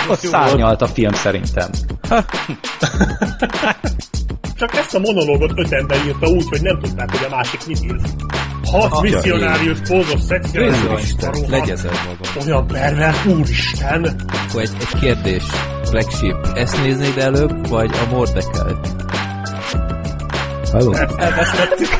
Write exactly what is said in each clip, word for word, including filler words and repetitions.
Ott szárnyalt a film szerintem. Csak ezt a monológot öt ember írta úgy, hogy nem tudták, hogy a másik mit ír. Hat misszionárius, pózos, szexuális, legyezel magam. Olyan pervers, úristen! Akkor egy, egy kérdés. Black Sheep, ezt néznéd előbb, vagy a Mordecai-t? Halló? Elbeszéltük.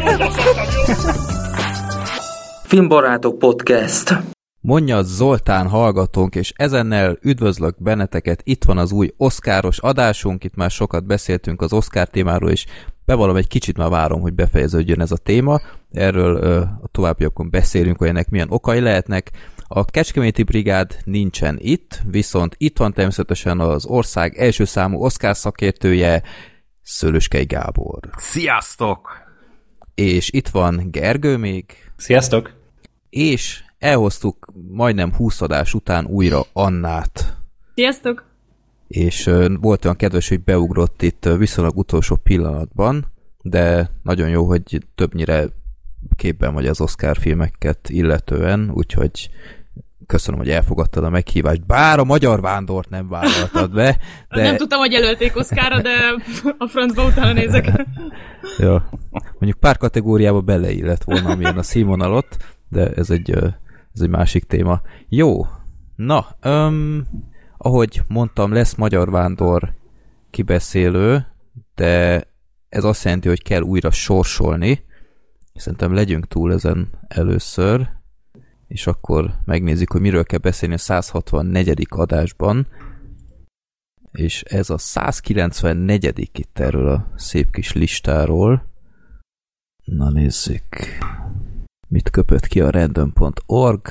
Filmbarátok Podcast. Mondja Zoltán hallgatónk, és ezennel üdvözlök benneteket. Itt van az új oszkáros adásunk, itt már sokat beszéltünk az Oscar témáról, és bevallom, egy kicsit már várom, hogy befejeződjön ez a téma. Erről ö, a továbbiakon beszélünk, hogy ennek milyen okai lehetnek. A Kecskeméti Brigád nincsen itt, viszont itt van természetesen az ország első számú Oscar szakértője, Szőlőskei Gábor. Sziasztok! És itt van Gergő még. Sziasztok! És elhoztuk majdnem húsz adás után újra Annát. Sziasztok! És uh, volt olyan kedves, hogy beugrott itt uh, viszonylag utolsó pillanatban, de nagyon jó, hogy többnyire képben vagy az Oscar filmeket illetően, úgyhogy köszönöm, hogy elfogadtad a meghívást. Bár a Magyar Vándort nem vállaltad be. De... Nem tudtam, hogy jelölték Oscarra, de a francba utána nézek. Ja. Mondjuk pár kategóriába beleillett volna, amilyen a színvonalot, de ez egy, ez egy másik téma. Jó, na, öm, ahogy mondtam, lesz Magyar Vándor kibeszélő, de ez azt jelenti, hogy kell újra sorsolni. Szerintem legyünk túl ezen először, és akkor megnézzük, hogy miről kell beszélni a száz hatvannegyedik adásban, és ez a száz kilencvennegyedik itt erről a szép kis listáról. Na nézzük, mit köpött ki a random pont org.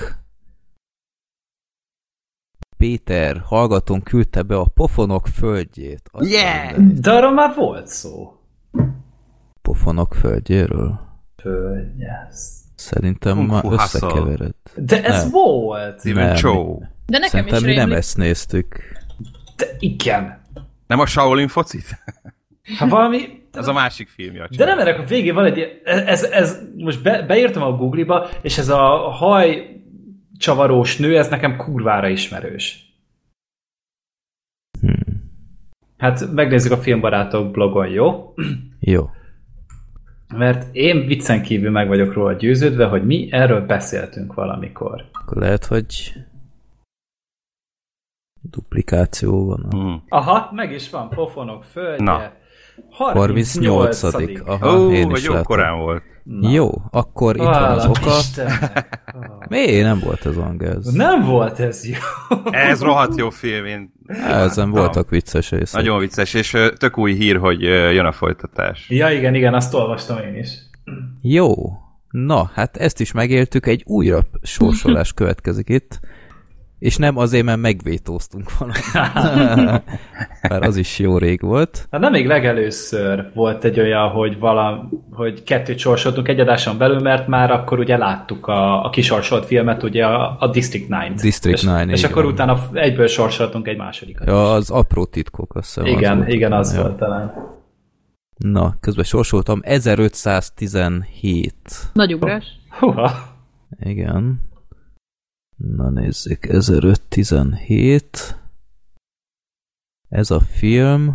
Péter, hallgatónk küldte be a Pofonok földjét. Azt Yeah! De arról már volt szó. Pofonok földjéről? Föld, yes. Szerintem Kung már Fu Hustle. összekeveredett. De ez Nem. volt. Steven Chow. De nekem Szerintem is mi nem rémlik. ezt néztük. De igen. Nem a Shaolin focit? Ha valami... Az a másik filmje. De nem erre, a végén van egy... Ez, ez most be, beírtam a Google-ba, és ez a haj csavarós nő, ez nekem kurvára ismerős. Hmm. Hát megnézzük a Filmbarátok blogon, jó? Jó. Mert én viccen kívül meg vagyok róla győződve, hogy mi erről beszéltünk valamikor. Akkor lehet, hogy duplikáció van. Hmm. Aha, meg is van, Pofonok földje. Na. harmincnyolcadik Aha, Ó, én hogy is jó látom. korán volt. Na. Jó, akkor itt van az oka. Oh. Miért nem volt ez angol? Nem volt ez jó. Ez rohadt jó film. Én... Ezen voltak vicces részek. Nagyon vicces, és ö, tök új hír, hogy ö, jön a folytatás. Ja, igen, igen, azt olvastam én is. Jó. Na, hát ezt is megéltük, egy újabb sorsolás következik itt. És nem azért, mert megvétóztunk valamit. Bár az is jó rég volt. Hát nem még legelőször volt egy olyan, hogy, vala, hogy kettőt sorsoltunk egy adáson belül, mert már akkor ugye láttuk a, a kisorsolt filmet, ugye a, a District kilenc. District és, kilenc, és igen. akkor utána egyből sorsoltunk egy másodikat. Ja, az apró titkok, azt hiszem. Igen, az volt. igen, az Ja. volt talán. Na, közben sorsoltam ezerötszáztizenhét. Nagy ugrás. Húha. Igen. Na nézzük, ezerötszáztizenhét. Ez a film.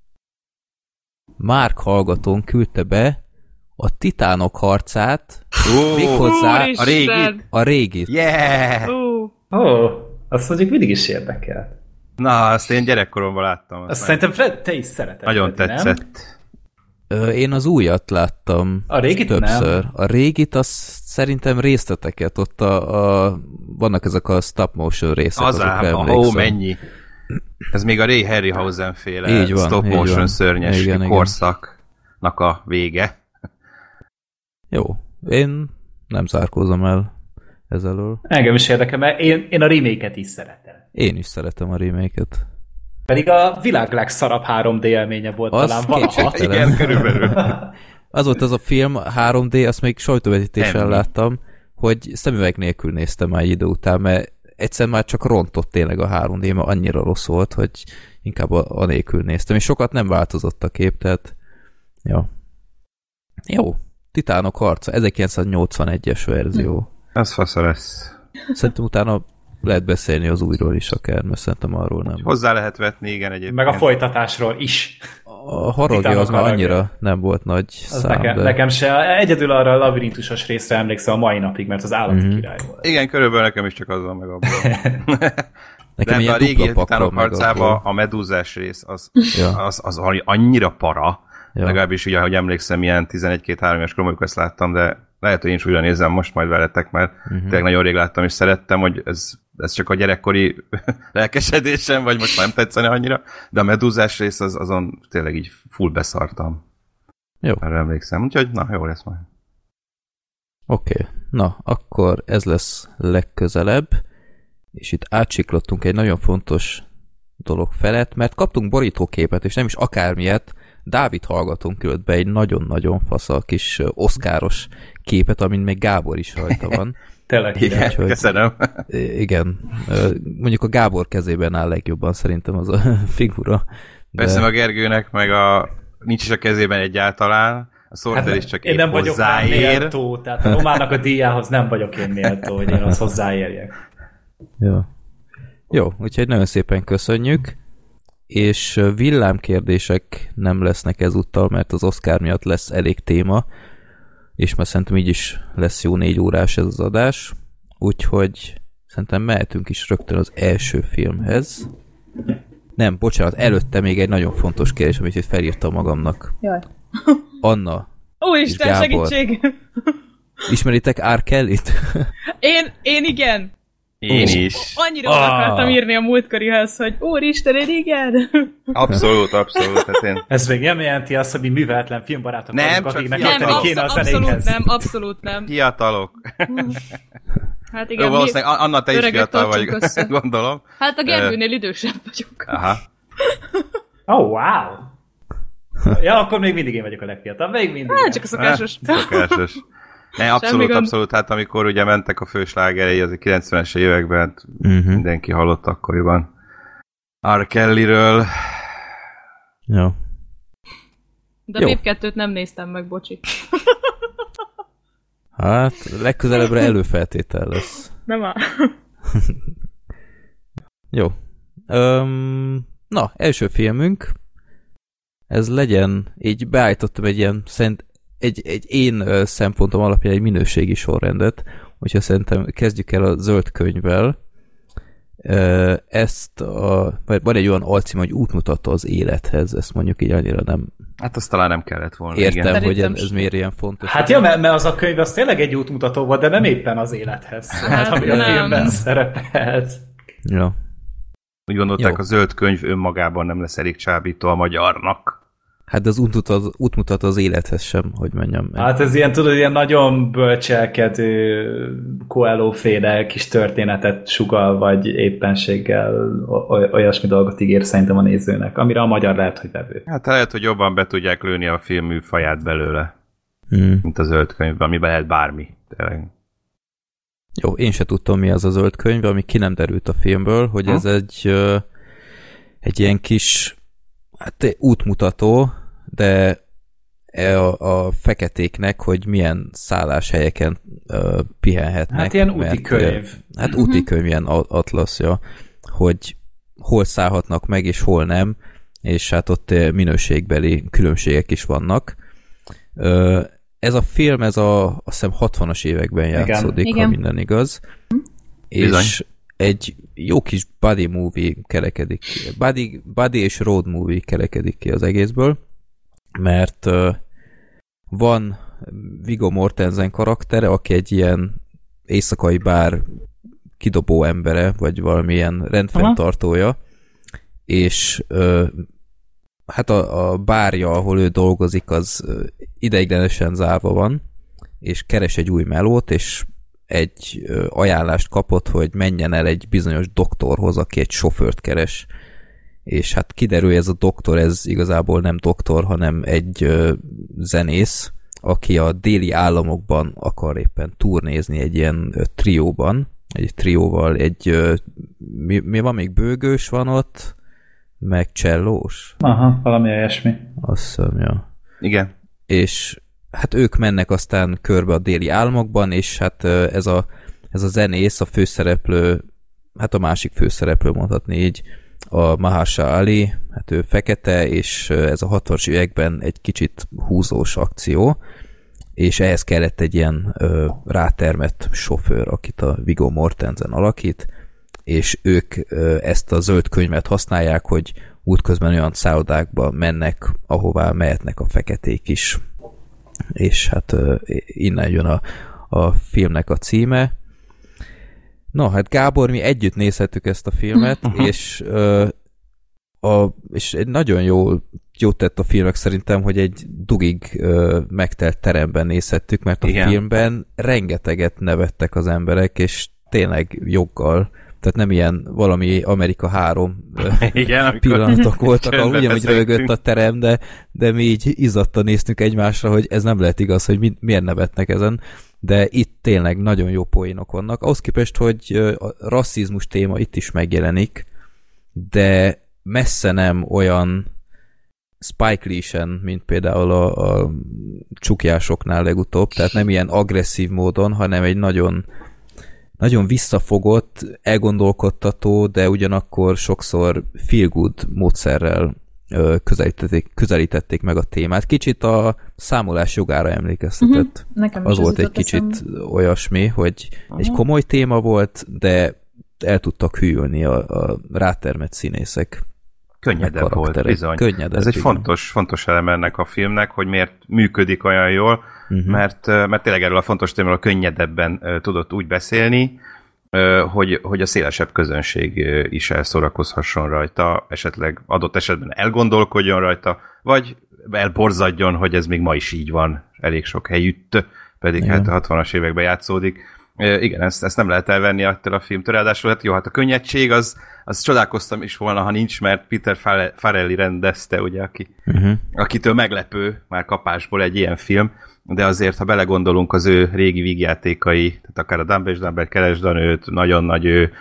Márk hallgatón küldte be a Titánok harcát, Ó, méghozzá a régit. a régit. Yeah! Ó, Ó, oh, azt mondjuk mindig is érdekelt. Na, azt én gyerekkoromban láttam. Azt Azt szerintem Fred, te is szereted. nagyon Freddy, tetszett. Nem? Ö, Én az újat láttam. A régit többször. nem. A régit, az szerintem részleteket. Ott a, a, vannak ezek a stop motion részek. Az azokra ám, ó, emlékszem. mennyi. Ez még a Ray Harryhausen féle Így van, stop így motion van. szörnyes Igen, igen. korszaknak a vége. Jó, én nem zárkózom el ez elől. Engem is érdekel, mert én, én a remake-et is szeretem. Én is szeretem a remake-et. Pedig a világ legszarabb három dé élménye volt Az talán valaha. kétségtelen. Igen, körülbelül. Az volt az a film, három dé, azt még sajtóvetítésen Emmi. láttam, hogy szemüveg nélkül néztem már egy idő után, mert egyszerűen már csak rontott tényleg a három dé, mert annyira rossz volt, hogy inkább a, a nélkül néztem, és sokat nem változott a kép, tehát ja. Jó, Titánok harca, ezerkilencszáznyolcvanegyes verzió. Az fasza lesz. Szerintem utána lehet beszélni az újról is akár, mert szerintem arról nem. Hozzá lehet vetni, igen, egyébként. Meg a folytatásról is. A haragja az már annyira nem volt nagy az szám, nekem, de... nekem se. Egyedül arra a labirintusos részre emlékszem a mai napig, mert az állati Mhm. király volt. Igen, körülbelül nekem is csak az van meg abból. Nekem De ilyen a régi dupla pakra titánok meg harcában abból. a medúzás rész az, Ja. az, az annyira para, Ja. legalábbis ugye, ahogy emlékszem, ilyen tizenegy-két-három éves korom, amikor ezt láttam, de lehet, hogy én is újra nézem most majd veletek, mert uh-huh. tényleg nagyon rég láttam, és szerettem, hogy ez, ez csak a gyerekkori lelkesedésem, vagy most már nem tetszene annyira, de a medúzás rész az, azon tényleg így full beszartam. Jó. Erre emlékszem, úgyhogy na, jó lesz majd. Oké, okay. Na, akkor ez lesz legközelebb, és itt átsiklottunk egy nagyon fontos dolog felett, mert kaptunk borítóképet, és nem is akármilyet, Dávid hallgatónk küldött be egy nagyon-nagyon fasza kis oszkáros képet, amin még Gábor is rajta van. Tényleg. Igen, Úgyhogy- köszönöm. Igen, mondjuk a Gábor kezében áll legjobban szerintem az a figura. De... Persze a Gergőnek, meg a nincs is a kezében egyáltalán, a Sorter is csak én épp nem vagyok rá hozzáér. méltó, tehát a Romának a díjához nem vagyok én méltó, hogy én az hozzáérjek. Jó. Jó, úgyhogy nagyon szépen köszönjük, és villámkérdések nem lesznek ezúttal, mert az Oscar miatt lesz elég téma, és már szerintem így is lesz jó négy órás ez az adás, úgyhogy szerintem mehetünk is rögtön az első filmhez. Nem, bocsánat, előtte még egy nagyon fontos kérdés, amit itt felírtam magamnak. Jaj. Anna, Úristen, És Gábor. segítség! ismeritek R. Kellyt? Én, én igen. Én Ó. is. Annyira ah. akartam írni a múltkorihoz, hogy úristen, én igen. Abszolút, abszolút. Hát én... Ez még nem jelenti azt, hogy mi műveletlen filmbarátok Nem, vagyunk, csak akiknek fiatalok. Nem, érteni kéne a abszol- abszolút zenékhez. nem, abszolút nem. Fiatalok. Hát Jó, igen, mi valószínűleg Anna, te is öregek fiatal vagy, tartsunk össze. gondolom. Hát a Gergőnél idősebb vagyok. Aha. Oh, wow! Ja, akkor még mindig én vagyok a legfiatalabb, még mindig. Hát csak a szokásos. Eh, Szokásos. Ne, abszolút, gond. abszolút. Hát amikor ugye mentek a főslágerei az a kilencvenes években, Uh-huh. mindenki hallott akkoriban R. Kellyről. Jó. De Jó. Babe kettőt nem néztem meg, bocsi. Hát, legközelebbre előfeltétel lesz. Nem áll. Jó. Öm, na, első filmünk. Ez legyen, így beállítottam egy ilyen szent, egy, egy én ö, szempontom alapján egy minőségi sorrendet, úgyhogy szerintem kezdjük el a zöld könyvvel. Ö, Ezt a, van egy olyan alcím, hogy útmutató az élethez, ezt mondjuk így annyira nem Hát azt talán nem kellett volna. értem, Igen. hogy Szerintem ez, ez sem. miért ilyen fontos. Hát ja, mert, mert az a könyv az tényleg egy útmutató volt, de nem éppen az élethez, hát, ami a nem. filmben szerepelt. Ja. Úgy gondolták, Jó. a zöld könyv önmagában nem lesz elég csábító a magyarnak. Hát az útmutat, útmutat az élethez sem, hogy mondjam. Hát ez ilyen, tudod, ilyen nagyon bölcselkedő Coelho-féle kis történetet sugal, vagy éppenséggel oly- olyasmi dolgot ígér szerintem a nézőnek, amire a magyar lehet, hogy vevő. Hát lehet, hogy jobban be tudják lőni a film műfaját belőle, Hmm. mint a zöld könyvben, amiben lehet bármi. Tényleg. Jó, én se tudtam, mi az a zöld könyv, ami ki nem derült a filmből, hogy Ha? ez egy, ö, egy ilyen kis hát, útmutató, de a, a feketéknek, hogy milyen szálláshelyeken ö, pihenhetnek. Hát ilyen úti mert, könyv. ö, Hát úti könyv, ilyen a- atlaszja, hogy hol szállhatnak meg, és hol nem, és hát ott ö, minőségbeli különbségek is vannak. Ö, Ez a film, ez a, azt hiszem hatvanas években játszódik, Igen. ha minden igaz. És Bizony. egy jó kis buddy movie kerekedik ki. Buddy, buddy és road movie kerekedik ki az egészből, mert uh, van Viggo Mortensen karaktere, aki egy ilyen éjszakai bár kidobó embere, vagy valamilyen rendfenntartója, és uh, hát a, a bárja, ahol ő dolgozik, az uh, ideiglenesen zárva van, és keres egy új melót, és egy uh, ajánlást kapott, hogy menjen el egy bizonyos doktorhoz, aki egy sofőrt keres. És hát kiderül, hogy ez a doktor, ez igazából nem doktor, hanem egy uh, zenész, aki a déli államokban akar éppen turnézni egy ilyen uh, trióban, egy trióval, egy uh, mi, mi van még, bőgős van ott, meg csellós. Aha, valami olyasmi. Azt hiszem, ja. Igen. És hát ők mennek aztán körbe a déli álmokban, és hát ez a, ez a zenész, a főszereplő hát a másik főszereplő, mondhatni így, a Mahershala Ali, hát ő fekete, és ez a hatvanas években egy kicsit húzós akció, és ehhez kellett egy ilyen ö, rátermett sofőr, akit a Viggo Mortensen alakít, és ők ö, ezt a zöld könyvet használják, hogy útközben olyan szállodákba mennek, ahová mehetnek a feketék is. És hát ö, innen jön a, a filmnek a címe. No, hát Gábor, mi együtt nézhettük ezt a filmet, és, ö, a, és egy nagyon jó jót tett a filmek szerintem, hogy egy dugig ö, megtelt teremben nézhettük, mert a Igen. filmben rengeteget nevettek az emberek, és tényleg joggal. Tehát nem ilyen valami Amerika három Igen, pillanatok voltak, ahol ugyanúgy rögött a terem, de, de mi így izzadtan néztünk egymásra, hogy ez nem lehet igaz, hogy mi, miért nevetnek ezen. De itt tényleg nagyon jó poénok vannak. Ahhoz képest, hogy a rasszizmus téma itt is megjelenik, de messze nem olyan Spike Lee-sen, mint például a, a csukjásoknál legutóbb, tehát nem ilyen agresszív módon, hanem egy nagyon, nagyon visszafogott, elgondolkodtató, de ugyanakkor sokszor feel good módszerrel közelítették, közelítették meg a témát. Kicsit a számolás jogára emlékeztetett. Uh-huh. Az volt egy kicsit eszem. Olyasmi, hogy uh-huh. egy komoly téma volt, de el tudtak hűlni a, a rátermett színészek. Könnyedebb volt, bizony. Könnyedebb, Ez egy fontos, fontos eleme ennek a filmnek, hogy miért működik olyan jól, uh-huh. mert, mert tényleg erről a fontos témáról könnyedebben uh, tudott úgy beszélni, uh, hogy, hogy a szélesebb közönség uh, is elszórakozhasson rajta, esetleg adott esetben elgondolkodjon rajta, vagy elborzadjon, hogy ez még ma is így van, elég sok helyütt, pedig Igen. hát a hatvanas években játszódik. Igen, ezt, ezt nem lehet elvenni attól a filmtől. Ráadásul hát jó, hát a könnyedség, az, az csodálkoztam is volna, ha nincs, mert Peter Farrelly rendezte, ugye, aki, uh-huh. akitől meglepő már kapásból egy ilyen film, de azért, ha belegondolunk az ő régi vígjátékai, tehát akár a Dumb és Dumber, Keresd a nőt, nagyon nagy ő,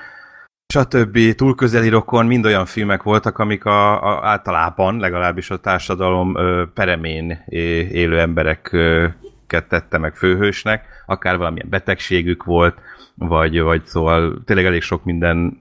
stb. Túl közeli rokon, mind olyan filmek voltak, amik a, a, általában, legalábbis a társadalom ö, peremén élő emberek ö, tette meg főhősnek, akár valamilyen betegségük volt, vagy, vagy szóval tényleg elég sok mindenben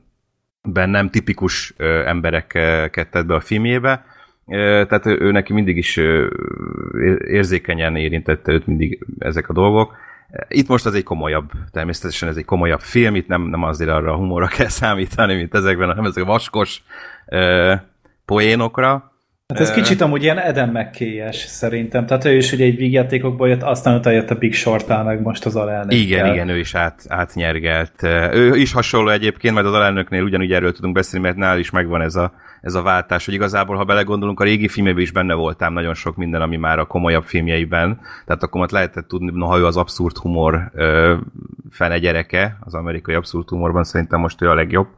nem tipikus ö, embereket tett be a filmjébe, ö, tehát ő, ő neki mindig is ö, érzékenyen érintette őt mindig ezek a dolgok. Itt most az egy komolyabb, természetesen ez egy komolyabb film, itt nem, nem azért arra a humorra kell számítani, mint ezekben, hanem ezek a vaskos ö, poénokra. Hát ez kicsit amúgy ilyen Adam McKay-es szerintem. Tehát ő is ugye egy vígjátékokból jött, aztán utána jött a Big Short-tal, meg most az alelnökkel. Igen, igen, ő is át, átnyergelt. Ő is hasonló egyébként, majd az alelnöknél ugyanúgy erről tudunk beszélni, mert nál is megvan ez a, ez a váltás, hogy igazából, ha belegondolunk, a régi filmjében is benne voltám nagyon sok minden, ami már a komolyabb filmjeiben. Tehát akkor már lehetett tudni, noha ő az abszurd humor ö, fene gyereke, az amerikai abszurd humorban szerintem most ő a legjobb.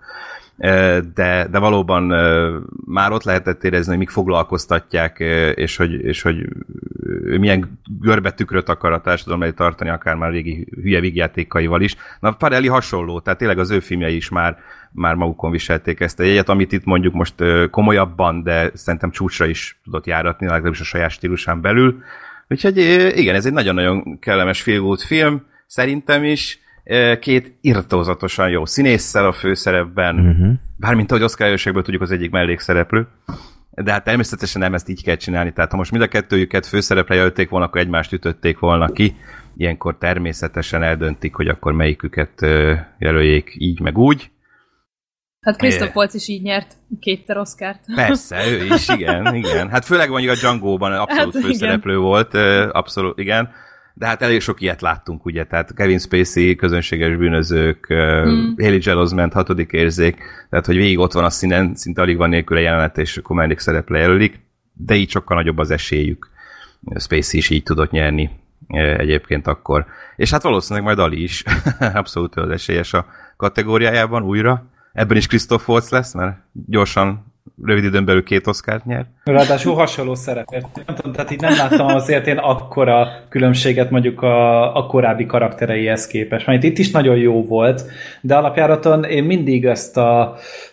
De, de valóban már ott lehetett érezni, hogy mik foglalkoztatják, és hogy, és hogy milyen görbe tükröt akar a társadalom elé tartani, akár már régi hülye vígjátékaival is. Na, Farrelly hasonló, tehát tényleg az ő filmjei is már, már magukon viselték ezt a jegyet, amit itt mondjuk most komolyabban, de szerintem csúcsra is tudott járatni, legalábbis a saját stílusán belül. Úgyhogy igen, ez egy nagyon-nagyon kellemes feel good film, szerintem is. Két irtózatosan jó színésszel a főszerepben, uh-huh. bármint ahogy Oscar előségből tudjuk, az egyik mellékszereplő, de hát természetesen nem ezt így kell csinálni, tehát ha most mind a kettőjüket főszerepre jelölték volna, akkor egymást ütötték volna ki, ilyenkor természetesen eldöntik, hogy akkor melyiküket jelöljék így meg úgy. Hát Christoph Waltz is így nyert kétszer Oscart. Persze, ő is, igen, igen. Hát főleg mondjuk a Django-ban abszolút hát, főszereplő igen. volt, abszolút, igen. De hát elég sok ilyet láttunk, ugye, tehát Kevin Spacey, közönséges bűnözők, hmm. Haley Joel Osment, hatodik érzék, tehát hogy végig ott van a színen, szinte alig van nélküle jelenet, és akkor mellékszereplő jelölik, de így sokkal nagyobb az esélyük. Spacey is így tudott nyerni egyébként akkor. És hát valószínűleg majd Ali is abszolút az esélyes a kategóriájában újra. Ebben is Christoph Waltz lesz, mert gyorsan rövid időn belül két Oscart nyer. Ráadásul hasonló szerepet. Tehát így nem láttam azért én akkora különbséget mondjuk a, a korábbi karaktereihez képest. Mert itt is nagyon jó volt, de alapjáraton én mindig ezt a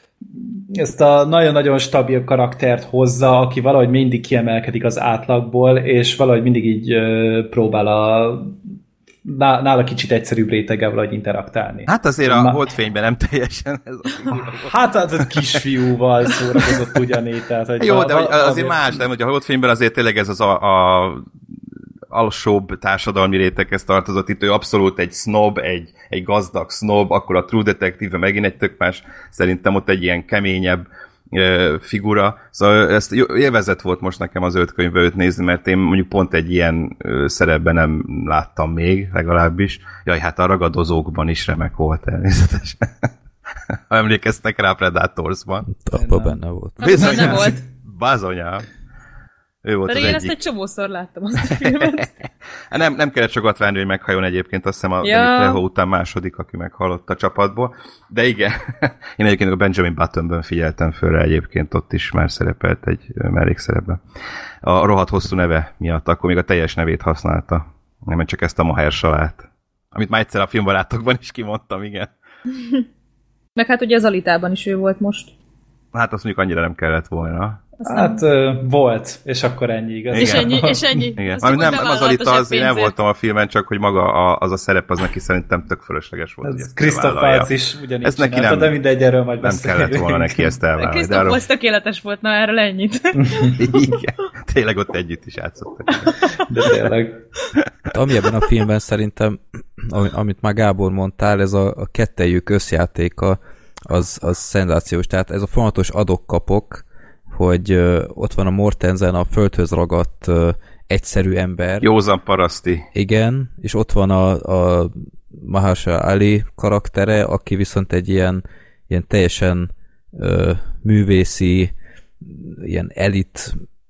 ezt a nagyon-nagyon stabil karaktert hozza, aki valahogy mindig kiemelkedik az átlagból, és valahogy mindig így uh, próbál a nála kicsit egyszerűbb réteggel valahogy interaktálni. Hát azért a Na, holdfényben nem teljesen ez a figura. Hát a kisfiúval szórakozott ugyanígy. Tehát, hogy Jó, de val- azért azért más, nem, hogy a holdfényben azért tényleg ez az a, a alsóbb társadalmi réteghez tartozott, itt ő abszolút egy snob, egy, egy gazdag snob, akkor a True Detective megint egy tök más, szerintem ott egy ilyen keményebb e, figura. Szóval ezt élvezet volt most nekem az öt könyvbe őt nézni, mert én mondjuk pont egy ilyen ö, szerepben nem láttam még, legalábbis. Jaj, hát a ragadozókban is remek volt természetesen. Ha emlékeztek rá Predatorsban. Abban benne volt. Az benne volt. Bazonyám. Ő volt Pedig az én egyik. ezt egy csomószor láttam azt a filmet. nem, nem kellett sokat várni, hogy meghalljon egyébként, azt hiszem a Ja. Danny Trejo után második, aki meghallott a csapatból. De igen, én egyébként a Benjamin Buttonban figyeltem fölre egyébként, ott is már szerepelt egy mellékszerepben. A rohadt hosszú neve miatt, akkor még a teljes nevét használta. Nem csak ezt a Mahersalát. Amit már egyszer a filmbarátokban is kimondtam, igen. Meg hát ugye az Alitában is ő volt most. Hát azt mondjuk annyira nem kellett volna. Hát ö, volt, és akkor ennyi igaz. És ennyi, és ennyi. Igen. Azt Ami csak nem, úgy nem az bevállalta Alita, az, én nem zseppénzért. voltam a filmen, csak hogy maga a, az a szerep, az neki szerintem tök fölösleges volt. hogy Ez ezt Christoph bevállalja. Waltz is ugyanígy Ezt neki csinálta, nem- de mindegy, erről majd Nem beszélünk. kellett volna neki ezt elvállalni. de Krisztof arról- volt tökéletes volt, na erről ennyit. Igen. Tényleg ott együtt is játszottak. De tényleg. Hát, ami ebben a filmben szerintem, ami- amit már Gábor mondtál, ez a, a kettejük összjátéka, az, az szenzációs. Tehát ez a folyamatos adok-kapok, hogy ö, ott van a Mortensen, a földhöz ragadt ö, egyszerű ember. Józan paraszti. Igen, és ott van a, a Mahershala Ali karaktere, aki viszont egy ilyen, ilyen teljesen ö, művészi, ilyen elit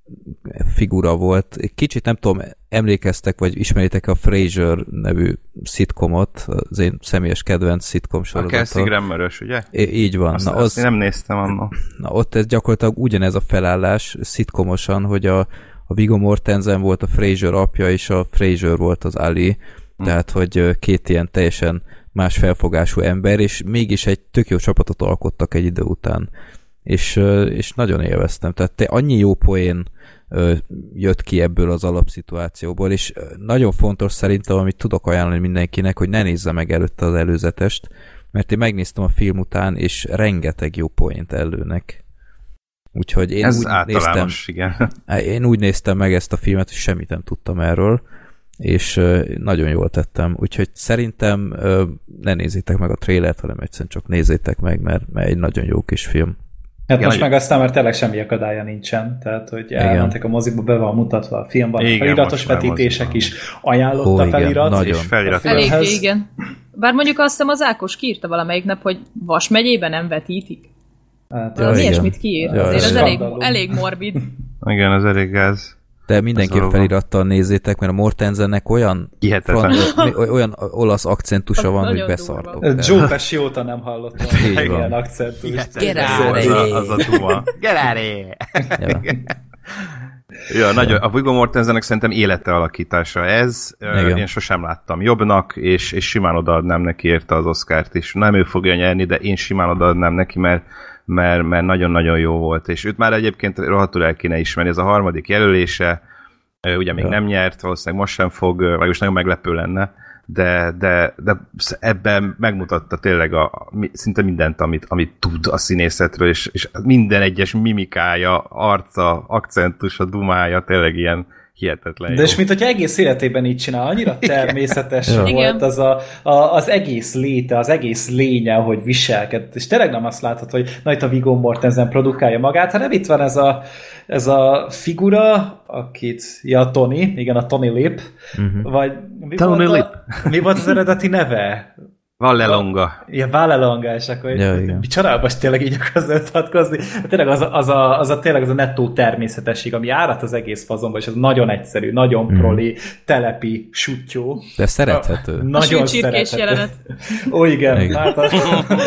figura volt. Kicsit nem tudom, emlékeztek, vagy ismeritek a Frasier nevű szitkomot, az én személyes kedvenc szitkom A sorozata. Kelsey Grammer-ös, ugye? I- így van. Azt, Na, azt az, én nem néztem annak. na ott ez gyakorlatilag ugyanez a felállás szitkomosan, hogy a, a Viggo Mortensen volt a Frasier apja, és a Frasier volt az Ali. Hm. Tehát, hogy ö, két ilyen teljesen más felfogású ember, és mégis egy tök jó csapatot alkottak egy idő után. És, ö, és nagyon élveztem. Tehát te annyi jó poén ö, jött ki ebből az alapszituációból, és ö, nagyon fontos szerintem, amit tudok ajánlani mindenkinek, hogy ne nézze meg előtte az előzetest, mert én megnéztem a film után, és rengeteg jó poént előnek. Úgyhogy én Ez úgy néztem, általános, igen. én úgy néztem meg ezt a filmet, hogy semmit nem tudtam erről, és ö, nagyon jól tettem. Úgyhogy szerintem ö, ne nézzétek meg a trailert, hanem egyszerűen csak nézzétek meg, mert, mert egy nagyon jó kis film. Hát Igen, most hogy- meg aztán már tényleg semmi akadálya nincsen, tehát hogy elmentek a moziba, be van mutatva a film, van Igen, feliratos most már vetítések moziban. is, ajánlott Ó, a igen, felirat, nagyon. És felirat. A filmhez- Eléggé, igen. Bár mondjuk azt hiszem az Ákos kiírta valamelyik nap, hogy Vas megyében nem vetítik. Hát, Ja, Valami igen. ilyesmit kiírt. Ja, Azért ja, az ja. elég, Skandalum. elég morbid. Igen, az elég gáz. De mindenképp Ez felirattal nézzétek, mert a Mortensennek olyan, Hihetetlen. fran- olyan olasz akcentusa Az van, hogy nagyon beszartok. durva. De- Joe Pesci óta nem hallottam Így van. ilyen akcentust. Az a, az a duma. Geráré! Ja. Ja, nagyon, a Viggo Mortensennek szerintem élete alakítása ez. Igen. Én sosem láttam jobbnak, és, és simán odaadnám neki érte az Oscart is. Nem ő fogja nyerni, de én simán odaadnám neki, mert mert, mert nagyon-nagyon jó volt. És őt már egyébként rohadtul el kéne ismerni. Ez a harmadik jelölése, ő ugye még Ja. nem nyert, valószínűleg most sem fog, vagy most nagyon meglepő lenne, de, de, de ebben megmutatta tényleg a, a, szinte mindent, amit, amit tud a színészetről, és, és minden egyes mimikája, arca, akcentusa, dumája, tényleg ilyen hihetetlen De jó. és mint hogy egész életében így csinál, annyira természetes Ja. volt Igen. az a, a, az egész léte, az egész lénye, hogy viselkedett. És tényleg nem azt látod, hogy na itt a Viggo Mortensen produkálja magát, hanem itt van ez a, ez a figura, akit, ja, Tony, igen, a Tony Lip, uh-huh. vagy mi Tony volt, Lip. a, mi volt az eredeti neve? Vallelonga. Ilyen Vallelonga, és akkor Ja, ja, igen. mi családban tényleg így akarsz öltatkozni. Tényleg az a, az, a, az a tényleg az a nettó természetesség, ami árat az egész fazonba, és az nagyon egyszerű, nagyon proli, telepi, sutyó. De szerethető. Nagyon A sülcsirkés szerethető. jelenet. Ó, igen. Igen. Hát a...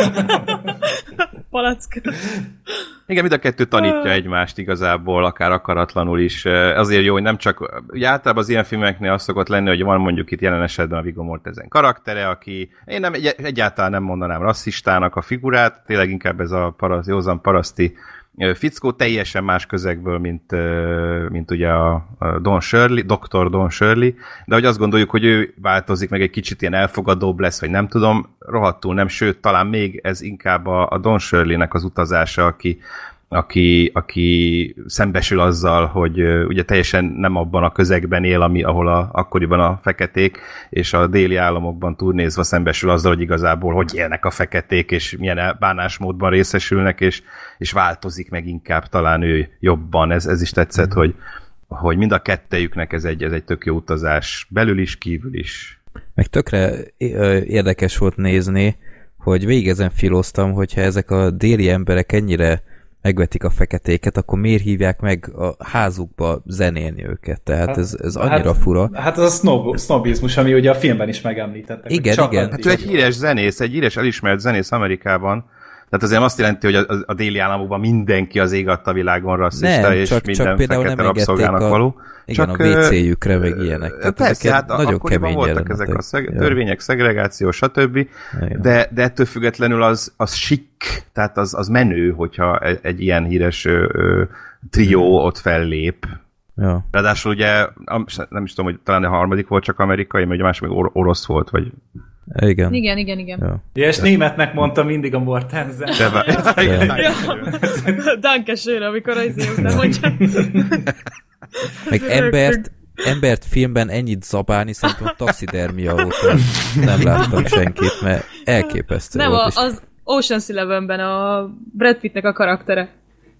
Palack. Igen, mind a kettő tanítja egymást igazából, akár akaratlanul is. Azért jó, hogy nem csak... Ugye általában az ilyen filmeknél az szokott lenni, hogy van mondjuk itt jelen esetben a Viggo Mortensen karaktere, aki... Én nem, egy, egyáltalán nem mondanám rasszistának a figurát, tényleg inkább ez a parasz, józan paraszti fickó, teljesen más közegből, mint, mint ugye a Don Shirley, doktor Don Shirley, de hogy azt gondoljuk, hogy ő változik, meg egy kicsit ilyen elfogadóbb lesz, vagy nem tudom, rohadtul nem, sőt, talán még ez inkább a, a Don Shirleynek az utazása, aki, aki, aki szembesül azzal, hogy uh, ugye teljesen nem abban a közegben él, ami, ahol a, akkoriban a feketék, és a déli államokban turnézva szembesül azzal, hogy igazából hogy élnek a feketék, és milyen bánásmódban részesülnek, és, és változik meg inkább talán ő jobban. Ez, ez is tetszett, mm. hogy, hogy mind a kettejüknek ez egy, ez egy tök jó utazás, belül is, kívül is. Meg tökre érdekes volt nézni, hogy végig ezen filóztam, hogyha ezek a déli emberek ennyire megvetik a feketéket, akkor miért hívják meg a házukba zenélni őket? Tehát hát, ez, ez annyira hát, fura. Hát az a snob, sznobizmus, ami ugye a filmben is megemlítettek. Igen, igen. Hát ő egy híres zenész, egy híres elismert zenész Amerikában. Tehát azért azt jelenti, hogy a, a déli államokban mindenki az ég adta világon rasszista, nem, és csak, minden csak fekete rabszolgának a, való. Igen, csak, a vé cé-jükre meg ilyenek. Tehát persze, hát nagyon akkoriban kemény voltak jelenetek. ezek a szeg- törvények, szegregáció, stb. De, de ettől függetlenül az, az sik, tehát az, az menő, hogyha egy, egy ilyen híres ö, trió ott fellép. Ja. Ráadásul ugye, nem is tudom, hogy talán a harmadik volt csak amerikai, mert a másik még or- orosz volt, vagy... Igen. Igen, igen, igen. Ja. Ja, és németnek mondta mindig a Mortensen. Danke schön, amikor az izé után mondja. Meg embert, embert filmben ennyit zabálni, szerintem a taxidermia óta nem láttam senkit, mert elképesztő nem, volt. Nem, az Ocean's Elevenben a Brad Pittnek a karaktere.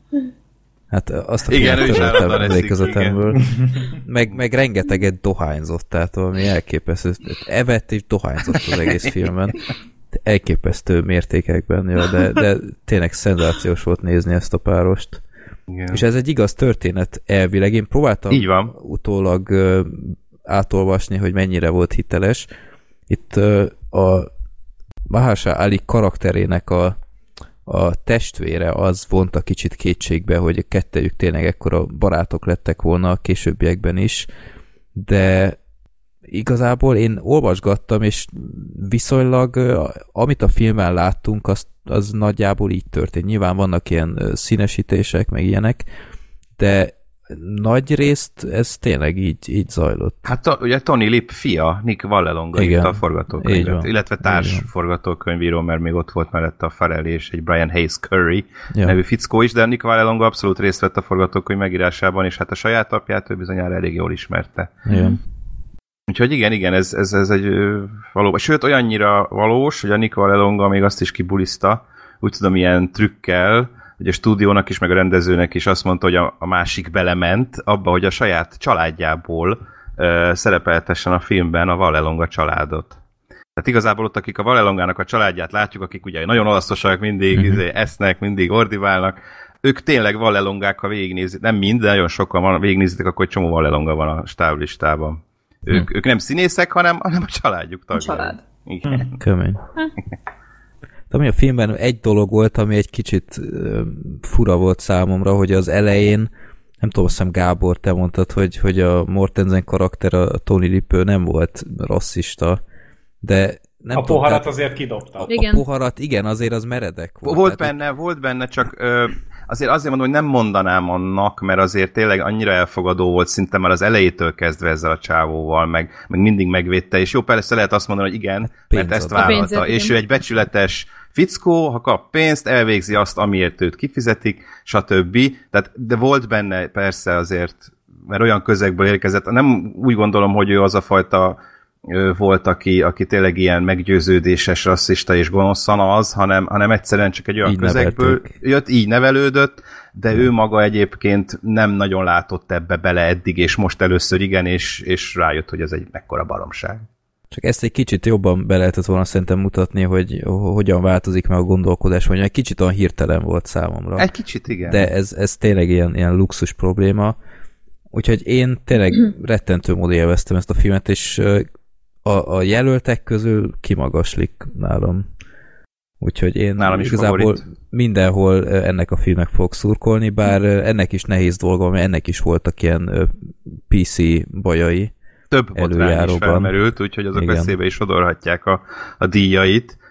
Hát azt a igen, filmet töröltem emlékezetemből. Meg, meg rengeteget dohányzott, tehát valami elképesztő. Evett és dohányzott az egész filmben. Elképesztő mértékekben, ja, de, de tényleg szenzációs volt nézni ezt a párost. Igen. És ez egy igaz történet elvileg. Én próbáltam így van. utólag uh, átolvasni, hogy mennyire volt hiteles. Itt uh, a Mahershala Ali karakterének a a testvére az vonta kicsit kétségbe, hogy a kettejük tényleg ekkora barátok lettek volna a későbbiekben is, de igazából én olvasgattam, és viszonylag amit a filmen láttunk, az, az nagyjából így történt. Nyilván vannak ilyen színesítések, meg ilyenek, de nagy részt ez tényleg így, így zajlott. Hát to, ugye Tony Lip fia, Nick Vallelonga írta a forgatókönyvet, illetve társ forgatókönyvíró, mert még ott volt mellette a Farrell és egy Brian Hayes Curry ja. nevű fickó is, de Nick Vallelonga abszolút részt vett a forgatókönyv megírásában, és hát a saját apját ő bizonyára elég jól ismerte. Igen. Úgyhogy igen, igen, ez, ez, ez egy valóban. Sőt, olyannyira valós, hogy a Nick Vallelonga még azt is kibuliszta, úgy tudom, ilyen trükkel, hogy a stúdiónak is, meg a rendezőnek is azt mondta, hogy a, a másik belement abba, hogy a saját családjából uh, szerepeltessen a filmben a Vallelonga családot. Tehát igazából ott, akik a Vallelongának a családját látjuk, akik ugye nagyon olaszosak, mindig mm-hmm. izé, esznek, mindig ordiválnak, ők tényleg Vallelongák, ha végignézik, nem mind, de nagyon sokan van, végignézitek, akkor egy csomó Vallelonga van a stáblistában. Ők, mm. ők nem színészek, hanem, hanem a családjuk tagjai. A család. Igen. Mm, kömény. De ami a filmben egy dolog volt, ami egy kicsit uh, fura volt számomra, hogy az elején, nem tudom, azt hiszem Gábor, te mondtad, hogy, hogy a Mortensen karakter, a Tony Lip nem volt rasszista, de nem a tudom, poharat tehát, azért kidobta. A, igen. a poharat, igen, azért az meredek volt. Volt tehát, benne, volt benne, csak ö, azért azért mondom, hogy nem mondanám annak, mert azért tényleg annyira elfogadó volt szinte már az elejétől kezdve ezzel a csávóval, meg, meg mindig megvédte, és jó, persze lehet azt mondani, hogy igen, mert ezt vállalta, pénzet, és igen. Ő egy becsületes fickó, ha kap pénzt, elvégzi azt, amiért őt kifizetik, stb. Tehát, de volt benne persze azért, mert olyan közegből érkezett, nem úgy gondolom, hogy ő az a fajta volt, aki, aki tényleg ilyen meggyőződéses, rasszista és gonoszan az, hanem, hanem egyszerűen csak egy olyan így közegből nevelték. Jött, így nevelődött, de ő maga egyébként nem nagyon látott ebbe bele eddig, és most először igen, és, és rájött, hogy ez egy mekkora baromság. Csak ezt egy kicsit jobban be lehetett volna szerintem mutatni, hogy hogyan változik meg a gondolkodás, vagy egy kicsit olyan hirtelen volt számomra. Egy kicsit, igen. De ez, ez tényleg ilyen, ilyen luxus probléma. Úgyhogy én tényleg rettentő módon élveztem ezt a filmet, és a, a jelöltek közül kimagaslik nálam. Úgyhogy én nálam is igazából favorit. Mindenhol ennek a filmnek fogok szurkolni, bár ennek is nehéz dolga, mert ennek is voltak ilyen pé cé bajai. Több botrány is felmerült, úgyhogy azok veszélybe is sodorhatják a, a díjait.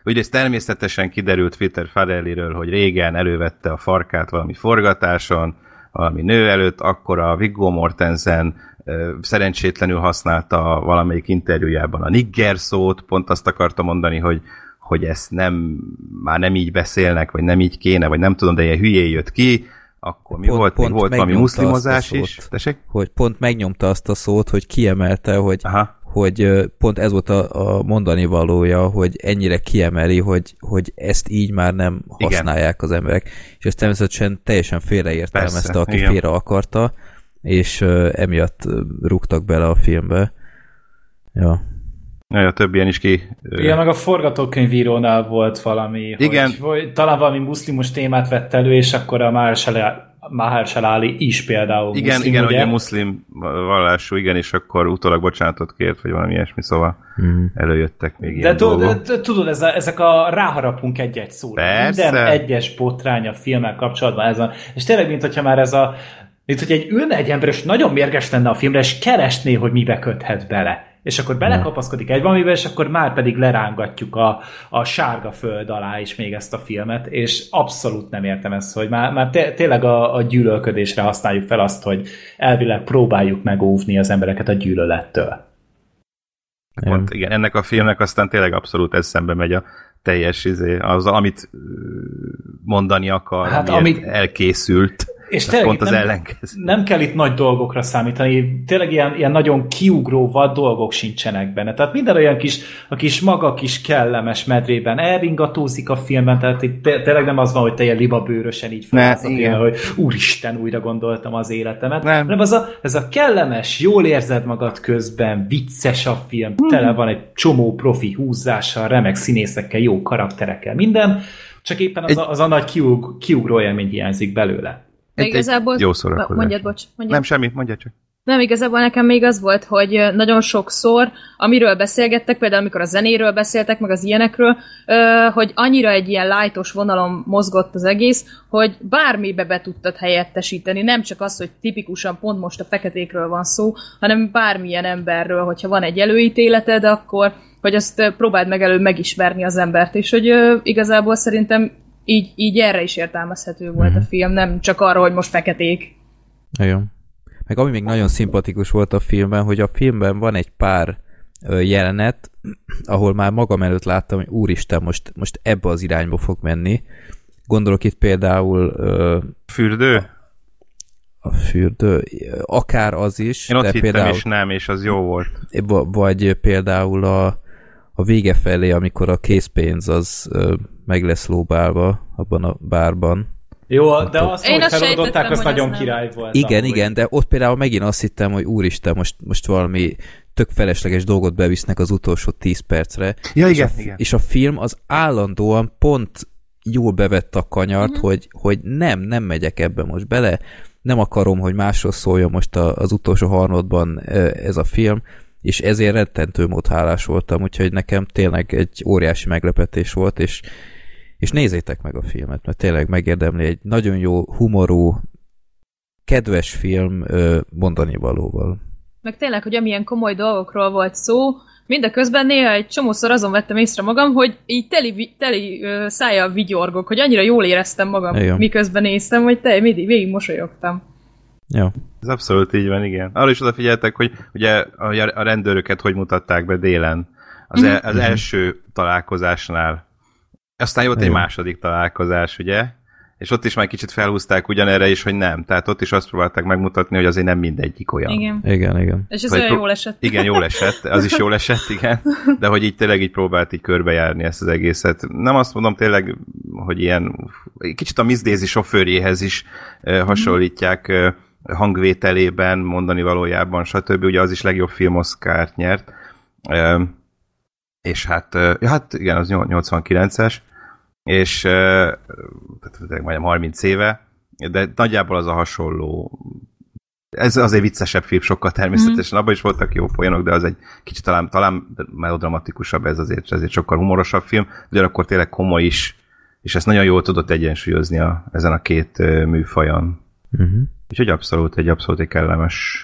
ugye ez természetesen kiderült Peter Farrellyről, hogy régen elővette a farkát valami forgatáson, valami nő előtt, akkor a Viggo Mortensen szerencsétlenül használta valamelyik interjújában a nigger szót, pont azt akarta mondani, hogy, hogy ezt nem, már nem így beszélnek, vagy nem így kéne, vagy nem tudom, de ilyen hülyén jött ki, akkor mi pont, volt? Pont még volt valami muszlimozás is? Tessék? Hogy pont megnyomta azt a szót, hogy kiemelte, hogy, hogy pont ez volt a, a mondani valója, hogy ennyire kiemeli, hogy, hogy ezt így már nem használják igen. az emberek. És ezt természetesen teljesen félreértelmezte, aki igen. félre akarta, és uh, emiatt rúgtak bele a filmbe. Ja. Ja, a több ilyen is ki... Igen, meg a forgatókönyvírónál volt valami, igen. Hogy, hogy talán valami muszlimos témát vett elő, és akkor a Mahershala Ali is például igen, muszlim, igen, ugye? ugye muszlim vallású, igen, és akkor utólag bocsánatot kért, vagy valami ilyesmi, szóval mm. előjöttek még de ilyen dolgok. De tudod, ez a, ezek a ráharapunk egy-egy szóra. Persze. Minden egyes botrány a filmmel kapcsolatban ez a... És tényleg, mint hogyha már ez a... Mint hogy egy ülne egy ember, és nagyon mérges lenne a filmre, és keresné, hogy mibe köthet bele. És akkor belekapaszkodik egy valamivel, és akkor már pedig lerángatjuk a, a sárga föld alá is még ezt a filmet, és abszolút nem értem ezt, hogy már, már té- tényleg a, a gyűlölködésre használjuk fel azt, hogy elvileg próbáljuk megóvni az embereket a gyűlölettől. Pont, igen, ennek a filmnek aztán tényleg abszolút ez szembe megy a teljes izé, az, amit mondani akar, hát, amit elkészült. És tényleg pont az nem, ellenkező. Nem kell itt nagy dolgokra számítani, tényleg ilyen, ilyen nagyon kiugró vad dolgok sincsenek benne. Tehát minden olyan kis, a kis maga kis kellemes medrében elringatózik a filmben, tehát itt tényleg nem az van, hogy te ilyen libabőrösen így felállt a filmben, hogy úristen, újra gondoltam az életemet. Nem. Hanem az a, ez a kellemes, jól érzed magad közben, vicces a film, hmm. tele van egy csomó profi húzással, remek színészekkel, jó karakterekkel, minden, csak éppen az, egy... a, az a nagy kiug, kiugró élmény hiányzik belőle. De igazából... Jó szórakozás. Mondjad, bocs. Mondjad. Nem, semmi, mondjad csak. Nem, igazából nekem még az volt, hogy nagyon sokszor, amiről beszélgettek, például amikor a zenéről beszéltek, meg az ilyenekről, hogy annyira egy ilyen lightos vonalon mozgott az egész, hogy bármibe be tudtad helyettesíteni. Nem csak az, hogy tipikusan pont most a feketékről van szó, hanem bármilyen emberről, hogyha van egy előítéleted, akkor hogy azt próbáld meg előbb megismerni az embert. És hogy igazából szerintem Így, így erre is értelmezhető volt uh-huh. a film, nem csak arra, hogy most feketék. Igen. Meg ami még nagyon szimpatikus volt a filmben, hogy a filmben van egy pár ö, jelenet, ahol már magam előtt láttam, hogy úristen, most, most ebbe az irányba fog menni. Gondolok itt például... Ö, fürdő? A, a fürdő, akár az is. Én ott de hittem, például, és nem, és az jó volt. Vagy például a, a vége felé, amikor a készpénz az... Ö, meg lesz lóbálva abban a bárban. Jó, de azt, hogy feloldották, az nagyon király volt. Igen, ahogy. igen, de ott például megint azt hittem, hogy úristen, most, most valami tök felesleges dolgot bevisznek az utolsó tíz percre. Ja, és, igen, a, igen. és a film az állandóan pont jól bevette a kanyart, uh-huh. hogy, hogy nem, nem megyek ebbe most bele, nem akarom, hogy másról szóljon most a, az utolsó harmadban ez a film, és ezért rettentő mód hálás voltam, úgyhogy nekem tényleg egy óriási meglepetés volt, és És nézzétek meg a filmet, mert tényleg megérdemli egy nagyon jó, humorú, kedves film mondani valóval. Meg tényleg, hogy amilyen komoly dolgokról volt szó, mindeközben néha egy csomószor azon vettem észre magam, hogy így teli, teli szájjal vigyorgok, hogy annyira jól éreztem magam, igen. miközben néztem, hogy te mindig végig mosolyogtam. Ja. Ez abszolút így van, igen. Arra is odafigyeltek, hogy ugye a rendőröket hogy mutatták be délen. Az, mm-hmm. el, az első találkozásnál. Aztán jött egy második találkozás, ugye? És ott is már kicsit felhúzták ugyanerre is, hogy nem. Tehát ott is azt próbálták megmutatni, hogy azért nem mindegyik olyan. Igen. Igen, igen. És ez olyan pró- jól esett. Igen, jól esett. Az is jól esett, igen. De hogy így tényleg így próbált így körbejárni ezt az egészet. Nem azt mondom tényleg, hogy ilyen kicsit a Miss Daisy sofőrjéhez is uh, hasonlítják uh, hangvételében, mondani valójában, stb. Ugye az is legjobb film Oscart nyert. Uh, és hát, uh, ja, hát igen, az nyolcvankilences. És uh, majdnem harminc éve, de nagyjából az a hasonló. Ez azért viccesebb film, sokkal természetesen, mm. abban is voltak jó poénok, de az egy kicsit talán, talán melodramatikusabb, ez azért, ezért sokkal humorosabb film, de akkor tényleg komoly is, és ezt nagyon jól tudott egyensúlyozni a, ezen a két uh, műfajon. Mm-hmm. Úgyhogy abszolút egy abszolút egy kellemes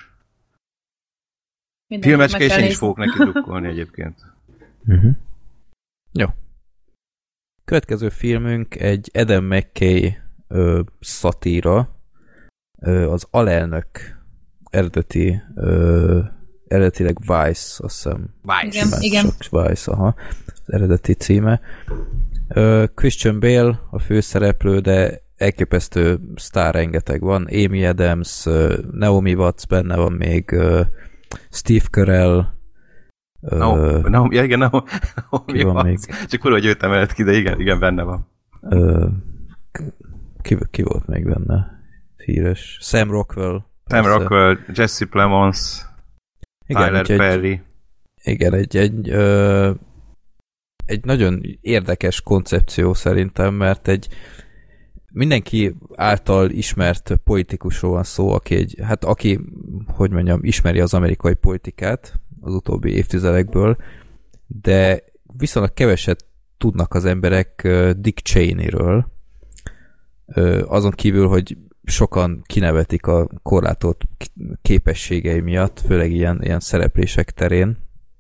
filmecske, és én is fogok neki drukkolni egyébként. Mm-hmm. Jó. következő filmünk egy Adam McKay ö, szatíra, ö, az Alelnök eredeti ö, eredetileg Vice, azt hiszem. Igen, igen. Vice, aha. Az eredeti címe. Ö, Christian Bale a főszereplő, de elképesztő sztár rengeteg van. Amy Adams, Naomi Watts benne van még, Steve Carell. No, uh, no, ja, igen, Naomi Watts. Még? Csak kurva, hogy őt emelet ki, de igen, igen, benne van. Uh, ki, ki volt még benne? Híres. Sam Rockwell. Sam persze. Rockwell, Jesse Plemons, igen, Tyler egy, Perry. Igen, egy, egy, ö, egy nagyon érdekes koncepció szerintem, mert egy mindenki által ismert politikusról van szó, aki egy, hát aki, hogy mondjam, ismeri az amerikai politikát az utóbbi évtizedekből, de viszonylag keveset tudnak az emberek Dick Cheneyről, azon kívül, hogy sokan kinevetik a korlátolt képességei miatt, főleg ilyen, ilyen szereplések terén,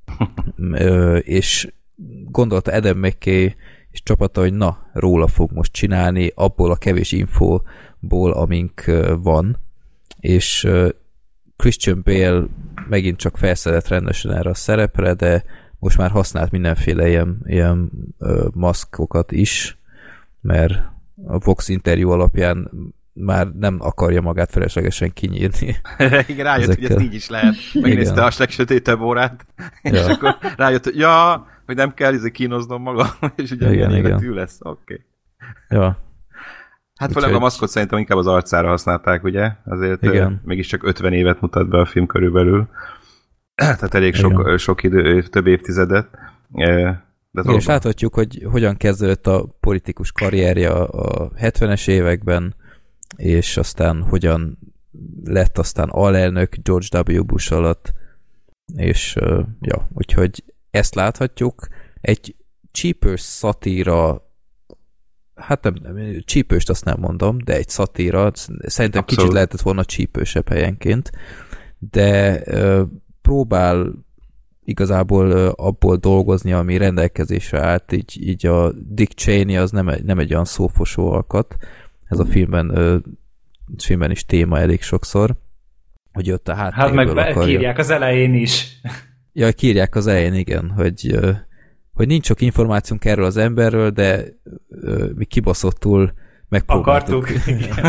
és gondolta Adam McKay és csapata, hogy na, róla fog most csinálni, abból a kevés infóból, amink van, és Christian Bale megint csak felszedett rendesen erre a szerepre, de most már használt mindenféle ilyen, ilyen maszkokat is, mert a Vox interjú alapján már nem akarja magát feleslegesen kinyírni. Igen, rájött, ezekkel. Hogy ezt így is lehet. Megnézte a legsötétebb órát, ja. És akkor rájött, hogy ja, hogy nem kell izé kínoznom magam, és ugye igen, ilyen életű lesz. Oké. Okay. Ja. Hát főleg a maszkot szerintem inkább az arcára használták, ugye? Azért igen. Mégiscsak ötven évet mutat be a film körülbelül. Tehát elég sok, sok idő, több évtizedet. De igen, és láthatjuk, hogy hogyan kezdődött a politikus karrierje a hetvenes években, és aztán hogyan lett aztán alelnök George W. Bush alatt, és ja, úgyhogy ezt láthatjuk. Egy csípős szatíra, hát nem, nem csípőst azt nem mondom, de egy szatíra, szerintem abszolút. Kicsit lehetett volna csípősebb helyenként, de próbál igazából abból dolgozni, ami rendelkezésre állt, így, így a Dick Cheney az nem egy, nem egy olyan szófosó alkat. Ez a filmben, ö, filmben is téma elég sokszor, hogy ott a háttérből hát meg akarja. kírják az elején is. Ja, kírják az elején, igen, hogy, ö, hogy nincs sok információnk erről az emberről, de ö, mi kibaszottul megpróbáltuk. Akartuk.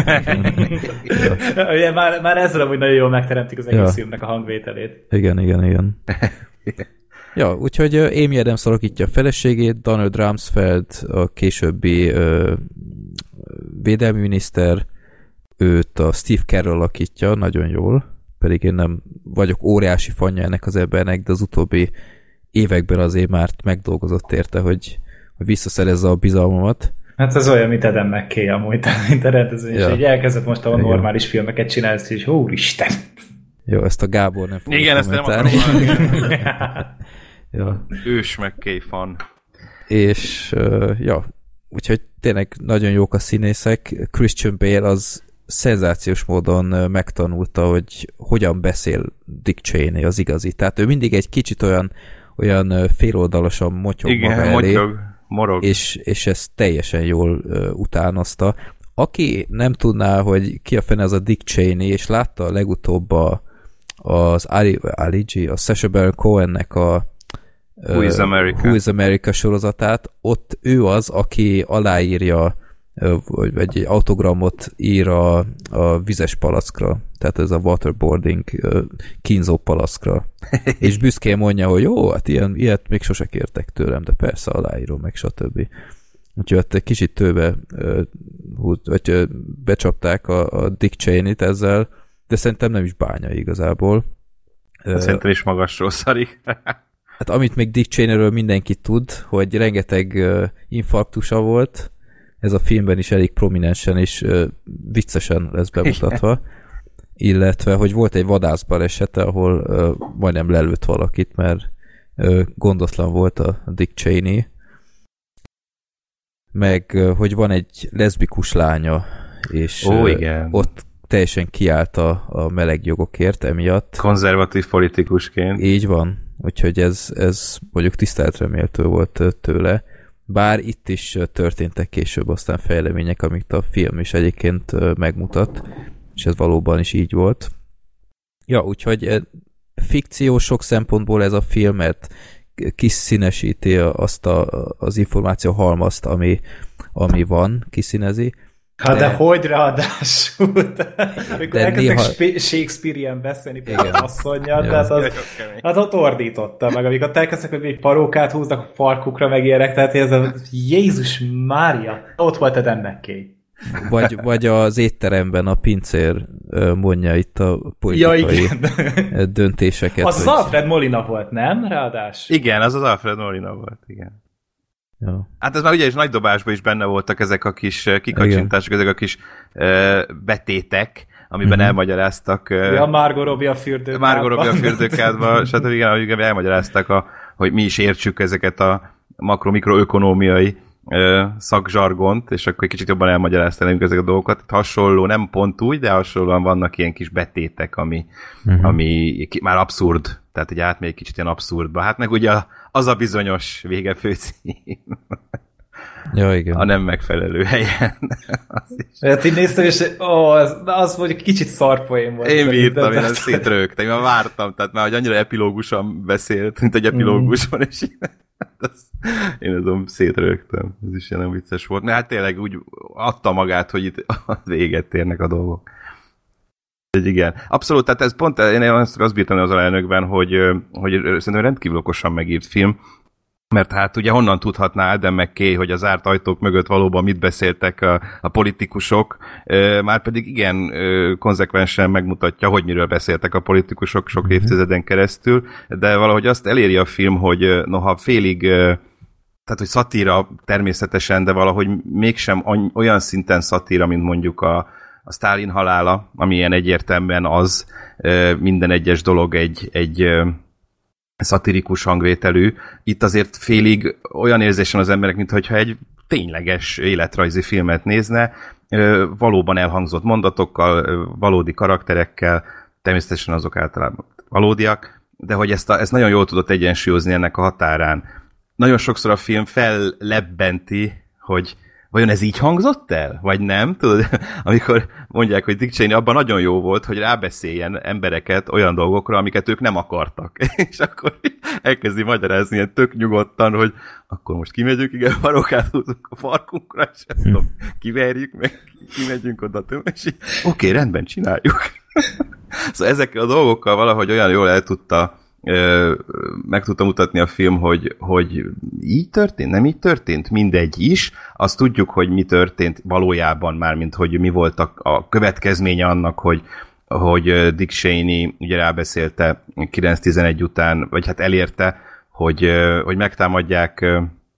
Ugye már, már ezzel amúgy nagyon jól megteremtik az egész ja. filmnek a hangvételét. Igen, igen, igen. Ja, úgyhogy uh, Amy Adams alakítja a feleségét, Donald Rumsfeld a későbbi uh, védelmi miniszter, őt a Steve Carell alakítja nagyon jól, pedig én nem vagyok óriási fanja ennek az embernek, de az utóbbi években azért már megdolgozott érte, hogy, hogy visszaszerezze a bizalmamat. Hát ez olyan, mint Adam McKay amúgy, mint a rendező, ja. És így elkezdett most a normális igen. filmeket csinálni, és úristen! Jó, ezt a Gábor nem fogja igen, ezt nem akarom ja. Ős McKay fan. És uh, ja, úgyhogy tényleg nagyon jók a színészek. Christian Bale az szenzációs módon megtanulta, hogy hogyan beszél Dick Cheney az igazi. Tehát ő mindig egy kicsit olyan, olyan féloldalasan motyog igen, maga elé. motyog, morog. És, és ezt teljesen jól uh, utánozta. Aki nem tudná, hogy ki a fene az a Dick Cheney, és látta a legutóbb a, az Ali, Ali G, a Sacha Baron Cohennek a Who is America? Who is America sorozatát, ott ő az, aki aláírja, vagy egy autogramot ír a, a vizes palackra, tehát ez a waterboarding kínzó palackra. És büszkén mondja, hogy jó, hát ilyen, ilyet még sose kértek tőlem, de persze aláírom, meg stb. Úgyhogy ott egy kicsit tőbe vagy becsapták a, a Dick Cheney-t ezzel, de szerintem nem is bánya igazából. Szerintem is magasról szarik. Hát amit még Dick Cheneyről mindenki tud, hogy rengeteg uh, infarktusa volt, ez a filmben is elég prominensen és uh, viccesen lesz bemutatva, illetve, hogy volt egy vadászbalesete, ahol uh, majdnem lelőtt valakit, mert uh, gondotlan volt a Dick Cheney, meg uh, hogy van egy leszbikus lánya, és Ó, uh, igen. ott teljesen kiállt a, a meleg jogokért emiatt. Konzervatív politikusként. Így van. Úgyhogy ez, ez mondjuk tiszteletre méltó volt tőle. bár itt is történtek később aztán fejlemények, amit a film is egyébként megmutat, és ez valóban is így volt. Ja, úgyhogy fikció sok szempontból ez a film, mert kiszínesíti azt a, az információ halmazt, ami, ami van, kiszínezi. Hát de, de hogy ráadásul? Amikor elkezdtek néha... Shakespeare-en beszélni például asszonnyal, tehát az, hát ott ordította meg, amikor elkezdtek, hogy még parókát húznak a farkukra meg ilyenek, tehát ez a Jézus Mária, ott volt Ed ennek. Vagy, vagy az étteremben a pincér mondja itt a politikai ja, döntéseket. Az hogy... az Alfred Molina volt, nem? Ráadásul. Igen, az az Alfred Molina volt, igen. Ja. Hát ez már ugye is nagy dobásban is benne voltak ezek a kis kikacsintások, ezek a kis uh, betétek, amiben mm-hmm. elmagyaráztak... Uh, ja, Margot Robbie a fürdőkádban. Margot Robbie a fürdőkádban, stb. Igen, ahogy elmagyarázták, a, hogy mi is értsük ezeket a makro-mikroökonómiai uh, szakzsargont, és akkor egy kicsit jobban elmagyarázták nekünk ezeket a dolgokat. Hasonló, nem pont úgy, de hasonlóan vannak ilyen kis betétek, ami, mm-hmm. ami már abszurd, tehát hogy átmegy egy kicsit ilyen abszurdba. Hát meg ugye az a bizonyos végefőcím. Ja, igen. A nem megfelelő helyen. Hát így néztem, és ó, az, az mondjuk kicsit szarpoén volt. Én bírtam, én ezt szétrögtem, én már vártam, tehát már, hogy annyira epilógusan beszélt, mint egy epilógus van, és én azon szétrögtem. Ez is ilyen vicces volt. Mert hát tényleg úgy adta magát, hogy itt véget érnek a dolgok. Igen. Abszolút, tehát ez pont, én azt, azt bírtam az alelnökben, hogy, hogy szerintem rendkívül okosan megírt film, mert hát ugye honnan tudhatná Adam McKay, hogy az zárt ajtók mögött valóban mit beszéltek a, a politikusok, már pedig igen, konzekvensen megmutatja, hogy miről beszéltek a politikusok sok évtizeden keresztül, de valahogy azt eléri a film, hogy noha félig, tehát hogy szatíra természetesen, de valahogy mégsem olyan szinten szatíra, mint mondjuk a a Sztálin halála, ami ilyen egyértelműen az, minden egyes dolog egy, egy szatirikus hangvételű. Itt azért félig olyan érzésen az emberek, mintha egy tényleges életrajzi filmet nézne, valóban elhangzott mondatokkal, valódi karakterekkel, természetesen azok általában valódiak, de hogy ezt, a, ezt nagyon jól tudott egyensúlyozni ennek a határán. Nagyon sokszor a film fellebbenti, hogy vajon ez így hangzott el? Vagy nem? Tudod, amikor mondják, hogy Dick Cheney abban nagyon jó volt, hogy rábeszéljen embereket olyan dolgokra, amiket ők nem akartak. És akkor elkezdi magyarázni ilyen tök nyugodtan, hogy akkor most kimegyünk, igen, parókát húzunk a farkunkra, és nem tudom, kiverjük, meg kimegyünk oda, és oké, okay, rendben, csináljuk. Szóval ezekkel a dolgokkal valahogy olyan jól el tudta meg tudta mutatni a film, hogy, hogy így történt, nem így történt, mindegy is. Azt tudjuk, hogy mi történt valójában már, mint hogy mi volt a, a következménye annak, hogy, hogy Dick Cheney ugye rábeszélte kilenc tizenegy után, vagy hát elérte, hogy, hogy megtámadják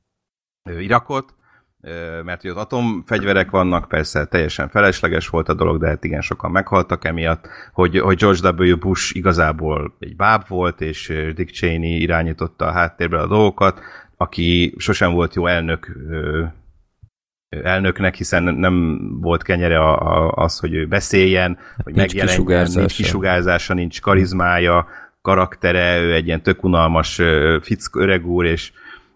Irakot, mert hogy az atomfegyverek vannak, persze teljesen felesleges volt a dolog, de hát igen, sokan meghaltak emiatt, hogy, hogy George W. Bush igazából egy báb volt, és Dick Cheney irányította a háttérben a dolgokat, aki sosem volt jó elnök elnöknek, hiszen nem volt kenyere a, a, az, hogy ő beszéljen, hogy nincs megjelenjen, kisugárzása. nincs kisugárzása, nincs karizmája, karaktere, ő egy ilyen tök unalmas fick öreg úr, és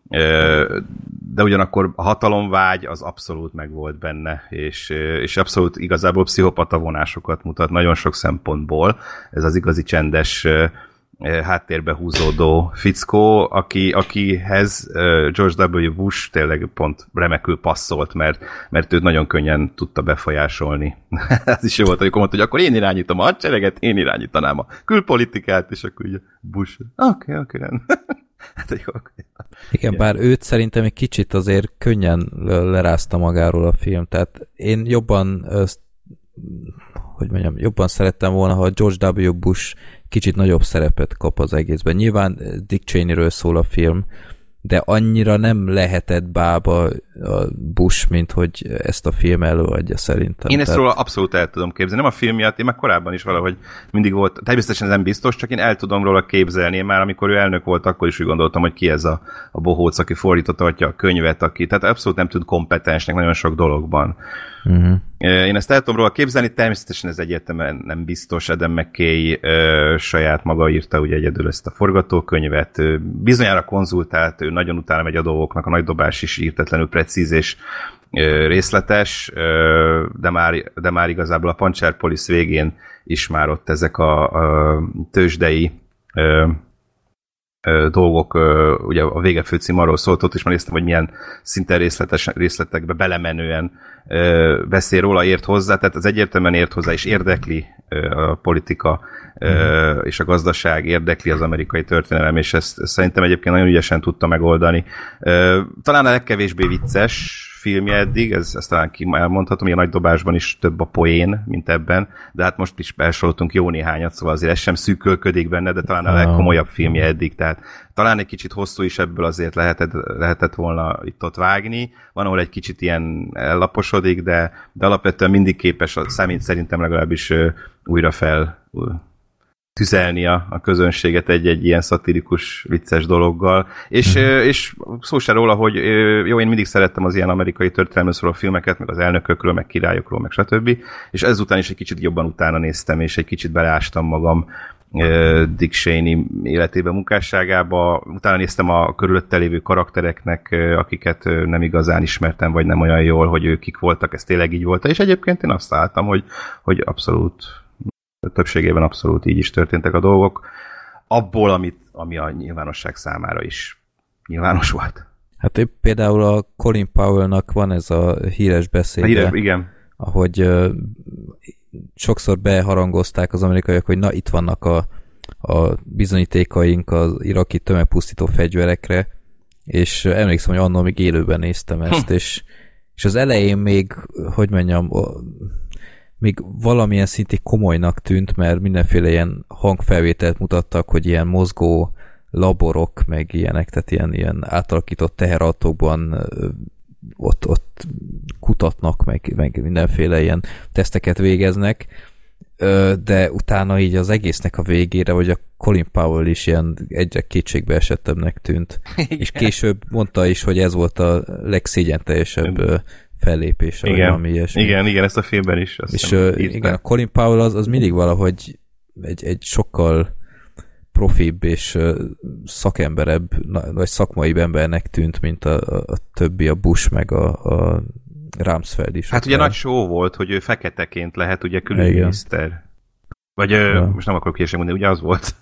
de ugyanakkor a hatalomvágy az abszolút megvolt benne, és, és abszolút igazából pszichopata vonásokat mutat nagyon sok szempontból. Ez az igazi csendes háttérbe húzódó fickó, aki, akihez George W. Bush tényleg pont remekül passzolt, mert, mert őt nagyon könnyen tudta befolyásolni. Ez is jó volt, amikor mondta, hogy akkor én irányítom a hadsereget, én irányítanám a külpolitikát, és akkor ugye Bush, oké, oké, rendben. Hát, jó, igen, bár őt szerintem egy kicsit azért könnyen lerázta magáról a film, tehát én jobban hogy mondjam, jobban szerettem volna, ha George W. Bush kicsit nagyobb szerepet kap az egészben. Nyilván Dick Cheneyről szól a film, de annyira nem lehetett bába a Bush, mint hogy ezt a film előadja szerintem. Én ezt Tehát... róla abszolút el tudom képzelni. Nem a film miatt, én meg korábban is valahogy mindig volt, természetesen nem biztos, csak én el tudom róla képzelni. Én már amikor ő elnök volt, akkor is úgy gondoltam, hogy ki ez a, a bohóc, aki fordította a könyvet, aki, tehát abszolút nem tud kompetensnek nagyon sok dologban. Uh-huh. Én ezt el tudom róla képzelni, természetesen ez egyértelműen nem biztos. Adam McKay ö, saját maga írta ugye egyedül ezt a forgatókönyvet, ö, bizonyára konzultált, ő nagyon utána megy a dolgoknak, a Nagy dobás is írtetlenül precíz és ö, részletes, ö, de, már, de már igazából a Puncherpolis végén is már ott ezek a, a tőzsdei ö, dolgok, ugye a vége főcím arról szólt, ott is már néztem, hogy milyen szinten részletes, részletekbe belemenően beszél róla, ért hozzá, tehát az egyértelműen ért hozzá, és érdekli a politika mm. és a gazdaság, érdekli az amerikai történelem, és ezt, ezt szerintem egyébként nagyon ügyesen tudta megoldani. Talán a legkevésbé vicces filmje eddig, ez, ezt talán ki elmondhatom, hogy a Nagy dobásban is több a poén, mint ebben, de hát most is felsoroltunk jó néhányat, szóval azért ez sem szűkölködik benne, de talán a legkomolyabb filmje eddig, tehát talán egy kicsit hosszú is ebből azért lehetett, lehetett volna itt-ott vágni, van, ahol egy kicsit ilyen ellaposodik, de, de alapvetően mindig képes, számít szerintem legalábbis újra fel tüzelni a, a közönséget egy-egy ilyen szatirikus, vicces dologgal. És, mm. és szó se róla, hogy jó, én mindig szerettem az ilyen amerikai történelmről szóló filmeket, meg az elnökökről, meg királyokról, meg stb. És ezután is egy kicsit jobban utána néztem, és egy kicsit beleástam magam Dick Cheney életébe, munkásságába. Utána néztem a körülötte lévő karaktereknek, akiket nem igazán ismertem, vagy nem olyan jól, hogy ők kik voltak, ez tényleg így volt. És egyébként én azt álltam, hogy, hogy abszolút többségében abszolút így is történtek a dolgok, abból, amit, ami a nyilvánosság számára is nyilvános volt. Hát épp például a Colin Powell-nak van ez a híres beszéde, híres, igen. ahogy uh, sokszor beharangozták az amerikaiak, hogy na, itt vannak a, a bizonyítékaink az iraki tömegpusztító fegyverekre, és emlékszem, hogy annól még élőben néztem ezt, és, és az elején még, hogy mondjam, még valamilyen szintén komolynak tűnt, mert mindenféle ilyen hangfelvételt mutattak, hogy ilyen mozgó laborok, meg ilyenek, tehát ilyen, ilyen átalakított teherautókban ott, ott kutatnak, meg, meg mindenféle ilyen teszteket végeznek, de utána így az egésznek a végére, hogy a Colin Powell is ilyen egyre kétségbe esettebbnek tűnt. Igen. És később mondta is, hogy ez volt a legszégyenteljesebb fellépése, igen, valami ilyesmi. Igen, igen, ezt a filmben is. És uh, igen, a Colin Powell az, az mindig valahogy egy, egy sokkal profibb és uh, szakemberebb, vagy szakmaibb embernek tűnt, mint a, a, a többi, a Bush meg a, a Rumsfeld is. Hát ugye nagy show volt, hogy ő feketeként lehet ugye külügyminiszter. Vagy ja. most nem akarok később mondani, ugye az volt?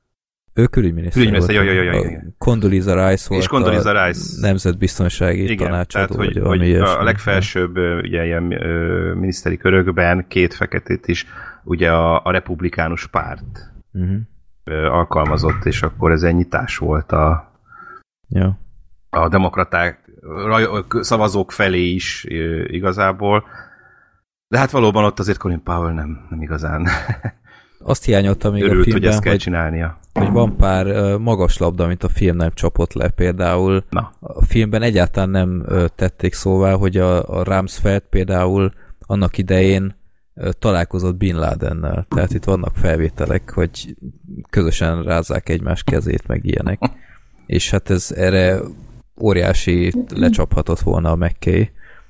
Ő külügyminiszter, külügyminiszter volt. Jaj, jaj, jaj, jaj. Condoleezza Rice volt és Condoleezza Rice. Nemzetbiztonsági igen, tanácsadó. Tehát, hogy, hogy a, a legfelsőbb ugye, ilyen, ö, miniszteri körökben két feketét is ugye a, a republikánus párt uh-huh. ö, alkalmazott, és akkor ez egy nyitás volt a, ja. a demokraták raj, szavazók felé is ö, igazából. De hát valóban ott azért Colin Powell nem, nem igazán azt hiányolta még örült, a filmben, hogy ezt kell csinálnia. Hogy van pár uh, magas labda, amit a film nem csapott le. Például Na. a filmben egyáltalán nem uh, tették szóvá, hogy a, a Rumsfeld például annak idején uh, találkozott Bin Ladennel. Tehát itt vannak felvételek, hogy közösen rázzák egymás kezét, meg ilyenek. És hát ez erre óriási lecsaphatott volna a McKay.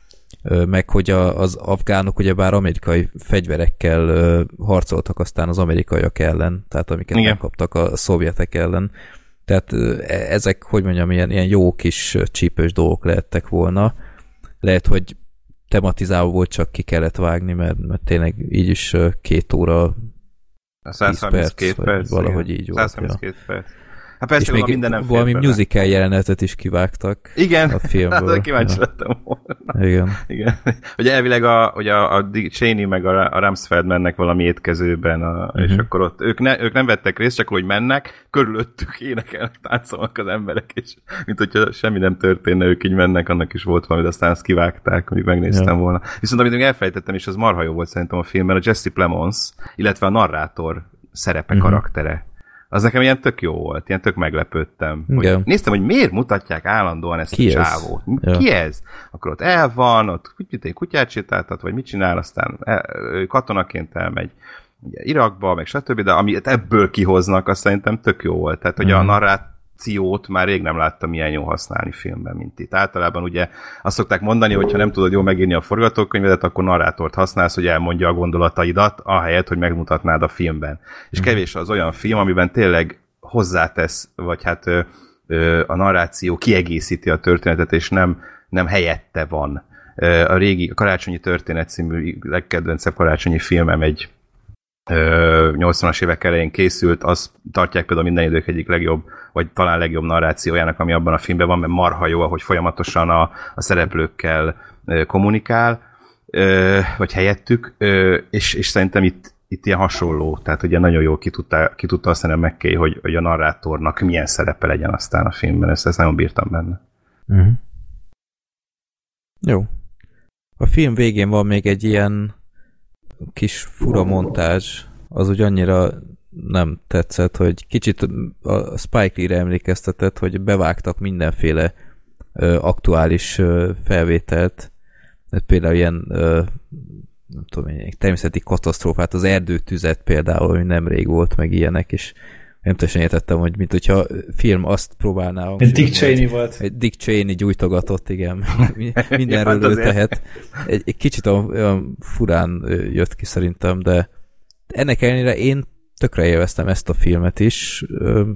Meg hogy a, az afgánok ugyebár amerikai fegyverekkel uh, harcoltak aztán az amerikaiak ellen, tehát amiket nem kaptak a szovjetek ellen. Tehát uh, ezek, hogy mondjam, ilyen, ilyen jó kis csípős dolgok lehettek volna. Lehet, hogy tematizálva volt, csak ki kellett vágni, mert, mert tényleg így is uh, két óra tíz perc, perc, valahogy igen. így volt. száz harminckét ja. perc. Hát persze, és még minden nem valami musical jelenetet is kivágtak igen, a filmből. Hát kíváncsi ja. lettem volna. Igen. Igen. Hogy elvileg a, hogy a, a Cheney meg a, a Rumsfeld mennek valami étkezőben, a, uh-huh. és akkor ott ők, ne, ők nem vettek részt, csak hogy mennek, körülöttük énekelnek, táncolnak az emberek, és mint hogyha semmi nem történne, ők így mennek, annak is volt valami, de aztán azt kivágták, hogy megnéztem ja. volna. Viszont amit még elfelejtettem, és az marha jó volt szerintem a filmben, a Jesse Plemons, illetve a narrátor szerepe, uh-huh. karaktere. Az nekem ilyen tök jó volt, ilyen tök meglepődtem. Hogy néztem, hogy miért mutatják állandóan ezt ki a csávót. Ja. Ki ez? Akkor ott el van, ott kutyát sétáltat, vagy mit csinál, aztán el, katonaként elmegy ugye, Irakba, meg stb., de amit ebből kihoznak, azt szerintem tök jó volt. Tehát, hogy mm. a narrát, narrációt már rég nem láttam ilyen jól használni filmben, mint itt. Általában ugye azt szokták mondani, hogy ha nem tudod jól megírni a forgatókönyvedet, akkor narrátort használsz, hogy elmondja a gondolataidat, ahelyett, hogy megmutatnád a filmben. És kevés az olyan film, amiben tényleg hozzátesz, vagy hát ö, ö, a narráció kiegészíti a történetet, és nem, nem helyette van. Ö, a régi a Karácsonyi Történet című legkedvencebb karácsonyi filmem egy nyolcvanas évek elején készült, azt tartják például minden idők egyik legjobb, vagy talán legjobb narrációjának, ami abban a filmben van, mert marha jó, ahogy folyamatosan a, a szereplőkkel kommunikál, vagy helyettük, és, és szerintem itt, itt ilyen hasonló, tehát ugye nagyon jól ki tudta, ki tudta azt szerintem McKay, hogy, hogy a narrátornak milyen szerepe legyen aztán a filmben, ezt, ezt nagyon bírtam benne. Uh-huh. Jó. A film végén van még egy ilyen kis fura montázs, az úgy annyira nem tetszett, hogy kicsit a Spike Lee-re emlékeztetett, hogy bevágtak mindenféle ö, aktuális ö, felvételt, például ilyen ö, nem tudom én, természeti katasztrófát, az erdőtüzet például, hogy nemrég volt, meg ilyenek, és nem teljesen értettem, hogy mint hogyha film azt próbálná... Dick Cheney volt. Egy Dick Cheney gyújtogatott, igen. Mindenről ő tehet. Egy, egy kicsit olyan furán jött ki szerintem, de ennek ellenére én tökre élveztem ezt a filmet is.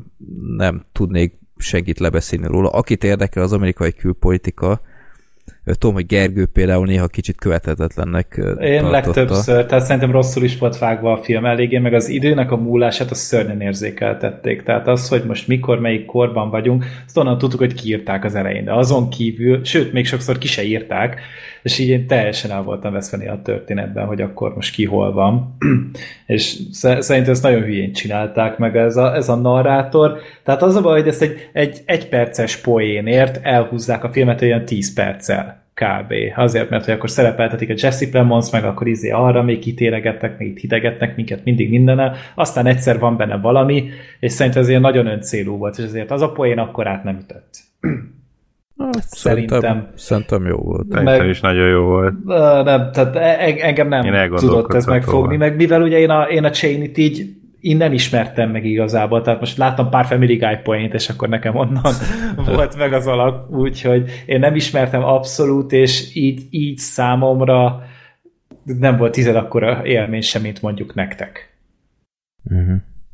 Nem tudnék senkit lebeszélni róla. Akit érdekel az amerikai külpolitika, tudom, hogy Gergő például néha kicsit követhetetlennek Én tartotta. legtöbbször, tehát szerintem rosszul is volt vágva a film eléggé, meg az időnek a múlását azt szörnyen érzékeltették. Tehát az, hogy most mikor, melyik korban vagyunk, azt onnan tudtuk, hogy kiírták az elején, de azon kívül, sőt, még sokszor ki se írták, és így én teljesen el voltam veszve a történetben, hogy akkor most ki hol van. És szerintem ezt nagyon hülyén csinálták meg ez a, ez a narrátor. Tehát az a baj, hogy ezt egy, egy egyperces poénért elhúzzák a filmet olyan tíz perccel. Kb. Azért, mert hogy akkor szerepeltetik a Jesse Plemons, meg akkor izé arra még kitéregetnek, még itt hidegetnek minket mindig mindennel, aztán egyszer van benne valami, és szerintem ez ilyen nagyon öncélú volt, és ezért az a poén akkor át nem ütött. Szerintem, szerintem, szerintem jó volt. Szerintem meg, is nagyon jó volt. Nem, tehát engem nem tudott ez megfogni, meg mivel ugye én a, én a Cheney-t így innen ismertem meg igazából, tehát most láttam pár Family Guy point, és akkor nekem onnan volt meg az alap, úgyhogy én nem ismertem abszolút, és így, így számomra nem volt tizen akkora élmény sem, mint mondjuk nektek. Uh-huh.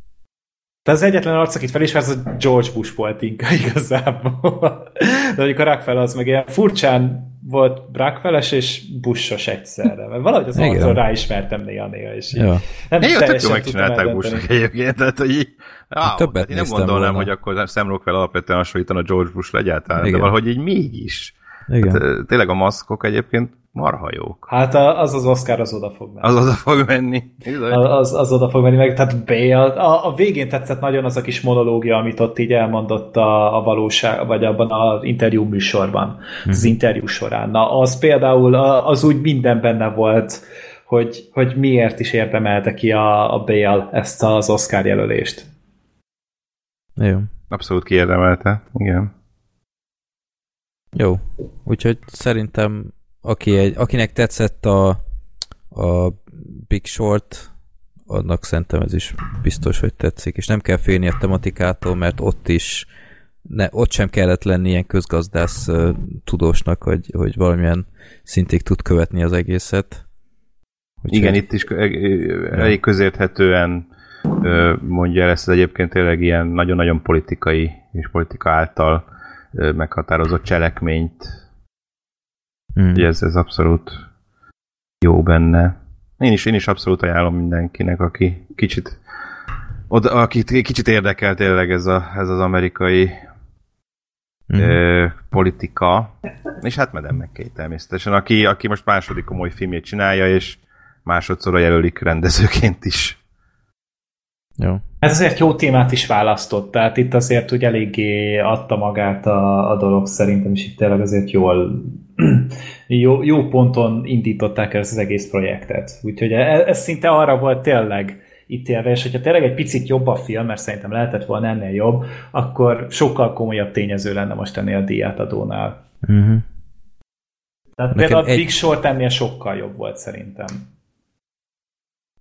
De az egyetlen arc, akit felismersz, az George Bush volt inkább igazából. De mondjuk a Rockefeller az meg ilyen furcsán volt Rockefeller-es és Bush-os egyszerre. Mert valahogy az arcon ráismertem néha-néha. És ja. Nem én tök jól megcsinálták Bush-nak egyébként. Tehát, hogy így, á, többet én nem gondolnám, volna. Hogy akkor Sam Rockwell alapvetően hasonlítana George Bush-ra egyáltalán, igen. De valahogy így mégis. Hát, tényleg a maszkok egyébként marha jók. Hát az az Oscar az oda fog menni. Az oda fog menni. Az, az oda fog menni meg. Tehát Bale, a, a végén tetszett nagyon az a kis monológia, amit ott így elmondott a, a valóság, vagy abban az interjú műsorban, hmm. az interjú során. Na, az például az úgy minden benne volt, hogy, hogy miért is érdemelte ki a, a Bale ezt az Oscar jelölést. Jó. Abszolút kiérdemelte, igen. Jó. Úgyhogy szerintem aki egy, akinek tetszett a, a Big Short, annak szerintem ez is biztos, hogy tetszik, és nem kell félni a tematikától, mert ott is ne, ott sem kellett lenni ilyen közgazdász uh, tudósnak, hogy, hogy valamilyen szintig tud követni az egészet. Úgyhogy... Igen, itt is elég közérthetően uh, mondja el ezt az egyébként tényleg ilyen nagyon-nagyon politikai és politika által uh, meghatározott cselekményt. Hmm. Ugye ez, ez abszolút jó benne. Én is, én is abszolút ajánlom mindenkinek, aki kicsit oda, akit kicsit érdekel tényleg ez, a, ez az amerikai hmm. ö, politika. És hát Madame McKay természetesen, aki, aki most második komoly filmjét csinálja, és másodszorra jelölik rendezőként is. Jó. Ez azért jó témát is választott, tehát itt azért úgy eléggé adta magát a, a dolog szerintem, és itt tényleg azért jól jó, jó ponton indították el ezt az egész projektet. Úgyhogy ez, ez szinte arra volt tényleg ítélve, és hogyha tényleg egy picit jobb a film, mert szerintem lehetett volna ennél jobb, akkor sokkal komolyabb tényező lenne most ennél a díjátadónál. Uh-huh. Tehát például a Big egy... Short ennél sokkal jobb volt szerintem.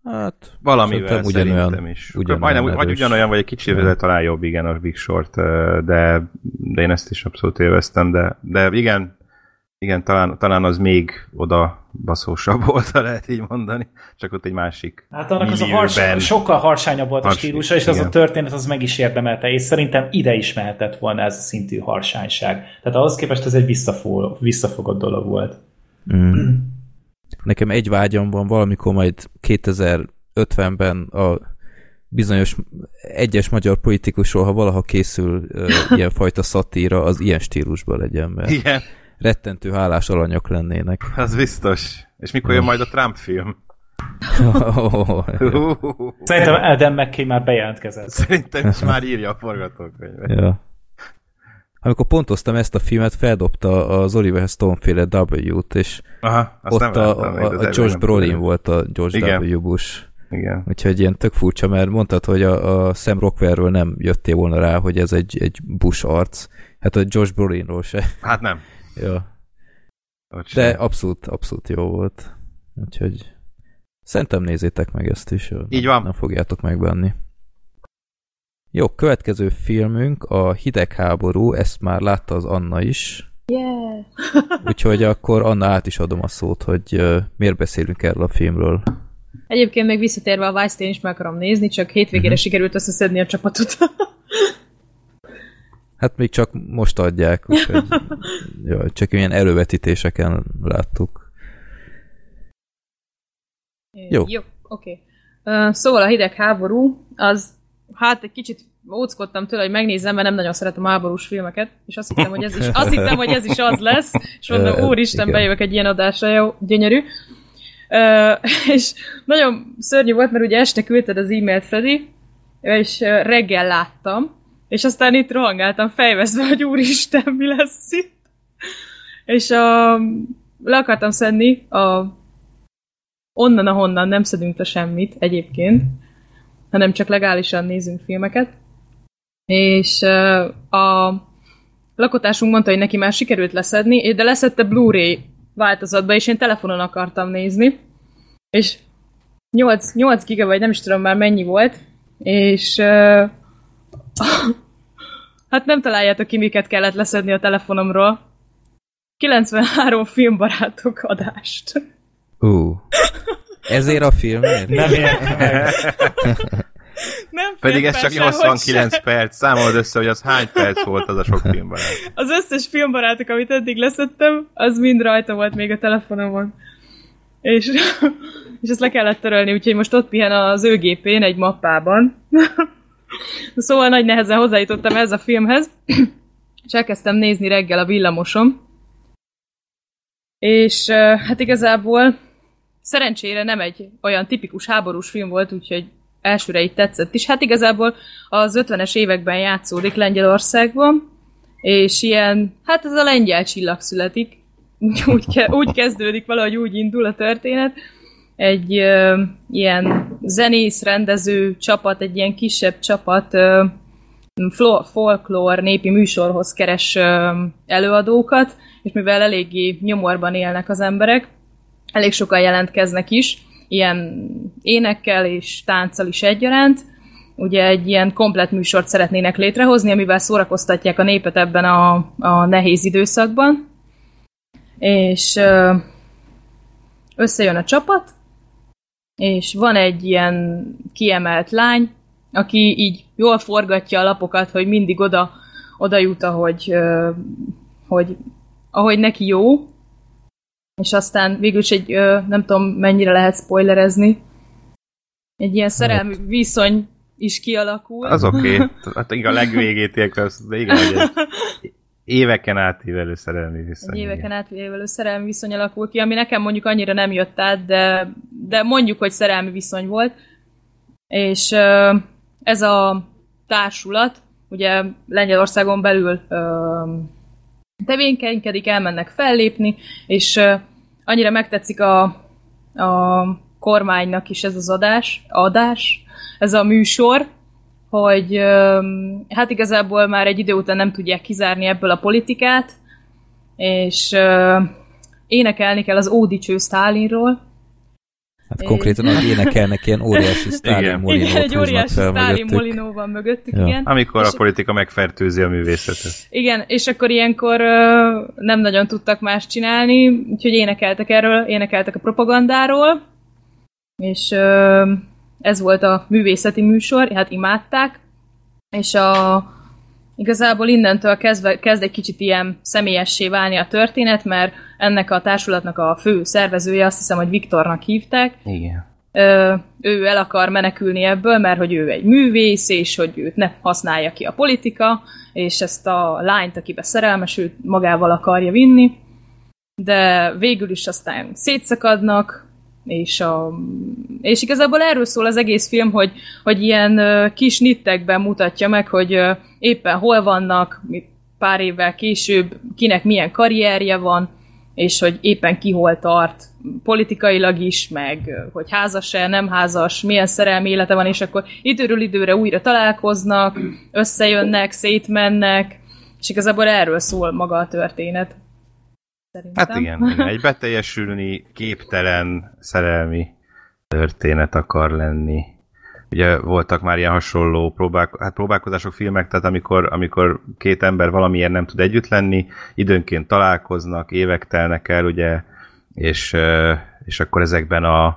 Hát, valamivel szerintem is. Majdnem, vagy ugyanolyan, vagy egy kicsivel talán jobb, igen, a Big Short, de, de én ezt is abszolút élveztem, de, de igen, igen, talán, talán az még oda baszósabb volt, ha lehet így mondani, csak ott egy másik hát annak az a harsány, sokkal harsányabb volt Harsi, a stílusa, és igen. Az a történet az meg is érdemelte, és szerintem ide is mehetett volna ez a szintű harsányság. Tehát ahhoz képest ez egy visszafog, visszafogott dolog volt. Mm. Nekem egy vágyam van, valamikor majd kétezer-ötvenben a bizonyos egyes magyar politikusról, ha valaha készül uh, ilyenfajta szatíra, az ilyen stílusban legyen, mert igen. Rettentő hálás alanyok lennének. Az biztos. És mikor jön majd a Trump film? Oh, uh. Szerintem Adam McKay már bejelentkezett. Szerintem is már írja a forgatókönyvet. Ja. Amikor pontoztam ezt a filmet, feldobta az Oliver Stone-féle W-t, és aha, ott a, a, a Josh Brolin volt a George igen. W. Bush. Igen. Úgyhogy ilyen tök furcsa, mert mondtad, hogy a, a Sam Rockwellről nem jöttél volna rá, hogy ez egy, egy Bush arc. Hát a Josh Brolinról se. Hát nem. Ja. De abszolút, abszolút jó volt. Úgyhogy szerintem nézzétek meg ezt is. Így nem, van. Nem fogjátok megbánni. Jó, következő filmünk a Hidegháború, ezt már látta az Anna is. Yeah! Úgyhogy akkor Anna, át is adom a szót, hogy uh, miért beszélünk erről a filmről. Egyébként még visszatérve a Vice-t én is meg akarom nézni, csak hétvégére uh-huh. sikerült összeszedni a csapatot. Hát még csak most adják, úgyhogy ja, csak ilyen elővetítéseken láttuk. Jó. Jó, oké. Okay. Uh, szóval a Hidegháború, az hát egy kicsit óckodtam tőle, hogy megnézem, mert nem nagyon szeretem háborús filmeket, és azt hittem, hogy ez is, azt hittem, hogy ez is az lesz, és mondom, úristen, bejövök egy ilyen adásra, jó, gyönyörű. Uh, és nagyon szörnyű volt, mert ugye este küldted az e-mailt, Freddy, és uh, reggel láttam, és aztán itt rohangáltam fejveszve, hogy úristen, mi lesz itt. És a, le akartam szedni a onnan, ahonnan nem szedünk le semmit egyébként, hanem csak legálisan nézünk filmeket. És a lakótársunk mondta, hogy neki már sikerült leszedni, de leszedte Blu-ray változatba, és én telefonon akartam nézni. És nyolc, nyolc giga, vagy nem is tudom már mennyi volt, és uh, hát nem találjátok ki, miket kellett leszedni a telefonomról. kilencvenhárom filmbarátok adást. Ú, uh, ezért a filmért? Nem értem meg. Nem pedig ez csak nyolcvankilenc perc. Számold össze, hogy az hány perc volt az a sok filmbarát. Az összes filmbarátok, amit eddig leszedtem, az mind rajta volt még a telefonomon. És, és ezt le kellett törölni, úgyhogy most ott pihen az ő gépén egy mappában. Szóval nagy nehezen hozzájutottam ez a filmhez, és elkezdtem nézni reggel a villamosom. És hát igazából szerencsére nem egy olyan tipikus háborús film volt, úgyhogy elsőre így tetszett is. Hát igazából az ötvenes években játszódik Lengyelországban, és ilyen, hát ez a lengyel csillag születik. Úgy, ke- úgy kezdődik, valahogy úgy indul a történet. Egy ö, ilyen zenész, rendező csapat, egy ilyen kisebb csapat ö, folklór népi műsorhoz keres ö, előadókat, és mivel eléggé nyomorban élnek az emberek, elég sokan jelentkeznek is, ilyen énekkel és tánccal is egyaránt. Ugye egy ilyen komplett műsort szeretnének létrehozni, amivel szórakoztatják a népet ebben a, a nehéz időszakban. És ö, összejön a csapat, és van egy ilyen kiemelt lány, aki így jól forgatja a lapokat, hogy mindig oda, oda jut, ahogy, ö, hogy, ahogy neki jó. És aztán végülis egy, ö, nem tudom mennyire lehet spoilerezni, egy ilyen szerelmi viszony is kialakul. Az oké. Okay. Hát a legvégét érkezett, de igen, hogy egy éveken átívelő szerelmi viszony. Egy éveken átívelő szerelmi viszony alakul ki, ami nekem mondjuk annyira nem jött át, de, de mondjuk, hogy szerelmi viszony volt. És ö, ez a társulat, ugye Lengyelországon belül ö, tevékenykedik, elmennek fellépni, és ö, annyira megtetszik a, a kormánynak is ez az adás, adás, ez a műsor, hogy hát igazából már egy idő után nem tudják kizárni ebből a politikát, és énekelni kell az Ó dicső Sztálinról. Hát konkrétan, hogy énekelnek ilyen óriási Stalin Molinót igen, egy óriási fel Stalin mögöttük. Molinó van mögöttük, Ja. igen. Amikor és a politika megfertőzi a művészetet. Igen, és akkor ilyenkor ö, nem nagyon tudtak más csinálni, úgyhogy énekeltek erről, énekeltek a propagandáról, és ö, ez volt a művészeti műsor, hát imádták, és a, igazából innentől kezdve, kezd egy kicsit ilyen személyessé válni a történet, mert ennek a társulatnak a fő szervezője, azt hiszem, hogy Viktornak hívták. Igen. Ö, ő el akar menekülni ebből, mert hogy ő egy művész, és hogy őt ne használja ki a politika, és ezt a lányt, akibe szerelmes, őt magával akarja vinni. De végül is aztán szétszakadnak, és, a, és igazából erről szól az egész film, hogy, hogy ilyen uh, kis nittekben mutatja meg, hogy uh, éppen hol vannak, pár évvel később, kinek milyen karrierje van, és hogy éppen ki hol tart politikailag is, meg uh, hogy házas-e, nem házas, milyen szerelmi élete van, és akkor időről időre újra találkoznak, összejönnek, szétmennek, és igazából erről szól maga a történet. Szerintem. Hát igen, igen, egy beteljesülni képtelen szerelmi történet akar lenni. Ugye voltak már ilyen hasonló próbálko- hát próbálkozások, filmek, tehát amikor, amikor két ember valamiért nem tud együtt lenni, időnként találkoznak, évek telnek el, ugye, és, és akkor ezekben a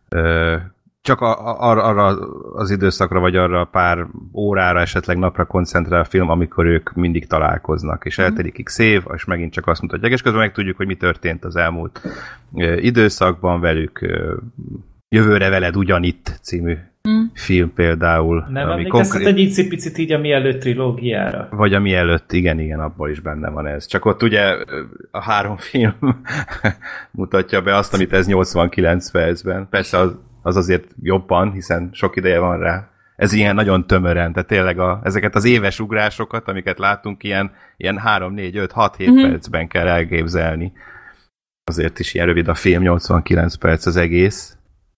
csak arra, arra az időszakra, vagy arra pár órára, esetleg napra koncentrál a film, amikor ők mindig találkoznak, és eltelik x év, és megint csak azt mutatják, és közben megtudjuk, hogy mi történt az elmúlt időszakban velük. Jövőre veled ugyanitt című mm. film például. Nem emlékeztet konkrét... egy icipicit így a mielőtt trilógiára? Vagy a mielőtt, igen, igen, abból is benne van ez. Csak ott ugye a három film mutatja be azt, amit ez nyolcvankilenc percben. Persze az, az azért jobban, hiszen sok ideje van rá. Ez ilyen nagyon tömören, tehát tényleg a, ezeket az éves ugrásokat, amiket látunk, ilyen, ilyen három, négy, öt, hat, hét mm-hmm. percben kell elképzelni. Azért is ilyen rövid a film, nyolcvankilenc perc az egész.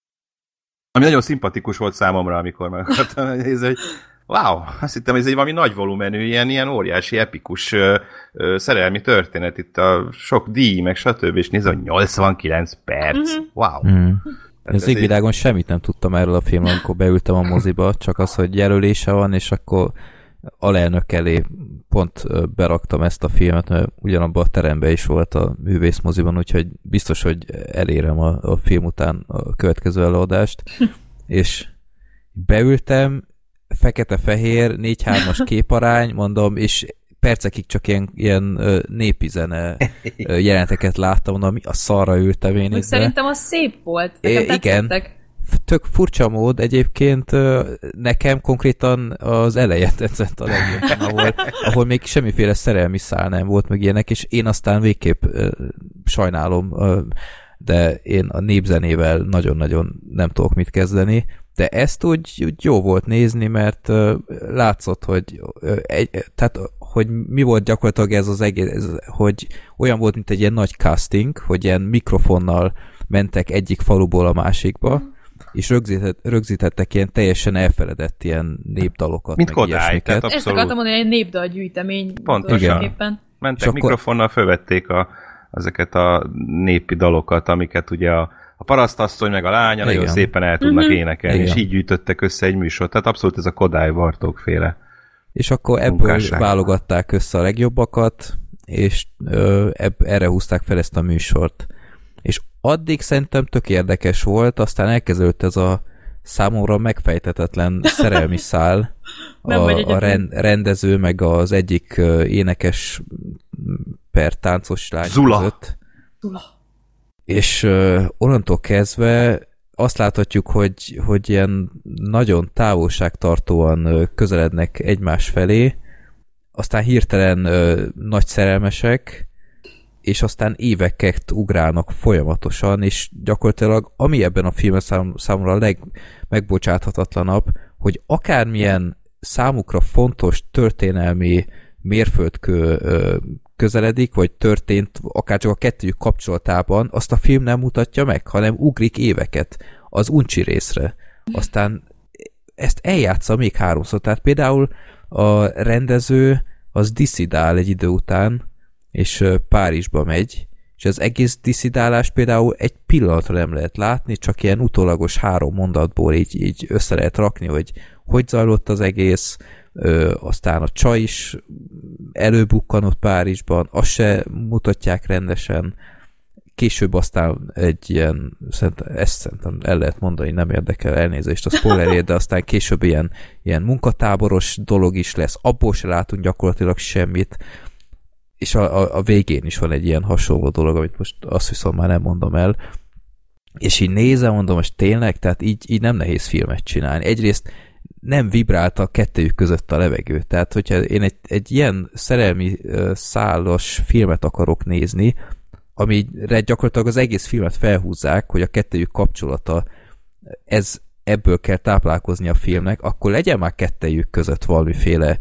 Ami nagyon szimpatikus volt számomra, amikor meg akartam nézni, hogy wow, azt hittem, ez egy valami nagy volumenű, ilyen, ilyen óriási, epikus ö, ö, szerelmi történet, itt a sok díj, meg stb. És nézve, hogy nyolcvankilenc perc, mm-hmm. wow. Mm. Az égvilágon így... semmit nem tudtam erről a filmről, amikor beültem a moziba, csak az, hogy jelölése van, és akkor alelnök elé pont beraktam ezt a filmet, mert ugyanabban a teremben is volt a művészmoziban, úgyhogy biztos, hogy elérem a, a film után a következő előadást, és beültem, fekete-fehér, négy hármas képarány, mondom, és percekig csak ilyen, ilyen népi zene jelenteket láttam, mondom, mi a szarra ültem én itt. Szerintem az szép volt. É, igen. Tök furcsa mód egyébként nekem konkrétan az eleje tetszett a legjobban, ahol, ahol még semmiféle szerelmi szál nem volt, meg ilyenek, és én aztán végképp sajnálom, de én a népzenével nagyon-nagyon nem tudok mit kezdeni, de ezt úgy, úgy jó volt nézni, mert látszott, hogy egy, tehát hogy mi volt gyakorlatilag ez az egész, ez, hogy olyan volt, mint egy ilyen nagy casting, hogy ilyen mikrofonnal mentek egyik faluból a másikba, és rögzített, rögzítettek ilyen teljesen elfeledett ilyen népdalokat, mint meg Kodály, ilyesmiket. Ezt akartam mondani, hogy egy népdalgyűjtemény. Pontosan. Mentek és mikrofonnal, akkor... fölvették a, ezeket a népi dalokat, amiket ugye a, a parasztasszony meg a lánya nagyon szépen el tudnak uh-huh. énekelni, igen. És így gyűjtöttek össze egy műsort. Tehát abszolút ez a Kodály Bartók féle. És akkor ebből válogatták össze a legjobbakat, és ö, ebb, erre húzták fel ezt a műsort. És addig szerintem tök érdekes volt, aztán elkezdődött ez a számomra megfejtetetlen szerelmi szál a, a rend, rendező, meg az egyik énekes per táncos lány Zula. között. Zula. És uh, onnantól kezdve azt láthatjuk, hogy, hogy ilyen nagyon távolságtartóan uh, közelednek egymás felé, aztán hirtelen uh, nagy szerelmesek, és aztán éveket ugrálnak folyamatosan, és gyakorlatilag ami ebben a filmben szám, számomra a legmegbocsáthatatlabb, hogy akármilyen számukra fontos történelmi mérföldkő ö, közeledik, vagy történt akár csak a kettőjük kapcsolatában, azt a film nem mutatja meg, hanem ugrik éveket az uncsi részre. Aztán ezt eljátsza még háromszor. Tehát például a rendező az diszidál egy idő után, és Párizsba megy, és az egész diszidálás például egy pillanatra nem lehet látni, csak ilyen utólagos három mondatból így, így össze lehet rakni, hogy hogy zajlott az egész, ö, aztán a csaj is előbukkanott Párizsban, azt se mutatják rendesen, később aztán egy ilyen, szerintem, ezt szerintem el lehet mondani, nem érdekel, elnézést a spoilerért, de aztán később ilyen, ilyen munkatáboros dolog is lesz, abból se látunk gyakorlatilag semmit, és a, a, a végén is van egy ilyen hasonló dolog, amit most azt viszont már nem mondom el, és így nézem, mondom, most tényleg, tehát így, így nem nehéz filmet csinálni. Egyrészt nem vibrált a kettőjük között a levegő, tehát hogyha én egy, egy ilyen szerelmi uh, szálas filmet akarok nézni, amire gyakorlatilag az egész filmet felhúzzák, hogy a kettőjük kapcsolata, ez, ebből kell táplálkozni a filmnek, akkor legyen már kettőjük között valamiféle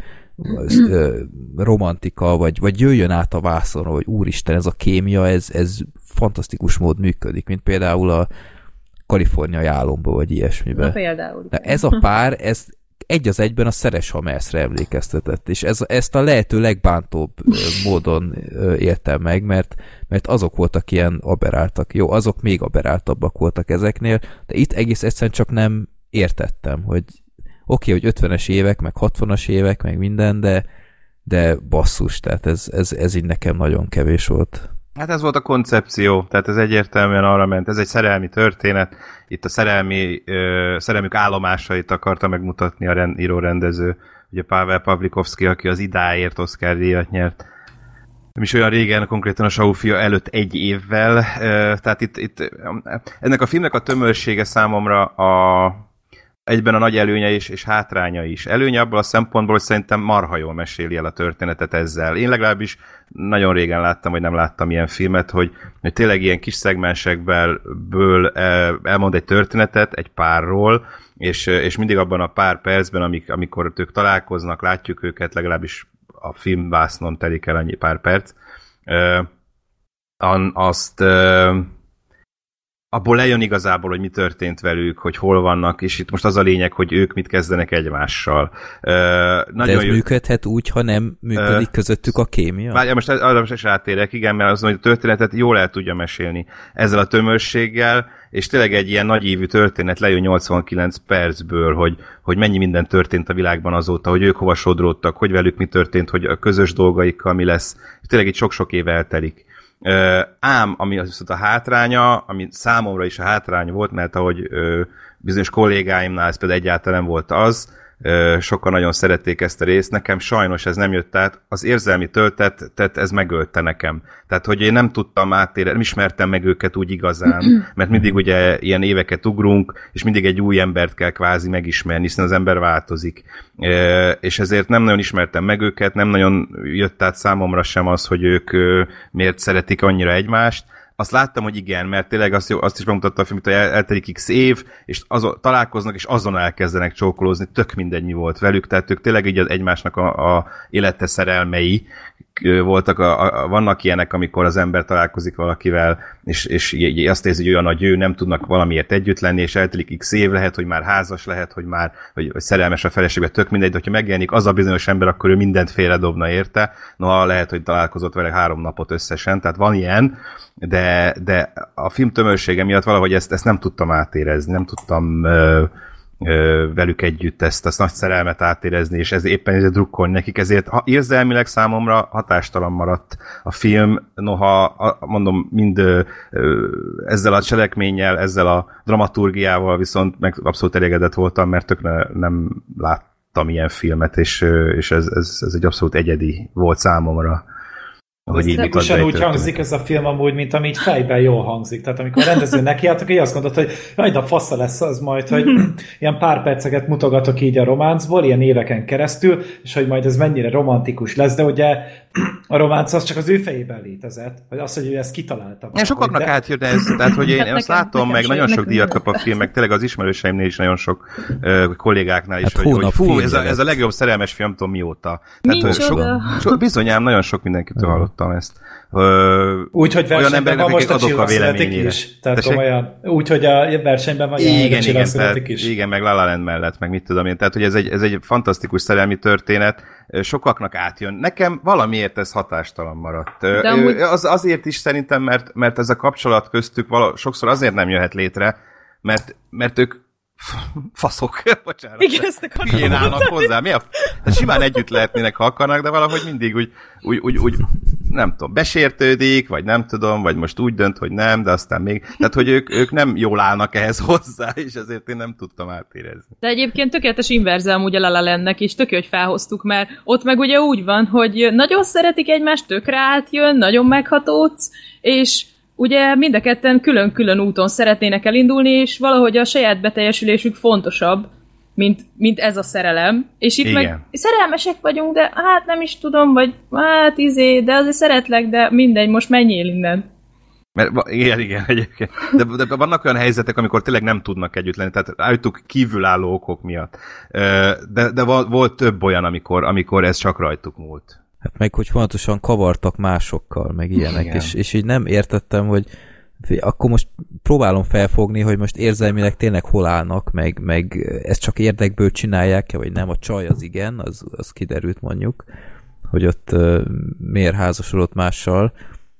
romantika, vagy, vagy jöjjön át a vászonra, hogy úristen, ez a kémia, ez, ez fantasztikus mód működik, mint például a Kaliforniai álomba, vagy ilyesmiben. Na, például. De ez a pár, ez egy az egyben a Szeres Hamerszre emlékeztetett, és ez, ezt a lehető legbántóbb módon éltem meg, mert, mert azok voltak ilyen aberáltak. Jó, azok még aberáltabbak voltak ezeknél, de itt egész egyszerűen csak nem értettem, hogy oké, okay, hogy ötvenes évek, meg hatvanas évek, meg minden, de, de basszus, tehát ez, ez, ez így nekem nagyon kevés volt. Hát ez volt a koncepció, tehát ez egyértelműen arra ment, ez egy szerelmi történet, itt a szerelmi, ö, szerelmük állomásait akarta megmutatni a rend, író-rendező, ugye Pavel Pawlikowski, aki az Idáért Oscar-díjat nyert. Nem is olyan régen, konkrétan a Saul fia előtt egy évvel, ö, tehát itt, itt ennek a filmnek a tömörsége számomra a egyben a nagy előnye is, és hátránya is. Előnye abból a szempontból, hogy szerintem marha jól meséli el a történetet ezzel. Én legalábbis nagyon régen láttam, vagy nem láttam ilyen filmet, hogy, hogy tényleg ilyen kis szegmensekből elmond egy történetet egy párról, és, és mindig abban a pár percben, amik, amikor ők találkoznak, látjuk őket, legalábbis a filmvásznon telik el annyi pár perc, azt... abból lejön igazából, hogy mi történt velük, hogy hol vannak, és itt most az a lényeg, hogy ők mit kezdenek egymással. Uh, nagyon De ez jó... működhet úgy, ha nem működik uh, közöttük a kémia? Várjál, most arra most is rátérek, igen, mert az, hogy a történetet jól el tudja mesélni ezzel a tömösséggel, és tényleg egy ilyen nagyívű történet lejön nyolcvankilenc percből, hogy, hogy mennyi minden történt a világban azóta, hogy ők hova sodródtak, hogy velük mi történt, hogy a közös dolgaikkal mi lesz. Tényleg itt sok-sok év eltelik. Uh, ám, ami az viszont a hátránya, ami számomra is a hátrány volt, mert ahogy uh, bizonyos kollégáimnál ez például egyáltalán nem volt az, uh, sokan nagyon szerették ezt a részt, nekem sajnos ez nem jött át, az érzelmi töltetet ez megölte nekem. Tehát, hogy én nem tudtam átérni, nem ismertem meg őket úgy igazán, mert mindig ugye ilyen éveket ugrunk, és mindig egy új embert kell kvázi megismerni, hiszen az ember változik. Uh, és ezért nem nagyon ismertem meg őket, nem nagyon jött át számomra sem az, hogy ők uh, miért szeretik annyira egymást. Azt láttam, hogy igen, mert tényleg azt, azt is bemutatta a film, hogy el, eltelik x év, és azon, találkoznak, és azon elkezdenek csókolózni, tök mindegy mi volt velük, tehát ők tényleg így az egymásnak a, a élete szerelmei voltak, a, a, vannak ilyenek, amikor az ember találkozik valakivel, és, és azt érzi, hogy olyan nagy ő, nem tudnak valamiért együtt lenni, és eltelik x év, lehet, hogy már házas lehet, hogy már hogy, hogy szerelmes a feleségbe, tök mindegy, de hogyha megjelenik az a bizonyos ember, akkor ő mindent félredobna érte, noha lehet, hogy találkozott vele három napot összesen, tehát van ilyen, de, de a film tömörsége miatt valahogy ezt, ezt nem tudtam átérezni, nem tudtam ö, ö, velük együtt ezt a nagy szerelmet átérezni, és ez éppen ezért drukkolni nekik, ezért ha érzelmileg számomra hatástalan maradt a film, noha a, mondom, mind ö, ö, ezzel a cselekménnyel, ezzel a dramaturgiával viszont meg abszolút elégedett voltam, mert tök ne, nem láttam ilyen filmet, és, és ez, ez, ez egy abszolút egyedi volt számomra. Ez tipikusan úgy hangzik ez a film amúgy, mint ami így fejben jól hangzik. Tehát amikor a rendező nekiállt, akkor azt gondolta, hogy majd a fasza lesz az majd, hogy ilyen pár perceket mutogatok így a románcból, ilyen éveken keresztül, és hogy majd ez mennyire romantikus lesz, de ugye a románc az csak az ő fejében létezett, vagy az, hogy ő ezt kitalálta. Ja, sokaknak de... átjön ez, tehát hogy én, én azt látom, meg nagyon sok díjat kap a film, meg tényleg az ismerőseimnél is nagyon sok uh, kollégáknál is, hát hogy, hogy fú, ez a, ez a legjobb szerelmes film, tudom mióta. Tehát, sok, sok, bizonyám, nagyon sok mindenkitől hallottam. hallottam ezt. Úgyhogy versenyben van most a csillagszületik is. Tehát komolyan. Úgyhogy a versenyben van igen, a csillagszületik is. Igen, meg La La Land mellett, meg mit tudom én. Tehát, hogy ez egy, ez egy fantasztikus szerelmi történet. Sokaknak átjön. Nekem valamiért ez hatástalan maradt. Amúgy... Az, azért is szerintem, mert, mert ez a kapcsolat köztük vala, sokszor azért nem jöhet létre, mert, mert ők faszok, bocsánat. Igen, ezt akartam. Hülyén állnak hozzá. Mi a... Hát simán együtt lehetnének, ha akarnak, de valahogy mindig úgy, úgy, úgy, úgy, nem tudom, besértődik, vagy nem tudom, vagy most úgy dönt, hogy nem, de aztán még... Tehát, hogy ők, ők nem jól állnak ehhez hozzá, és ezért én nem tudtam átérezni. De egyébként tökéletes inverze amúgy a La La Landnek is, tök jó, hogy felhoztuk, mert ott meg ugye úgy van, hogy nagyon szeretik egymást, tökre átjön, nagyon meghatódsz, és ugye mind a ketten külön-külön úton szeretnének elindulni, és valahogy a saját beteljesülésük fontosabb, mint, mint ez a szerelem. És itt igen. meg szerelmesek vagyunk, de hát nem is tudom, vagy hát izé, de azért szeretlek, de mindegy, most menjél innen. Mert, igen, igen, egyébként. De, de vannak olyan helyzetek, amikor tényleg nem tudnak együtt lenni, tehát rajtuk kívülálló okok miatt. De, de volt több olyan, amikor, amikor ez csak rajtuk múlt. Hát meg, hogy fontosan kavartak másokkal, meg ilyenek, és, és így nem értettem, hogy akkor most próbálom felfogni, hogy most érzelmileg tényleg hol állnak, meg, meg ezt csak érdekből csinálják-e, vagy nem, a csaj az igen, az, az kiderült mondjuk, hogy ott uh, miért házasodott mással,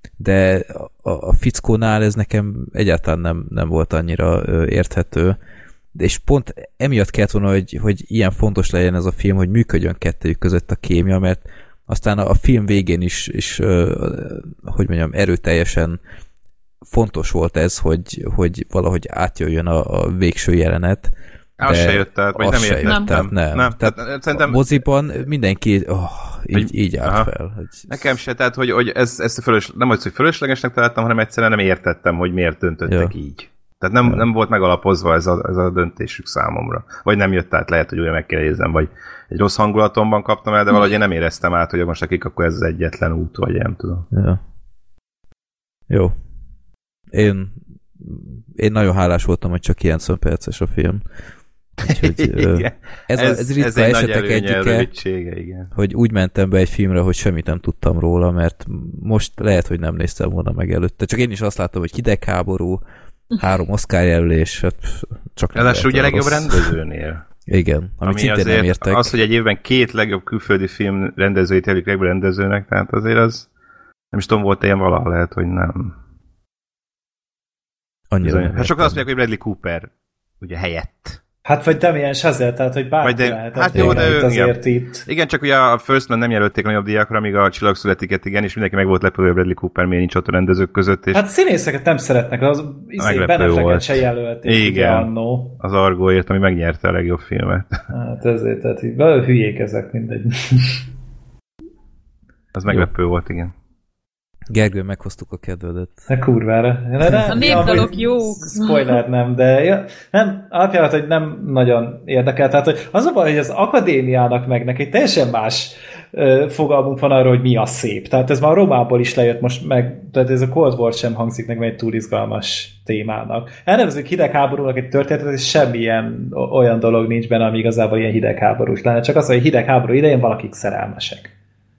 de a, a fickónál ez nekem egyáltalán nem, nem volt annyira uh, érthető, és pont emiatt kellett volna, hogy, hogy ilyen fontos legyen ez a film, hogy működjön kettőjük között a kémia, mert aztán a film végén is, is uh, hogy mondjam, erőteljesen fontos volt ez, hogy, hogy valahogy átjöjjön a, a végső jelenet. Az se jött át, vagy nem értettem. Nem. Nem. nem. Tehát tehát szerintem... a moziban mindenki oh, így, így állt aha. fel. Hogy... Nekem se, tehát hogy, hogy ez, ezt fölös, nem az, hogy fölöslegesnek találtam, hanem egyszerűen nem értettem, hogy miért döntöttek ja. így. Tehát nem, nem volt megalapozva ez a, ez a döntésük számomra. Vagy nem jött át, lehet, hogy újra megkérdezem, vagy egy rossz hangulatomban kaptam el, de valahogy én nem éreztem át, hogy most akik akkor ez az egyetlen út, vagy nem tudom. Ja. Jó. Én, én nagyon hálás voltam, hogy csak kilencven perces a film. Úgyhogy, igen. Ez, ez, ez ritka ez esetek egyike, igen. hogy úgy mentem be egy filmre, hogy semmit nem tudtam róla, mert most lehet, hogy nem néztem volna meg előtte. Csak én is azt látom, hogy hidegháború, három Oscar jelölés, hát csak nem lehet. Ez ugye legjobb rendezőnél. Igen, amit ami szintén nem értek. Az, hogy egy évben két legjobb külföldi film rendezőit jelölik legjobb rendezőnek, tehát azért az nem is tudom, volt ilyen valaha, lehet, hogy nem. Annyira nem hát sokan azt mondják, hogy Bradley Cooper ugye helyett. Hát vagy Damien Chazelle, tehát hogy bárki de, lehetett. Hát jó, de ő, azért igen. Itt. Igen, csak ugye a First Man nem jelölték nagyobb díjakra, míg a Csillagszületiket igen, és mindenki meg volt lepő, hogy Bradley Cooper miért nincs ott a rendezők között. És hát színészeket nem szeretnek, az Ben Afflecket se jelölték. Igen, annó. Az Argóért, ami megnyerte a legjobb filmet. Hát ezért, tehát így hülyék ezek, mindegy. Az meglepő volt, igen. Gergő, meghoztuk a kedvedet. Ne kurvára. Ne, ne, a népdalok jók. Spoiler nem, de ja, nem, alapján, hogy nem nagyon érdekel. Tehát, hogy az a baj, hogy az akadémiának meg neki teljesen más uh, fogalmunk van arról, hogy mi a szép. Tehát ez már a Romából is lejött most meg, tehát ez a Cold War sem hangzik meg egy túl izgalmas témának. Elnevezünk hidegháborúnak egy történetet, és semmilyen olyan dolog nincs benne, ami igazából ilyen hidegháborús lenne. Csak az, hogy hidegháború idején valakik szerelmesek.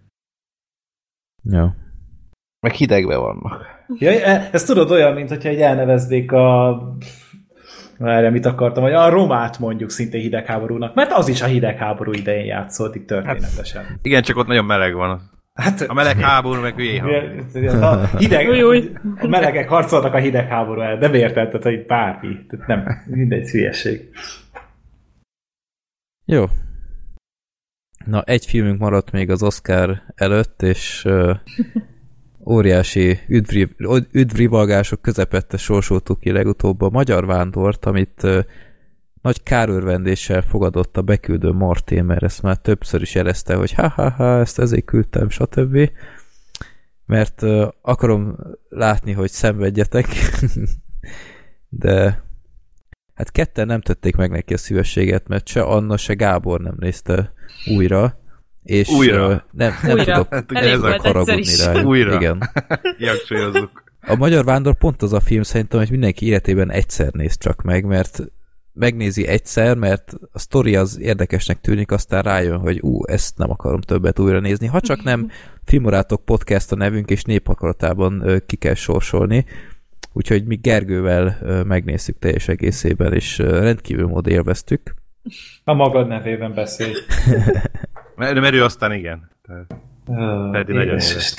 Jó. Meg hidegben vannak. Ja, ez tudod olyan, mint hogyha egy elneveznék a... Várjál, mit akartam, hogy a Romát mondjuk szintén hidegháborúnak, mert az is a hidegháború idején játszódik történetesen. Hát, igen, csak ott nagyon meleg van. Hát, a meleg háború, meg hülyé a hideg, a melegek harcolnak a hidegháború el, nem érted, hogy bármi. Tehát nem, mindegy hülyeség. Jó. Na, egy filmünk maradt még az Oscar előtt, és... Uh... óriási üdvri, üdvrivalgások közepette sorsoltuk ki legutóbb a Magyar Vándort, amit uh, nagy kárőrvendéssel fogadott a beküldő Martin, mert ezt már többször is jelezte, hogy ha-ha-ha, ezt ezért küldtem, stb. Mert uh, akarom látni, hogy szenvedjetek, de hát ketten nem tették meg neki a szívességet, mert se Anna, se Gábor nem nézte újra, és újra. Uh, nem, nem újra. tudok, hát, nem tudok haragudni rá. Újra. Igen. Jaksúlyozzuk. A Magyar Vándor pont az a film szerintem, hogy mindenki életében egyszer néz csak meg, mert megnézi egyszer, mert a sztori az érdekesnek tűnik, aztán rájön, hogy ú, ezt nem akarom többet újra nézni. Ha csak nem Filmorátok Podcast a nevünk, és népakaratában ki kell sorsolni. Úgyhogy mi Gergővel megnéztük teljes egészében, és rendkívül mód élveztük. A magad nevében beszélj. mert, mert ő aztán igen. Tehát... Pedig nagyon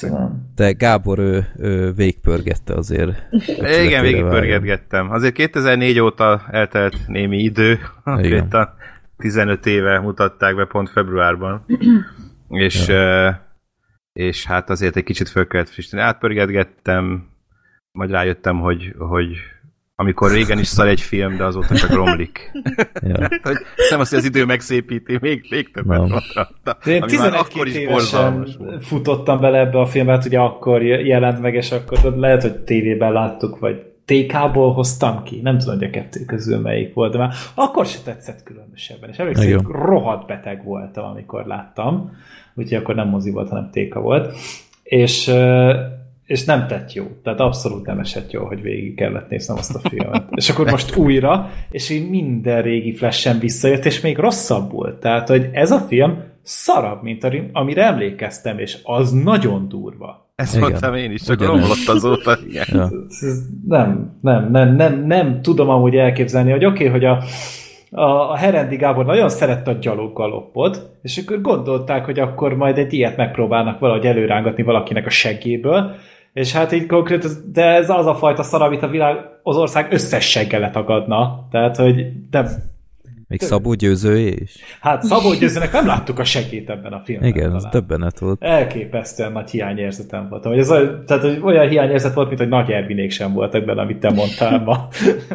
de Gábor ő, ő végigpörgette azért. Igen, végigpörgetgettem. Azért kétezer-négy óta eltelt némi idő, konkrétan tizenöt éve mutatták be pont februárban. és, ja. és hát azért egy kicsit föl kellett frissíteni. Átpörgetgettem, majd rájöttem, hogy, hogy amikor régen is szar egy film, de azóta csak romlik. Ja. hogy nem azt, hogy az idő megszépíti, még, még többet no. van rajta. Én tizenegy-két évesen futottam bele ebbe a filmet, hát ugye akkor jelent meg, és akkor lehet, hogy tévében láttuk, vagy té ká-ból hoztam ki. Nem tudom, hogy a kettő közül melyik volt, de már akkor se tetszett különösebben. És emlékszem, hogy rohadt beteg voltam, amikor láttam. Úgyhogy akkor nem mozi volt, hanem té ká volt. És... és nem tett jó. Tehát abszolút nem esett jó, hogy végig kellett néznem azt a filmet. És akkor most újra, és így minden régi Flash-en visszajött, és még rosszabbul. Tehát, hogy ez a film szarabb, mint amire emlékeztem, és az nagyon durva. Ezt mondtam én is, csak romlott azóta. Igen. Ja. Nem, nem, nem, nem, nem tudom amúgy elképzelni, hogy oké, okay, hogy a A, a Herendi Gábor nagyon szerette a gyaloggaloppot, és akkor gondolták, hogy akkor majd egy ilyet megpróbálnak valahogy előrángatni valakinek a seggéből, és hát így konkrét, de ez az a fajta szar, amit a világ, az ország összes seggel letagadna. Tehát, hogy nem... Még Szabó Győzője is? Hát Szabó Győzőnek nem láttuk a seggét ebben a filmben. Igen, ez döbbenet volt. Elképesztően nagy hiányérzetem volt. Hogy ez olyan, tehát hogy olyan hiányérzet volt, mint hogy Nagy Ervinék sem voltak benne, amit te mondtál ma.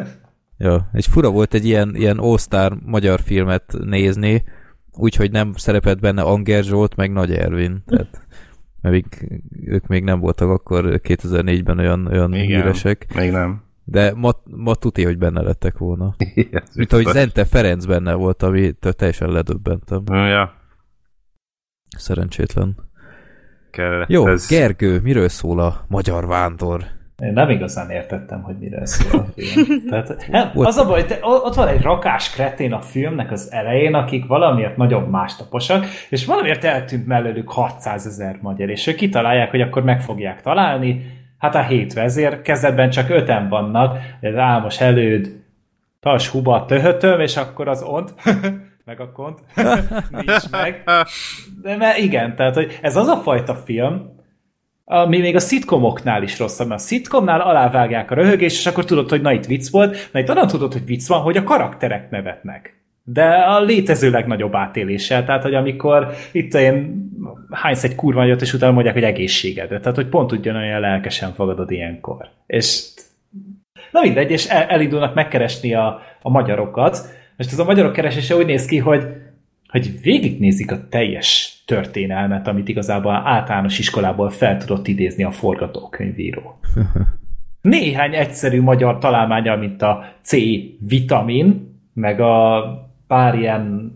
Ja, és fura volt egy ilyen, ilyen all-star magyar filmet nézni, úgyhogy nem szerepelt benne Anger Zsolt, meg Nagy Ervin. Tehát, mert még, ők még nem voltak akkor kétezer-négyben olyan, olyan igen, híresek. Még nem. De ma, ma tuti, hogy benne lettek volna. Igen, mint ahogy Zente Ferenc benne volt, ami teljesen ledöbbentem. Ja. Szerencsétlen. Kellett jó, ez... Gergő, miről szól a Magyar Vándor? Én nem igazán értettem, hogy mire szól a film. Tehát, nem, az a baj, te, ott van egy rakás kretén a filmnek az elején, akik valamiért nagyon másnaposak, és valamiért eltűnt mellőlük hatszázezer magyar, és ők kitalálják, hogy akkor meg fogják találni. Hát a hét vezér, kezdetben csak öten vannak, ez Álmos Előd, Tas Huba, Töhötöm, és akkor az ont, meg a kont, nincs meg. De mert igen, tehát hogy ez az a fajta film, ami még a szitkomoknál is rosszabb, mert a szitkomnál alávágják a röhögést, és akkor tudod, hogy na itt vicc volt, na itt onnan tudod, hogy vicc van, hogy a karakterek nevetnek. De a létező legnagyobb átéléssel, tehát, hogy amikor itt én hánysz egy kurva jött, és utána mondják, hogy egészségedre. Tehát, hogy pont ugyanolyan lelkesen fogadod ilyenkor. És na mindegy, és el, elindulnak megkeresni a, a magyarokat. Most ez a magyarok keresése úgy néz ki, hogy, hogy végignézik a teljes történelmet, amit igazából általános iskolából fel tudott idézni a forgatókönyvíró. Néhány egyszerű magyar találmánya, mint a C-vitamin, meg a pár ilyen...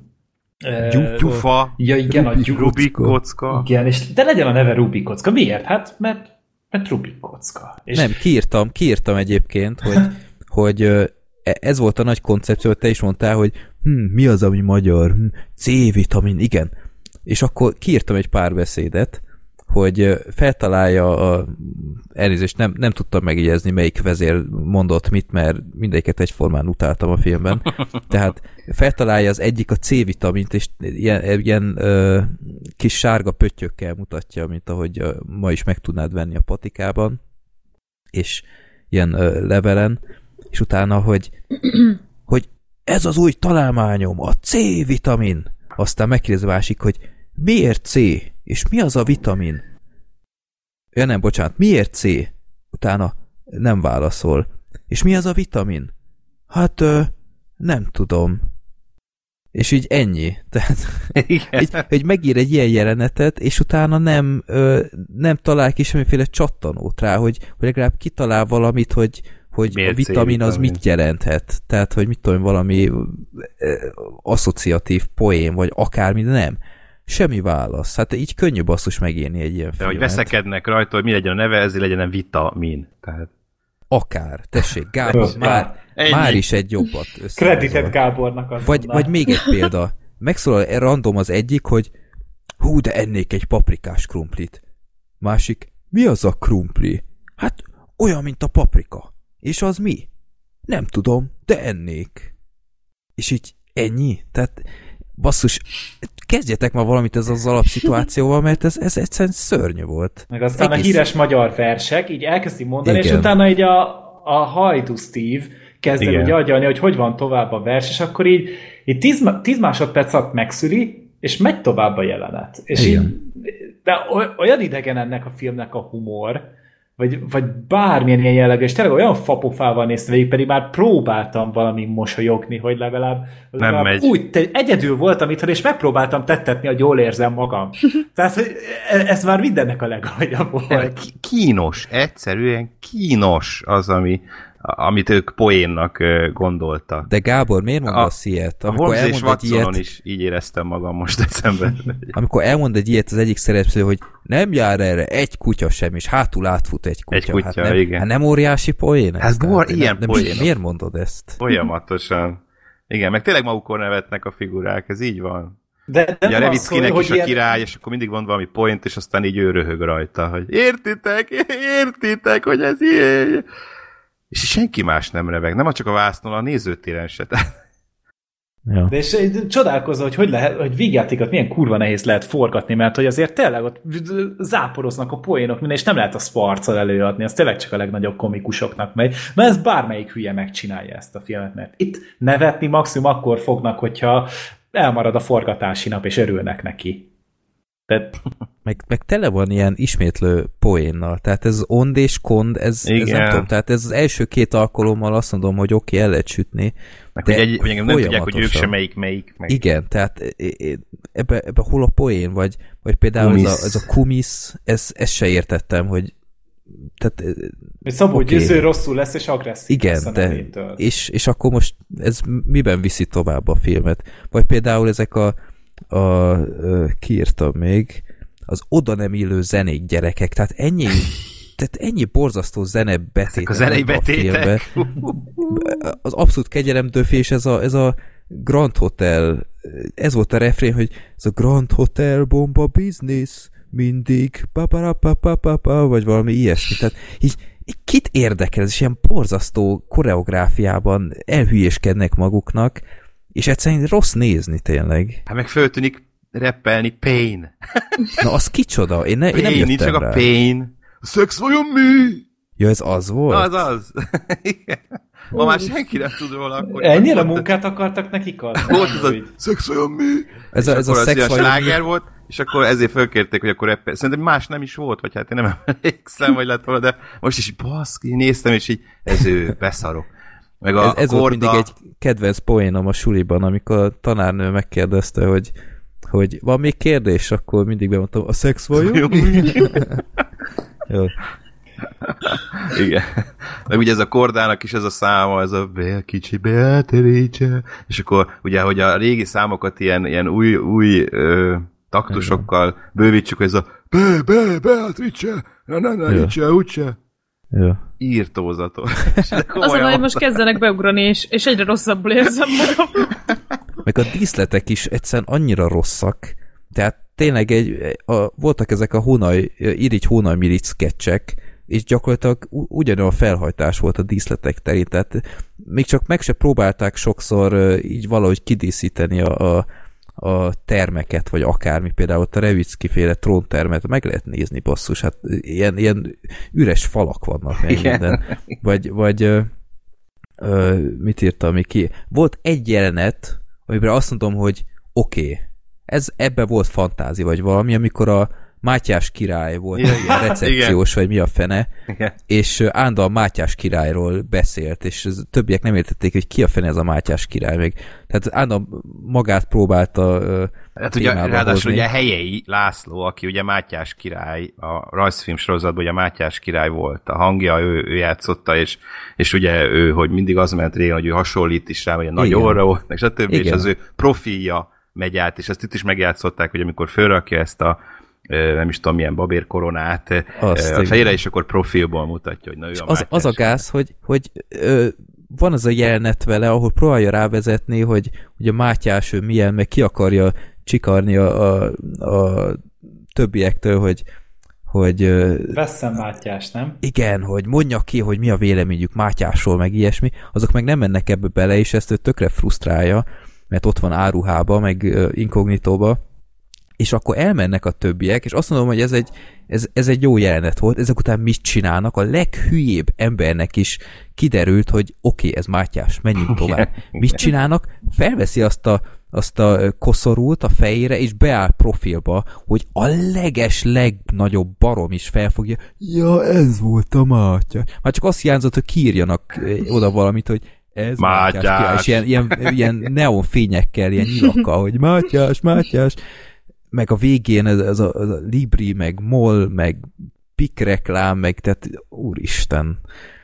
Gyufa, uh, ja, igen, a Rubik kocka. Igen, és de legyen a neve Rubik kocka. Miért? Hát, mert, mert Rubik kocka. És nem, kiírtam, kiírtam egyébként, hogy, hogy ez volt a nagy koncepció, hogy te is mondtál, hogy hm, mi az, ami magyar? Hm, C-vitamin, igen. És akkor kiírtam egy pár beszédet, hogy feltalálja a... Elnézést, nem, nem tudtam megjegyezni, melyik vezér mondott mit, mert mindegyiket egyformán utáltam a filmben. Tehát feltalálja az egyik a C-vitamint, és ilyen, ilyen ö, kis sárga pöttyökkel mutatja, mint ahogy ö, ma is meg tudnád venni a patikában, és ilyen ö, levelen, és utána, hogy, hogy ez az új találmányom, a C-vitamin. Aztán megkérdezi a másik, hogy miért C? És mi az a vitamin? Ja nem, bocsánat, miért C? Utána nem válaszol. És mi az a vitamin? Hát, ö, nem tudom. És így ennyi. Tehát, így, hogy megír egy ilyen jelenetet, és utána nem, ö, nem talál ki semmiféle csattanót rá, hogy, hogy legalább kitalál valamit, hogy, hogy a vitamin az mit jelenthet. Tehát, hogy mit tudom, valami ö, asszociatív poén, vagy akármi, de nem. Semmi válasz. Hát így könnyű basszus megírni egy ilyen filmet. De hogy veszekednek rajta, hogy mi legyen a neve, ezért legyen vitamin. Tehát... akár, tessék, Gábor, már, már is egy jobbat összehozol. Kreditet Gábornak az vagy, vagy még egy példa. Megszólal random az egyik, hogy hú, de ennék egy paprikás krumplit. Másik, mi az a krumpli? Hát olyan, mint a paprika. És az mi? Nem tudom, de ennék. És így ennyi? Tehát basszus, kezdjetek már valamit ez az alapszituációval, mert ez, ez egyszerűen szörnyű volt. Meg aztán Egész... a híres magyar versek, így elkezdi mondani, igen. És utána így a, a Hajdu Steve kezd el úgy agyalni, hogy hogy van tovább a vers, és akkor így, így tíz, tíz másodperc alatt megszüli, és megy tovább a jelenet. És így, de olyan idegen ennek a filmnek a humor, vagy, vagy bármilyen ilyen jellegű, és tényleg olyan fapofával néztem végig, pedig már próbáltam valami mosolyogni, hogy legalább, legalább úgy, te, egyedül voltam itthon, és megpróbáltam tettetni, hogy jól érzem magam. Tehát ez már mindennek a legaljabb volt. Kínos, egyszerűen kínos az, ami, amit ők poénnak gondoltak. De Gábor, miért mondasz ilyet? A Holmes és Watsonon is így éreztem magam most decemberben. Amikor elmond egy ilyet az egyik szereplő, hogy nem jár erre egy kutya sem, és hátul átfut egy kutya. Egy kutya, hát nem, igen. Hát nem óriási poén? Hát bor, ilyen nem, poén. Miért mondod ezt? Folyamatosan. Igen, meg tényleg magukon nevetnek a figurák, ez így van. De nem ugye a Revickinek is a ilyen... király, és akkor mindig van valami point, és aztán így ő röhög rajta, hogy értitek, értitek, hogy ez ilyen. És senki más nem reveg, nem csak a vásznon, a nézőtéren se. Ja. De és csodálkozom, hogy hogy lehet, hogy vígjátékot milyen kurva nehéz lehet forgatni, mert hogy azért tényleg ott záporoznak a poénok minden, és nem lehet a sparccal előadni, az tényleg csak a legnagyobb komikusoknak megy. Na ez bármelyik hülye megcsinálja ezt a filmet, mert itt nevetni maximum akkor fognak, hogyha elmarad a forgatási nap, és örülnek neki. De... Meg, meg tele van ilyen ismétlő poénnal, tehát ez ond és kond, ez, ez nem tudom, tehát ez az első két alkalommal azt mondom, hogy oké, okay, el lehet sütni, meg de hogy egy, nem tudják, hogy ők sem melyik melyik. Meg. Igen, tehát ebbe, ebbe hol a poén, vagy, vagy például ez a, ez a kumisz, ez, ezt se értettem, hogy tehát, hogy Szabó okay. Győző rosszul lesz, és agresszív. Igen, de, és, és akkor most ez miben viszi tovább a filmet? Vagy például ezek a, a, a kiírtam még, az oda nem illő zenék gyerekek, tehát ennyi, tehát ennyi borzasztó zene betétek a zenei betétek. Az abszolút kegyelemdöfés, ez a, ez a Grand Hotel, ez volt a refrén, hogy ez a Grand Hotel bomba business, mindig pa pa pa pa pa pa, vagy valami ilyesmi. Tehát így, így kit érdekel, ez is ilyen borzasztó koreográfiában elhülyéskednek maguknak, és egyszerűen rossz nézni tényleg. Hát meg föltűnik rappelni Pain. Na, az kicsoda? Én, ne, Pain, én nem nincs jöttem csak rá. a Pain. A szex vajon mi? Ja, ez az volt? Az az. Ma már senki nem tud róla. Akkor ennyire munkát akartak nekik adni? Volt az a szex vajon mi? Ez a, ez a szex vajon sláger volt, és akkor ezért fölkérték, hogy akkor rappel. Szerintem más nem is volt, vagy hát én nem emlékszem, vagy lett volna, de most is baszki, néztem, és így ez ő, beszarok. Meg a ez ez korda... volt mindig egy kedvenc poénom a suliban, amikor a tanárnő megkérdezte, hogy, hogy van még kérdés, akkor mindig bemondtam, a szex vajon? Jó. Igen. Meg ugye ez a kordának is ez a száma, ez a Bél kicsi Beatrice, és akkor ugye, hogy a régi számokat ilyen, ilyen új, új ö, taktusokkal bővítsük, hogy ez a Be, Be, Beatrice, na, na, na, úgyse, úgyse. Ja. Írtózatos. Az a baj, most kezdenek beugrani, és, és egyre rosszabbul érzem magam. Meg a díszletek is egyszerűen annyira rosszak, tehát tényleg egy, a, voltak ezek a hónaj, irigy hónajmirigy sketchek, és gyakorlatilag ugyanolyan felhajtás volt a díszletek terén, tehát még csak meg se próbálták sokszor így valahogy kidíszíteni a, a, a termeket, vagy akármi, például ott a Revicki féle tróntermet meg lehet nézni, basszus, hát ilyen, ilyen üres falak vannak meg minden. Vagy, vagy ö, ö, mit írtam még ki? Volt egy jelenet, amiben azt mondom, hogy oké, okay, ez ebbe volt fantázia, vagy valami, amikor a Mátyás király volt, igen, ilyen recepciós, igen. vagy mi a fene, igen. És állandóan Mátyás királyról beszélt, és többiek nem értették, hogy ki a fene ez a Mátyás király még. Tehát állandóan magát próbálta hát ugye, ráadásul ugye Helyei László, aki ugye Mátyás király, a rajzfilm sorozatban ugye Mátyás király volt, a hangja, ő, ő játszotta, és, és ugye ő, hogy mindig az ment régen, hogy ő hasonlít is rá, hogy a nagy orra volt, és a többi, és az ő profilja megy át, és ezt itt is megjátszották, hogy amikor fölrakja ezt a nem is tudom milyen babérkoronát Azt a fejére, és akkor profilból mutatja, hogy na ő a az, az a gáz, hogy, hogy ö, van az a jelenet vele, ahol próbálja rávezetni, hogy, hogy a Mátyás ő milyen, meg ki akarja csikarni a, a, a többiektől, hogy hogy... Vesszem Mátyás, nem? Igen, hogy mondja ki, hogy mi a véleményük Mátyásról, meg ilyesmi, azok meg nem mennek ebbe bele, és ezt ő tökre frusztrálja, mert ott van áruhába, meg uh, inkognitóba, és akkor elmennek a többiek, és azt mondom, hogy ez egy, ez, ez egy jó jelenet volt, ezek után mit csinálnak, a leghülyébb embernek is kiderült, hogy oké, okay, ez Mátyás, menjünk tovább. Mit csinálnak? Felveszi azt a azt a koszorút a fejére, és beáll profilba, hogy a leges, legnagyobb barom is felfogja. Ja, ez volt a Mátyás. Már csak azt hiányzott, hogy kiírjanak oda valamit, hogy ez Mátyás. Mátyás. És ilyen, ilyen, ilyen neonfényekkel, ilyen nyilakkal, hogy Mátyás, Mátyás. Meg a végén ez, ez, a, ez a Libri, meg MOL, meg Pik reklám, meg tehát úristen.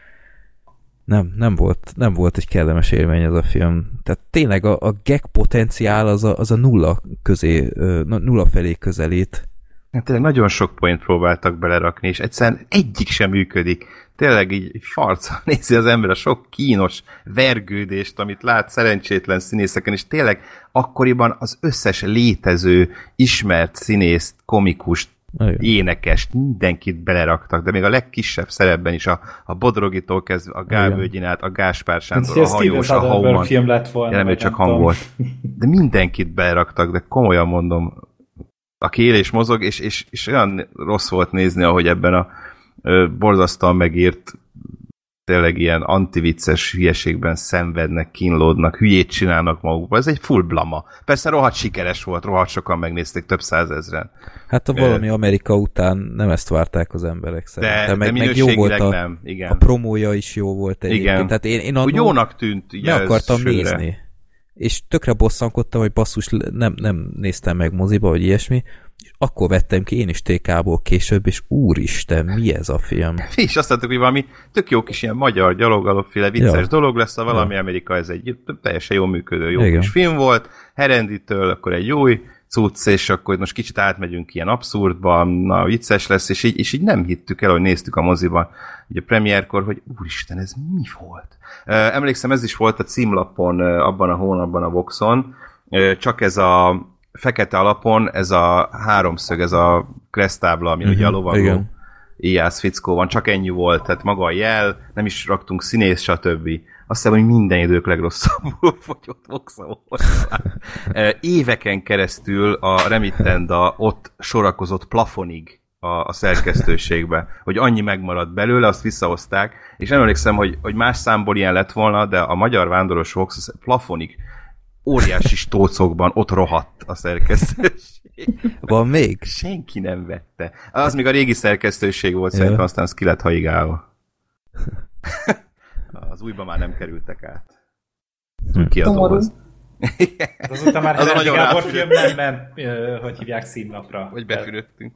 Nem, nem volt, nem volt egy kellemes élmény ez a film. Tehát tényleg a, a gag potenciál az a, az a nulla közé, nulla felé közelít. Hát tényleg nagyon sok point próbáltak belerakni, és egyszerűen egyik sem működik. Tényleg így farccal nézi az ember a sok kínos vergődést, amit lát szerencsétlen színészeken, és tényleg akkoriban az összes létező, ismert színészt, komikust, igen. Énekest, mindenkit beleraktak, de még a legkisebb szerepben is, a, a Bodrogitól kezdve, a Gálvölgyin át, a Gáspár Sándor, a hajós, a Hauman. Film lett volna, nem, csak hang volt. De mindenkit beleraktak, de komolyan mondom, aki él és mozog, és, és, és olyan rossz volt nézni, ahogy ebben a ö, borzasztóan megírt tényleg ilyen antivicces hülyeségben szenvednek, kínlódnak, hülyét csinálnak magukba. Ez egy full blama. Persze rohadt sikeres volt, rohadt sokan megnézték, több százezren. Hát a valami Amerika után nem ezt várták az emberek szerintem. De, meg, de meg jó volt a, nem. Igen. a promója is jó volt egyébként. Igen. Tehát én, én annól jónak tűnt. Meg akartam nézni. És tökre bosszankodtam, hogy basszus, nem, nem néztem meg moziba, vagy ilyesmi, és akkor vettem ki én is té ká-ból később, és úristen, mi ez a film? És azt mondtuk, hogy valami tök jó kis ilyen magyar gyalogalóféle vicces ja. dolog lesz, a valami ja. Amerika, ez egy teljesen jól működő, jó Igen. kis film volt, Herenditől akkor egy jó cucc, és akkor most kicsit átmegyünk ilyen abszurdba, na vicces lesz, és így, és így nem hittük el, hogy néztük a moziban, ugye a premierkor, hogy úristen, ez mi volt? Emlékszem, ez is volt a címlapon abban a hónapban a Voxon, csak ez a fekete alapon, ez a háromszög, ez a kresztábla, ami uh-huh, ugye a lovagó íjász fickó van, csak ennyi volt, tehát maga a jel, nem is raktunk színész, stb. Azt hiszem, hogy minden idők legrosszabbul fogyott Voxon volt. Éveken keresztül a Remittenda ott sorakozott plafonig a, a szerkesztőségbe, hogy annyi megmaradt belőle, azt visszahozták, és nem emlékszem, hogy, hogy más számból ilyen lett volna, de a Magyar Vándoros Vox az plafonig óriási stócokban ott rohadt a szerkesztőség. Van még? Senki nem vette. Az még a régi szerkesztőség volt, ja. Szerintem aztán az ki lett haigálva. Az újban már nem kerültek át. Hm. Kiadóhoz. Azután már az Hereti Gábor film nem ment, hogy hívják, színlapra. Hogy befürödtünk.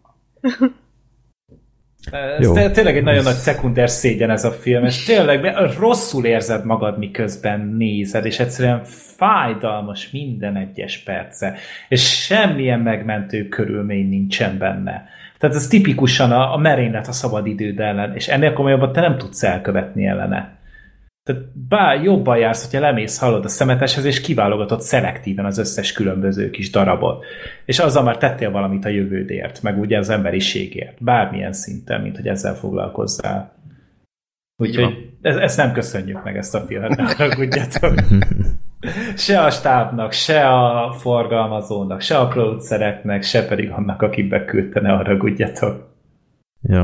Ez te, tényleg egy nagyon nagy szekunder szégyen ez a film, és tényleg rosszul érzed magad, miközben nézed, és egyszerűen fájdalmas minden egyes perce, és semmilyen megmentő körülmény nincsen benne. Tehát ez tipikusan a, a merénylet a szabadidőd ellen, és ennél komolyabban te nem tudsz elkövetni ellene. Tehát bár jobban jársz, hogyha lemész, hallod a szemeteshez, és kiválogatod szelektíven az összes különböző kis darabot. És azzal már tettél valamit a jövődért, meg ugye az emberiségért. Bármilyen szinten, mint hogy ezzel foglalkozzál. Úgyhogy ez, ezt nem köszönjük meg, ezt a filmet, ne haragudjatok. Se a stábnak, se a forgalmazónak, se a producereknek, se pedig annak, aki beküldte, ne haragudjatok. Jó.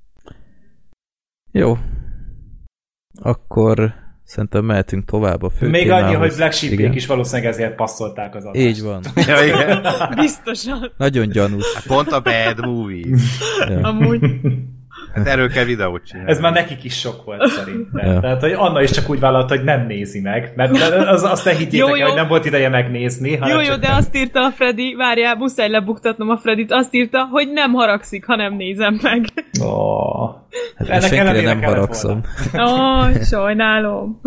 Jó. Akkor szerintem mehetünk tovább a fő Még témához. annyi, hogy Black Sheep-ék is valószínűleg ezért passzolták az adást. Így van. Ja, igen. Biztosan. Nagyon gyanús. Hát pont a bad movies. Ja. Amúgy. Hát erről kell videót csinálni. Ez már nekik is sok volt szerintem. Ja. Tehát, hogy Anna is csak úgy vállalta, hogy nem nézi meg. Mert az, azt ne higgyétek jó, el, jó. hogy nem volt ideje megnézni. Jó, jó, de nem. azt írta a Freddy, várjál, muszáj lebuktatnom a Freddyt, azt írta, hogy nem haragszik, ha nem nézem meg. Oh. Hát én senkire nem haragszom. Ó, oh, sajnálom.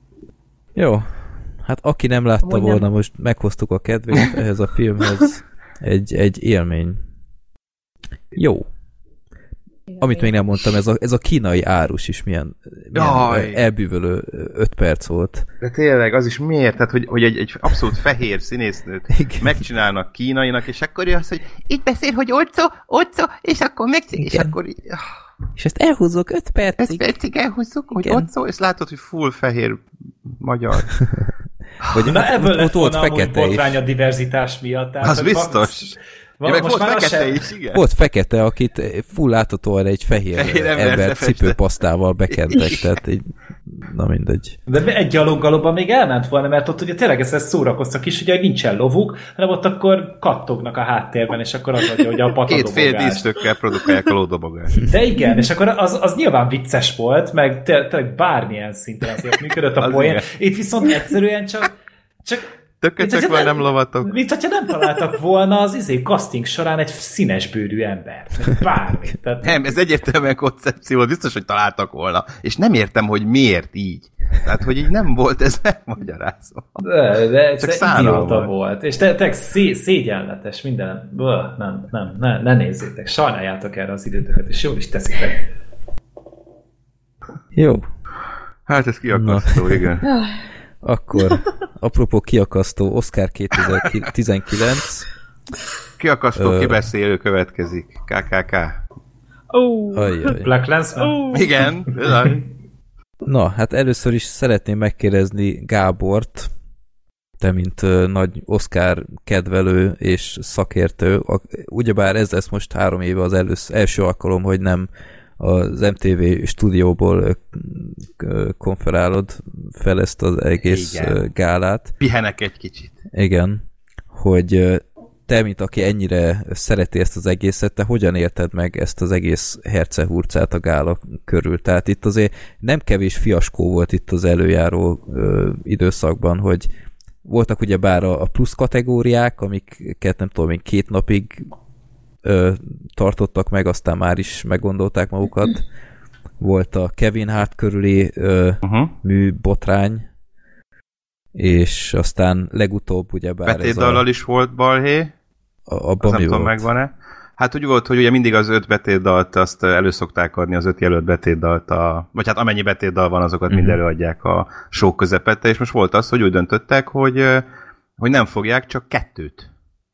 Jó. Hát aki nem látta Mondjam. volna, most meghoztuk a kedvét ehhez a filmhez. egy, egy élmény. Jó. Amit még nem mondtam, ez a, ez a kínai árus is milyen, milyen elbűvölő öt perc volt. De tényleg, az is miért? Tehát, hogy, hogy egy, egy abszolút fehér színésznőt igen. megcsinálnak kínainak, és akkor ő azt, hogy itt beszél, hogy otco, otco, és akkor megcsin, és akkor... És ezt elhúzzuk öt percig. Ezt percig elhúzzuk, hogy otco, és látod, hogy full fehér magyar. Hogy na ebből lett volna amúgy botrány a diverzitás miatt. Tehát, az biztos. Van, ja, volt fekete sem... is, igen. Volt fekete, akit full láthatóan egy fehér, fehér ember cipőpasztával bekentek, tehát így, na mindegy. De egy gyaloggalobban még elment volna, mert ott ugye tényleg ezt szórakoztak is, ugye, hogy nincsen lovuk, hanem ott akkor kattognak a háttérben, és akkor az adja, hogy a patadobogást. Két fél dísztökkel produkálják a lódobogást. De igen, és akkor az, az nyilván vicces volt, meg tényleg bármilyen szinten azért működött a poén. Itt viszont egyszerűen csak, csak tökötök van, nem lovatok. Mint hogyha nem találtak volna az izé casting során egy színesbőrű embert. Bármi. Tehát... Nem, ez egyértelműen koncepció, biztos, hogy találtak volna. És nem értem, hogy miért így. Tehát, hogy így nem volt ez megmagyarázva. De, de ez idióta volt. És tényleg szé- szégyenletes minden. Böh, nem, nem, ne, ne nézzétek. Sajnáljátok erre az időtöket, és jól is teszitek. Jó. Hát ez kiakasztó, igen. Akkor, apropó kiakasztó, Oscar kétezer-tizenkilenc. Kiakasztó, uh, kibeszélő következik. ká ká ká. Oh. Ajjaj. Black Landsman? Oh. Igen. Na, hát először is szeretném megkérdezni Gábort, te mint uh, nagy Oscar kedvelő és szakértő, ugyebár ez lesz most három éve az elősz, első alkalom, hogy nem az em té vé stúdióból konferálod fel ezt az egész igen. gálát. Pihenek egy kicsit. Igen, hogy te, mint aki ennyire szereti ezt az egészet, te hogyan élted meg ezt az egész hercehurcát a gála körül? Tehát itt azért nem kevés fiaskó volt itt az előjáró ö, időszakban, hogy voltak ugye bár a, a plusz kategóriák, amiket nem tudom, még két napig Ö, tartottak meg, aztán már is meggondolták magukat. Volt a Kevin Hart körüli ö, uh-huh. mű botrány, és aztán legutóbb ugyebár betétdallal is volt balhé. A, abban mi nem tudom, megvan-e. Hát úgy volt, hogy ugye mindig az öt betétdalt azt elő szokták adni, az öt jelölt betétdalt, a, vagy hát amennyi betétdal van, azokat uh-huh. mind előadják a show közepette, és most volt az, hogy úgy döntöttek, hogy, hogy nem fogják, csak kettőt.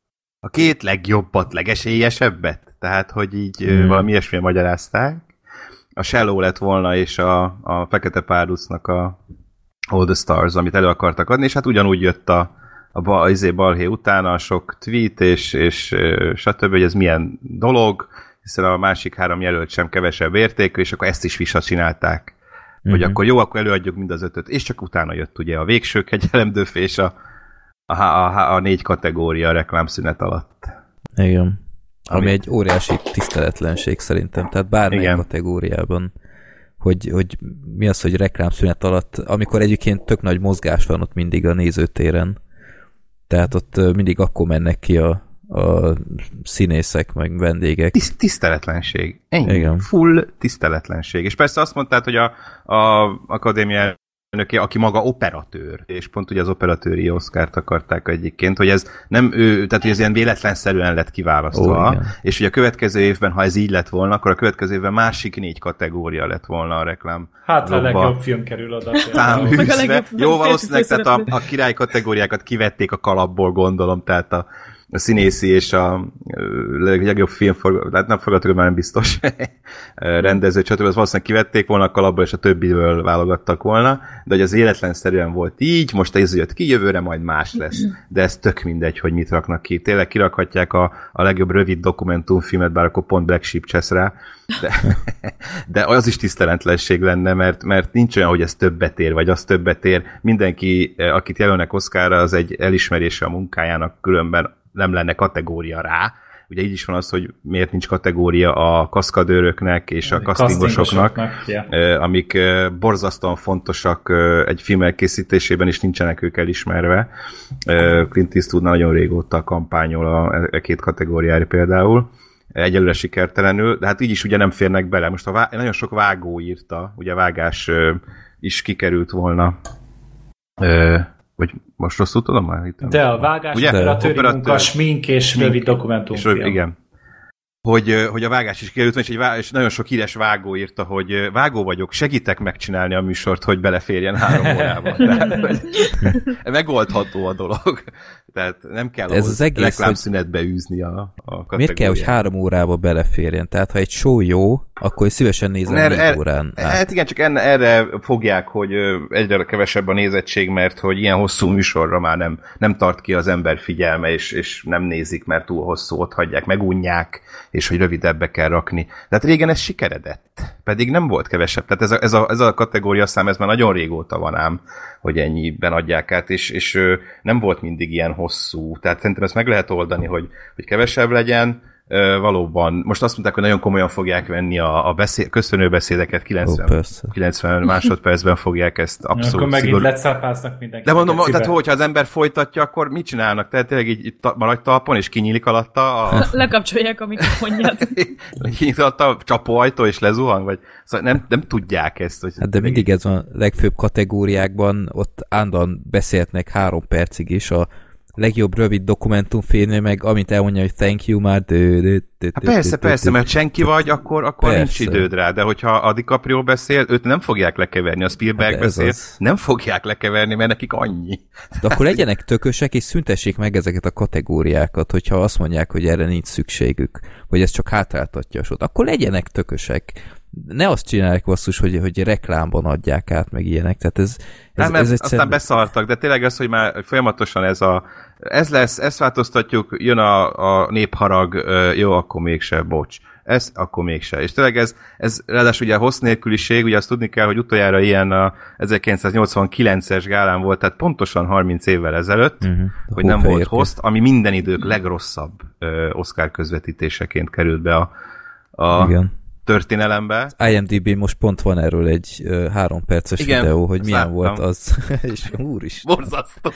A két legjobbat, legesélyesebbet. Tehát, hogy így hmm. valami ilyesmilyen magyarázták. A Shallow lett volna, és a, a Fekete Párducnak a All the Stars, amit elő akartak adni, és hát ugyanúgy jött a, a, a izé balhé utána a sok tweet, és, és stb., hogy ez milyen dolog, hiszen a másik három jelölt sem kevesebb értékű, és akkor ezt is visszacsinálták. Hmm. Hogy akkor jó, akkor előadjuk mind az ötöt, és csak utána jött ugye a végső kegyelemdöf, és a A, a, a négy kategória a reklámszünet alatt. Igen. Ami, Ami egy óriási tiszteletlenség szerintem. Tehát bármely igen. kategóriában. Hogy, hogy mi az, hogy reklámszünet alatt, amikor egyébként tök nagy mozgás van ott mindig a nézőtéren. Tehát ott mindig akkor mennek ki a, a színészek, meg vendégek. Tiszt, tiszteletlenség. Ennyi. Igen. Full tiszteletlenség. És persze azt mondtad, hogy a, a akadémia elnöke, aki maga operatőr, és pont ugye az operatőri Oscart akarták egyébként, hogy ez nem ő, tehát hogy ez ilyen véletlenszerűen lett kiválasztva, oh, és ugye a következő évben, ha ez így lett volna, akkor a következő évben másik négy kategória lett volna a reklám. Hát a legjobb film kerül oda. Táműzve. Jó, valószínűleg tehát a, a király kategóriákat kivették a kalapból, gondolom, tehát a a színészi és a legjobb filmforgató, hát nem forgatókönyv, már nem biztos rendező, stb. Az valószínűleg kivették volna a kalapból, és a többiből válogattak volna, de hogy az életlenszerűen volt így, most ez jött ki, jövőre majd más lesz. De ez tök mindegy, hogy mit raknak ki. Tényleg kirakhatják a, a legjobb rövid dokumentumfilmet, bár akkor pont Black Sheep csesz rá, de, de az is tiszteletlenség lenne, mert, mert nincs olyan, hogy ez többet ér, vagy az többet ér. Mindenki, akit jelölnek Oscarra, az egy elismerése a munkájának, különben nem lenne kategória rá. Ugye így is van az, hogy miért nincs kategória a kaszkadőröknek és a castingosoknak, yeah. amik borzasztóan fontosak egy film elkészítésében, és nincsenek ők elismerve. Clint Eastwood nagyon régóta kampányol a két kategóriára például. Egyelőre sikertelenül, de hát így is ugye nem férnek bele. Most a vá- nagyon sok vágó írta, ugye a vágás is kikerült volna Vagy most rosszul tudom már? Hittem. De a vágás, ugye? operatőri Operatőr, munka, smink és smink, rövid dokumentumfilm. És, igen. Hogy, hogy a vágás is kiderült, és, egy vá- és nagyon sok híres vágó írta, hogy vágó vagyok, segítek megcsinálni a műsort, hogy beleférjen három órába. Tehát, hogy megoldható a dolog. Tehát nem kell ez az egész, reklámszünetbe hogy... űzni a, a kategóriát. Miért kell, hogy három órába beleférjen? Tehát ha egy show jó, akkor szívesen nézem négy er, órán át. Hát igen, csak enne, erre fogják, hogy egyre kevesebb a nézettség, mert hogy ilyen hosszú műsorra már nem, nem tart ki az ember figyelme, és, és nem nézik, mert túl hosszú, ott hagyják, megunják, és hogy rövidebbe kell rakni. Tehát régen ez sikeredett, pedig nem volt kevesebb. Tehát ez a, ez a, ez a kategória szám, ez már nagyon régóta van ám, hogy ennyiben adják át, és, és nem volt mindig ilyen hosszú. Tehát szerintem ezt meg lehet oldani, hogy, hogy kevesebb legyen. Valóban, most azt mondták, hogy nagyon komolyan fogják venni a, a beszéd, köszönőbeszédeket, kilencven, oh, kilencven másodpercben fogják ezt abszolút akkor megint szigorú... lecápáznak mindenki. De mondom, tehát hogyha az ember folytatja, akkor mit csinálnak? Tehát tényleg így, így maradj talpon, és kinyílik alatta a... Lekapcsolják a mikrofonját. Kinyílik alatta a csapóajtó, és lezuhan? Vagy... Szóval nem, nem tudják ezt. Hogy hát de mindig ez a legfőbb kategóriákban, ott állandóan beszélhetnek három percig is a legjobb rövid dokumentumfilmje, meg amit elmondja, hogy thank you már. Dö, dö, dö, hát persze, dö, persze, dö, mert senki vagy, akkor, akkor nincs időd rá, de hogyha a DiCaprio beszél, őt nem fogják lekeverni, a Spielberg hát beszél, az. Nem fogják lekeverni, mert nekik annyi. De akkor legyenek tökösek, és szüntessék meg ezeket a kategóriákat, hogyha azt mondják, hogy erre nincs szükségük, vagy ez csak hátráltatja a sót. Akkor legyenek tökösek. Ne azt csinálják basszus, hogy, hogy reklámban adják át, meg ilyenek. Tehát ez, ez, nem, ez aztán beszartak, de tényleg az, hogy már folyamatosan ez a ez lesz, ezt változtatjuk, jön a, a népharag, jó, akkor mégse, bocs. Ez, akkor mégse. És tényleg ez, ez ráadásul ugye a hossz nélküliség, ugye azt tudni kell, hogy utoljára ilyen a ezerkilencszáznyolcvankilences gálán volt, tehát pontosan harminc évvel ezelőtt, uh-huh. hogy nem volt host, ami minden idők legrosszabb uh, Oscar közvetítéseként került be a, a igen. történelembe. IMDb most pont van erről egy uh, három perces igen, videó, hogy milyen láttam. Volt az. És úristen. Borzasztó.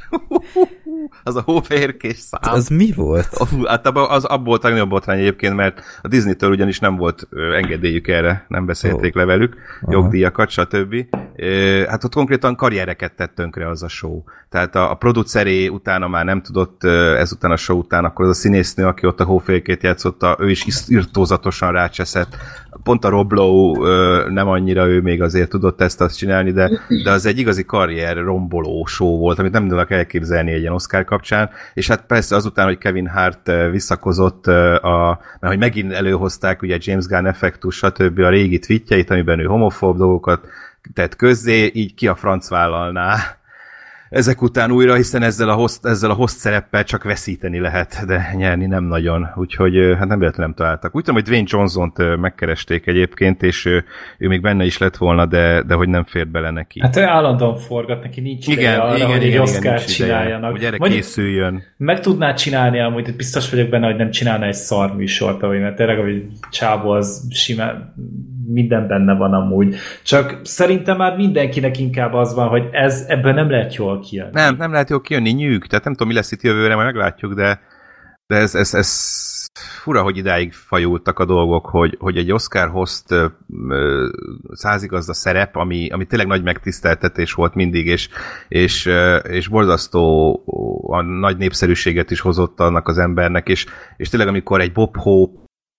Az a hófehérkés szám. Az mi volt? Hát az abból volt a nagyobb botrány egyébként, mert a Disney-től ugyanis nem volt engedélyük erre, nem beszélték oh. le velük, aha. jogdíjakat, stb. Hát ott konkrétan karriereket tett tönkre az a show. Tehát a, a produceré utána már nem tudott, ezután a show után, akkor az a színésznő, aki ott a hófehérkét játszotta, ő is irtózatosan rácseszett. Pont a Rob Lowe nem annyira, ő még azért tudott ezt azt csinálni, de, de az egy igazi karrier romboló show volt, amit nem tudnak elképzelni egy ilyen Oscar kapcsán, és hát persze azután, hogy Kevin Hart visszakozott, a, mert hogy megint előhozták ugye James Gunn effektus, stb. A régi tweetjeit, amiben ő homofób dolgokat tett közzé, így ki a franc vállalná ezek után újra, hiszen ezzel a host, ezzel a host szereppel csak veszíteni lehet, de nyerni nem nagyon, úgyhogy hát nem véletlenül nem találtak. Úgy tudom, hogy Dwayne Johnson-t megkeresték egyébként, és ő, ő még benne is lett volna, de, de hogy nem fért bele neki. Hát ő állandóan forgat, neki nincs igen, ideje arra, igen, hogy igen, egy Oscar csináljanak. Hogy erre Mondjuk, készüljön. Meg tudná csinálni amúgy, biztos vagyok benne, hogy nem csinálna egy szar műsort, mert tényleg, hogy Csávó az simán minden benne van amúgy. Csak szerintem már mindenkinek inkább az van, hogy ez, ebből nem lehet jól kijönni. Nem, nem lehet jól kijönni, nyűg. Tehát nem tudom, mi lesz itt jövőre, majd meglátjuk, de, de ez, ez, ez fura, hogy idáig fajultak a dolgok, hogy, hogy egy Oscar host százigazda szerep, ami, ami tényleg nagy megtiszteltetés volt mindig, és, és, és borzasztó a nagy népszerűséget is hozott annak az embernek, és, és tényleg amikor egy Bob Hope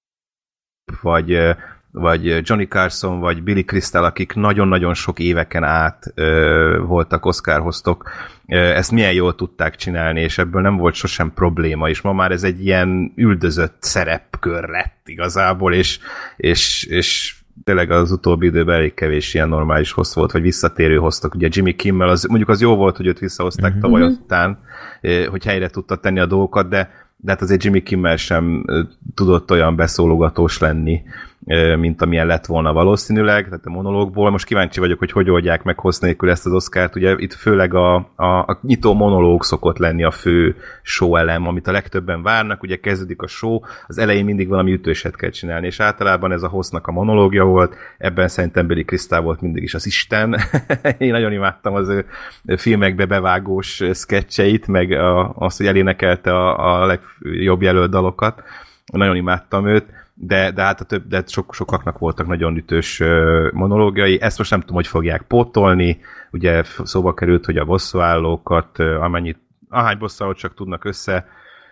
vagy vagy Johnny Carson, vagy Billy Crystal, akik nagyon-nagyon sok éveken át ö, voltak Oscar-hoztok, ö, ezt milyen jól tudták csinálni, és ebből nem volt sosem probléma, és ma már ez egy ilyen üldözött szerepkör lett igazából, és, és, és tényleg az utóbbi időben elég kevés ilyen normális host volt, vagy visszatérő hoztak. Ugye Jimmy Kimmel, az, mondjuk az jó volt, hogy őt visszahozták mm-hmm. tavaly után, hogy helyre tudta tenni a dolgokat, de de hát azért Jimmy Kimmel sem tudott olyan beszólogatós lenni, mint amilyen lett volna valószínűleg, tehát a monológból. Most kíváncsi vagyok, hogy hogy oldják meg hossz nélkül ezt az Oscart. Ugye itt főleg a, a, a nyitó monológ szokott lenni a fő show elem, amit a legtöbben várnak. Ugye kezdődik a show, az elején mindig valami ütőset kell csinálni, és általában ez a hossznak a monológia volt. Ebben szerintem Billy Crystal volt mindig is az Isten. Én nagyon imádtam az ő filmekbe bevágós sketcheit, meg a, azt, hogy elénekelte a, a legjobb jelölt dalokat. Nagyon imádtam őt. de, de hát a több, de sok, sokaknak voltak nagyon ütős monológiai. Ezt most nem tudom, hogy fogják pótolni. Ugye szóba került, hogy a bosszúállókat, amennyit, ahány bosszúállót csak tudnak össze,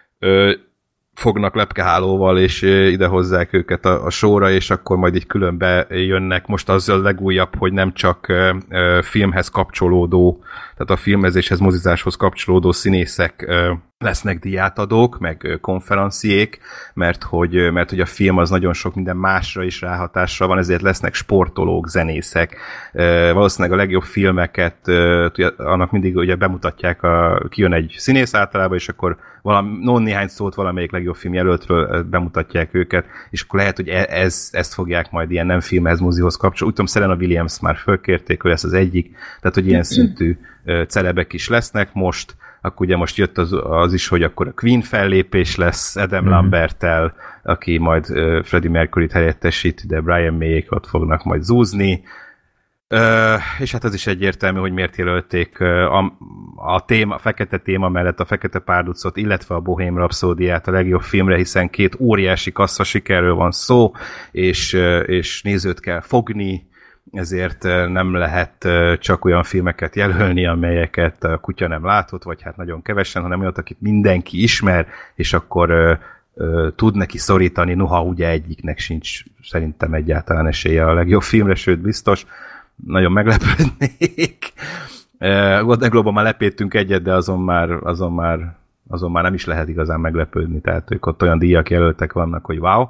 fognak lepkehálóval, és ide hozzák őket a, a showra, és akkor majd így külön bejönnek. Most az a legújabb, hogy nem csak ö, ö, filmhez kapcsolódó, tehát a filmezéshez, mozizáshoz kapcsolódó színészek ö, lesznek díjátadók, meg ö, konferenciék, mert hogy, mert hogy a film az nagyon sok minden másra is ráhatással van, ezért lesznek sportolók, zenészek. Ö, valószínűleg a legjobb filmeket, ö, annak mindig ugye bemutatják, a, kijön egy színész általában, és akkor valami, no, néhány szót valamelyik legjobb film jelöltről bemutatják őket, és akkor lehet, hogy ez, ezt fogják majd ilyen nem filmhez, mozihoz kapcsolni. Úgy tudom, Serena Williams már fölkérték, hogy lesz az egyik, tehát hogy ilyen szintű celebek is lesznek most, akkor ugye most jött az, az is, hogy akkor a Queen fellépés lesz Adam mm. Lamberttel, aki majd Freddie Mercuryt helyettesít, de Brian May-ék ott fognak majd zúzni. Uh, és hát az is egyértelmű, hogy miért jelölték uh, a, a, téma, a fekete téma mellett a Fekete Párducot, illetve a Bohém Rapszódiát a legjobb filmre, hiszen két óriási kassza sikerről van szó, és, uh, és nézőt kell fogni, ezért uh, nem lehet uh, csak olyan filmeket jelölni, amelyeket a kutya nem látott, vagy hát nagyon kevesen, hanem olyat, akit mindenki ismer, és akkor uh, uh, tud neki szorítani, noha ugye egyiknek sincs szerintem egyáltalán esélye a legjobb filmre, sőt biztos. Nagyon meglepődnék. Golden Globe-ban már lepéttünk egyet, de azon már, azon, már, azon már nem is lehet igazán meglepődni, tehát ők ott olyan díjak jelöltek vannak, hogy wow.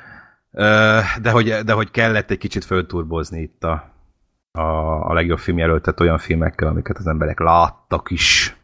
De hogy, de hogy kellett egy kicsit fölturbozni itt a, a, a legjobb film jelöltet olyan filmekkel, amiket az emberek láttak is.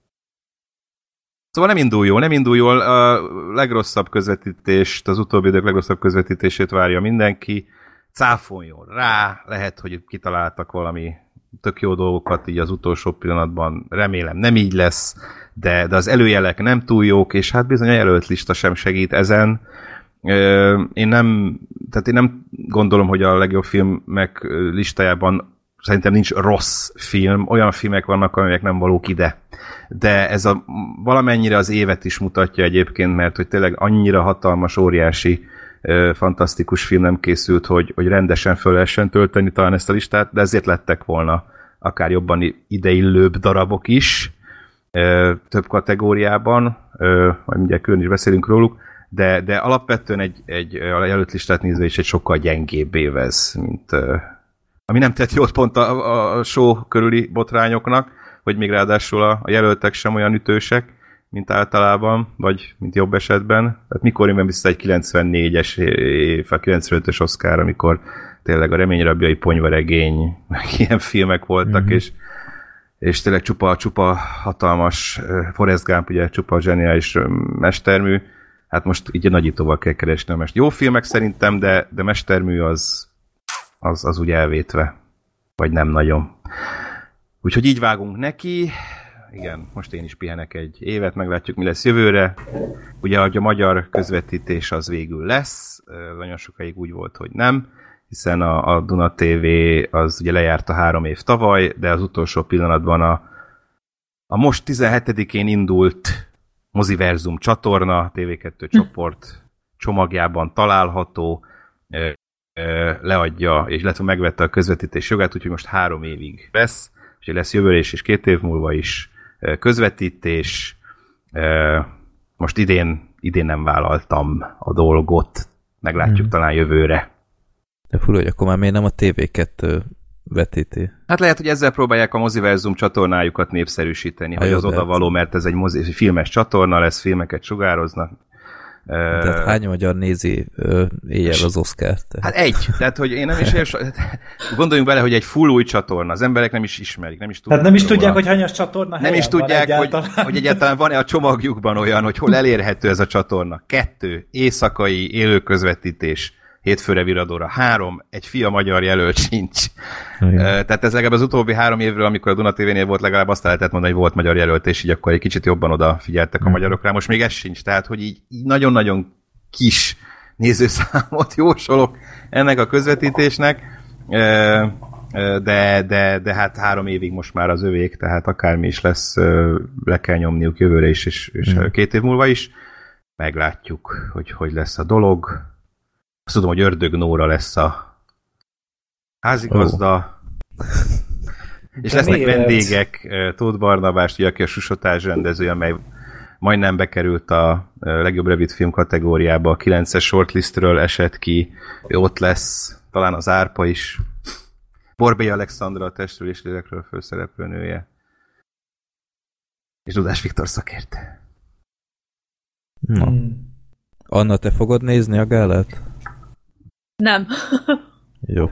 Szóval nem indul jól, nem indul jól. A legrosszabb közvetítést, az utóbbi idők legrosszabb közvetítését várja mindenki. Cáfoljon rá, lehet, hogy kitaláltak valami tök jó dolgokat így az utolsó pillanatban, remélem nem így lesz, de, de az előjelek nem túl jók, és hát bizony a jelölt lista sem segít ezen. Én nem, tehát én nem gondolom, hogy a legjobb filmek listájában szerintem nincs rossz film, olyan filmek vannak, amelyek nem valók ide. De ez a, valamennyire az évet is mutatja egyébként, mert hogy tényleg annyira hatalmas, óriási fantasztikus film nem készült, hogy, hogy rendesen föl lehessen tölteni talán ezt a listát, de ezért lettek volna akár jobban ideillőbb darabok is, több kategóriában, majd mindjárt külön is beszélünk róluk, de, de alapvetően egy, egy a jelölt listát nézve is egy sokkal gyengébb évez, mint ami nem tett jót pont a, a show körüli botrányoknak, hogy még ráadásul a, a jelöltek sem olyan ütősek, mint általában, vagy mint jobb esetben. Tehát mikor jön vissza egy kilencvennégyes év, a kilencvenötös Oscar, amikor tényleg a Reményrabjai ponyvaregény, ilyen filmek voltak, mm-hmm. és, és tényleg csupa, csupa hatalmas, Forrest Gump ugye csupa zseniális mestermű, hát most így nagyítóval kell keresni a mest. Jó filmek szerintem, de, de mestermű az, az, az úgy elvétve, vagy nem nagyon. Úgyhogy így vágunk neki. Igen, most én is pihenek egy évet, meglátjuk, mi lesz jövőre. Ugye, hogy a magyar közvetítés az végül lesz, nagyon sokáig úgy volt, hogy nem, hiszen a, a Duna té vé az ugye lejárt a három év tavaly, de az utolsó pillanatban a, a most tizenhetedikén indult Moziverzum csatorna, té vé kettő csoport csomagjában található, leadja, és illetve megvette a közvetítés jogát, úgyhogy most három évig lesz, úgyhogy lesz jövőre is, és két év múlva is közvetítés. Most idén, idén nem vállaltam a dolgot, meglátjuk hmm. talán jövőre. De fura, hogy akkor már miért nem a té vé kettő vetíti? Hát lehet, hogy ezzel próbálják a Moziverzum csatornájukat népszerűsíteni, ha hogy az odavaló, mert ez egy mozi, filmes csatorna lesz, filmeket sugároznak. Tehát hány magyar nézi ö, éjjel az Oscart? Hát egy. Tehát, hogy én nem is érs... Gondoljunk bele, hogy egy full új csatorna. Az emberek nem is ismerik, nem is tudják. Tehát nem is tudják, hogy hanyas csatorna Nem is tudják, hogy, hogy egyáltalán van-e a csomagjukban olyan, hogy hol elérhető ez a csatorna. Kettő. Éjszakai élőközvetítés. Hétfőre Viradóra. Három. Egy fia magyar jelölt sincs. Igen. Tehát ez legalább az utóbbi három évről, amikor a Duna té vénél volt, legalább azt lehetett mondani, hogy volt magyar jelölt, és így akkor egy kicsit jobban odafigyeltek a hmm. magyarokra. Most még ez sincs. Tehát, hogy így, így nagyon-nagyon kis nézőszámot jósolok ennek a közvetítésnek, de, de, de hát három évig most már az övék, tehát akármi is lesz, le kell nyomniuk jövőre is, és, és hmm. két év múlva is. Meglátjuk, hogy hogy lesz a dolog. Azt tudom, hogy Ördög Nóra lesz a házigazda, oh. és de lesznek miért? Vendégek, Tóth Barnabás, aki a Susotás rendező, amely majdnem bekerült a legjobb rövidfilm kategóriába, a kilences shortlistről esett ki, ő ott lesz, talán az Árpa is. Borbély Alexandra, a Testről és Lélekről főszereplő nője. És Dudás Viktor szakértő. Na. Hmm. Anna, te fogod nézni a gálát? Nem. Jó.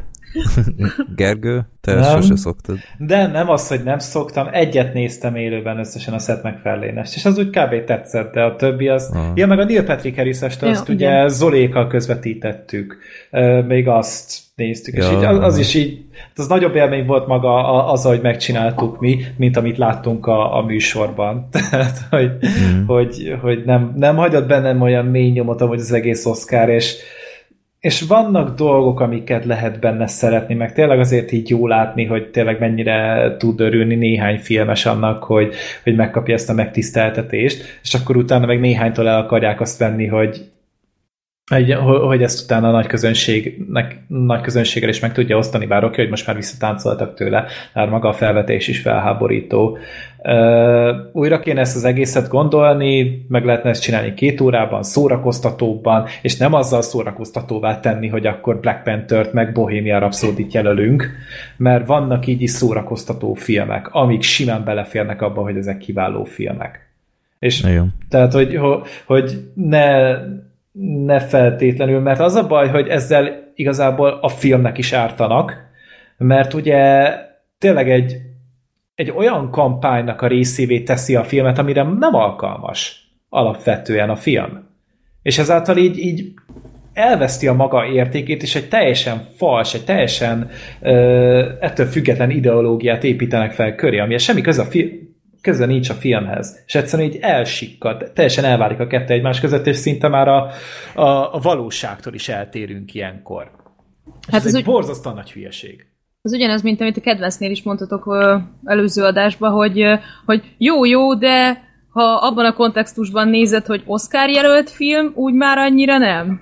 Gergő, te nem. Ezt sose szoktad. De nem az, hogy nem szoktam, egyet néztem élőben összesen a Seth MacFarlane-est, és az úgy kb. Tetszett, de a többi az... Ah. Ja, meg a Neil Patrick Harris-est, azt ja, ugye igen. Zolékkal közvetítettük, még azt néztük, ja. És így, az, az is így, az nagyobb élmény volt maga az, ahogy megcsináltuk mi, mint amit láttunk a, a műsorban. Tehát, hogy, mm. hogy, hogy nem, nem hagyott bennem olyan mély nyomot, hogy az egész Oscar, és És vannak dolgok, amiket lehet benne szeretni, meg tényleg azért így jó látni, hogy tényleg mennyire tud örülni néhány filmes annak, hogy, hogy megkapja ezt a megtiszteltetést, és akkor utána meg néhánytól el akarják azt venni, hogy, hogy, hogy ezt utána a nagy közönségnek, nagy közönséggel is meg tudja osztani, bár oké, hogy most már visszatáncoltak tőle, már maga a felvetés is felháborító. Uh, újra kéne ezt az egészet gondolni, meg lehetne ezt csinálni két órában, szórakoztatóbban, és nem azzal szórakoztatóvá tenni, hogy akkor Black Panthert meg Bohemian Rhapsody-t jelölünk, mert vannak így is szórakoztató filmek, amik simán beleférnek abba, hogy ezek kiváló filmek. És igen. Tehát, hogy, hogy ne, ne feltétlenül, mert az a baj, hogy ezzel igazából a filmnek is ártanak, mert ugye tényleg egy egy olyan kampánynak a részévé teszi a filmet, amire nem alkalmas alapvetően a film. És ezáltal így, így elveszti a maga értékét, és egy teljesen fals, egy teljesen ö, ettől független ideológiát építenek fel köré, ami semmi köze, a fi- köze nincs a filmhez. És egyszerűen így elsikkad, teljesen elválik a kettő egymás között, és szinte már a, a, a valóságtól is eltérünk ilyenkor. Hát ez, ez egy úgy... borzasztóan nagy hülyeség. Az ugyanaz, mint amit a kedvencnél is mondtatok ö, előző adásban, hogy, ö, hogy jó-jó, de ha abban a kontextusban nézed, hogy Oscar jelölt film, úgy már annyira nem.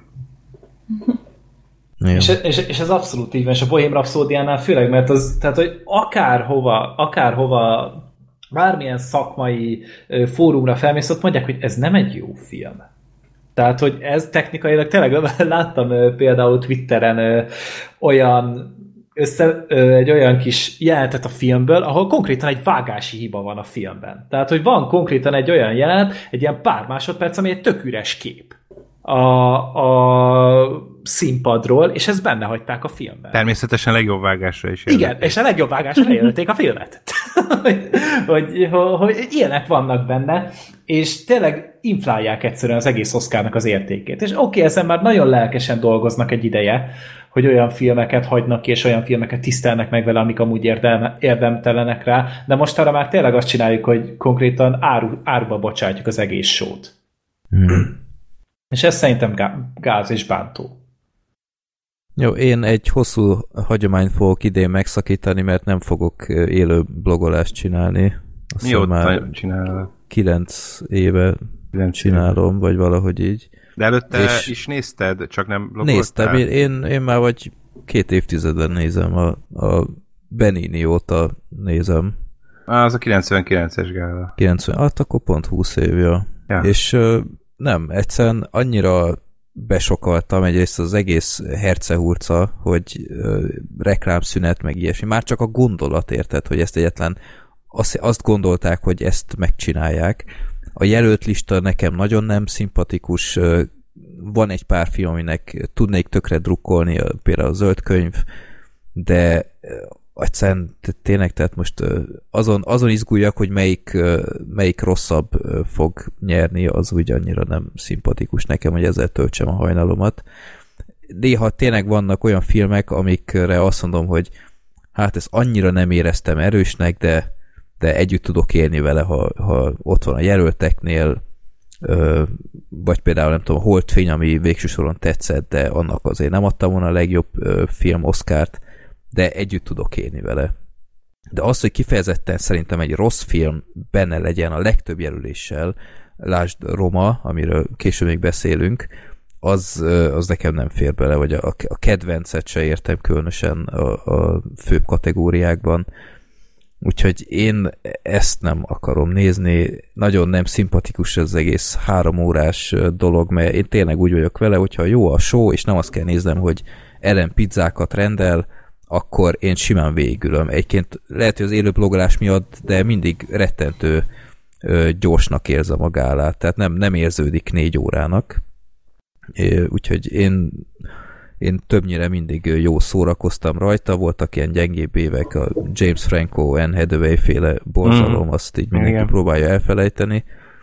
és, és, és ez abszolút így van, és a Bohemian Rhapsody-nál főleg, mert az, tehát, hogy akárhova, akárhova bármilyen szakmai ö, fórumra felmész, ott mondják, hogy ez nem egy jó film. Tehát, hogy ez technikailag tényleg láttam ö, például Twitteren ö, olyan össze egy olyan kis jelenetet a filmből, ahol konkrétan egy vágási hiba van a filmben. Tehát, hogy van konkrétan egy olyan jelenet, egy ilyen pár másodperc, ami egy tök üres kép a, a színpadról, és ezt benne hagyták a filmben. Természetesen a legjobb vágásra is jelölték. Igen, és a legjobb vágásra lejelölték a filmet. hogy, hogy, hogy, hogy ilyenek vannak benne, és tényleg inflálják egyszerűen az egész Oscarnak az értékét. És oké, okay, ezen már nagyon lelkesen dolgoznak egy ideje, hogy olyan filmeket hagynak ki, és olyan filmeket tisztelnek meg vele, amik amúgy érdem, érdemtelenek rá, de most arra már tényleg azt csináljuk, hogy konkrétan áru, áruba bocsátjuk az egész sót. Hmm. És ez szerintem gáz és bántó. Jó, én egy hosszú hagyományt fogok idén megszakítani, mert nem fogok élő blogolást csinálni. Mióta csinálod? Kilenc éve kilenc csinálom, éve. Vagy valahogy így. De előtte és is nézted, csak nem blogoltál? Néztem, én, én, én már vagy két évtizeden nézem, a, a Benini óta nézem. Ah, az a kilencvenkilences gála. kilencven, hát akkor pont húsz évja. Ja. És nem, egyszerűen annyira besokaltam egyrészt az egész hercehurca, hogy ö, reklámszünet, meg ilyesmi. Már csak a gondolat, érted, hogy ezt egyetlen azt, azt gondolták, hogy ezt megcsinálják. A jelölt lista nekem nagyon nem szimpatikus. Van egy pár film, aminek tudnék tökre drukkolni, például a Zöld könyv, de egyszerűen tényleg, tehát most azon, azon izguljak, hogy melyik, melyik rosszabb fog nyerni, az úgy annyira nem szimpatikus nekem, hogy ezzel töltsem a hajnalomat. Néha tényleg vannak olyan filmek, amikre azt mondom, hogy hát ezt annyira nem éreztem erősnek, de, de együtt tudok élni vele, ha, ha ott van a jelölteknél, vagy például nem tudom, a Holdfény, ami végső soron tetszett, de annak azért nem adtam volna a legjobb film Oscart, de együtt tudok élni vele. De az, hogy kifejezetten szerintem egy rossz film benne legyen a legtöbb jelöléssel, lásd Roma, amiről később még beszélünk, az, az nekem nem fér bele, vagy a, a kedvencet se értem különösen a, a főbb kategóriákban. Úgyhogy én ezt nem akarom nézni. Nagyon nem szimpatikus ez az egész három órás dolog, mert én tényleg úgy vagyok vele, hogyha jó a show, és nem azt kell néznem, hogy Ellen pizzákat rendel, akkor én simán végülöm. Egyébként lehet, hogy az élő blogolás miatt, de mindig rettentő ö, gyorsnak érzem a gálát, tehát nem, nem érződik négy órának. É, úgyhogy én, én többnyire mindig jó szórakoztam rajta, voltak ilyen gyengébb évek, a James Franco, Anne Hathaway féle borzalom, mm. azt így mindenki Igen. próbálja elfelejteni,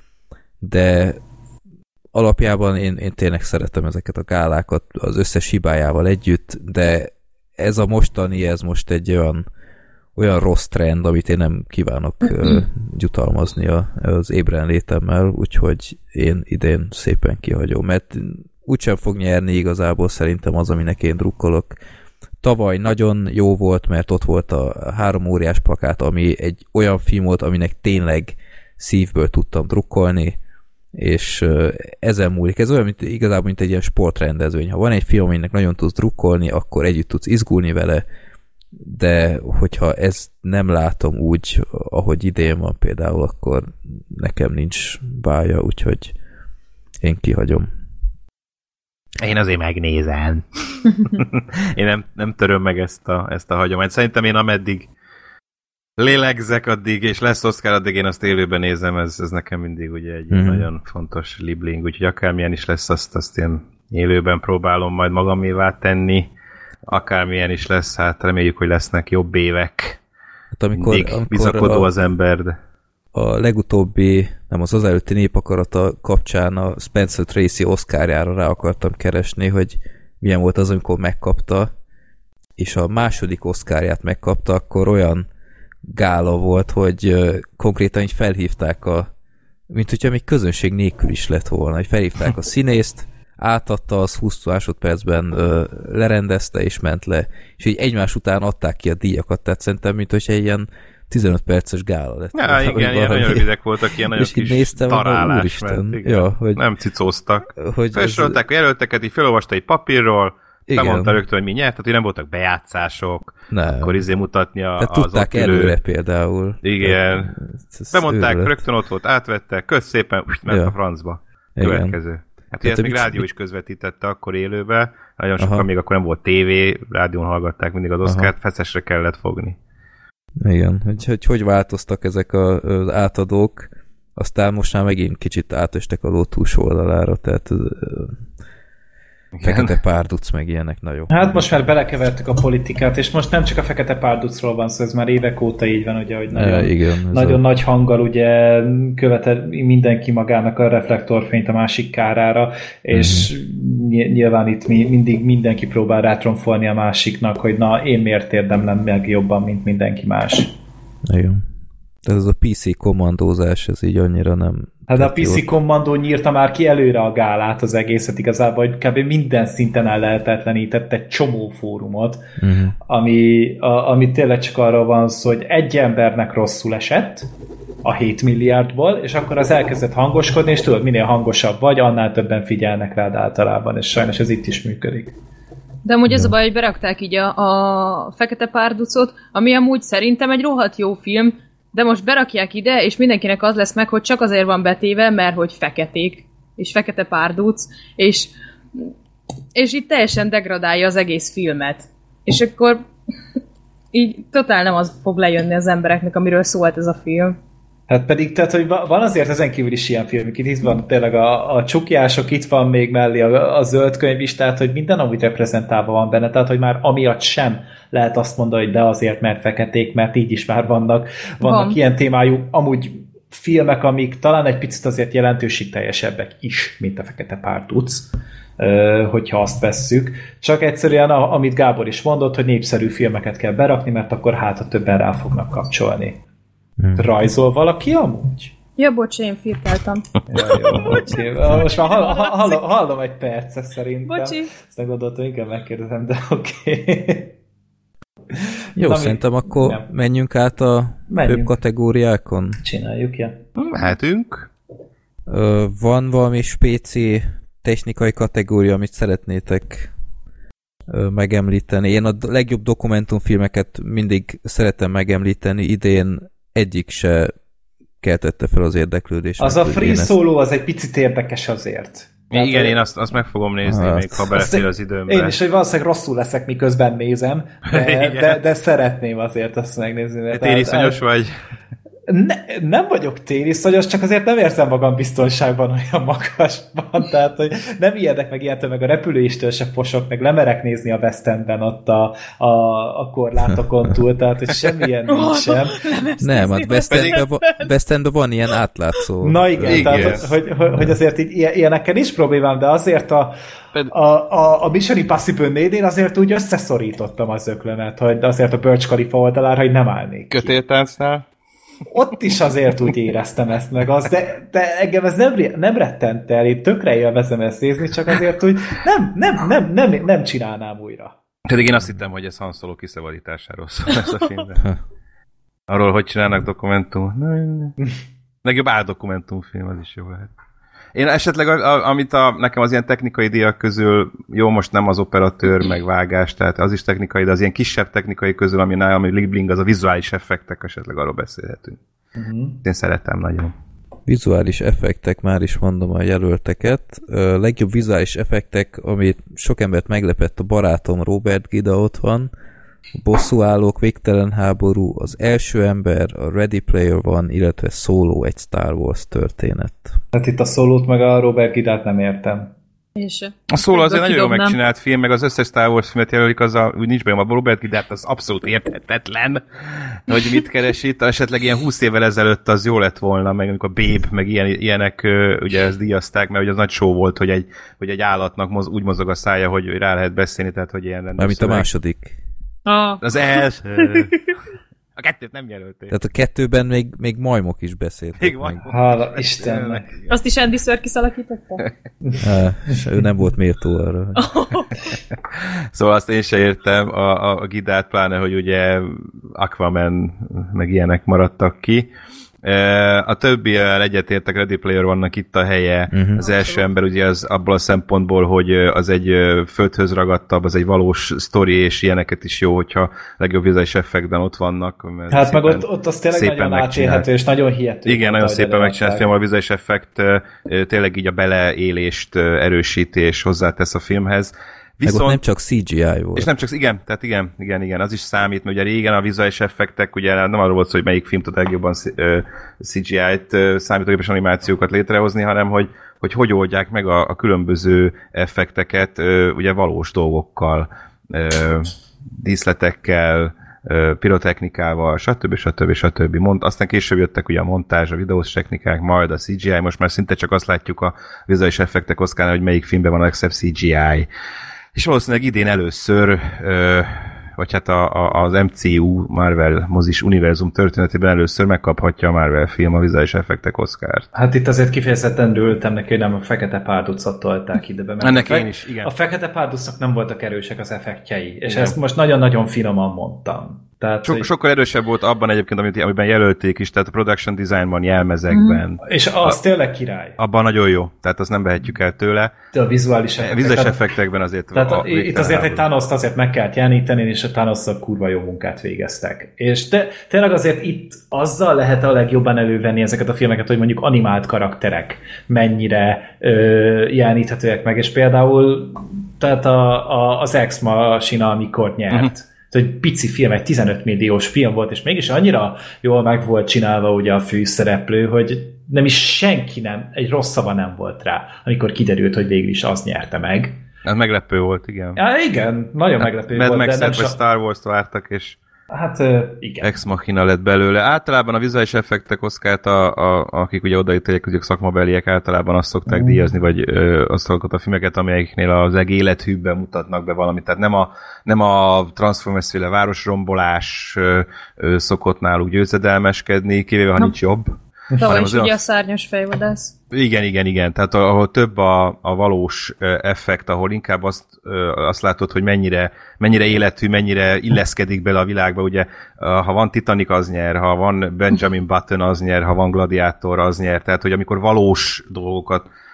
de alapjában én, én tényleg szeretem ezeket a gálákat az összes hibájával együtt, de ez a mostani, ez most egy olyan, olyan rossz trend, amit én nem kívánok uh, jutalmazni a, az ébren létemmel, úgyhogy én idén szépen kihagyom, mert úgysem fog nyerni igazából szerintem az, aminek én drukkolok. Tavaly nagyon jó volt, mert ott volt a három óriás plakát, ami egy olyan film volt, aminek tényleg szívből tudtam drukkolni, és ezen múlik. Ez olyan, mint, igazából, mint egy ilyen sportrendezvény. Ha van egy film, aminek nagyon tudsz drukkolni, akkor együtt tudsz izgulni vele, de hogyha ezt nem látom úgy, ahogy idén van például, akkor nekem nincs bája, úgyhogy én kihagyom. Én azért megnézem. Én nem, nem töröm meg ezt a, ezt a hagyományt. Szerintem én ameddig lélegzek addig, és lesz Oscar, addig én azt élőben nézem, ez, ez nekem mindig ugye egy mm. nagyon fontos libling, úgyhogy akármilyen is lesz, azt, azt én élőben próbálom majd magamévá tenni. Akármilyen is lesz, hát reméljük, hogy lesznek jobb évek. Hát amikor, mindig bizakodó a... az ember, de... A legutóbbi, nem az az előtti Népakarata kapcsán a Spencer Tracy Oscarjára rá akartam keresni, hogy milyen volt az, amikor megkapta, és a második Oscarját megkapta, akkor olyan gála volt, hogy uh, konkrétan így felhívták a, mint hogyha még közönség nélkül is lett volna, hogy felhívták a színészt, átadta, az húsz másodpercben uh, lerendezte és ment le, és így egymás után adták ki a díjakat, tehát szerintem, mint hogyha ilyen tizenöt perces gála lett. Ja, igen, ilyen valami. Nagyon rövidek voltak, ilyen nagyon kis néztem, tarálás ment, ja, hogy, nem cicóztak. Felsorolták a jelölteket, így felolvasta egy papírról, igen. Bemondta rögtön, hogy mi nyert, tehát nem voltak bejátszások, nem. Akkor izé mutatni a, az tudták előre például. Igen. Bemondták, rögtön ott volt, átvettek, kösz szépen, úgy ment ja. a francba. Következő. Hát ugye ezt még rádió is közvetítette akkor élőbe, nagyon sokan Aha. még akkor nem volt tévé, rádión hallgatták mindig az Oscart, feszesre kellett fogni. Igen, hogy, hogy hogy változtak ezek a, az átadók, aztán most már megint kicsit átestek a ló túlsó oldalára, tehát fekete párduc meg ilyenek nagyon. Hát most már belekevertük a politikát, és most nem csak a fekete párducról van szó, ez már évek óta így van, ugye, hogy nagyon, ja, igen, nagyon a... nagy hanggal ugye követel mindenki magának a reflektorfényt a másik kárára, és uh-huh. nyilván itt mi, mindig mindenki próbál rátromfolni a másiknak, hogy na, én miért érdemlem meg jobban, mint mindenki más. Igen. Tehát ez a pé cé kommandózás, ez így annyira nem... Hát a pé cé kommandó nyírta már ki előre a gálát az egészet igazából, hogy kb. Minden szinten el lehetetlenített egy csomó fórumot, uh-huh. ami, a, ami tényleg csak arra van szó, hogy egy embernek rosszul esett a hét milliárdból, és akkor az elkezdett hangoskodni, és tudod, minél hangosabb vagy, annál többen figyelnek rád általában, és sajnos ez itt is működik. De amúgy ez a baj, hogy berakták így a, a fekete párducot, ami amúgy szerintem egy rohadt jó film, de most berakják ide, és mindenkinek az lesz meg, hogy csak azért van betéve, mert hogy feketék, és fekete párduc, és, és így teljesen degradálja az egész filmet. És akkor így totál nem az fog lejönni az embereknek, amiről szólt ez a film. Hát pedig, tehát, hogy van azért ezen kívül is ilyen filmük, itt van tényleg a, a csukjások, itt van még mellé a, a zöld könyv is, tehát, hogy minden amúgy reprezentálva van benne, tehát, hogy már amiatt sem lehet azt mondani, hogy de azért, mert feketék, mert így is már vannak, vannak van. Ilyen témájú, amúgy filmek, amik talán egy picit azért jelentőségteljesebbek is, mint a fekete párduc, hogyha azt vesszük. Csak egyszerűen, amit Gábor is mondott, hogy népszerű filmeket kell berakni, mert akkor hát a többen rá fognak kapcsolni. Hmm. Rajzol valaki amúgy? Ja, bocs, én firkáltam. Ja, jó, bocs. Most már hall, hall, hallom egy percet szerintem. Bocsi. Ezt nem gondoltam, inkább megkérdezem, de oké. Okay. Jó, na, szerintem mi? Akkor nem. menjünk át a menjünk. Főbb kategóriákon. Csináljuk, ja. Mehetünk. Van valami spéci technikai kategória, amit szeretnétek ö, megemlíteni? Én a legjobb dokumentumfilmeket mindig szeretem megemlíteni, idén egyik se keltette fel az érdeklődést. Az a Free Solo az egy picit érdekes azért. Tehát, igen, én azt, azt meg fogom nézni, hát, még ha belefér az időmbe. Én is, hogy valószínűleg rosszul leszek, miközben nézem, de, de, de szeretném azért azt megnézni. Tériszonyos vagy? Ne, nem vagyok tériszonyos, csak azért nem érzem magam biztonságban olyan magasban, tehát hogy nem ijedek meg ilyentől, meg a repülőistől se fosok, meg lemerek nézni a West Endben ott a, a, a korlátokon túl, tehát hogy semmilyen nincsen. Nem, hát West Endben, van, West Endben van ilyen átlátszó. Na igen, igen. Tehát hogy, hogy, hogy azért így ilyenekkel is problémám, de azért a A, a, a Mission Impossible négynél azért úgy összeszorítottam az öklömet, hogy azért a Burj Khalifa oldalára, hogy nem állnék ki. Kötéltáncnál? Ott is azért úgy éreztem ezt meg, az, de, de engem ez nem, nem rettent el, én tökre élvezem ezt nézni, csak azért úgy nem, nem, nem, nem, nem csinálnám újra. Pedig én azt hittem, hogy ez Han Solo kiszabadításáról szól ez a filmben. Arról, hogy csinálnak dokumentumot. Legjobb áldokumentumfilm, az is jó lehet. Én esetleg, a, a, amit a, nekem az ilyen technikai díjak közül, jó, most nem az operatőr, meg vágás, tehát az is technikai, de az ilyen kisebb technikai közül, ami nálam, ami Liebling, az a vizuális effektek, esetleg arról beszélhetünk. Uh-huh. Én szeretem nagyon. Vizuális effektek, már is mondom a jelölteket. A legjobb vizuális effektek, amit sok embert meglepett, a barátom Robert Gida ott van, a Bosszúállók, Végtelen háború, Az első ember, a Ready Player One, illetve Solo, egy Star Wars történet. Hát itt a Solót meg a Robert Gidát nem értem. És a Solo azért nagyon jól megcsinált film, meg az összes Star Wars filmet jelölik, az a, úgy nincs bejön, a Robert Gidát az abszolút érthetetlen, hogy mit keres itt. Esetleg ilyen húsz évvel ezelőtt az jó lett volna, meg amikor a Babe, meg ilyen, ilyenek ugye ezt díjazták, mert ugye az nagy show volt, hogy egy, hogy egy állatnak moz, úgy mozog a szája, hogy rá lehet beszélni, tehát hogy ilyen rendes. Mármint a második. Ah. Az első. A kettőt nem jelölték. Tehát a kettőben még, még majmok is beszéltek. Még majmok. Hála Istennek. Azt is Andy Serkis alakította? Ő nem volt méltó arra. Szóval azt én se értem a, a, a Gidát, pláne, hogy ugye Aquaman meg ilyenek maradtak ki. A többivel egyetértek, Ready Player vannak itt a helye. Uh-huh. Az első ember ugye az abból a szempontból, hogy az egy földhöz ragadtabb, az egy valós sztori, és ilyeneket is jó, hogyha legjobb vizuális effektben ott vannak. Hát meg ott, ott az tényleg nagyon átélhető, és nagyon hihető. Igen, nagyon szépen megcsinált film, a vizuális effekt tényleg így a beleélést erősíti, és hozzátesz a filmhez. Viszont, meg ott nem csak cé gé í volt. És nem csak, igen, tehát igen, igen, igen, az is számít, mert ugye régen a vizuális effektek, ugye nem arról volt szó, hogy melyik film tud legjobban cé gé í-t, számítógépes animációkat létrehozni, hanem hogy hogy, hogy oldják meg a, a különböző effekteket, ugye valós dolgokkal, díszletekkel, pirotechnikával, stb. stb. stb. Mond, aztán később jöttek ugye a montázs, a videós technikák, majd a cé gé í, most már szinte csak azt látjuk a vizuális effektek oszkán, hogy melyik filmben van a legszebb cé gé í. És valószínűleg idén először, vagy hát a, a, az em cé u, Marvel mozis univerzum történetében először megkaphatja a Marvel film a vizuális effektek Oscart. Hát itt azért kifejezetten dőltem neki, hogy nem a Fekete Párducot tolták ide be. Ennek én is, igen. A Fekete Párducnak nem voltak erősek az effektjei, és igen. Ezt most nagyon-nagyon finoman mondtam. Tehát, Sok, hogy... Sokkal erősebb volt abban egyébként, amit, amiben jelölték is, tehát a production designban, jelmezekben. Mm. És az a, tényleg király. Abban nagyon jó, tehát azt nem vehetjük el tőle. De a vizuális effektek. Vizuális effektekben azért. Tehát a, itt azért egy Thanost azért meg kellett jeleníteni, és a Thanosszal kurva jó munkát végeztek. És te, tényleg azért itt azzal lehet a legjobban elővenni ezeket a filmeket, hogy mondjuk animált karakterek mennyire ö, jeleníthetőek meg, és például tehát a, a, az Ex Machina, amikor nyert. Uh-huh. Egy pici film, egy tizenöt milliós film volt, és mégis annyira jól meg volt csinálva ugye a főszereplő, hogy nem is senki nem, egy rossz szava nem volt rá, amikor kiderült, hogy végül is az nyerte meg. Ez meglepő volt, igen. Ja, igen, nagyon hát meglepő Mad volt. Max-et vagy so... Star Wars-t vártak, és hát igen. Ex Machina lett belőle. Általában a vizuális effektek Oscart, a, a, akik ugye odaítélik, hogy szakmabeliek általában azt szokták mm. díjazni, vagy ö, azokat a filmeket, amelyeknél az egélethűbben mutatnak be valamit. Tehát nem a, nem a Transformers-féle városrombolás ö, ö, szokott náluk győzedelmeskedni, kivéve, ha no. nincs jobb. Tavaly is ugye a szárnyas fejvadász. Igen, igen, igen. Tehát ahol több a, a valós effekt, ahol inkább azt, azt látod, hogy mennyire, mennyire életű, mennyire illeszkedik bele a világba. Ugye, ha van Titanic, az nyer, ha van Benjamin Button, az nyer, ha van Gladiátor, az nyer. Tehát, hogy amikor valós dolgokat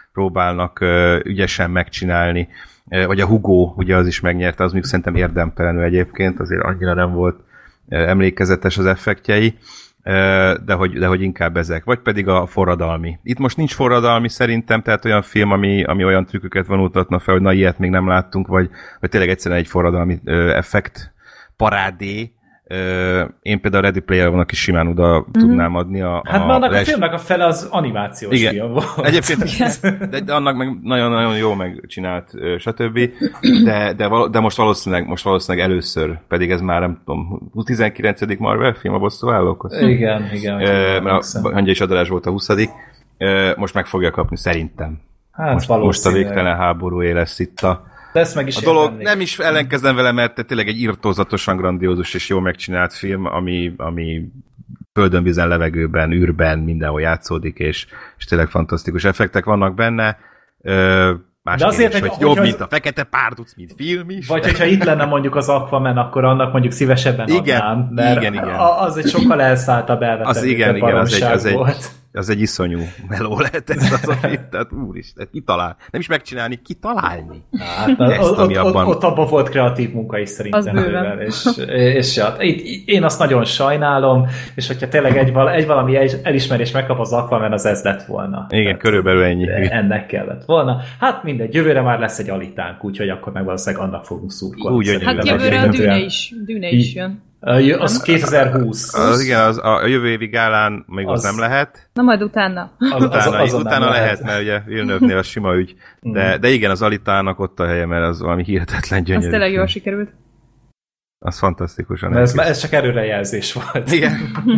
próbálnak ügyesen megcsinálni. Vagy a Hugo, ugye az is megnyerte, az még szerintem érdemtelenül egyébként, azért annyira nem volt emlékezetes az effektjei, de hogy, de hogy inkább ezek. Vagy pedig a forradalmi. Itt most nincs forradalmi szerintem, tehát olyan film, ami, ami olyan trükköket vonultatna fel, hogy na ilyet még nem láttunk, vagy, vagy tényleg egyszerűen egy forradalmi effekt parádé. Én például a Ready Player One-nak is simán oda mm-hmm. tudnám adni a... Hát már annak a, a filmnek a fele az animációs igen. film volt. Egyébként, de, de annak meg nagyon-nagyon jó megcsinált, stb. De, de, val- de most, valószínűleg, most valószínűleg először, pedig ez már nem tudom, tizenkilencedik Marvel film a bosszúállók? Igen, igen. E, mert a Hangya és Adarás volt a huszadik E, most meg fogja kapni, szerintem. Hát most, most a végtelen háborúé lesz itt a meg is a dolog. Nem is ellenkezem vele, mert tényleg egy irtózatosan grandiózus és jól megcsinált film, ami, ami földön, vízen, levegőben, űrben mindenhol játszódik, és, és tényleg fantasztikus effektek vannak benne. Ö, más de azért, kérdés, hogy, hogy jobb, az... mint a Fekete Párduc, mint film is. Vagy hogyha itt lenne mondjuk az Aquaman, akkor annak mondjuk szívesebben igen, adnám, mert igen, igen. az egy sokkal elszálltabb elvetett az igen, igen, az egy, az, volt. egy, az egy iszonyú meló lehet ez az a film, tehát úristen, kitalál. Nem is megcsinálni, kitalálni. Hát, ezt, ott, ami abban... ott, ott abban volt kreatív munka is szerintem. Bőven, és, és ja, itt, én azt nagyon sajnálom, és hogyha tényleg egy, val, egy valami elismerés megkap az Aquaman, az ez lett volna. Igen, tehát, körülbelül ennyi. Ennek kellett volna. Hát mindegy, jövőre már lesz egy alitánk, úgyhogy akkor meg valószínűleg annak fogunk szurkolni. Úgy, hogy hát jövőre a Dűne is, Dűne is jön. Az kétezer-húsz. Az, igen, az, a jövő évi gálán még az, az nem lehet. Na majd utána. Az, utána az, az utána lehet, lehet, mert ugye Villeneuve-nél a sima ügy. De, de igen, az Alitának ott a helye, mert az valami hihetetlen gyönyörű. Az tényleg jól sikerült. Az fantasztikusan. Ez, ez csak előrejelzés volt. Igen.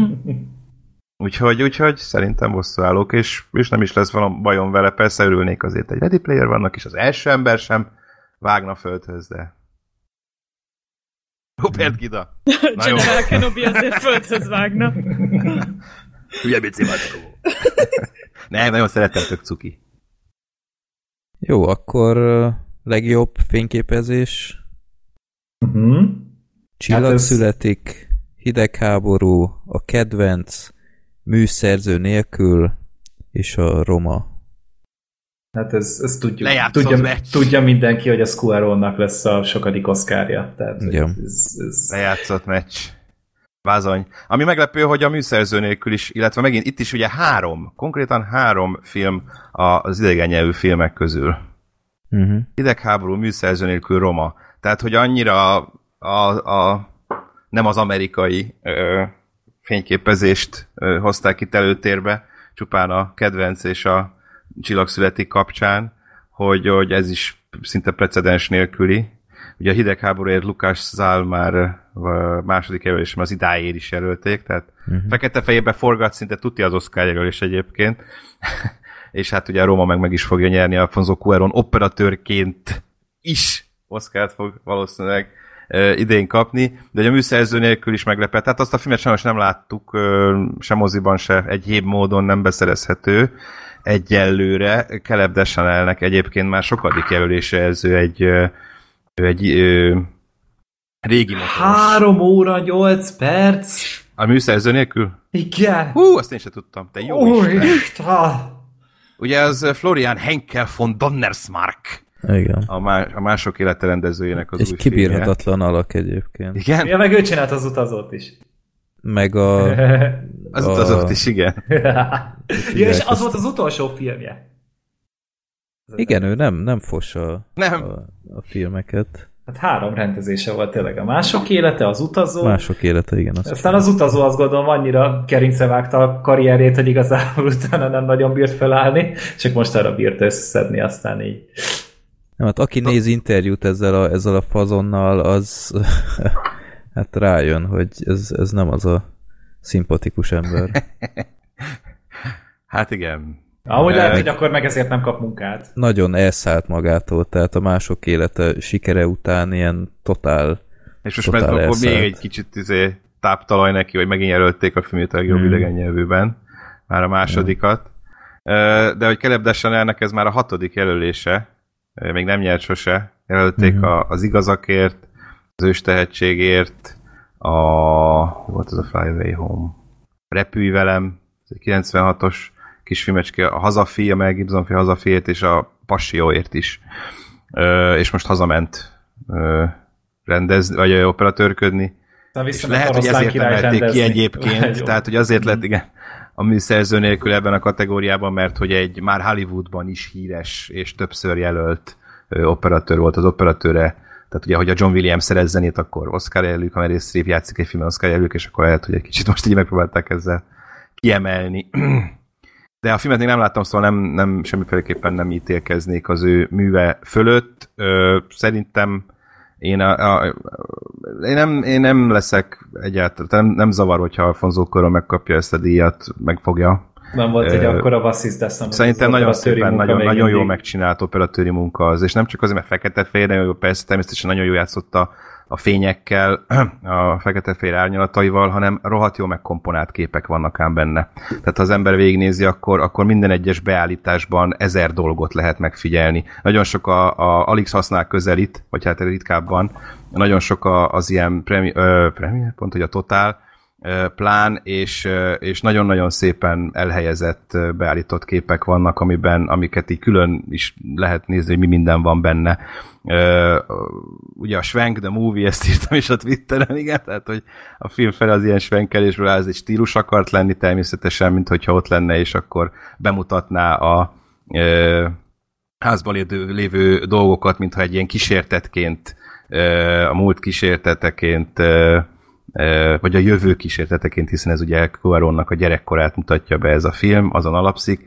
úgyhogy, úgyhogy szerintem bosszúállók, és, és nem is lesz valami bajom vele. Persze örülnék azért egy Ready Player vannak, és az első ember sem vágna földhöz, de Robert Gida. General Kenobi azért földhöz vágna. Ugye bici macskó. Nem, nagyon szeretem, tök cuki. Jó, akkor uh, legjobb fényképezés. Uh-huh. Csillag hát ez... születik, hidegháború, a kedvenc, műszerző nélkül, és a Roma. Hát ez, ez tudjuk, tudja, tudja mindenki, hogy a Scuaronnak lesz a sokadik oszkárja. Tehát ja. ez, ez... Lejátszott meccs. Vázony. Ami meglepő, hogy a műszerző nélkül is, illetve megint itt is ugye három, konkrétan három film az idegen nyelvű filmek közül. Uh-huh. Hidegháború, műszerző nélkül, Roma. Tehát, hogy annyira a, a, a, nem az amerikai ö, fényképezést ö, hozták itt előtérbe, csupán a kedvenc és a Csillag születik kapcsán, hogy, hogy ez is szinte precedens nélküli. Ugye a hidegháborúért Lukács Zál már a második jelölésem az idáért is jelölték, tehát uh-huh. fekete fejébe forgat, szinte tuti az Oscar jelölés egyébként. És hát ugye a Roma meg meg is fogja nyerni, Alfonso Cuarón operatőrként is Oscart fog valószínűleg uh, idén kapni, de a műszerző nélkül is meglepett. Tehát azt a filmet sajnos nem láttuk, uh, se moziban, se egyéb módon nem beszerezhető egyelőre. Caleb Deschanelnek egyébként már sokadik jelölése ez, ő egy, ő egy ő, régi motoros. Három óra, nyolc perc? A műszerző nélkül? Igen. Hú, azt én sem tudtam. Te jó Új, Isten. Ugye az Florian Henkel von Donnersmarck. Igen. A, má, a mások élete rendezőjének az egy új kibírhatatlan filmje. Alak egyébként. Igen? Ja, meg ő csinált az utazót is. Meg a... az a... utazót is, igen. Ja, és az volt az utolsó filmje. Igen, ő nem, nem fos a, nem. a, a filmeket. Hát három rendezése volt tényleg. A mások élete, az utazó. Mások élete, igen. Aztán film. Az utazó, azt gondolom, annyira gerincre vágta a karrierét, hogy igazából utána nem nagyon bírt felállni, csak most arra bírt összeszedni, aztán így. Nem, hát aki néz interjút ezzel a, ezzel a fazonnal, az hát rájön, hogy ez, ez nem az a szimpatikus ember. Hát igen. Ahogy lehet, hogy akkor meg ezért nem kap munkát. Nagyon elszállt magától, tehát a mások élete sikere után ilyen totál és most meg akkor még egy kicsit izé, táptalaj neki, hogy megint jelölték a filmét a legjobb hmm. idegen nyelvűben. Már a másodikat. Hmm. De hogy Caleb Deschanelnek ez már a hatodik jelölése. Még nem nyert sose. Jelölték hmm. a, az igazakért, az ős tehetségért, a... volt az a Fly Away Home? Repülj velem, ez egy kilencvenhatos kis filmecske, a Hazafi, a Mel Gibson film Hazafiért, és a Passióért is. Ö, és most hazament ö, rendezni, vagy operatőrködni. És lehet, hogy ezért emelték ki egyébként, tehát hogy azért lett, igen, a műszerző nélkül ebben a kategóriában, mert hogy egy már Hollywoodban is híres és többször jelölt ö, operatőr volt az operatőre. Tehát ugye, hogy a John Williams szerez zenét, akkor Oscar jelölők, ha Meryl Streep játszik egy filmben Oscar jelölők, és akkor lehet, hogy egy kicsit most így megpróbálták ezzel kiemelni. De a filmet még nem láttam, szóval nem, nem semmiféleképpen nem ítélkeznék az ő műve fölött. Ö, szerintem én, a, a, én, nem, én nem leszek egyáltalán, nem, nem zavar, hogyha Alfonso Cuarón megkapja ezt a díjat, megfogja. Nem volt egy akkora vassziszt teszem. Szerintem nagyon szépen, nagyon, nagyon jól megcsinált operatőri munka az, és nem csak azért, mert fekete-fehér, nagyon jó, persze természetesen nagyon jól játszott a, a fényekkel, a fekete-fehér árnyalataival, hanem rohadt jó megkomponált képek vannak ám benne. Tehát ha az ember végignézi, akkor, akkor minden egyes beállításban ezer dolgot lehet megfigyelni. Nagyon sok a, a Alix használ közelít, vagy hát ritkábban, nagyon sok a, az ilyen premi, ö, premier, pont, hogy a Total, plán, és, és nagyon-nagyon szépen elhelyezett, beállított képek vannak, amiben, amiket így külön is lehet nézni, hogy mi minden van benne. Ugye a Schwenk, the movie, ezt írtam is a Twitteren, igen, tehát, hogy a film fel az ilyen schwenkelésből ez egy stílus akart lenni természetesen, mint hogyha ott lenne, és akkor bemutatná a e, házban lévő, lévő dolgokat, mintha egy ilyen kísértetként, e, a múlt kísérteteként e, vagy a jövő kísérteteként, hiszen ez ugye Cuarónnak a gyerekkorát mutatja be ez a film, azon alapszik,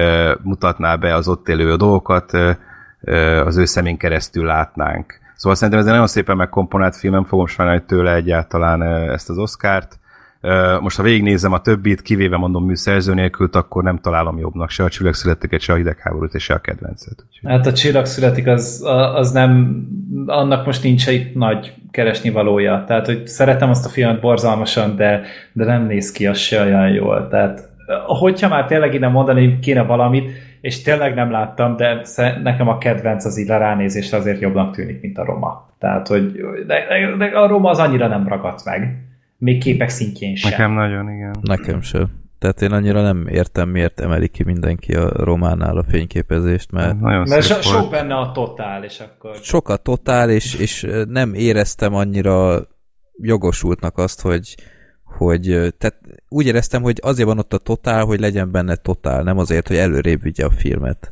mutatná be az ott élő dolgokat, az ő szemén keresztül látnánk. Szóval szerintem ez egy nagyon szépen megkomponált film, nem fogom sajnálni tőle egyáltalán ezt az Oscárt. Most ha végignézem a többit, kivéve mondom műszerző nélkül, akkor nem találom jobbnak se a Csillag születik, se a hidegháborút, és se a kedvencet. Úgyhogy... Hát a Csillag születik, az, az nem, annak most nincs egy nagy keresni valója. Tehát, hogy szeretem azt a filmet borzalmasan, de, de nem néz ki az se olyan jól. Tehát, hogyha már tényleg innen mondani kéne valamit, és tényleg nem láttam, de nekem a kedvenc az így ránézésre azért jobbnak tűnik, mint a Roma. Tehát, hogy de, de a Roma az annyira nem ragadt meg. Még képek szintjén sem. Nekem nagyon, igen. Nekem sem. Tehát én annyira nem értem, miért emeli ki mindenki a Románál a fényképezést, mert... Mert so, sok benne a totál, és akkor... Sok a totál, és, és nem éreztem annyira jogosultnak azt, hogy, hogy tehát úgy éreztem, hogy azért van ott a totál, hogy legyen benne totál, nem azért, hogy előrébb vigye a filmet.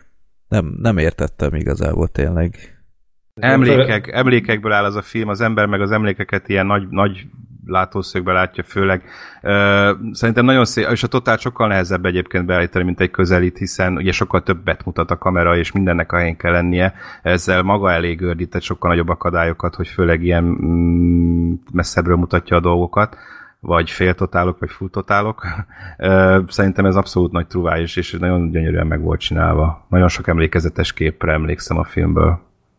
Nem, nem értettem igazából tényleg. Emlékek, emlékekből áll az a film, az ember meg az emlékeket ilyen nagy, nagy látószögbe látja főleg. Szerintem nagyon szép, és a totál sokkal nehezebb egyébként beállítani, mint egy közelít, hiszen ugye sokkal többet mutat a kamera, és mindennek a helyén kell lennie. Ezzel maga elég gördített sokkal nagyobb akadályokat, hogy főleg ilyen mm, messzebbről mutatja a dolgokat, vagy féltotálok, vagy fulltotálok. Szerintem ez abszolút nagy truvális, és nagyon gyönyörűen meg volt csinálva. Nagyon sok emlékezetes képre emlékszem a filmből.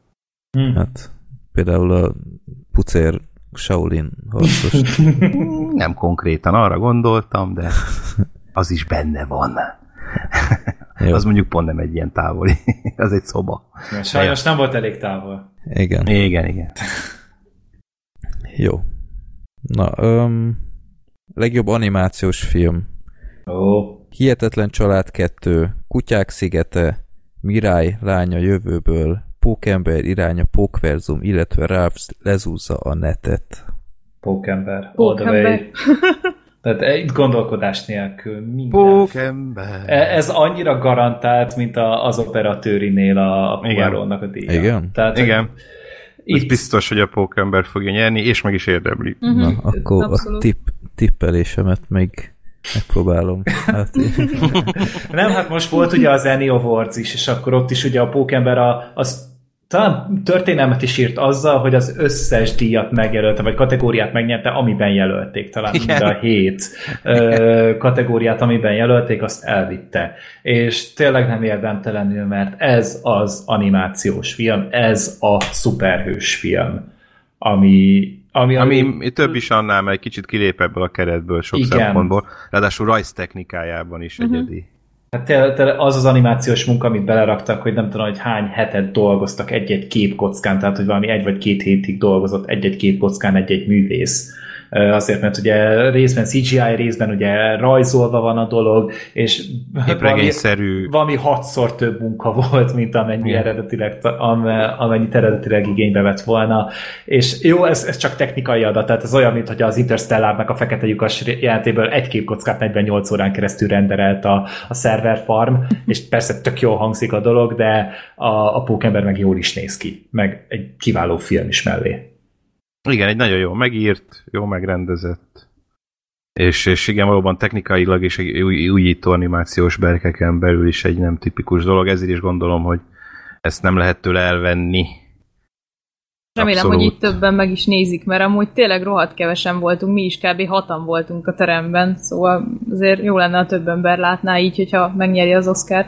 Hmm. Hát például a pucér Shaolin harcos. Nem konkrétan arra gondoltam, de az is benne van. Az mondjuk pont nem egy ilyen távoli. Az egy szoba. Ja, sajnos nem volt elég távol. Igen. Igen, igen. Jó. Na, öm, legjobb animációs film. Oh. Hihetetlen család kettő, Kutyák szigete, Mirály lánya jövőből, Pókember iránya Pókverzum, illetve Ralph lezúzza a netet. Pókember. Pókember. Tehát itt gondolkodás nélkül minden. Pókember. Ez annyira garantált, mint az operatőrinél a Cuarónnak a díja. Igen? Tehát, igen. Itt... Ez biztos, hogy a Pókember fogja nyerni, és meg is érdemli. Uh-huh. Na, akkor abszolút. A tipp, tippelésemet még megpróbálom. Hát... Nem, hát most volt ugye az Annie Awards is, és akkor ott is ugye a Pókember a, az talán történelmet is írt azzal, hogy az összes díjat megjelölte, vagy kategóriát megnyerte, amiben jelölték. Talán mind a hét ö, kategóriát, amiben jelölték, azt elvitte. És tényleg nem érdemtelenül, mert ez az animációs film, ez a szuperhős film, ami Ami, ami, ami több is annál, mert egy kicsit kilép ebből a keretből sok igen. szempontból. Ráadásul rajztechnikájában is uh-huh. egyedi. Hát az az animációs munka, amit beleraktak, hogy nem tudom, hogy hány hetet dolgoztak egy-egy képkockán, tehát hogy valami egy vagy két hétig dolgozott egy-egy képkockán egy-egy művész. azért, mert ugye részben cé gé í, részben ugye rajzolva van a dolog, és valami, valami hatszor több munka volt, mint amennyi yeah. eredetileg, amennyit eredetileg igénybe vett volna. És jó, ez, ez csak technikai adat, tehát ez olyan, mint hogy az Interstellárnak a fekete lyukas jelentéből egy képkockát negyvennyolc órán keresztül renderelt a, a server farm, és persze tök jól hangzik a dolog, de a, a Pókember meg jól is néz ki, meg egy kiváló film is mellé. Igen, egy nagyon jó megírt, jó megrendezett, és, és igen, valóban technikailag és egy új, újító animációs berkeken belül is egy nem tipikus dolog, ezért is gondolom, hogy ezt nem lehet tőle elvenni. Remélem, abszolút. Hogy itt többen meg is nézik, mert amúgy tényleg rohadt kevesen voltunk, mi is kb. hatan voltunk a teremben, szóval azért jó lenne, a több ember látná így, hogyha megnyeri az Oscart.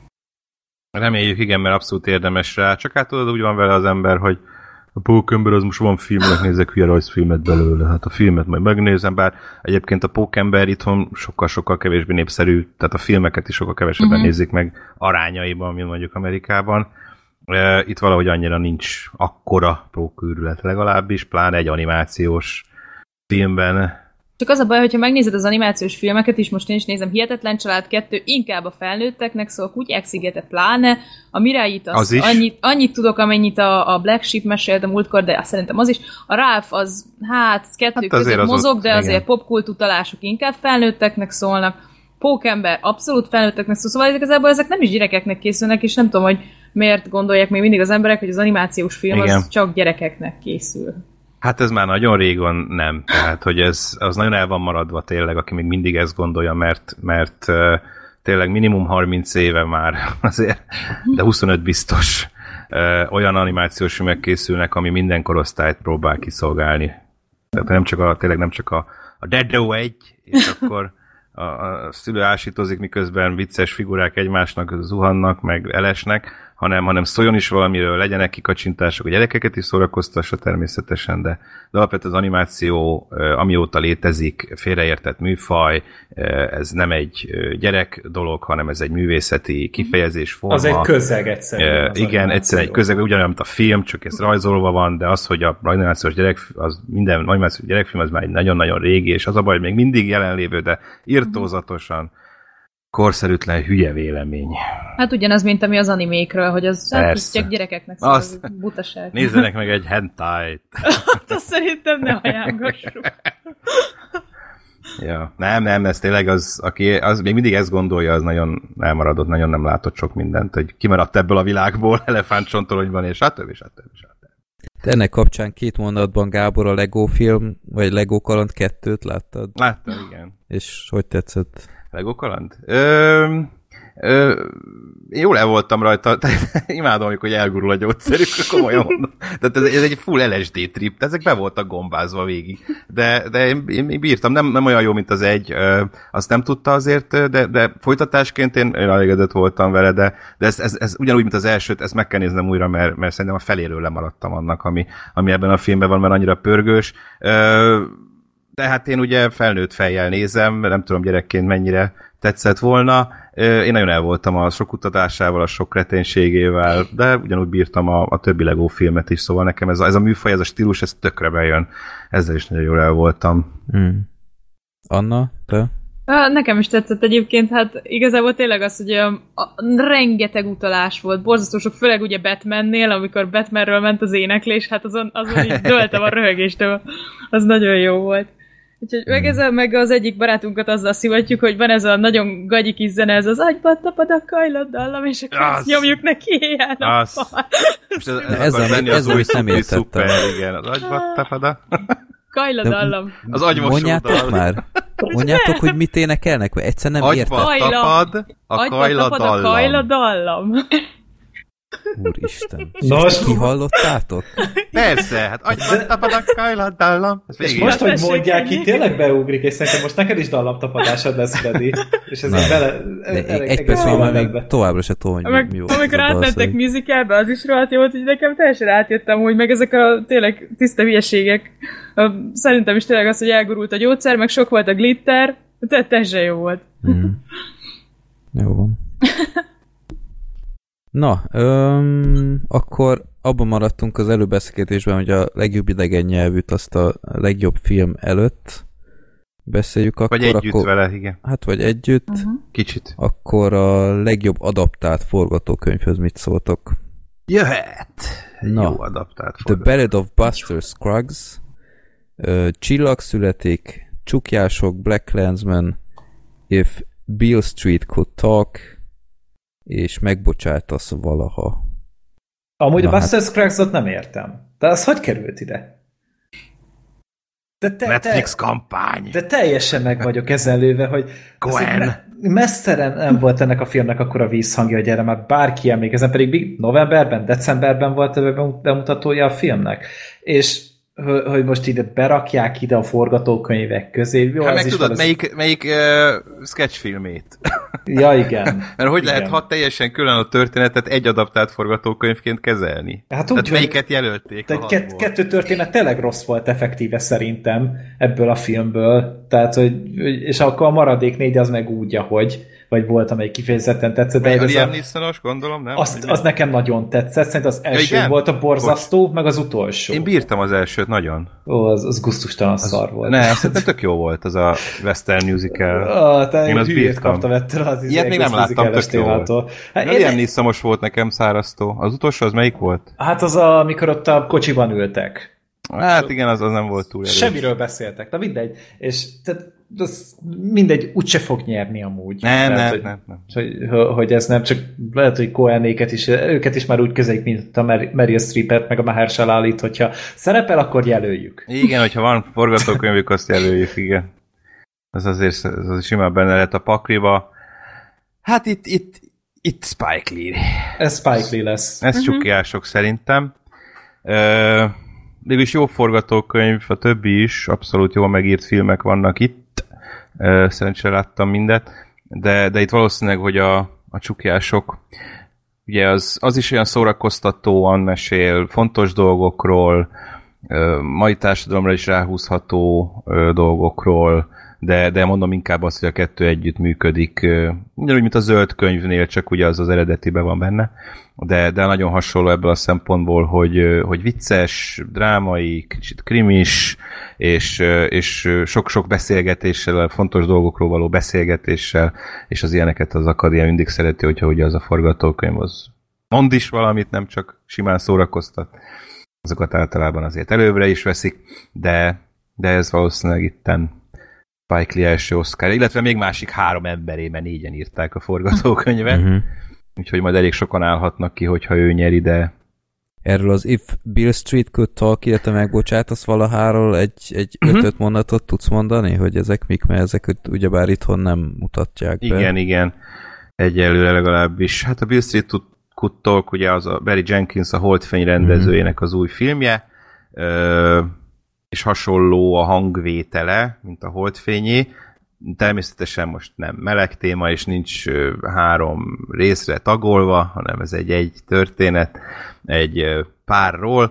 Reméljük, igen, mert abszolút érdemes rá, csak hát tudod, úgy van vele az ember, hogy a Pókember az most van filmnek, nézek hülye rajzfilmet belőle, hát a filmet majd megnézem, bár egyébként a Pókember itthon sokkal-sokkal kevésbé népszerű, tehát a filmeket is sokkal kevesebben uh-huh. nézik meg arányaiban, mint mondjuk Amerikában. Itt valahogy annyira nincs akkora prókőrület legalábbis, pláne egy animációs filmben. Csak az a baj, hogyha megnézed az animációs filmeket is, most én is nézem, Hihetetlen család kettő, inkább a felnőtteknek, szóval Kutyák szigete pláne, a Miráit az, az annyit, annyit tudok, amennyit a, a Black Sheep mesélt a múltkor, de szerintem az is. A Ralph az, hát kettő hát között mozog, ott, de igen. Azért popkult utalások inkább felnőtteknek szólnak. Pókember abszolút felnőtteknek szól, szóval igazából ezek nem is gyerekeknek készülnek, és nem tudom, hogy miért gondolják még mindig az emberek, hogy az animációs film igen. az csak gyerekeknek készül. Hát ez már nagyon régon nem, tehát hogy ez az nagyon el van maradva tényleg, aki még mindig ezt gondolja, mert, mert uh, tényleg minimum harminc éve már azért, de huszonöt biztos uh, olyan animációs filmek készülnek, ami minden korosztályt próbál kiszolgálni. Tehát nem csak a, tényleg nem csak a, a Dedo egy, és akkor a, a szülő ásítozik, miközben vicces figurák egymásnak zuhannak, meg elesnek, hanem, hanem szóljon is valamiről, legyenek kikacsintások, a gyerekeket is szórakoztassa természetesen, de, de alapvetően az animáció, amióta létezik, félreértett műfaj, ez nem egy gyerek dolog, hanem ez egy művészeti kifejezésforma. Az egy közeg egyszerűen. Igen, egyszerűen egy közeg, ugyanolyan, mint a film, csak ez rajzolva van, de az, hogy a animációs gyerek, az minden animációs gyerekfilm, az már egy nagyon-nagyon régi, és az a baj, hogy még mindig jelenlévő, de irtózatosan korszerűtlen hülye vélemény. Hát ugyanaz, mint ami az animékről, hogy az hát, csak gyerekeknek szól, az butaság. Nézzenek meg egy hentai-t. Azt szerintem ne ajánlgassuk. Ja, nem, nem, ez tényleg az, aki az még mindig ezt gondolja, az nagyon elmaradott, nagyon nem látott sok mindent, hogy kimaradt ebből a világból, elefántcsontoronyban, és stb. stb. stb. Te ennek kapcsán két mondatban, Gábor, a Lego film, vagy Lego Kaland kettőt láttad? Láttam, igen. És hogy tetszett? Lego Kaland? Ö, ö, jól el voltam rajta, tehát imádom, amikor elgurul a gyógyszerük, komolyan mondom. Tehát ez, ez egy full el es dé trip, ezek be voltak gombázva végig. De, de én, én bírtam, nem, nem olyan jó, mint az egy, ö, azt nem tudta azért, de, de folytatásként én, én elégedett voltam vele, de, de ez, ez, ez ugyanúgy, mint az elsőt, ezt meg kell néznem újra, mert, mert szerintem a feléről lemaradtam annak, ami, ami ebben a filmben van, mert annyira pörgős. Ö, Tehát én ugye felnőtt fejjel nézem, nem tudom gyerekként mennyire tetszett volna. Én nagyon el voltam a sok kutatásával, a sok kreténségével, de ugyanúgy bírtam a, a többi Lego filmet is, szóval nekem ez a, ez a műfaj, ez a stílus, ez tökre bejön. Ezzel is nagyon jól el voltam. Hmm. Anna, te? Nekem is tetszett egyébként, hát igazából tényleg az, hogy a, a, rengeteg utalás volt, borzasztó sok, főleg ugye Batmannél, amikor Batmanről ment az éneklés, hát azon, azon így döltem a röhögéstől, az nagyon jó volt. Úgyhogy meg, ez a, meg az egyik barátunkat azzal szivatjuk, hogy van ez a nagyon gagyi kis zene, ez az agyba tapad a kajlad dallam, és akkor azt nyomjuk neki éjjel-nappal. Ez, ez úgy nem értettem. Szuper, igen, az agyba tapad a... Kajladallam. Az agymosó Mondjátok már? Mondjátok, hogy mit énekelnek? Egyszer nem értem. Agyba tapad a kajladallam. A kajladallam. Úristen. Nos, kihallottátok? Persze, hát agyba tapad a kajladallam. És most, hogy mondják, itt tényleg beugrik, és szerintem most neked is dallamtapadásod lesz, Freddy. És ez így bele... Egy perc van, már még továbbra se tudom, hogy mi jó. Amikor átmentek musicalbe, az is rohadt jó volt, hogy nekem teljesen átjöttem, hogy meg ezek a tényleg tiszta hülyeségek. Szerintem is tényleg az, hogy elgurult a gyógyszer, meg sok volt a glitter, tehát teljesen jó volt. Mm. Jó van. Na, öm, akkor abban maradtunk az előbeszélgetésben, hogy a legjobb idegen nyelvűt azt a legjobb film előtt beszéljük. Akkor, vagy együtt akkor, vele, igen. Hát vagy együtt. Uh-huh. Kicsit. Akkor a legjobb adaptált forgatókönyvhöz mit szóltok? Jöhet! Na, jó adaptált The Ballad of Buster Scruggs, uh, Csillag születik, Csukjások, Black Klansman, If Beale Street Could Talk, és Megbocsátasz valaha. Amúgy Na a Buster hát. Scruggs-ot nem értem. De az hogy került ide? De te, Netflix te, kampány! de teljesen meg vagyok ezen lőve, hogy Cohen. me- messzeren nem volt ennek a filmnek akkora vízhangja, hogy erre már bárki emlékezzen, pedig novemberben, decemberben volt a bemutatója a filmnek. És hogy most ide berakják ide a forgatókönyvek közé. Jó, hát az meg is tudod, valószínű- melyik, melyik uh, sketchfilmét? Ja, igen. Mert hogy igen. lehet hat teljesen külön történetet egy adaptált forgatókönyvként kezelni? Hát úgy, Tehát hogy- melyiket jelölték? Tehát a kett, hatból? kettő történet tényleg rossz volt effektíve szerintem ebből a filmből. Tehát, hogy, és akkor a maradék négy az meg úgy, ahogy, vagy volt, amely kifejezetten tetszett. De Mely a ez Liam a, Neesonos, gondolom, nem? azt, Vagy az nekem nagyon tetszett. Szerintem az első igen? volt a borzasztó, meg az utolsó. Én bírtam az elsőt nagyon. Ó, az, az gusztustalan szar volt. Ne, szerintem tök jó volt az a western musical. Ah, te Én azt hülyét bírtam. kaptam ettől az Ilyet még nem láttam, tök jó volt. Hát, De én- Liam Neesonos volt nekem szárasztó. Az utolsó az melyik volt? hát az, a, amikor ott a kocsiban ültek. Hát igen, az, az nem volt túl erős. Semmiről beszéltek, na mindegy. És tehát, az mindegy, úgyse fog nyerni amúgy. Nem, Lehet, nem, hogy, nem, nem. Hogy, hogy ez nem, csak lehet, hogy Cohenéket is, őket is már úgy közelik, mint a Mer- Meryl Streepet, meg a Mahershala Alit, hogyha szerepel, akkor jelöljük. Igen, hogyha van forgatókönyvük, azt jelöljük, igen. Az azért az, az simán benne lehet a pakliba. Hát itt, itt, itt Spike Lee. Ez Spike Lee lesz. Ez uh-huh. csukjások szerintem. Ö, mégis jó forgatókönyv, a többi is, abszolút jól megírt filmek vannak itt. Ö, szerencsére láttam mindet. De, de itt valószínűleg, hogy a, a csukjások, ugye az, az is olyan szórakoztatóan mesél fontos dolgokról, ö, mai társadalomra is ráhúzható ö, dolgokról, de, de mondom inkább azt, hogy a kettő együtt működik. Ugyanúgy, mint a zöld könyvnél, csak ugye az az eredetiben van benne. De, de nagyon hasonló ebből a szempontból, hogy, hogy vicces, drámai, kicsit krimis, és, és sok-sok beszélgetéssel, fontos dolgokról való beszélgetéssel, és az ilyeneket az akadémia mindig szereti, hogyha ugye az a forgatókönyv az mond is valamit, nem csak simán szórakoztat. Azokat általában azért előbbre is veszik, de, de ez valószínűleg itten Spike Lee első Oscar, illetve még másik három emberében négyen írták a forgatókönyvet, uh-huh. úgyhogy majd elég sokan állhatnak ki, hogyha ő nyeri, de... Erről az If Beale Street Could Talk, illetve Megbocsátasz valaháról egy, egy uh-huh. ötöt mondatot tudsz mondani, hogy ezek mik, mert ezek ugyebár itthon nem mutatják be. Igen, igen. Egyelőre legalábbis. Hát a Beale Street Could Talk, ugye az a Barry Jenkins, a Holdfény rendezőjének az új filmje, Ö- és hasonló a hangvétele, mint a Holdfényé. Természetesen most nem meleg téma, és nincs három részre tagolva, hanem ez egy egy történet egy párról,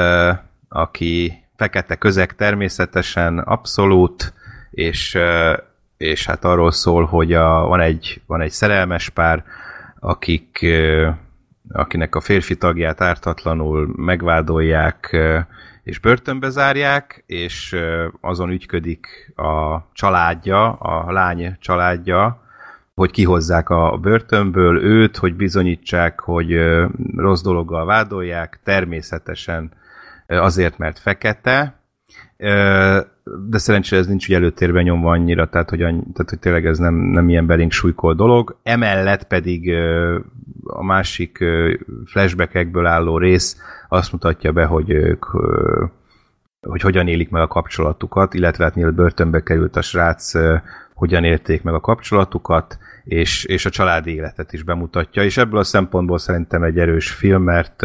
aki fekete közeg természetesen abszolút, és, és hát arról szól, hogy a, van, egy, van egy szerelmes pár, akik, akinek a férfi tagját ártatlanul megvádolják, és börtönbe zárják, és azon ügyködik a családja, a lány családja, hogy kihozzák a börtönből őt, hogy bizonyítsák, hogy rossz dologgal vádolják, természetesen azért, mert fekete, de szerencsére ez nincs ugye előtérben nyomva annyira, tehát hogy, annyi, tehát, hogy tényleg ez nem, nem ilyen belénk súlykol dolog. Emellett pedig a másik flashbackekből álló rész azt mutatja be, hogy ők hogy hogyan élik meg a kapcsolatukat, illetve hát mielőtt börtönbe került a srác, hogyan élték meg a kapcsolatukat, és, és a családi életet is bemutatja, és ebből a szempontból szerintem egy erős film, mert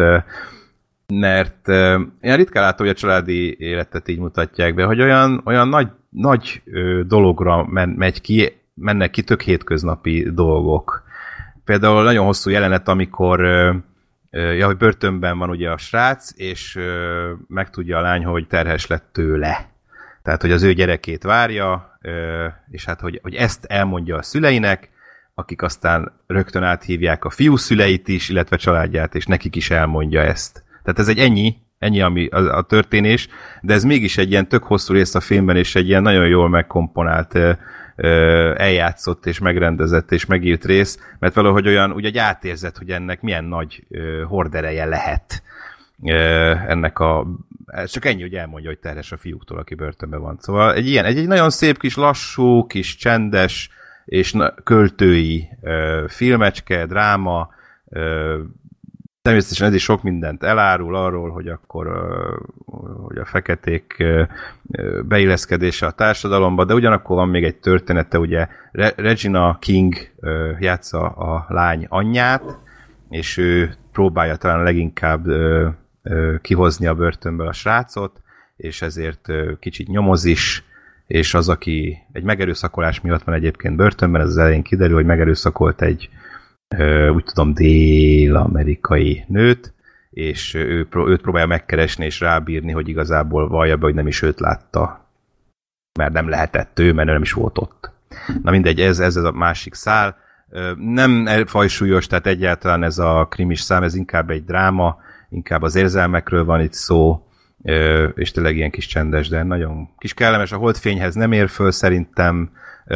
mert én ritkán látom, hogy a családi életet így mutatják be, hogy olyan, olyan nagy, nagy dologra men, megy ki, mennek ki tök hétköznapi dolgok. Például nagyon hosszú jelenet, amikor ja, hogy börtönben van ugye a srác, és megtudja a lány, hogy terhes lett tőle. Tehát, hogy az ő gyerekét várja, és hát, hogy, hogy ezt elmondja a szüleinek, akik aztán rögtön áthívják a fiú szüleit is, illetve családját, és nekik is elmondja ezt. Tehát ez egy ennyi, ennyi ami a, a történés, de ez mégis egy ilyen tök hosszú rész a filmben, és egy ilyen nagyon jól megkomponált, eljátszott, és megrendezett, és megírt rész, mert valahogy olyan, úgy átérzett, hogy ennek milyen nagy hordereje lehet. Ennek a... Csak ennyi, hogy elmondja, hogy terhes a fiúktól, aki börtönben van. Szóval egy ilyen, egy, egy nagyon szép kis lassú, kis csendes, és na, költői ö, filmecske, dráma, ö, természetesen ez is sok mindent elárul arról, hogy akkor ö, hogy a feketék ö, beilleszkedése a társadalomba, de ugyanakkor van még egy története, ugye Re- Regina King ö, játsza a lány anyját, és ő próbálja talán leginkább ö, ö, kihozni a börtönből a srácot, és ezért ö, kicsit nyomoz is, és az, aki egy megerőszakolás miatt van egyébként börtönben, ez az elején kiderül, hogy megerőszakolt egy, ö, úgy tudom, dél-amerikai nőt, és ő, őt próbálja megkeresni és rábírni, hogy igazából vallja be, hogy nem is őt látta, mert nem lehetett ő, mert nem is volt ott. Na mindegy, ez, ez a másik szál. Nem fajsúlyos, tehát egyáltalán ez a krimis szám, ez inkább egy dráma, inkább az érzelmekről van itt szó, és tényleg ilyen kis csendes, de nagyon kis kellemes. A holdfényhez nem ér föl szerintem,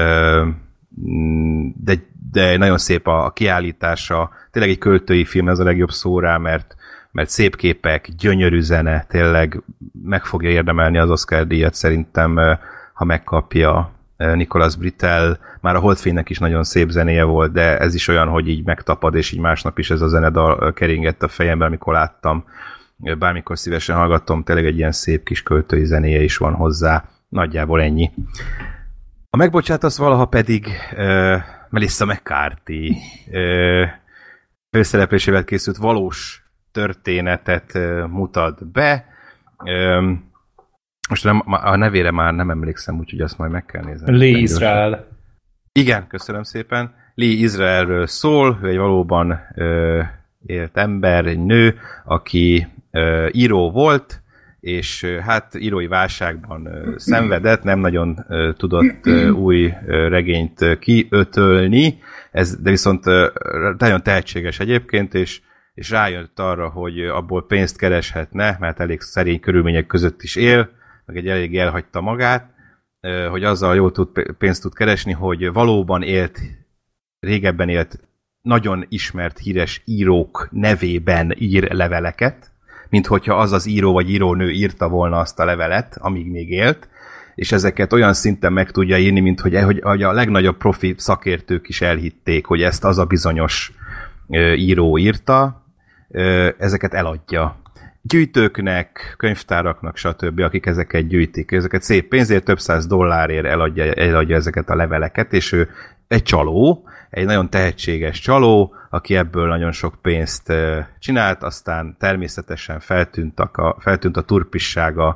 de, de nagyon szép a, a kiállítása. Tényleg egy költői film, ez a legjobb szó rá, mert, mert szép képek, gyönyörű zene, tényleg meg fogja érdemelni az Oscar-díjat szerintem, ha megkapja Nicolas Britell. Már a holdfénynek is nagyon szép zenéje volt, de ez is olyan, hogy így megtapad, és így másnap is ez a zenedal keringett a fejemben, amikor láttam. Bármikor szívesen hallgattam, tényleg egy ilyen szép kis költői zenéje is van hozzá. Nagyjából ennyi. A megbocsátasz valaha pedig uh, Melissa McCarthy uh, főszereplésével készült valós történetet uh, mutat be. Um, most nem, a nevére már nem emlékszem, úgyhogy azt majd meg kell nézni. Lee Israel. Igen, köszönöm szépen. Lee Israelről szól, ő egy valóban uh, élt ember, egy nő, aki uh, író volt, és uh, hát írói válságban uh, szenvedett, nem nagyon uh, tudott uh, új uh, regényt uh, kiötölni, ez, de viszont uh, nagyon tehetséges egyébként, és, és rájött arra, hogy abból pénzt kereshetne, mert elég szerény körülmények között is él, meg egy elég elhagyta magát, uh, hogy azzal jól tud, pénzt tud keresni, hogy valóban élt, régebben élt nagyon ismert híres írók nevében ír leveleket, mint hogyha az az író vagy írónő írta volna azt a levelet, amíg még élt, és ezeket olyan szinten meg tudja írni, mint hogy, hogy, hogy a legnagyobb profi szakértők is elhitték, hogy ezt az a bizonyos ö, író írta, ö, ezeket eladja. Gyűjtőknek, könyvtáraknak, stb., akik ezeket gyűjtik. Ezeket szép pénzért, több száz dollárért eladja, eladja ezeket a leveleket, és ő egy csaló, egy nagyon tehetséges csaló, aki ebből nagyon sok pénzt csinált, aztán természetesen feltűnt a, feltűnt a turpissága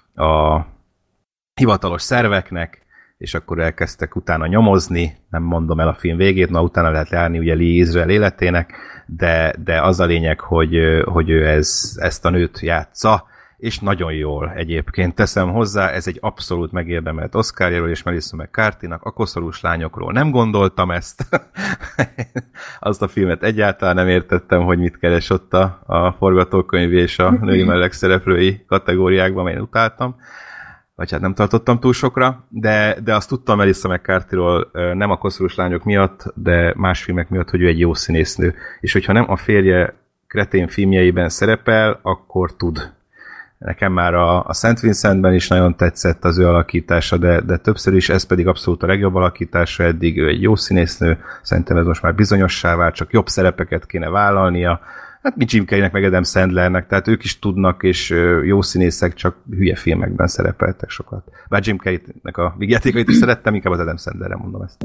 a hivatalos szerveknek, és akkor elkezdtek utána nyomozni, nem mondom el a film végét, na utána lehet járni ugye Lee Israel életének, de, de az a lényeg, hogy, hogy ő ez, ezt a nőt játsza, és nagyon jól egyébként teszem hozzá, ez egy abszolút megérdemelt Oscarjáról, és Melissa McCarthy-nak a koszorús lányokról nem gondoltam ezt. Azt a filmet egyáltalán nem értettem, hogy mit keres ott a, a forgatókönyv és a női mellegszereplői kategóriákban, amelyen utáltam. Vagy hát nem tartottam túl sokra, de, de azt tudtam Melissa McCarthy-ról nem a koszorús lányok miatt, de más filmek miatt, hogy ő egy jó színésznő. És hogyha nem a férje kretén filmjeiben szerepel, akkor tud. Nekem már a, a Szent Vincentben is nagyon tetszett az ő alakítása, de, de többször is, ez pedig abszolút a legjobb alakítása eddig, ő egy jó színésznő, szerintem ez most már bizonyossá vált, csak jobb szerepeket kéne vállalnia, hát mi Jim Carreynek, meg Adam Sandlernek, tehát ők is tudnak, és jó színészek, csak hülye filmekben szerepeltek sokat. Bár Jim Carreynek a vígjátékait is szerettem, inkább az Adam Sandlerre mondom ezt.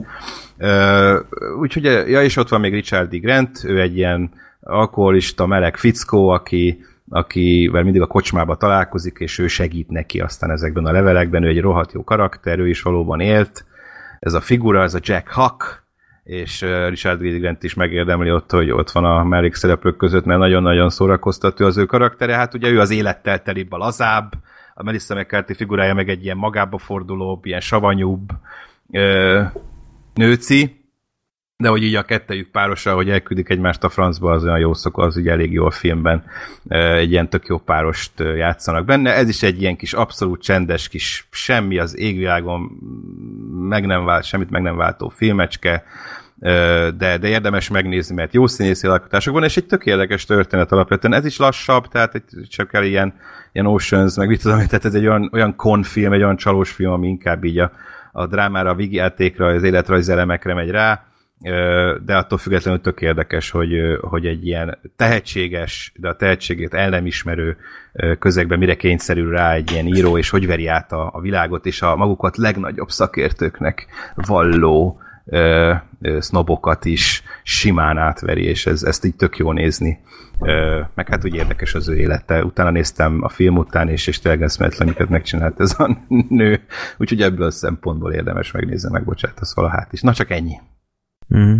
Úgyhogy, ja, és ott van még Richard E. Grant, ő egy ilyen alkoholista, meleg fickó, aki akivel mindig a kocsmába találkozik, és ő segít neki aztán ezekben a levelekben, ő egy rohadt jó karakter, ő is valóban élt. Ez a figura, ez a Jack Huck, és Richard E. Grant is megérdemli ott, hogy ott van a mellékszereplők között, mert nagyon-nagyon szórakoztató az ő karaktere. Hát ugye ő az élettel telibb, a lazább, a Melissa McCarthy figurája meg egy ilyen magába fordulóbb, ilyen savanyúbb ö, nőci, de hogy így a kettejük párosa, hogy elküldik egymást a francba, az olyan jó szok, az ugye elég jó a filmben. Egy ilyen tök jó párost játszanak benne. Ez is egy ilyen kis abszolút csendes kis semmi az égvilágon meg nem vált, semmit meg nem váltó filmecske, de, de érdemes megnézni, mert jó színészi alkotások van, és egy tök érdekes történet alapvetően. Ez is lassabb, tehát csak kell ilyen, ilyen Oceans, meg mit tudom, tehát ez egy olyan, olyan konfilm, egy olyan csalós film, ami inkább így a, a drámára, a vígjátékra, az életrajz elemekre megy rá, de attól függetlenül tök érdekes, hogy, hogy egy ilyen tehetséges, de a tehetségét el nem ismerő közegben mire kényszerül rá egy ilyen író, és hogy veri át a, a világot, és a magukat legnagyobb szakértőknek valló ö, ö, sznobokat is simán átveri, és ez, ezt így tök jó nézni. Ö, meg hát úgy érdekes az ő élete. Utána néztem a film után, és, és tényleg eszméletlen, amiket megcsinált ez a nő. Úgyhogy ebből a szempontból érdemes megnézni, megbocsátasz valahát is. Na csak ennyi. Mm.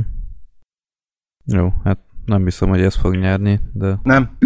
Jó, hát nem hiszem, hogy ez fog nyerni, de... Nem.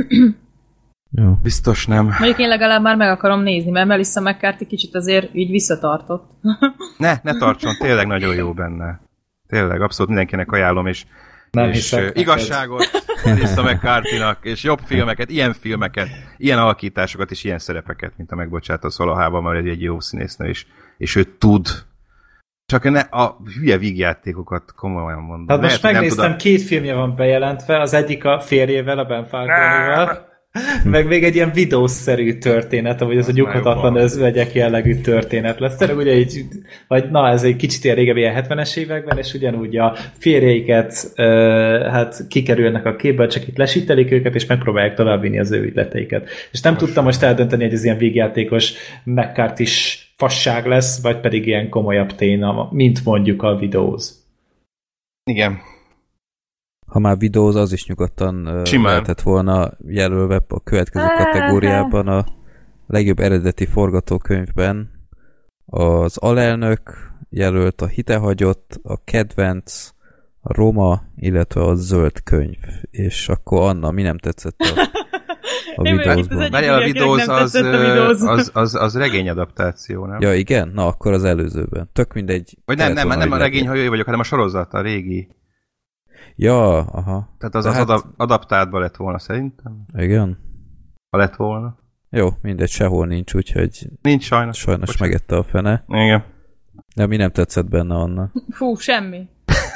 Jó. Biztos nem. Mondjuk én legalább már meg akarom nézni, mert Melissa McCarthy kicsit azért így visszatartott. Ne, ne tartson, tényleg nagyon jó benne. Tényleg, abszolút mindenkinek ajánlom, és, nem és uh, igazságot Melissa McCarthy-nak, és jobb filmeket, ilyen filmeket, ilyen alakításokat és ilyen szerepeket, mint a Megbocsátasz valahában, mert egy jó színésznő is, és ő tud. Csak ne a hülye vígjátékokat komolyan mondom. Hát most Lehet, megnéztem, tudom... két filmje van bejelentve, az egyik a férjével, a Ben Falconival, meg még egy ilyen videószerű történet, vagy az a nyughatatlan özvegyek jellegű történet lesz. Tehát ugye így, vagy na, ez egy kicsit ilyen régebbi, ilyen hetvenes években, és ugyanúgy a férjeiket uh, hát kikerülnek a képből, csak itt lesítelik őket, és megpróbálják továbbvinni az ő ügyleteiket. És nem most tudtam most eldönteni, hogy ez ilyen vígjátékos McCarthy-s fasság lesz, vagy pedig ilyen komolyabb téma, mint mondjuk a videóz. Igen. Ha már videóz, az is nyugodtan Simán. lehetett volna jelölve a következő kategóriában a legjobb eredeti forgatókönyvben. Az Alelnök jelölt, a Hitehagyott, a Kedvenc, a Roma, illetve a Zöld könyv. És akkor Anna, mi nem tetszett a, a videózban? Várjál, a videóz az, az, az, az, az regényadaptáció, nem? Ja, igen? Na, akkor az előzőben. Tök mindegy. Vagy nem, nem, nem, nem a regényhajói vagyok, hanem a sorozat, a régi. Ja, aha. Tehát az Tehát... az adaptáltba lett volna szerintem. Igen. Ha lett volna. Jó, mindegy, sehol nincs, úgyhogy... Nincs sajnos. Sajnos Bocsánat. Megette a fene. Igen. De mi nem tetszett benne, Anna? Fú, semmi.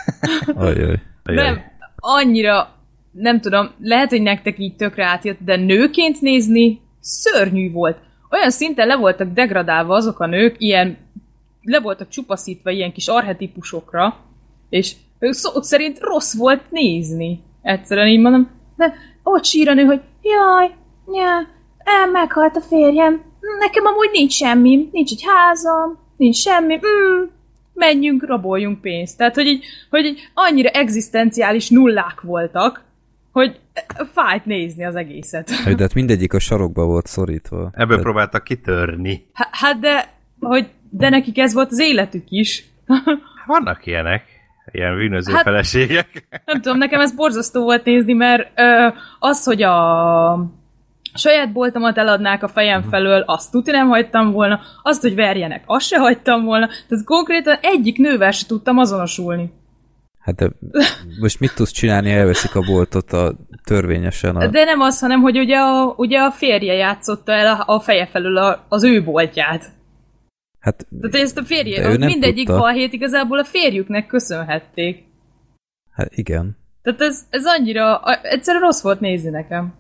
Ajaj. Nem, annyira, nem tudom, lehet, hogy nektek így tökre átjött, de nőként nézni szörnyű volt. Olyan szinten le voltak degradálva azok a nők, ilyen, le voltak csupaszítva ilyen kis arhetipusokra, és ők szó szerint rossz volt nézni. Egyszerűen így mondom, de ott sír a nő, hogy jaj, ja, el, meghalt a férjem, nekem amúgy nincs semmi, nincs egy házam, nincs semmi, mm, menjünk, raboljunk pénzt. Tehát, hogy így, hogy így annyira egzisztenciális nullák voltak, hogy fájt nézni az egészet. Hogy de hát mindegyik a sarokba volt szorítva. Ebből de... próbáltak kitörni. Hát de, hogy, de nekik ez volt az életük is. Vannak ilyenek. Ilyen bűnöző hát, feleségek. Nem tudom, nekem ez borzasztó volt nézni, mert ö, az, hogy a saját boltomat eladnák a fejem felől, azt tuti nem hagytam volna, azt, hogy verjenek, azt se hagytam volna, tehát konkrétan egyik nővel se tudtam azonosulni. Hát de most mit tudsz csinálni, elveszik a boltot a törvényesen? A... De nem az, hanem, hogy ugye a, ugye a férje játszotta el a, a feje felől a, az ő boltját. Hát, tehát ezt a férje, mindegyik balhét igazából a férjüknek köszönhették. Hát igen. Tehát ez, ez annyira, egyszerűen rossz volt nézni nekem.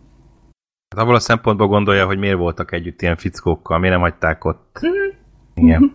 Hát abból a szempontból gondolja, hogy miért voltak együtt ilyen fickókkal, miért nem hagyták ott. Mm-hmm. Igen.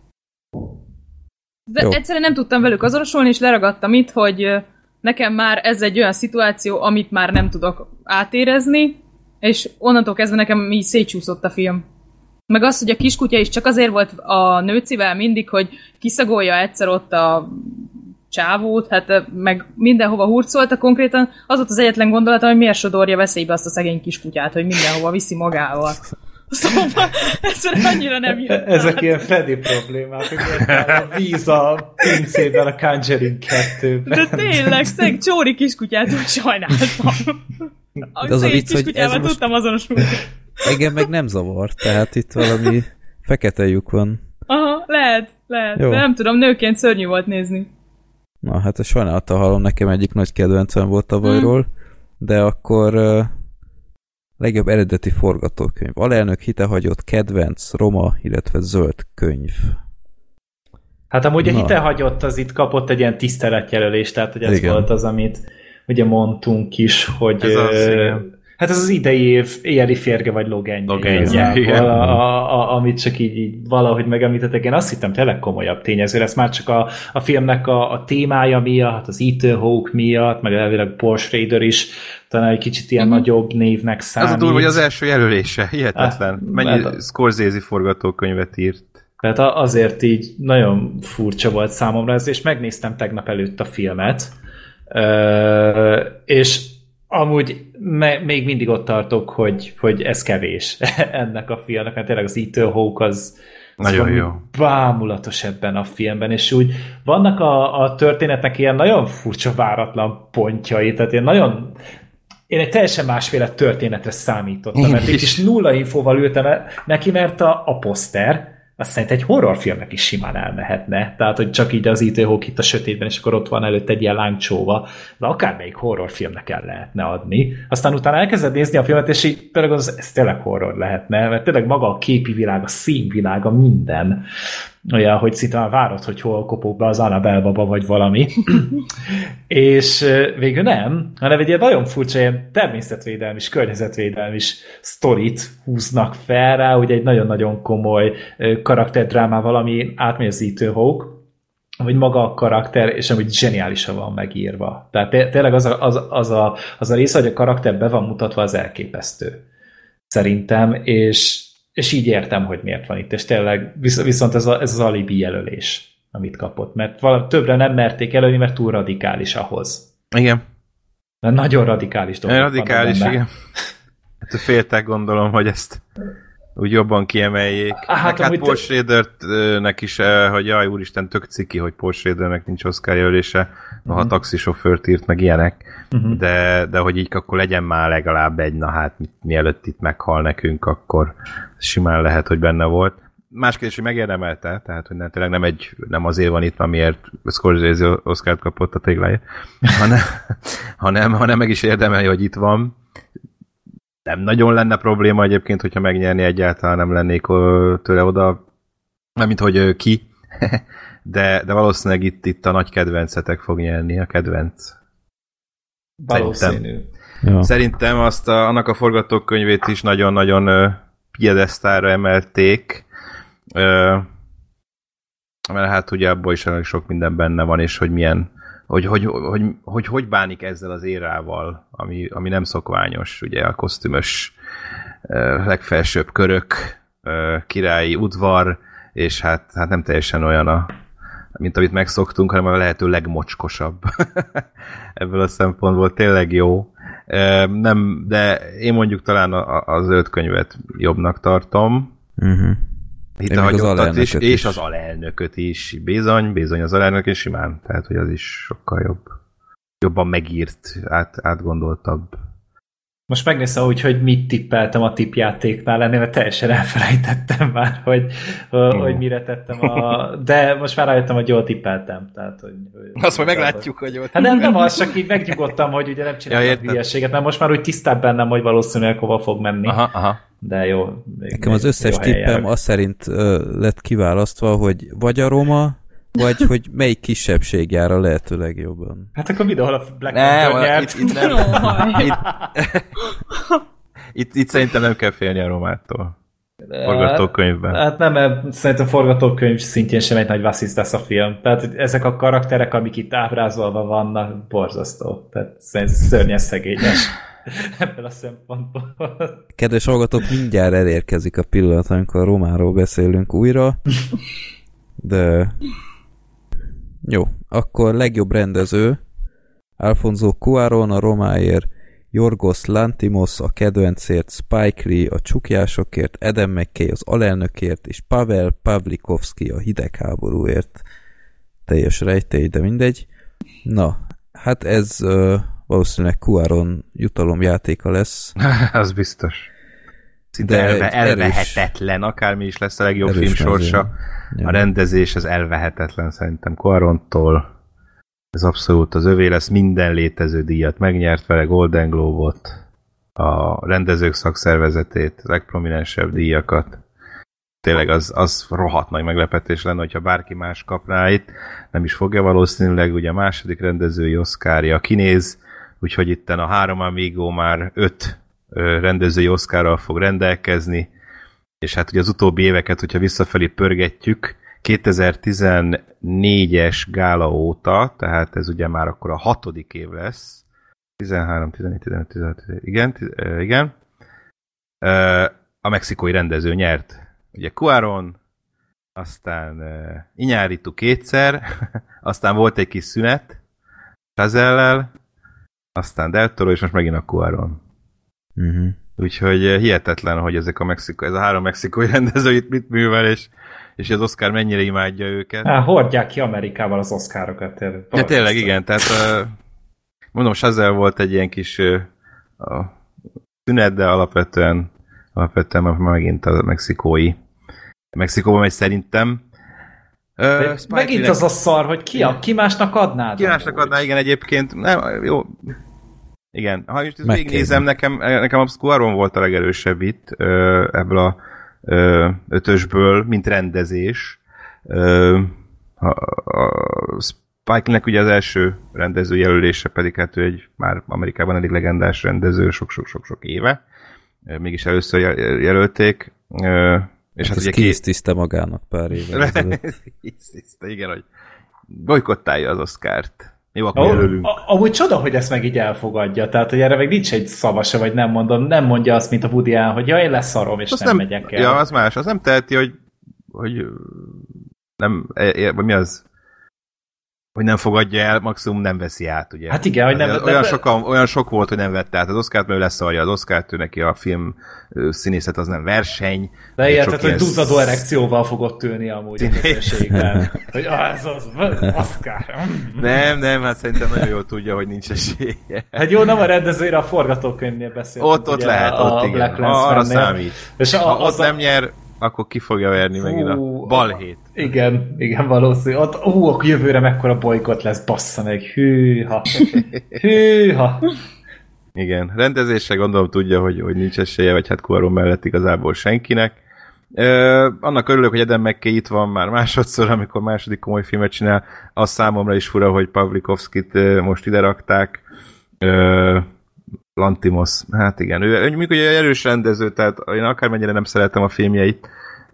De jó. Egyszerűen nem tudtam velük azonosulni, és leragadtam itt, hogy nekem már ez egy olyan szituáció, amit már nem tudok átérezni, és onnantól kezdve nekem így szétcsúszott a film. Meg az, hogy a kiskutya is csak azért volt a nőcivel mindig, hogy kiszagolja egyszer ott a csávót, hát meg mindenhova hurcolta konkrétan. Az volt az egyetlen gondolata, hogy miért sodorja veszélybe azt a szegény kiskutyát, hogy mindenhova viszi magával. Szóval ez annyira nem jött. Ezek ilyen Freddy problémák, hogy a víz a pincében, a Conjuring kettőben. De tényleg, szeg csóri kiskutyát úgy sajnáltam. A az a vicc, kiskutyával most... tudtam azonosulni. Igen, meg nem zavar, tehát itt valami fekete lyuk van. Aha, lehet, lehet. Jó. De nem tudom, nőként szörnyű volt nézni. Na, hát a sajnálattal hallom, nekem egyik nagy kedvencem volt tavalyról, hmm. de akkor uh, legjobb eredeti forgatókönyv. Alelnök hitehagyott, kedvenc, roma, illetve zöld könyv. Hát amúgy a hitehagyott az itt kapott egy ilyen tiszteletjelölést, tehát hogy ez igen. volt az, amit ugye mondtunk is, hogy... Ez az, uh, hát ez az idei év éjjeli férge vagy logenje, a, a, a, amit csak így, így valahogy megemlítettek. Én azt hittem tényleg komolyabb tényező lesz, már csak a, a filmnek a, a témája miatt, az Ethan Hawke miatt, meg elvileg Paul Schrader is talán egy kicsit ilyen mm-hmm. nagyobb névnek számít. Az a durva, hogy az első jelölése, hihetetlen. Hát, Mennyi hát, Scorsese forgatókönyvet írt. Tehát azért így nagyon furcsa volt számomra ez, és megnéztem tegnap előtt a filmet, és amúgy me- még mindig ott tartok, hogy, hogy ez kevés ennek a filmnek, mert tényleg az Ethan Hawke az, az nagyon jó. Bámulatos ebben a filmben, és úgy vannak a, a történetnek ilyen nagyon furcsa, váratlan pontjai, tehát ilyen nagyon én egy teljesen másféle történetre számítottam, mert itt is nulla infóval ültem neki, mert a, a poszter azt szerint egy horrorfilmnek is simán elmehetne. Tehát, hogy csak így az Ethan Hawke itt a sötétben, és akkor ott van előtt egy ilyen lángcsóva, de akármelyik horrorfilmnek el lehetne adni. Aztán utána elkezded nézni a filmet, és így tényleg az, ez tényleg horror lehetne, mert tényleg maga a képi világ, a színvilág, a minden. Olyan, hogy szinte már várod, hogy hol kopog be az Annabelle baba, vagy valami. És végül nem, hanem egy ilyen nagyon furcsa ilyen természetvédelmi és környezetvédelmi sztorit húznak fel rá, ugye egy nagyon-nagyon komoly karakterdrámával, ami átmegy az Ethan Hawke, hogy maga a karakter, és amúgy zseniálisan van megírva. Tehát tényleg az a, az, az, a, az a rész, hogy a karakter be van mutatva, az elképesztő. Szerintem, és és így értem, hogy miért van itt, és tényleg viszont ez, a, ez az alibi jelölés, amit kapott, mert valami többre nem merték jelölni, mert túl radikális ahhoz. Igen. Mert nagyon radikális dolog. Radikális, igen. Hát féltek, gondolom, hogy ezt úgy jobban kiemeljék. Hát, hát Paul Schradernek is, hogy jaj, úristen, tök ciki, hogy Paul Schradernek nincs Oscar jelölése, noha uh-huh. taxisofőrt írt, meg ilyenek, uh-huh. de, de hogy így akkor legyen már legalább egy, na hát mielőtt itt meghal nekünk, akkor simán lehet, hogy benne volt. Más kérdés, hogy megérdemelte, tehát hogy nem, tényleg nem, egy, nem azért van itt, amiért Scorsese Oscart kapott a tégláért, hanem, hanem, hanem meg is érdemelje, hogy itt van. Nem nagyon lenne probléma egyébként, hogyha megnyerni egyáltalán, nem lennék tőle oda, nem mint hogy ki, de, de valószínűleg itt, itt a nagy kedvencetek fog nyerni, a kedvenc. Valószínű. Szerintem, szerintem azt a, annak a forgatókönyvét is nagyon-nagyon piedesztára emelték, mert hát ugye abból is sok minden benne van, és hogy milyen Hogy hogy, hogy, hogy hogy bánik ezzel az érával, ami, ami nem szokványos, ugye a kosztümös uh, legfelsőbb körök, uh, királyi udvar, és hát, hát nem teljesen olyan, a, mint amit megszoktunk, hanem a lehető legmocskosabb. Ebből a szempontból tényleg jó. Uh, nem, de én mondjuk talán a, a zöld könyvet jobbnak tartom. Uh-huh. Itt a hagyottat is, is, és az alelnököt is. Bizony, bizony az alelnök is simán. Tehát, hogy az is sokkal jobb. Jobban megírt, át, átgondoltabb. Most megnézem úgy, hogy mit tippeltem a tippjátéknál lenni, mert teljesen elfelejtettem már, hogy, hmm. hogy mire tettem a... De most már rájöttem, hogy jól tippeltem. Tehát, hogy, hogy azt majd meglátjuk, hogy jól hát nem, nem az, csak így megnyugodtam, hogy ugye nem csináltam ja, hülyeséget, mert most már úgy tisztább bennem, hogy valószínűleg hova fog menni. Aha, aha. De jó. Nekem az összes tippem azt szerint uh, lett kiválasztva, hogy vagy a roma, vagy hogy melyik kisebbség jár a lehető legjobban. Hát akkor mindenhol a Black Panther nyert. Itt, itt, nem, itt, itt, itt szerintem nem kell félni a romától. Forgatókönyvben. Hát nem, mert szerintem forgatókönyv szintjén sem egy nagy vassziszt lesz a film. Tehát ezek a karakterek, amik itt ábrázolva vannak, borzasztó. Tehát szörnyen szegényes. Ebből a szempontból. Kedves hallgatók, mindjárt elérkezik a pillanat, amikor a Romáról beszélünk újra. De jó, akkor legjobb rendező Alfonso Cuarón a Romáért, Yorgos Lanthimos a kedvencért, Spike Lee a Csukjásokért, Adam McKay az Alelnökért, és Pavel Pawlikowski a Hidegháborúért. Teljes rejtély, de mindegy. Na, hát ez uh, valószínűleg Cuarón jutalomjátéka lesz. Az biztos. Szinte elve, elvehetetlen, akármi is lesz a legjobb film sorsa. Ja. A rendezés az elvehetetlen szerintem Cuaróntól. Ez abszolút az övé lesz, minden létező díjat megnyert vele, Golden Globe-ot, a rendezők szakszervezetét, a legprominensebb díjakat. Tényleg az, az rohadt nagy meglepetés lenne, hogyha bárki más kapná itt. Nem is fogja valószínűleg, ugye a második rendezői oszkárja kinéz, úgyhogy itten a három Amigo már öt rendezői oszkárral fog rendelkezni, és hát ugye az utóbbi éveket, hogyha visszafelé pörgetjük, kétezer-tizennégyes gála óta, tehát ez ugye már akkor a hatodik év lesz, tizenhárom, tizennégy, tizenöt, tizenhat, igen, igen, a mexikói rendező nyert. Ugye Cuarón, aztán Iñárritu kétszer, aztán volt egy kis szünet Chazelle-lel, aztán Del Toro, és most megint a Cuarón. Uh-huh. Úgyhogy hihetetlen, hogy ezek a Mexiko, ez a három mexikói rendező itt mit művel, és, és az Oscar mennyire imádja őket. Há, hordják ki Amerikával az Oscarokat. Tényleg, ja, tényleg igen, tehát mondom, Chazelle volt egy ilyen kis a szünet, de alapvetően alapvetően megint a mexikói. Mexikóban megy szerintem. Uh, megint az a szar, hogy ki, a, ki másnak adnád? Ki másnak adná, igen, egyébként. Nem, jó. Igen, ha most végignézem, nekem, nekem a Cuarón volt a legerősebb itt ebből a ötösből, mint rendezés. A, a Spike-nek ugye az első rendező jelölése, pedig hát ő egy már Amerikában elég legendás rendező sok-sok-sok éve. Mégis először jelölték. És hát, hát ugye késztiszte magának pár éve. Késztiszte, igen, hogy bolykottálja az Oscart. Jó, akkor oh, jelölünk. Amúgy csoda, hogy ezt meg így elfogadja. Tehát, hogy erre meg nincs egy szava se, vagy nem mondom. Nem mondja azt, mint a Woody Allen, hogy ja, én leszarom, és nem, nem megyek el. Ja, az más. Az nem teheti, hogy, hogy nem, vagy mi az? Hogy nem fogadja el, maximum nem veszi át, ugye? Hát igen, hogy nem... olyan, nem, sokan, olyan sok volt, hogy nem vette át az Oscart, mert ő leszarja az Oscart, ő neki a film színészet az nem verseny. De érted, hogy duzzadó erekcióval fogott ülni amúgy a közönségben. Hogy az az, Oscar. Nem, nem, hát szerintem nagyon jól tudja, hogy nincs esélye. Hát jó, nem a rendezőre, a forgatókönyvnél beszéltünk. Ott, ott lehet, a, ott a igen. Arra számít. És a, ha ott a... nem nyer, akkor ki fogja verni uh, megint a balhét. Igen, igen, valószínű. Ott, ú, akkor jövőre mekkora bolykott lesz, bassza meg. Hűha. Hűha. Igen, rendezésre gondolom tudja, hogy, hogy nincs esélye, vagy hát Cuarón mellett igazából senkinek. Ö, annak örülök, hogy Adam McKay itt van már másodszor, amikor második komoly filmet csinál. Az számomra is fura, hogy Pavlikovskit most ide rakták. Ö, Lantimos, hát igen, ő, ő mikor egy erős rendező, tehát én akármennyire nem szeretem a filmjeit,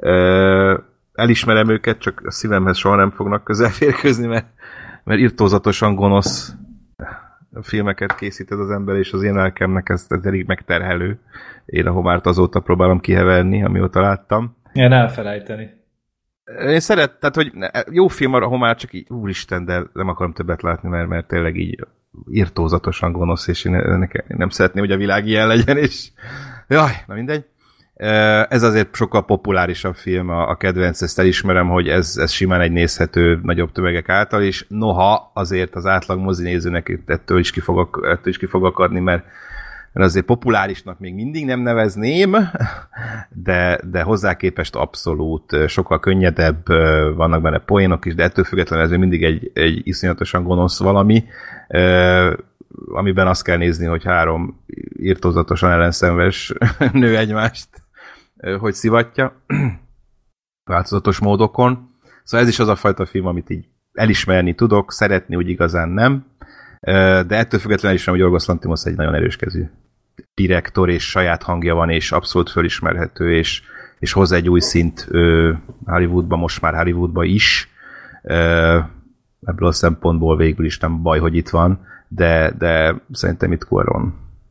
ö, elismerem őket, csak a szívemhez soha nem fognak közel férkőzni, mert, mert irtózatosan gonosz filmeket készít ez az ember, és az én lelkemnek ez, ez elég megterhelő. Én a Homárt azóta próbálom kiheverni, amióta láttam. Ilyen elfelejteni. Én szeret, tehát, hogy jó film a Homár, csak így, úristen, de nem akarom többet látni, mert, mert tényleg így irtózatosan gonosz, és én, nekem, én nem szeretném, hogy a világ ilyen legyen, és jaj, na mindegy. Ez azért sokkal populárisabb film, a, a kedvenc, ezt elismerem, hogy ez, ez simán egy nézhető nagyobb tömegek által, és noha azért az átlag mozinézőnek ettől is ki fog, ettől is ki fog akadni, mert, mert azért populárisnak még mindig nem nevezném, de, de hozzá képest abszolút sokkal könnyedebb, vannak benne poénok is, de ettől függetlenül ez mindig egy, egy iszonyatosan gonosz valami, amiben azt kell nézni, hogy három irtózatosan ellenszenves nő egymást hogy szivatja változatos módokon. Szóval ez is az a fajta film, amit így elismerni tudok, szeretni úgy igazán nem, de ettől függetlenül is nem, hogy Yorgos Lanthimos egy nagyon erőskezű direktor, és saját hangja van, és abszolút fölismerhető, és, és hozzá egy új szint Hollywoodba, most már Hollywoodba is. Ebből a szempontból végül is nem baj, hogy itt van, de, de szerintem itt Cuarón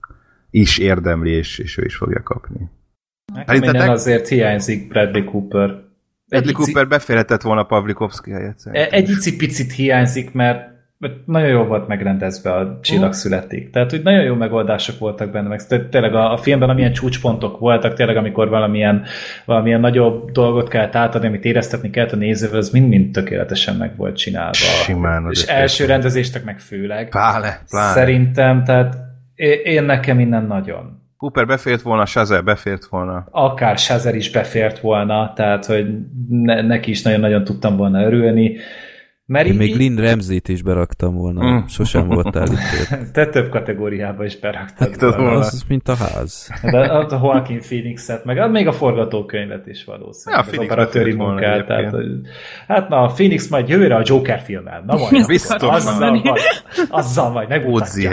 is érdemli, és, és ő is fogja kapni. Nekem minden azért hiányzik Bradley Cooper. Bradley egy Cooper ici... beférhetett volna Pavlikovski helyett szerintem. Egy icipicit hiányzik, mert nagyon jól volt megrendezve a Csillag születik. Tehát, hogy nagyon jó megoldások voltak benne, meg tényleg a, a filmben amilyen csúcspontok voltak, tényleg amikor valamilyen, valamilyen nagyobb dolgot kellett átadni, amit éreztetni kellett a nézővel, az mind-mind tökéletesen meg volt csinálva. Simán, és első rendezéstek meg főleg. Pláne, pláne. Szerintem, tehát én nekem innen nagyon. Cooper befért volna, Chazelle befért volna. Akár Chazelle is befért volna, tehát, hogy ne, neki is nagyon-nagyon tudtam volna örülni. Mert Én így, még Lynn Ramsey-t is beraktam volna, mm. sosem voltál itt. Te több kategóriába is beraktad volna. Az mint a ház. De a Joaquin Phoenixet, meg még a forgatókönyvet is valószínűleg. Ja, az operatőri munkát. Tehát, hát na, a Phoenix majd jövőre a Joker filmmel. Na majd, biztos azzal majd, azzal majd megmutatja.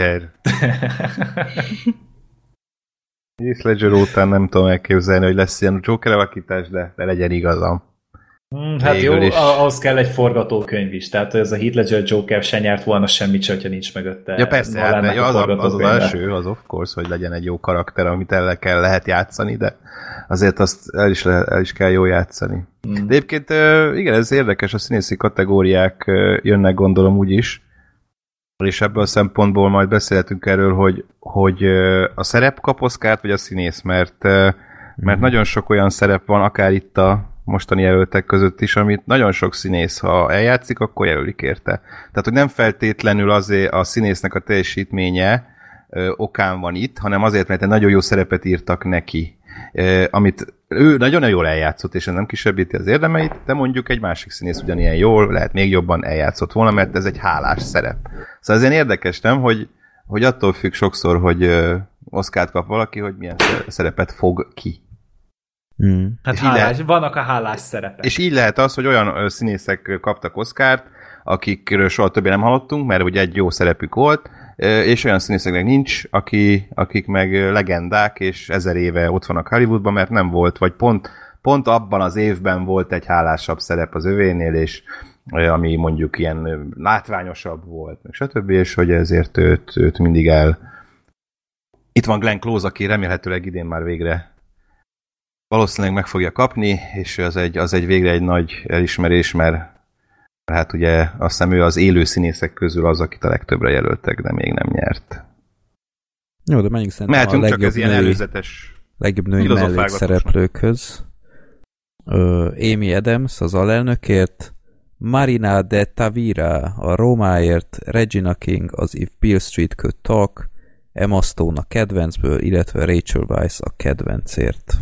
Heath Ledger után nem tudom elképzelni, hogy lesz ilyen Joker alakítás, de, de legyen igazam. Hmm, hát jó, is. ahhoz kell egy forgatókönyv is, tehát hogy ez a Heath Ledger Joker se nyert volna semmit, hogyha nincs mögötte. Ja persze, hát, ja, az, az az első, az of course, hogy legyen egy jó karakter, amit el kell, lehet játszani, de azért azt el is, le, el is kell jól játszani. Hmm. De egyébként igen, ez érdekes, a színészi kategóriák jönnek gondolom úgy is, és ebből a szempontból majd beszélhetünk erről, hogy, hogy a szerep kap Oscart, vagy a színész, mert, mert hmm. nagyon sok olyan szerep van, akár itt a mostani jelöltek között is, amit nagyon sok színész, ha eljátszik, akkor jelölik érte. Tehát, hogy nem feltétlenül azért a színésznek a teljesítménye ö, okán van itt, hanem azért, mert egy nagyon jó szerepet írtak neki, ö, amit ő nagyon jól eljátszott, és ez nem kisebbíti az érdemeit, de mondjuk egy másik színész ugyanilyen jól, lehet még jobban eljátszott volna, mert ez egy hálás szerep. Szóval ezért érdekes, nem, hogy, hogy attól függ sokszor, hogy ö, Oscart kap valaki, hogy milyen szerepet fog ki. Mm. Hát hálás, lehet, vannak a hálás szerepek. És így lehet az, hogy olyan színészek kaptak Oscart, akikről soha többé nem hallottunk, mert ugye egy jó szerepük volt, és olyan színészeknek nincs, aki, akik meg legendák, és ezer éve ott vannak Hollywoodban, mert nem volt, vagy pont, pont abban az évben volt egy hálásabb szerep az övénél, és ami mondjuk ilyen látványosabb volt, meg stb., és hogy ezért őt, őt mindig el... Itt van Glenn Close, aki remélhetőleg idén már végre valószínűleg meg fogja kapni, és az egy, az egy végre egy nagy elismerés, mert hát ugye azt hiszem ő az élő színészek közül az, akit a legtöbbre jelöltek, de még nem nyert. Jó, de menjünk szerintem Mehetünk a legjobb csak női, előzetes legjobb női mellékszereplőkhöz. Amy Adams az alelnökért, Marina de Tavira a Rómáért, Regina King az If Beale Street Could Talk, Emma Stone a kedvencből, illetve Rachel Weisz a kedvencért.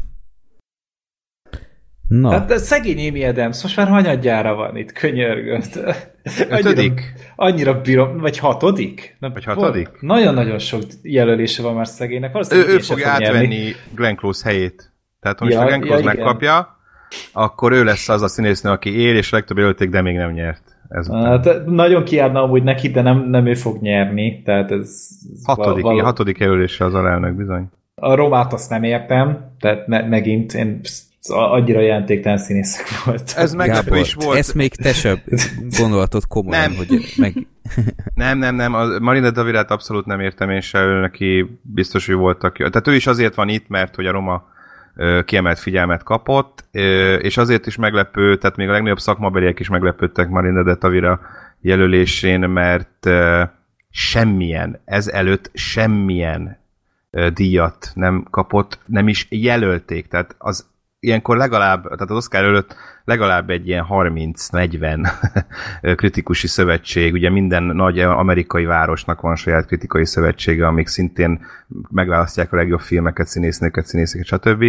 Na. Hát szegény Amy Adams, most már hanyadjára van itt, könyörgött. Ötödik? Annyira, annyira bírom, vagy hatodik? Vagy hatodik? Nagyon-nagyon sok jelölése van már szegénynek. Ő, ő fogja fog átvenni nyerni. Glenn Close helyét. Tehát ha most ja, a Glenn Close ja, megkapja, igen. Akkor ő lesz az a színésznő, aki él, és legtöbb jelölték, de még nem nyert. Ez hát, nagyon kiárna amúgy neki, de nem, nem ő fog nyerni. Tehát ez, ez hatodik, val- hatodik jelölése az alelnök bizony. A Romát azt nem értem, tehát me- megint én annyira jelentéktelen színészek volt. Ez meglepő is volt. Ezt még te sem gondolatod komolyan, nem. hogy meg... nem, nem, nem. A Marina de Tavirát abszolút nem értem, én se, ő neki biztos, hogy voltak. Tehát ő is azért van itt, mert hogy a Roma kiemelt figyelmet kapott, és azért is meglepő, tehát még a legnagyobb szakmabeliek is meglepődtek Marina de Tavira jelölésén, mert semmilyen, ez előtt semmilyen díjat nem kapott, nem is jelölték, tehát az ilyenkor legalább, tehát az Oscar előtt legalább egy ilyen harminc-negyven kritikusi szövetség, ugye minden nagy amerikai városnak van saját kritikai szövetsége, amik szintén megválasztják a legjobb filmeket, színésznőket, színészeket, stb.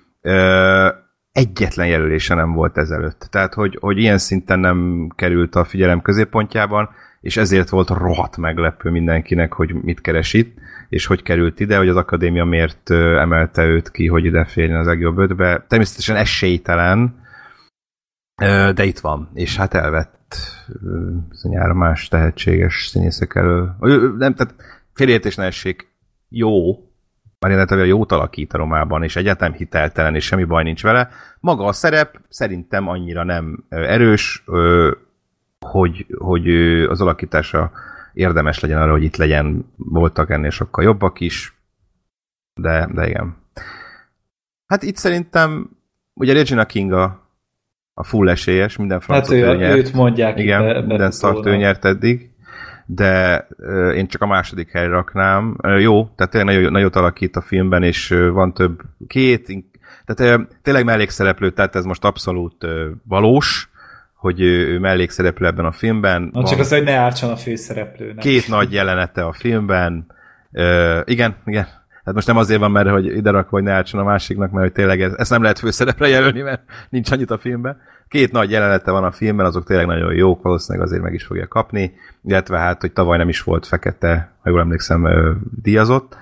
Egyetlen jelölése nem volt ezelőtt. Tehát, hogy, hogy ilyen szinten nem került a figyelem középpontjában, és ezért volt rohadt meglepő mindenkinek, hogy mit keres itt, és hogy került ide, hogy az akadémia miért emelte őt ki, hogy ide férjen az legjobb ötbe. Természetesen esélytelen, de itt van, és hát elvett bizonyára más tehetséges színészek elől. Nem, tehát félreértés ne essék, jó, Marina Tavira jót alakít a Romában, és egyáltalán hiteltelen, és semmi baj nincs vele. Maga a szerep szerintem annyira nem erős, hogy, hogy az alakítása érdemes legyen arra, hogy itt legyen, voltak ennél sokkal jobbak is, de, de igen. Hát itt szerintem ugye Regina King a, a full esélyes, minden francot hát ő, ő nyert. Őt mondják. Igen, be, minden szart ő nyert eddig, de uh, én csak a második helyre raknám. Uh, jó, tehát tényleg nagyon, nagyot alakít a filmben, és uh, van több, két, tehát uh, tényleg mellékszereplő, tehát ez most abszolút uh, valós, hogy ő mellékszereplő ebben a filmben. Na, csak az, hogy ne ártson a főszereplőnek. Két nagy jelenete a filmben. Uh, igen, igen. Tehát most nem azért van, mert hogy ide rak, vagy ne átson a másiknak, mert hogy tényleg ez, ezt nem lehet főszerepre jelölni, mert nincs annyit a filmben. Két nagy jelenete van a filmben, azok tényleg nagyon jók, valószínűleg azért meg is fogja kapni, illetve hát, hogy tavaly nem is volt fekete, ha jól emlékszem, díjazott.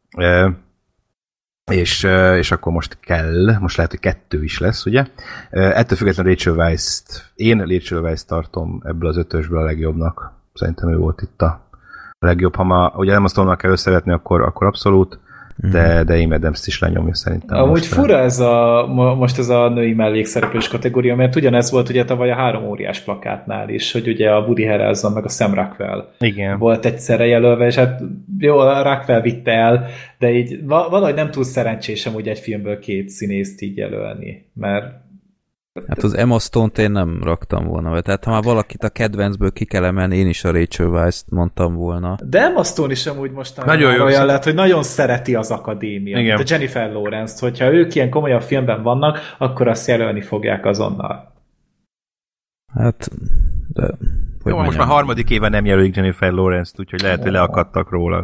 És, és akkor most kell, most lehet, hogy kettő is lesz, ugye? Ettől függetlenül Rachel Weisz-t, én Rachel Weisz-t tartom ebből az ötösből a legjobbnak. Szerintem ő volt itt a legjobb. Ha ma ugye nem azt mondom, kell összevetni, akkor, akkor abszolút, de, de Amy Adams-t is lenyomja szerintem. Amúgy fura ez a, most ez a női mellékszereplős kategória, mert ugyanez volt ugye tavaly a Három óriás plakátnál is, hogy ugye a Woody Harrelson meg a Sam Rockwell Igen. volt egyszerre jelölve, és hát jó, a Rockwell vitte el, de így valahogy nem túl szerencsésem úgy egy filmből két színészt így jelölni, mert hát az Emma Stone-t én nem raktam volna be. Tehát ha már valakit a kedvencből ki kell emelni, én is a Rachel Weisz-t mondtam volna. De Emma Stone is amúgy mostanában nagyon olyan lett, hogy nagyon szereti az akadémia. Igen. De Jennifer Lawrence-t, hogyha ők ilyen komolyabb filmben vannak, akkor azt jelölni fogják azonnal. Hát, de... Jó, most már harmadik éve nem jelölik Jennifer Lawrence-t, úgyhogy lehet, hogy leakadtak róla.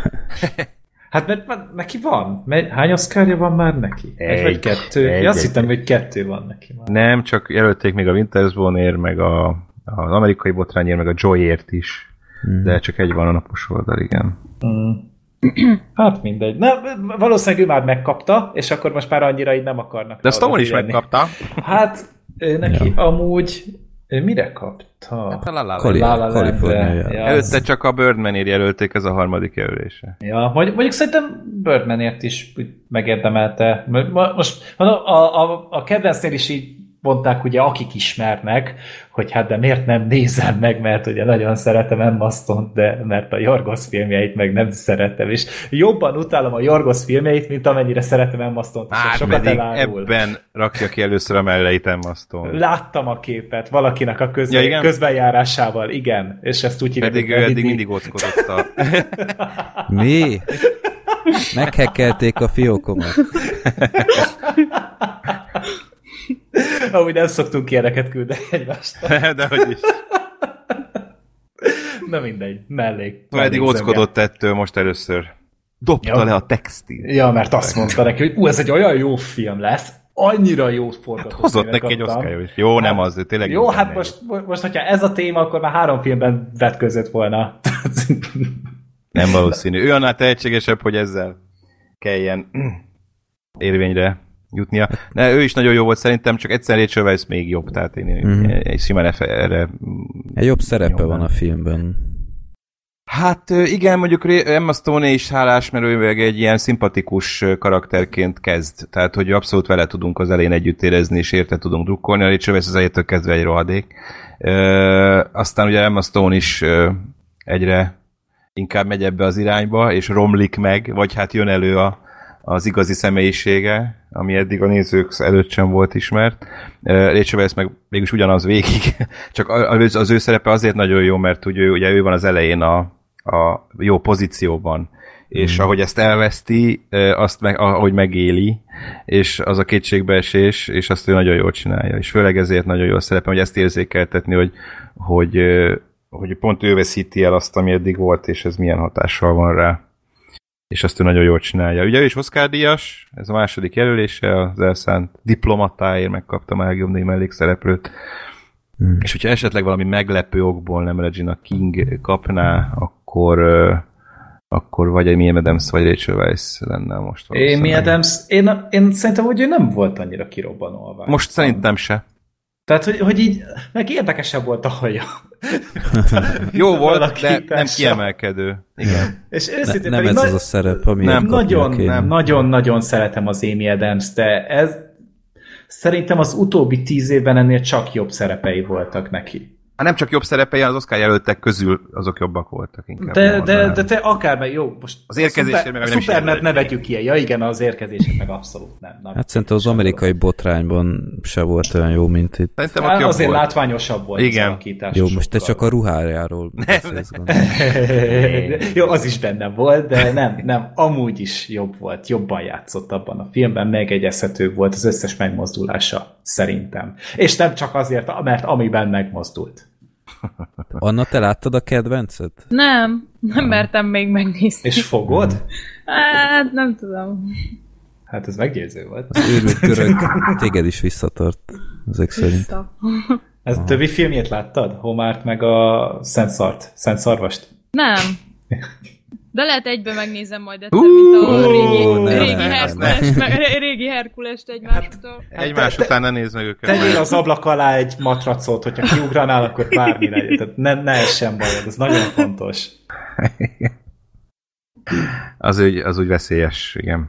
Hát mert neki van. Hány Oscarja van már neki? Egy, egy vagy kettő? Egy, Én azt egy, hittem, hogy kettő van neki már. Nem, csak jelölték még a Winter's Bone-ért, meg a, az Amerikai Botrányért, meg a Joy-ért is. Hmm. De csak egy van a napos oldal, igen. Hmm. Hát mindegy. Na, valószínűleg ő már megkapta, és akkor most már annyira így nem akarnak. De Stone is megkapta. Hát ő neki ja. amúgy ő mire kapta? Hát a La La Kali- La La Kalifornia. Ja, előtte csak a Birdmanért jelölték, ez a harmadik jelölése. Ja, mondjuk, mondjuk szerintem Birdmanért is megérdemelte. Most a, a, a, a kedvencnél is így mondták, ugye, akik ismernek, hogy hát de miért nem nézem meg, mert ugye nagyon szeretem Emma Stone-t, de mert a Yorgos filmjeit meg nem szeretem, és jobban utálom a Yorgos filmjeit, mint amennyire szeretem Emma Stone-t. Már sokat pedig elárul. ebben rakja ki először a melleit Emma Stone. Láttam a képet valakinek a közben, ja, igen? közbenjárásával, igen, és ezt úgy hívják. Pedig ő eddig mindig óckodott a... Mi? Meghekkelték a fiókomat. Amúgy nem szoktunk ilyeneket küldeni egymásnak. De hogy is. Na mindegy, mellék. Na, eddig óckodott ettől, most először dobta ja. le a textil. Ja, mert azt mondta neki, hogy ú, ez egy olyan jó film lesz, annyira jó forgatókönyvet hát hozott neki egy Oscar is. Jó, nem az, ő tényleg jó. Jó, hát most, most, hogyha ez a téma, akkor már három filmben vetközött volna. Nem valószínű. Ő annál tehetségesebb, hogy ezzel kelljen érvényre jutnia. Ne, ő is nagyon jó volt szerintem, csak egyszer Rachel Weisz még jobb, tehát én mm-hmm. egy simán erre... Egy jobb szerepe van a filmben. Hát igen, mondjuk Emma Stone is hálás, mert ő meg egy ilyen szimpatikus karakterként kezd. Tehát, hogy abszolút vele tudunk az elején együtt érezni, és érte tudunk drukkolni. A Rachel Weisz az elejétől kezdve egy rohadék. E, aztán ugye Emma Stone is egyre inkább megy ebbe az irányba, és romlik meg, vagy hát jön elő a az igazi személyisége, ami eddig a nézők előtt sem volt ismert. Rachel Weisz meg mégis ugyanaz végig, csak az ő szerepe azért nagyon jó, mert ugye, ugye ő van az elején a, a jó pozícióban, és mm. ahogy ezt elveszti, azt meg, ahogy megéli, és az a kétségbeesés, és azt ő nagyon jól csinálja, és főleg ezért nagyon jó a szerepe, hogy ezt érzékeltetni, hogy, hogy, hogy pont ő veszíti el azt, ami eddig volt, és ez milyen hatással van rá. És azt ő nagyon jól csinálja. Ugye ő is Oscar-díjas, ez a második jelölése, az elszánt diplomatáért megkapta már legjobb női mellékszereplőt. Hmm. És hogyha esetleg valami meglepő okból nem Regina King kapná, akkor, uh, akkor vagy egy Amy Adams, vagy Rachel Weisz lenne most. Amy Adams, én, én szerintem, hogy ő nem volt annyira kirobbanó. Most szerintem se. Tehát, hogy, hogy így, meg érdekesebb volt a haja. Jó volt, de nem kiemelkedő. Igen. És őszintén ne, nem ez nagy... az a szerep, ami nem, nagyon, nem, nagyon, nagyon szeretem az Amy Adams, de ez szerintem az utóbbi tíz évben ennél csak jobb szerepei voltak neki. Hát nem csak jobb szerepei, az Oscar jelöltek közül azok jobbak voltak inkább. De, de, de te akár, jó, most az érkezésért meg nem is Supernet ne vegyük ki. Ja igen, az érkezésért meg abszolút nem. nem hát szerintem az amerikai botrányban se volt olyan jó, mint itt. Szerintem hát azért volt. Látványosabb volt igen. Az alakítás. Jó, most te csak a ruhájáról beszélsz. Jó, az is benne volt, de nem, nem, amúgy is jobb volt, jobban játszott abban a filmben, megegyezhető volt az összes megmozdulása, szerintem. És nem csak azért, mert amiben megmozdult. Anna, te láttad a kedvencet? Nem, nem mertem még megnézni. És fogod? Hát, nem tudom. Hát ez meggyőző volt. Az őrült görög téged is visszatart, ezek szerint. Vissza. Ez többi filmjét láttad? Homárt meg a Szent Szart, Szent Szarvast? Nem. De lehet egyben megnézem majd egyszer, mint a régi, régi, Herkulest, meg, régi Herkulest egymástól. Egymás után ne nézd meg őket. Tegyél az ablak alá egy matracot, hogyha kiugranál, akkor bármi legyen. Tehát ne, ne essen bajod, ez nagyon fontos. Az úgy, az úgy veszélyes, igen.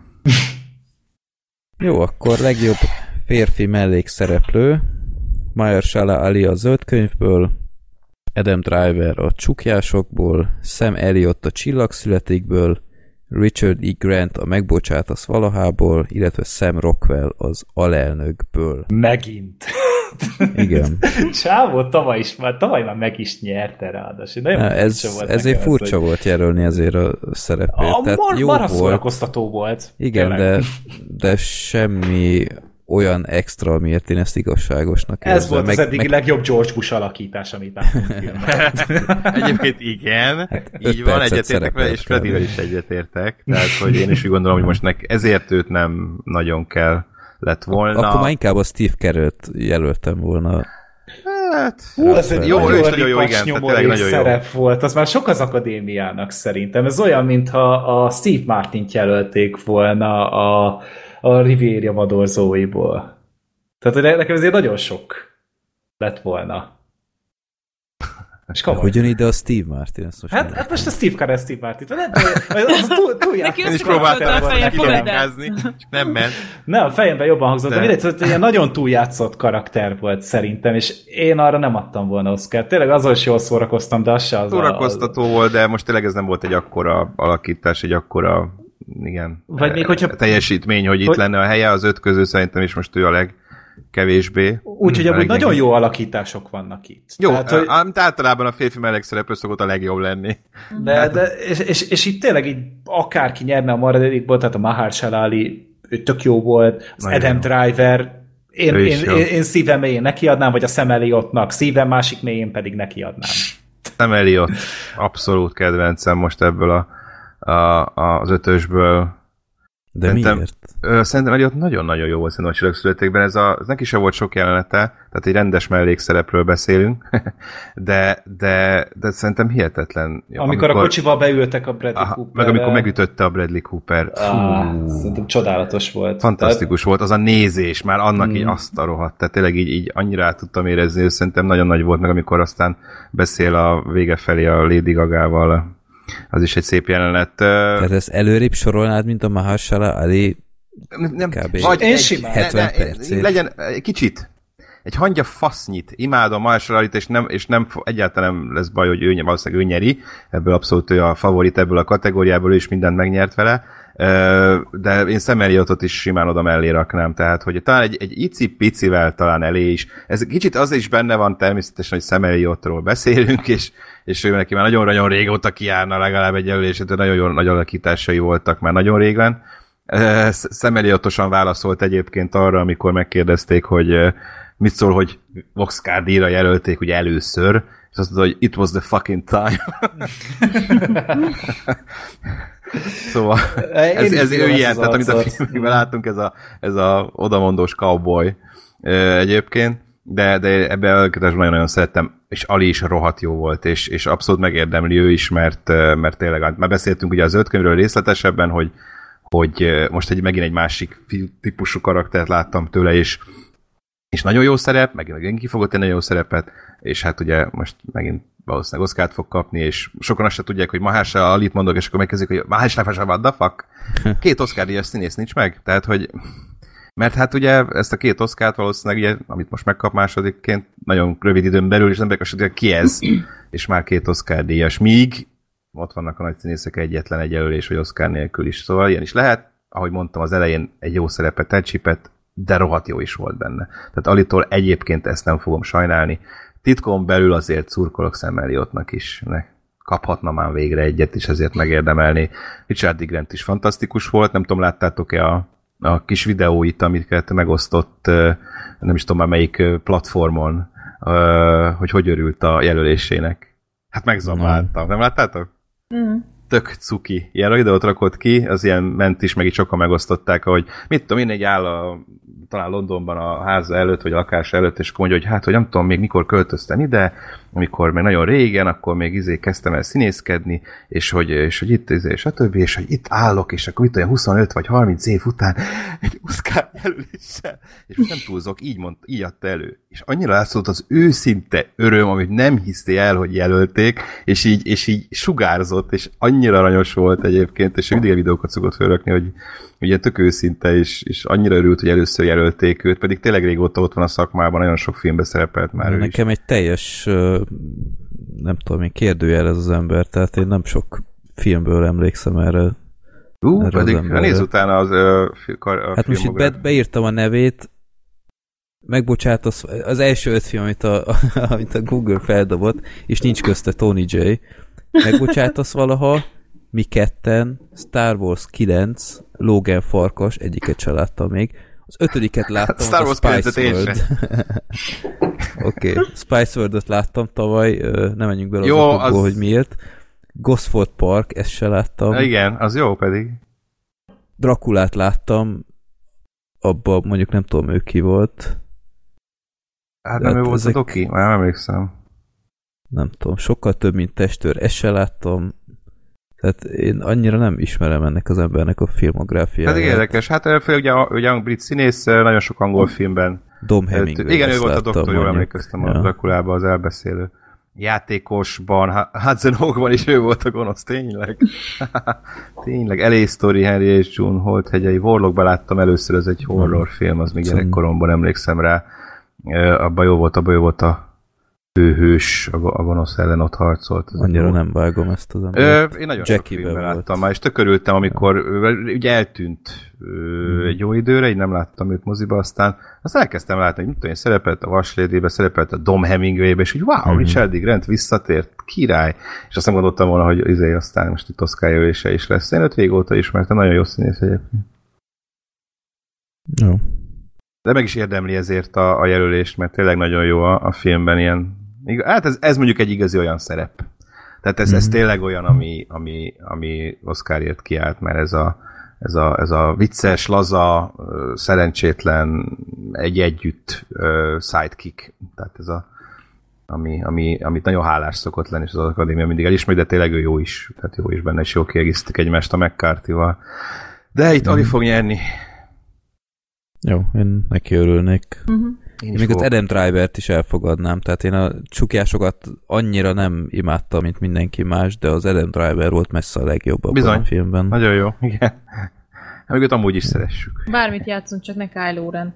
Jó, akkor legjobb férfi mellékszereplő. Mahershala Ali a Zöld könyvből, Adam Driver a Csukjásokból, Sam Elliott a Csillagszületikből, Richard E. Grant a Megbocsátasz valahából, illetve Sam Rockwell az Alelnökből. Megint. Igen. Csávó tavaly is, már tavaly már meg is nyerte ráadásul. Nagyon Na, ez, volt ezért nekem furcsa ez, volt jelölni ezért a szerepét. A Tehát mar, jó marha volt. szórakoztató volt. Igen, Tényleg. de, de semmi olyan extra, amiért én ezt igazságosnak érzem. Ez volt meg, az eddigi meg... legjobb George Bush alakítás, amit láttunk filmben. Egyébként igen, hát így van, egyetértek vele, és Fredivel is egyetértek. Tehát, hogy én is úgy gondolom, hogy most nek ezért őt nem nagyon kell lett volna. Akkor már inkább a Steve Carell-t jelöltem volna. Hát, Hú, ez egy jó, nagyon nagyon jó, igen, nyomorék nagyon szerep jó. volt. Az már sok az akadémiának szerintem. Ez olyan, mintha a Steve Martint jelölték volna a, a Riviera vadorzóiból. Tehát nekem ezért nagyon sok lett volna. És hogyan ide a Steve Martin? Ezt most hát, hát most a Steve Carell, Steve Martin. Nem, az túl, túl Neki is próbáltam kilenkázni, csak nem ment. Nem, a fejemben jobban hangzott, de, de mindegy, szóval ilyen nagyon túljátszott karakter volt szerintem, és én arra nem adtam volna Oscart. Tényleg azon is jól szórakoztam, de az se az Szórakoztató a... volt, de most tényleg ez nem volt egy akkora alakítás, egy akkora, igen, vagy még, hogyha... teljesítmény, hogy itt hogy... lenne a helye az öt közül, szerintem is most ő a leg kevésbé. Úgyhogy amúgy nagyon jó alakítások vannak itt. Jó, tehát, hogy... általában a férfi mellékszereplő szokott a legjobb lenni. De, de és, és, és itt tényleg így akárki nyerne a maradékból, tehát a Mahershala Ali, ő tök jó volt, az nagyon Adam jó. Driver, én, én, én, én szívem mélyén nekiadnám, vagy a Sam Elliottnak, szívem másik mélyén pedig nekiadnám. Sam Elliott, abszolút kedvencem most ebből a, a, az ötösből. De szerintem, miért? Ö, szerintem Elliott nagyon-nagyon jó volt szerintem a Csillagszületékben. Ez, a, ez neki sem volt sok jelenete, tehát egy rendes mellékszerepről beszélünk, de, de, de szerintem hihetetlen. Amikor, amikor a kocsival beültek a Bradley aha, Cooper. Meg amikor megütötte a Bradley Cooper. Ah, szerintem csodálatos volt. Fantasztikus tehát... volt, az a nézés, már annak hmm. így azt a rohadt. Tehát tényleg így, így annyira át tudtam érezni, hogy szerintem nagyon nagy volt, meg amikor aztán beszél a vége felé a Lady Gagával. Az is egy szép jelenet. Tehát ezt előrébb sorolnád, mint a Mahershala Ali nem, kb. Vagy én simán. hetven percét. Legyen egy kicsit. Egy hangya fasznyit. Imádom Mahershala Alit, és, nem, és nem, egyáltalán nem lesz baj, hogy ő, valószínűleg ő nyeri. Ebből abszolút ő a favorit ebből a kategóriából, ő is mindent megnyert vele. De én Sam Elliotot is simán oda mellé raknám, tehát hogy talán egy, egy icipicivel talán elé is. Ez kicsit az is benne van természetesen, hogy Sam Elliotról beszélünk, és, és ő neki már nagyon-nagyon régóta kijárna legalább egy jelölés, de nagyon jó nagy alakításai voltak már nagyon régen. Sam Elliotosan válaszolt egyébként arra, amikor megkérdezték, hogy mit szól, hogy Oscar díjra jelölték ugye először, és azt mondta, hogy it was the fucking time. Szóval ez, ez ő ilyen, tehát amit a filmben látunk, ez a, ez a odamondós cowboy egyébként, de, de ebben a alakításban nagyon-nagyon szerettem, és Ali is rohadt jó volt, és, és abszolút megérdemli ő is, mert, mert tényleg, már beszéltünk ugye az öt könyvről részletesebben, hogy, hogy most egy, megint egy másik típusú karaktert láttam tőle, és, és nagyon jó szerep, megint, megint ki fogott egy nagyon jó szerepet, és hát ugye most megint valószínűleg Oscart fog kapni, és sokan azt se tudják, hogy Mahershala Alit mondok, és akkor megkezdik, hogy Mahershala what the fuck? Két Oscar-díjas színész nincs meg? Tehát, hogy mert hát ugye ezt a két Oscart valószínűleg, ugye, amit most megkap másodikként, nagyon rövid időn belül, és nem tudják, ki ez, és már két Oscar-díjas. Míg ott vannak a nagy színészek, egyetlen egy jelölés, hogy Oscar nélkül is. Szóval ilyen is lehet. Ahogy mondtam, az elején egy jó szerepet elcsípett, de rohadt jó is volt benne. Tehát Alitól egyébként ezt nem fogom sajnálni. Titkon belül azért szurkolok Sam Elliottnak is. Ne kaphatna már végre egyet, és ezért megérdemelni. Richard E. Grant is fantasztikus volt, nem tudom, láttátok-e a, a kis videóit, amiket megosztott, nem is tudom már melyik platformon, hogy hogy örült a jelölésének. Hát megzabáltam. Nem láttátok? Mm. Tök cuki. Ilyen videót rakott ki, az ilyen ment is, meg így sokan megosztották, hogy mit tudom, mindegy áll a, talán Londonban a háza előtt, vagy a lakás előtt, és akkor mondja, hogy hát, hogy nem tudom még mikor költöztem ide, amikor még nagyon régen, akkor még izé kezdtem el színészkedni, és hogy, és hogy itt, izé, stb., és hogy itt állok, és akkor itt olyan huszonöt vagy harminc év után egy Oscar jelöléssel, és most nem túlzok, így mond, így adta elő. És annyira látszott az őszinte öröm, amit nem hiszti el, hogy jelölték, és így, és így sugárzott, és annyira aranyos volt egyébként, és mindig a videókat szokott fölrakni, hogy ugye tök őszinte, és, és annyira örült, hogy először jelölték őt, pedig tényleg régóta ott van a szakmában, nagyon sok filmben szerepelt már ő Nekem is. egy teljes, nem tudom én, kérdőjel ez az ember, tehát én nem sok filmből emlékszem erre. Ú, erre pedig nézz utána az a, a hát most itt be, beírtam a nevét, megbocsátasz, az első öt film, amit a, amit a Google feldobott, és nincs közte Tony J. Megbocsátasz valaha, mi ketten, Star Wars kilenc, Logan Farkas, egyiket sem láttam még. Az ötödiket láttam, Star Wars az a Spice World. Oké, okay. Spice World-ot láttam tavaly, nem menjünk bele jó, azokból, az... hogy miért. Gosford Park, ezt se láttam. Na igen, az jó pedig. Drakulát láttam, abban mondjuk nem tudom, ő ki volt. Hát nem ő volt ezek... a doki? Már nem emlékszem. Nem tudom, sokkal több, mint Testőr, ezt se láttam. Tehát én annyira nem ismerem ennek az embernek a filmográfiáját. Hát érdekes, hát ugye a, ugye a brit színész nagyon sok angol filmben. Dom Hemingway. Igen, ő volt a doktor, jól emlékeztem ja. a Drakulában az elbeszélő. Játékosban, Hudson Hawkban is ő volt a gonosz, tényleg. Tényleg, L A Story, Henry és June Holt hegyei. Warlockban láttam először, ez egy horrorfilm, az még gyerekkoromban emlékszem rá. Abban jó volt, abban jó volt a főhős, a gonosz ellen ott harcolt. Annyira nem vágom ezt az embert. Én nagyon sok filmben láttam már, és tök örültem, amikor ugye eltűnt mm. egy jó időre, így nem láttam őt moziba, aztán azt elkezdtem látni, hogy mit tudom én, szerepelt a Vaslédébe, szerepelt a Dom Hemingwaybe, és hogy wow, mm. Richard E. Grant visszatért, király, és azt nem gondoltam volna, hogy izé aztán most itt Oscar jelölése is lesz. Én őt régóta ismertem, nagyon jó színész egyébként. Jó. De meg is érdemli ezért a, a jelölést, mert tényleg nagyon jó a, a filmben ilyen. Hát ez, ez mondjuk egy igazi olyan szerep. Tehát ez, mm-hmm. ez tényleg olyan, ami, ami, ami Oscarért kiállt, mert ez a, ez a, ez a vicces, laza, szerencsétlen, egy együtt sidekick. Tehát ez a, ami, ami, amit nagyon hálás szokott lenni, és az akadémia mindig elismeri, de tényleg ő jó is. Tehát jó is benne, és jó kiegészítik egymást a McCarthy-val. De itt mm. alig fog nyerni. Jó, én neki örülnék. Uh-huh. Én, én még az Adam Drivert is elfogadnám, tehát én a csukjásokat annyira nem imádtam, mint mindenki más, de az Adam Driver volt messze a legjobb abban Bizony. A filmben. Nagyon jó, igen. Még őt amúgy is szeressük. Bármit játszunk, csak ne Kylo Ren-t.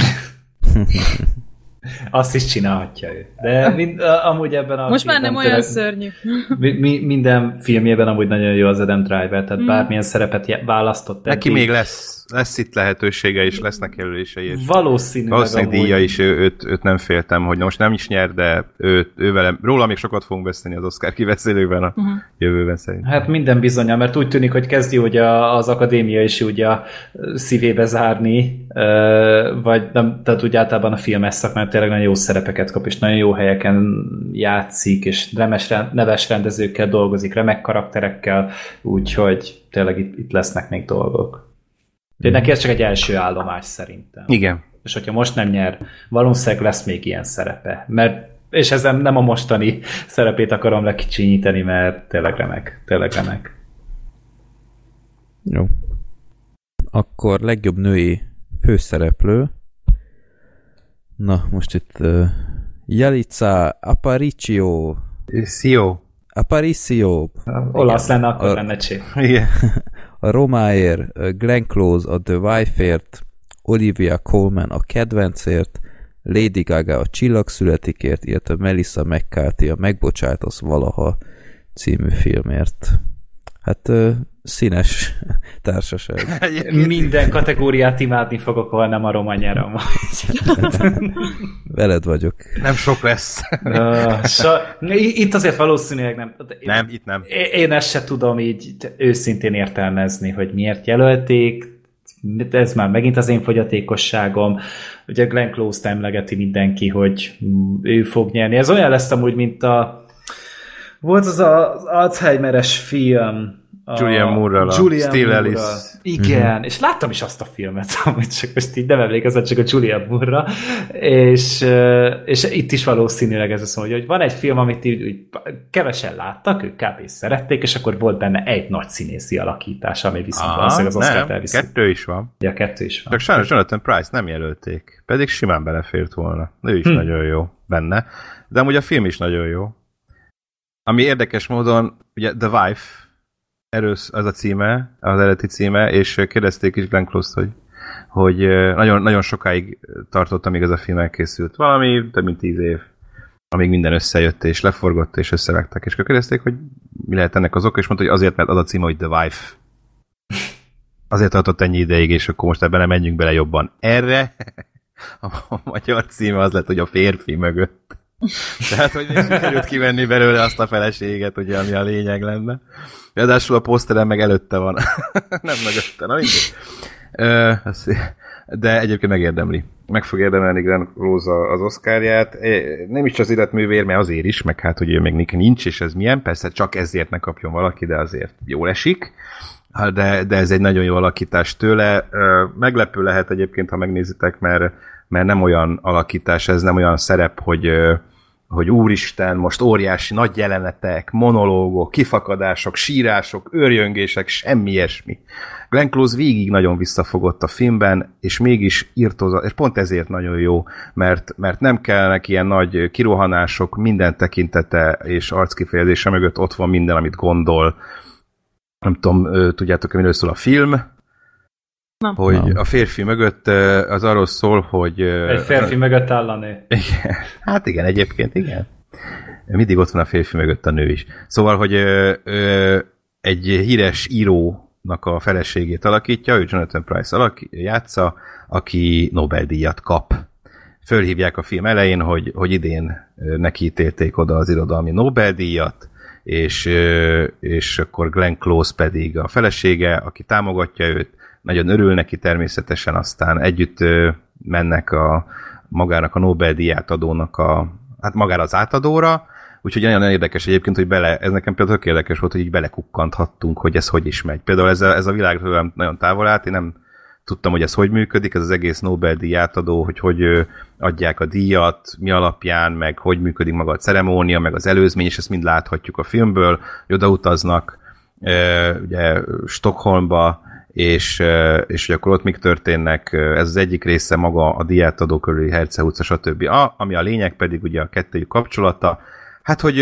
Azt is csinálhatja ő. De mind, amúgy ebben a most már nem olyan tőle, szörnyű. Mi, mi, minden filmjében amúgy nagyon jó az Adam Driver, tehát mm. bármilyen szerepet választott. Neki még lesz, lesz itt lehetősége, és lesznek jelölései. Valószínűleg, Valószínűleg díja is, ő, őt, őt nem féltem, hogy most nem is nyer, de ő, ő velem, róla még sokat fogunk beszélni az Oscar kiveszélőben a uh-huh. jövőben szerintem. Hát minden bizonnyal, mert úgy tűnik, hogy kezdi ugye az akadémia is ugye a szívébe zárni, vagy nem, tehát úgy általában a filmes szakmán tényleg nagyon jó szerepeket kap, és nagyon jó helyeken játszik, és remes, neves rendezőkkel dolgozik, remek karakterekkel, úgyhogy tényleg itt, itt lesznek még dolgok. De neki ez csak egy első állomás szerintem. Igen. És hogyha most nem nyer, valószínűleg lesz még ilyen szerepe. Mert, és ezzel nem a mostani szerepét akarom lekicsinyíteni, mert tényleg remek. Tényleg remek. Jó. Akkor legjobb női főszereplő. Na, most itt uh, Yalitza Aparicio. Szio. Aparicio. Olasz lenne, akkor lenne csé. Igen. A Romáért, Glenn Close a The Wife-ért, Olivia Colman a Kedvencért, Lady Gaga a Csillag születikért, illetve Melissa McCarthy a Megbocsátasz valaha című filmért. Hát uh, színes társaság. Minden kategóriát imádni fogok, ahol nem a roma nyerom. Veled vagyok. Nem sok lesz. uh, so, itt azért valószínűleg nem. Nem, itt nem. Én ezt se tudom így őszintén értelmezni, hogy miért jelölték. ez már megint az én fogyatékosságom. Ugye Glenn Close-t emlegeti mindenki, hogy ő fog nyerni. Ez olyan lesz amúgy, mint a volt az az Alzheimeres film, Julian Moore-ral, Julian Still Moore-ral. Alice. Igen, mm-hmm. és láttam is azt a filmet, amit csak most így nem emlékezett csak a Julian Moore-ra, és, és itt is valószínűleg ez az, hogy van egy film, amit így, így kevesen láttak, ők kb. Szerették, és akkor volt benne egy nagy színészi alakítás, ami viszont valószínűleg az Oscar-t elviszi. Kettő is van. Ja, kettő is van. Csak sajnos Jonathan Pryce nem jelölték, pedig simán belefért volna. Ő is hm. nagyon jó benne, de amúgy a film is nagyon jó. Ami érdekes módon, ugye The Wife, erről az a címe, az eredeti címe, és kérdezték is Glenn Close-t, hogy, hogy nagyon, nagyon sokáig tartott, amíg ez a film elkészült. Valami több mint tíz év, amíg minden összejött, és leforgott, és összevágták. És akkor kérdezték, hogy mi lehet ennek az oka, és mondta, hogy azért, mert az a címe, hogy The Wife. Azért tartott ennyi ideig, és akkor most ebben nem menjünk bele jobban. Erre a magyar címe az lett, hogy a férfi mögött. Tehát, hogy nem sikerült kivenni belőle azt a feleséget, ugye, ami a lényeg lenne. Ráadásul a poszteren meg előtte van. Nem mögötte, na mindegy. De egyébként megérdemli. Meg fog érdemelni Glenn Close az Oscarját. Nem is az életművér, mert azért is, meg hát, hogy ő még nincs, és ez milyen. Persze csak ezért ne kapjon valaki, de azért jól esik. De, de ez egy nagyon jó alakítás tőle. Meglepő lehet egyébként, ha megnézitek, mert, mert nem olyan alakítás, ez nem olyan szerep, hogy hogy úristen, most óriási nagy jelenetek, monológok, kifakadások, sírások, őrjöngések, semmi ilyesmi. Glenn Close végig nagyon visszafogott a filmben, és mégis írtóza, és pont ezért nagyon jó, mert, mert nem kellnek ilyen nagy kirohanások, minden tekintete és arckifejezése mögött ott van minden, amit gondol. Nem tudom, tudjátok, miről szól a film? Nem. Hogy nem. A férfi mögött az arról szól, hogy... Egy férfi mögött áll a nő. Igen. Hát igen, egyébként igen. Mindig ott van a férfi mögött a nő is. Szóval, hogy ö, ö, egy híres írónak a feleségét alakítja, ő Jonathan Pryce alak, játsza, aki Nobel-díjat kap. Fölhívják a film elején, hogy, hogy idén neki ítélték oda az irodalmi Nobel-díjat, és, és akkor Glenn Close pedig a felesége, aki támogatja őt, nagyon örül neki természetesen, aztán együtt mennek a magának a Nobel-díját adónak a, hát magára az átadóra, úgyhogy nagyon érdekes egyébként, hogy bele, ez nekem például tök érdekes volt, hogy így belekukkanthattunk, hogy ez hogy is megy. Például ez a, ez a világ nagyon távol állt, én nem tudtam, hogy ez hogy működik, ez az egész Nobel-díj átadó, hogy hogy adják a díjat, mi alapján, meg hogy működik maga a ceremónia, meg az előzmény, és ezt mind láthatjuk a filmből, hogy odautaznak ugye Stockholmba, és, és hogy akkor ott mik történnek, ez az egyik része maga a díjátadó körüli Herce utca, stb. A, ami a lényeg pedig ugye a kettőjük kapcsolata. Hát, hogy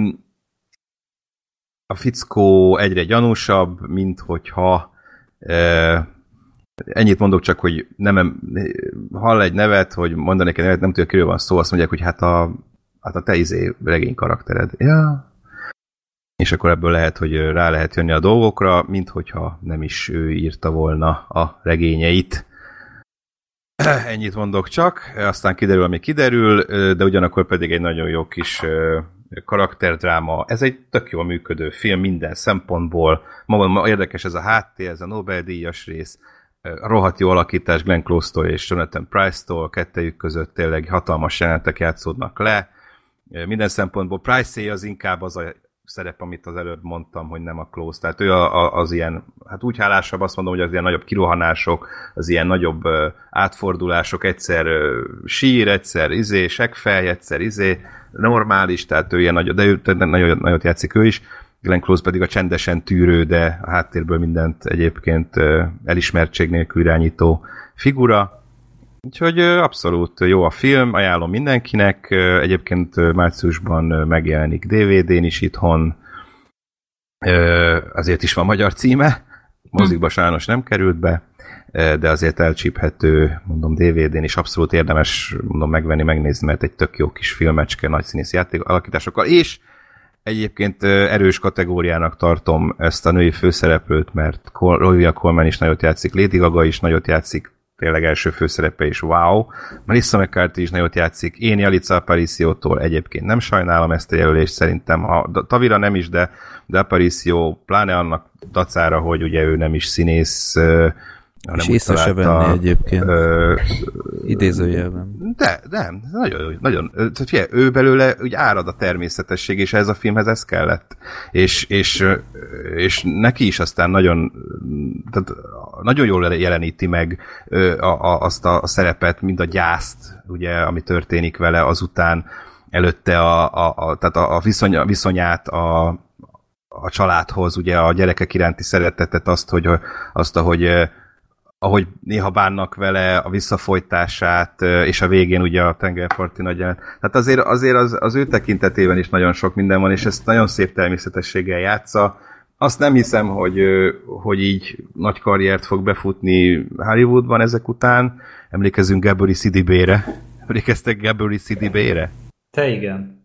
a fickó egyre gyanúsabb, mint hogyha ennyit mondok csak, hogy nem hall egy nevet, hogy mondanék egy nevet, nem tudja, kiről van szó, azt mondják, hogy hát a, hát a te izé regény karaktered. Ja. És akkor ebből lehet, hogy rá lehet jönni a dolgokra, mint hogyha nem is ő írta volna a regényeit. Ennyit mondok csak, aztán kiderül, ami kiderül, de ugyanakkor pedig egy nagyon jó kis karakterdráma. Ez egy tök jól működő film minden szempontból. Maga érdekes ez a háttér, ez a Nobel-díjas rész, a rohadt jó alakítás Glenn Close-tól és Jonathan Pryce-tól, kettejük között tényleg hatalmas jelenetek játszódnak le. Minden szempontból Pryce az inkább az a szerep, amit az előbb mondtam, hogy nem a Close. Tehát ő a, a, az ilyen, hát úgy hálásabb azt mondom, hogy az ilyen nagyobb kirohanások, az ilyen nagyobb uh, átfordulások, egyszer uh, sír, egyszer izé, seggfej, egyszer izé, normális, tehát ő ilyen nagy, de ő nagyon, nagyot játszik ő is. Glenn Close pedig a csendesen tűrő, de a háttérből mindent egyébként uh, elismertség nélkül irányító figura. Úgyhogy abszolút jó a film, ajánlom mindenkinek, egyébként márciusban megjelenik dé vé dén is itthon, azért is van magyar címe, mozikba sajnos nem került be, de azért elcsíphető, mondom, dé vé dén is abszolút érdemes, mondom, megvenni, megnézni, mert egy tök jó kis filmecske, nagy színész játék alakításokkal, és egyébként erős kategóriának tartom ezt a női főszereplőt, mert Olivia Colman is nagyot játszik, Lady Gaga is nagyot játszik, tényleg első főszerepe is, wow. Melissa McCarthy is nagyot játszik, én Yalitza Aparicio-tól egyébként nem sajnálom ezt a jelölést, szerintem, ha Tavira nem is, de, de Aparicio pláne annak dacára, hogy ugye ő nem is színész, És észre se venni egyébként. Ö, idézőjelben. De, nem, nagyon, nagyon. Tehát figyelj, ő belőle úgy árad a természetesség, és ez a filmhez ez kellett. És, és, és neki is aztán nagyon, tehát nagyon jól jeleníti meg a, a, azt a szerepet, mind a gyászt, ugye, ami történik vele azután, előtte a, a, a, tehát a, a, viszony, a viszonyát a, a családhoz, ugye a gyerekek iránti szeretetet, azt, hogy, azt ahogy, ahogy néha bánnak vele, a visszafolytását, és a végén ugye a tengerparti nagy jelenet. Tehát azért, azért az, az ő tekintetében is nagyon sok minden van, és ezt nagyon szép természetességgel játsza. Azt nem hiszem, hogy, hogy így nagy karriert fog befutni Hollywoodban ezek után. Emlékezzünk Gabori Sidibére. Emlékeztek Gabori Sidibére? Te igen.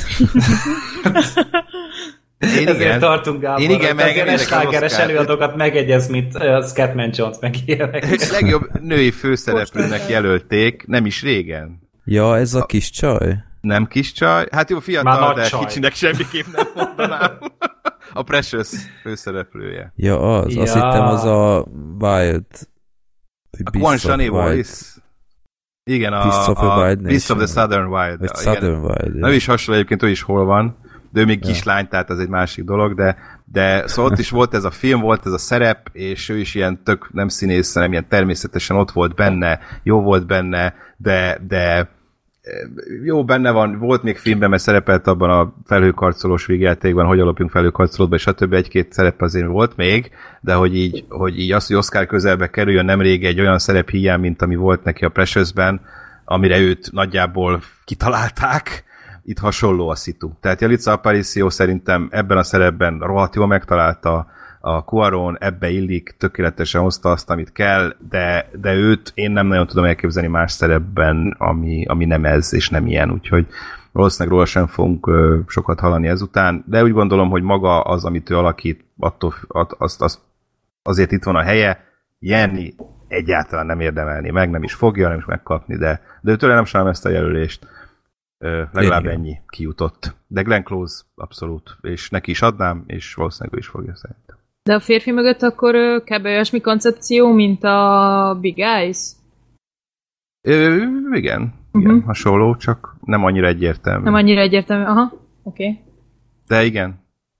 Én Ezért igen. tartunk, Gábor. Én igen, meg az slágeres előadókat megegyez, mint uh, Scatman Jones, meg ilyenek. Legjobb női főszereplőnek jelölték, nem is régen. Ja, ez a kis csaj? Nem kis csaj. Hát jó, fiatal, de csaj. Kicsinek semmiképp nem mondanám. A Precious főszereplője. Ja, az. Ja. Azt hittem az a Wild... A Quan Shani Wallis. Igen, a, Beasts of, a, a Wild Beasts of the Southern Wild. Vagy Ja, Southern Wild. Nem is hasonló egyébként, ő is hol van, de ő még kislány, tehát ez egy másik dolog, de, de szóval ott is volt ez a film, volt ez a szerep, és ő is ilyen tök nem színész, hanem ilyen természetesen ott volt benne, jó volt benne, de, de jó benne van, volt még filmben, mert szerepelt abban a felhőkarcolós vígjátékban, hogy alapjunk felhőkarcolódba, és stb. Egy-két szerep azért volt még, de hogy így, hogy így az, hogy Oscar közelbe kerüljön nemrég egy olyan szerep hiány, mint ami volt neki a Preciousben, amire őt nagyjából kitalálták, itt hasonló a szitu. Tehát Yalitza Aparicio szerintem ebben a szerepben rohadt jól megtalálta a Cuarón, ebbe illik, tökéletesen hozta azt, amit kell, de, de őt én nem nagyon tudom elképzelni más szerepben, ami, ami nem ez, és nem ilyen, úgyhogy valószínűleg róla sem fogunk ö, sokat hallani ezután, de úgy gondolom, hogy maga az, amit ő alakít, attól, azt, azt, azért itt van a helye, Jenny egyáltalán nem érdemelni meg, nem is fogja, nem is megkapni, de, de tőle nem sajnálom ezt a jelölést. Ö, legalább Igen. ennyi kijutott. De Glenn Close abszolút, és neki is adnám, és valószínűleg ő is fogja szerintem. De a férfi mögött akkor kb. Olyasmi koncepció, mint a Big Eyes? Ö, igen, igen, Uh-huh. hasonló, csak nem annyira egyértelmű. Nem annyira egyértelmű. Aha, oké. Okay. De igen.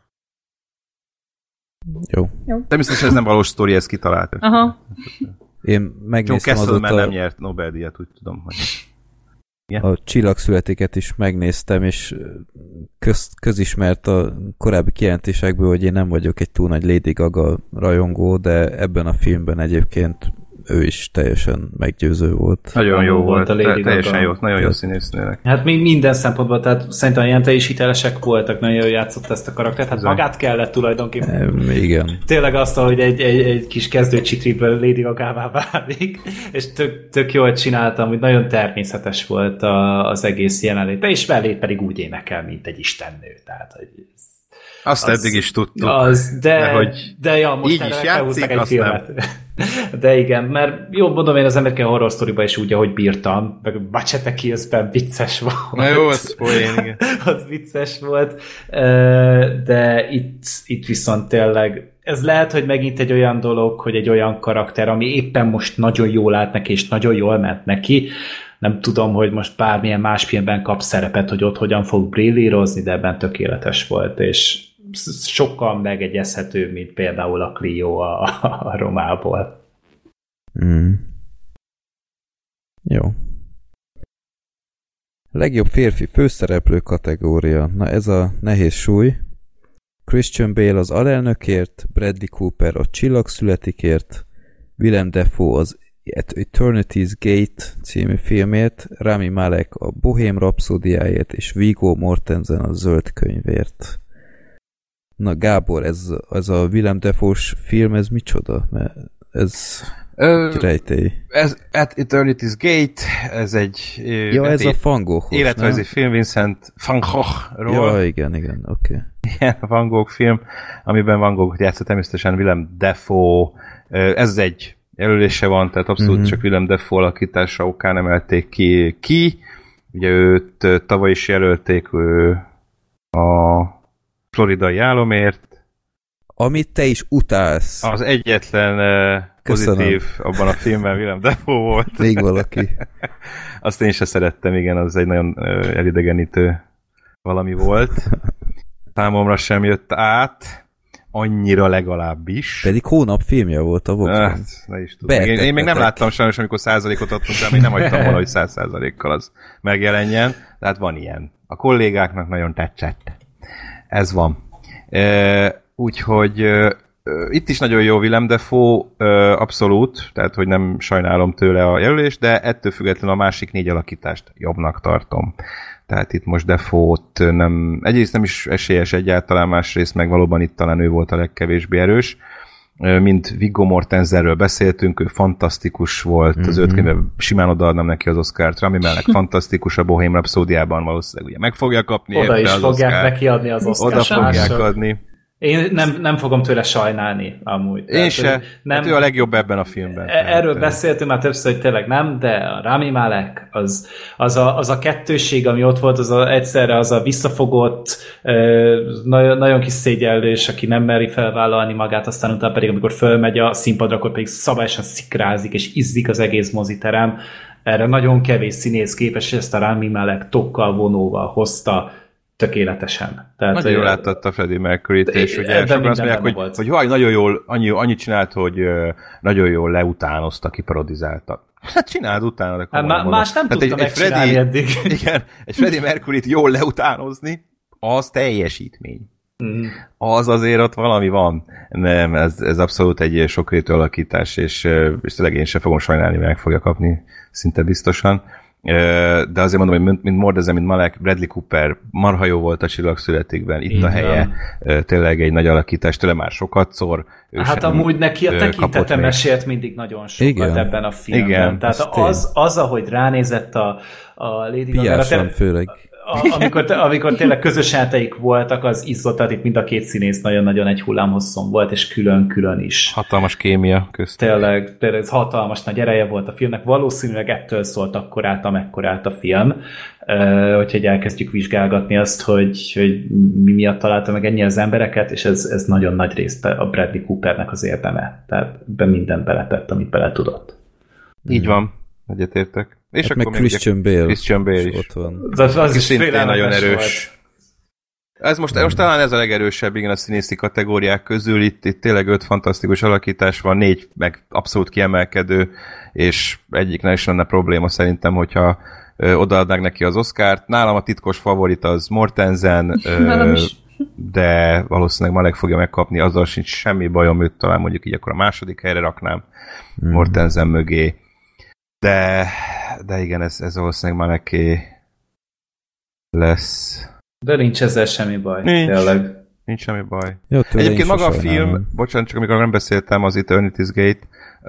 Jó. Természetesen ez nem valós sztori, ez kitalált. Aha. Én John megnéztem Casselman azóta... nem nyert Nobel-díjat, úgy tudom, hogy... Igen? A Csillagszületiket is megnéztem, és köz, közismert a korábbi kijelentésekből, hogy én nem vagyok egy túl nagy Lady Gaga rajongó, de ebben a filmben egyébként ő is teljesen meggyőző volt. Nagyon jó volt volt, a Lady te, teljesen Gaga. jó, nagyon jó színésznőnek. Hát még minden szempontból, tehát szerintem ilyen te is hitelesek voltak, nagyon jól játszott ezt a karaktert, hát Bizony. magát kellett tulajdonképpen. Um, igen. Tényleg azt, hogy egy, egy, egy kis kezdőcsitriből Lady Gagává válik, és tök, tök jól csináltam, hogy nagyon természetes volt a, az egész jelenléte, és mellé pedig úgy énekel, mint egy istennő. Tehát, hogy Azt az, eddig is tudtuk. Az, de, de hogy de ja, most így erre is felhúztak játszik, egy azt filmet. De igen, mert jó, mondom én az American Horror Story-ba is úgy, ahogy bírtam, meg Bachete Kills-ben vicces volt. Na jó, az poén, igen. Az vicces volt, de itt, itt viszont tényleg ez lehet, hogy megint egy olyan dolog, hogy egy olyan karakter, ami éppen most nagyon jól állt neki, és nagyon jól ment neki. Nem tudom, hogy most bármilyen más filmben kap szerepet, hogy ott hogyan fog brillírozni, de ebben tökéletes volt, és sokkal megegyezhető, mint például a Clio a, a Romából. Mm. Jó. Legjobb férfi főszereplő kategória. Na ez a nehéz súly. Christian Bale az Alelnökért, Bradley Cooper a Csillagszületikért, Willem Dafoe az Eternity's Gate című filmért, Rami Malek a Bohém Rhapsódiáért, és Viggo Mortensen a Zöld könyvért. Na Gábor, ez, ez a Willem Dafoe-s film, ez micsoda? Mert ez Ö, rejtély. Ez At Eternity's Gate, ez egy... Ja, ez a Van Gogh-os, életrajzi film, Vincent Van Gogh-ról. Ja, igen, igen, oké. Okay. Igen, Van Gogh film, amiben Van Gogh játszott természetesen Willem Dafoe. Ez egy jelölése van, tehát abszolút mm-hmm. csak Willem Dafoe alakítása okán emelték ki. ki. Ugye őt tavaly is jelölték ő a Floridai álomért. Amit te is utálsz. Az egyetlen pozitív abban a filmben Willem Dafoe volt. Még valaki. Azt én se szerettem, igen, az egy nagyon elidegenítő valami volt. Számomra sem jött át, annyira legalábbis. Pedig hónap filmje volt a Vox. Hát, ne is tudom. Én, én még nem láttam sajnos, amikor százalékot adtunk rá, még nem hagytam volna, hogy száz százalékkal az megjelenjen. De hát van ilyen. A kollégáknak nagyon tetszett. Ez van. E, úgyhogy e, itt is nagyon jó Willem Dafoe, e, abszolút, tehát hogy nem sajnálom tőle a jelölést, de ettől függetlenül a másik négy alakítást jobbnak tartom. Tehát itt most Dafoe-t nem, egyrészt nem is esélyes egyáltalán, másrészt meg valóban itt talán ő volt a legkevésbé erős. Mint Viggo Mortensenről beszéltünk, ő fantasztikus volt, mm-hmm. az öt könyvben simán odaadnám neki az Oscart, Rami Malek fantasztikus, a Bohém Rhapsódiában valószínűleg ugye meg fogja kapni. Oda is az fogják Oscar. neki adni az Oscart. Oda fogják mások. adni. Én nem, nem fogom tőle sajnálni, amúgy. Én tehát, se. Nem, hát ő a legjobb ebben a filmben. Erről tehát. beszéltünk már többször, hogy tényleg nem, de a Rami Malek, az, az, a, az a kettőség, ami ott volt, az a, egyszerre az a visszafogott, nagyon, nagyon kis szégyellős, aki nem meri felvállalni magát, aztán utána pedig, amikor fölmegy a színpadra, akkor pedig szabályosan szikrázik, és izzik az egész moziterem. Erre nagyon kevés színész képes, és ezt a Rami Malek tokkal vonóval hozta tökéletesen. Tehát, nagyon jól láttatta Freddie Mercury-t, és ugye sokan azt mondják, hogy, hogy hogy nagyon jól, annyi, annyit csinált, hogy uh, nagyon jól leutánozta, kiparodizálta. Hát csináld utána, de hát má, más nem tehát tudta egy, megcsinálni egy Freddie, eddig. Igen, egy Freddie Mercury-t jól leutánozni, az teljesítmény. Mm. Az azért ott valami van. Nem, ez, ez abszolút egy sokrétű alakítás, és, és tényleg én sem fogom sajnálni, meg fogja kapni, szinte biztosan. De azért mondom, hogy mint Mortensen, mint Malek, Bradley Cooper marha jó volt a Csillagszületikben, itt Igen. a helye, tényleg egy nagy alakítás, tőle már sokat szor. Hát amúgy neki a tekintete mesélt mindig nagyon sokat Igen. ebben a filmben. Igen, tehát az, az, ahogy ránézett a, a Lady Gaga, főleg. A, amikor, amikor tényleg közös játékok voltak, az izzott, tehát itt mind a két színész nagyon-nagyon egy hullámhosszon volt, és külön-külön is. Hatalmas kémia közt. Tényleg, tényleg ez hatalmas nagy ereje volt a filmnek. Valószínűleg ettől szólt akkor át, amekkor állt a film. Uh, úgyhogy elkezdjük vizsgálgatni azt, hogy, hogy mi miatt találta meg ennyi az embereket, és ez, ez nagyon nagy részt a Bradley Coopernek az érdeme. Tehát be mindent beletett, amit bele tudott. Így van, egyetértek. És hát akkor meg Christian Bale, Christian Bale is. Ott van. Az, az is szintén nagyon erős. Volt. Ez most, hmm. most talán ez a legerősebb, igen, a színészi kategóriák közül. Itt, itt tényleg öt fantasztikus alakítás van, négy meg abszolút kiemelkedő, és egyiknek is lenne probléma szerintem, hogyha ö, odaadnák neki az Oscart. Nálam a titkos favorit az Mortensen, ö, de valószínűleg Malek fogja megkapni, azzal sincs semmi bajom, őt talán mondjuk így akkor a második helyre raknám hmm. Mortensen mögé. De, de igen, ez, ez valószínűleg Maleké lesz. De nincs ezzel semmi baj. Nincs, tényleg. nincs semmi baj. Jó, egyébként maga a film, nem. bocsánat, csak amikor nem beszéltem az Eternity's Gate,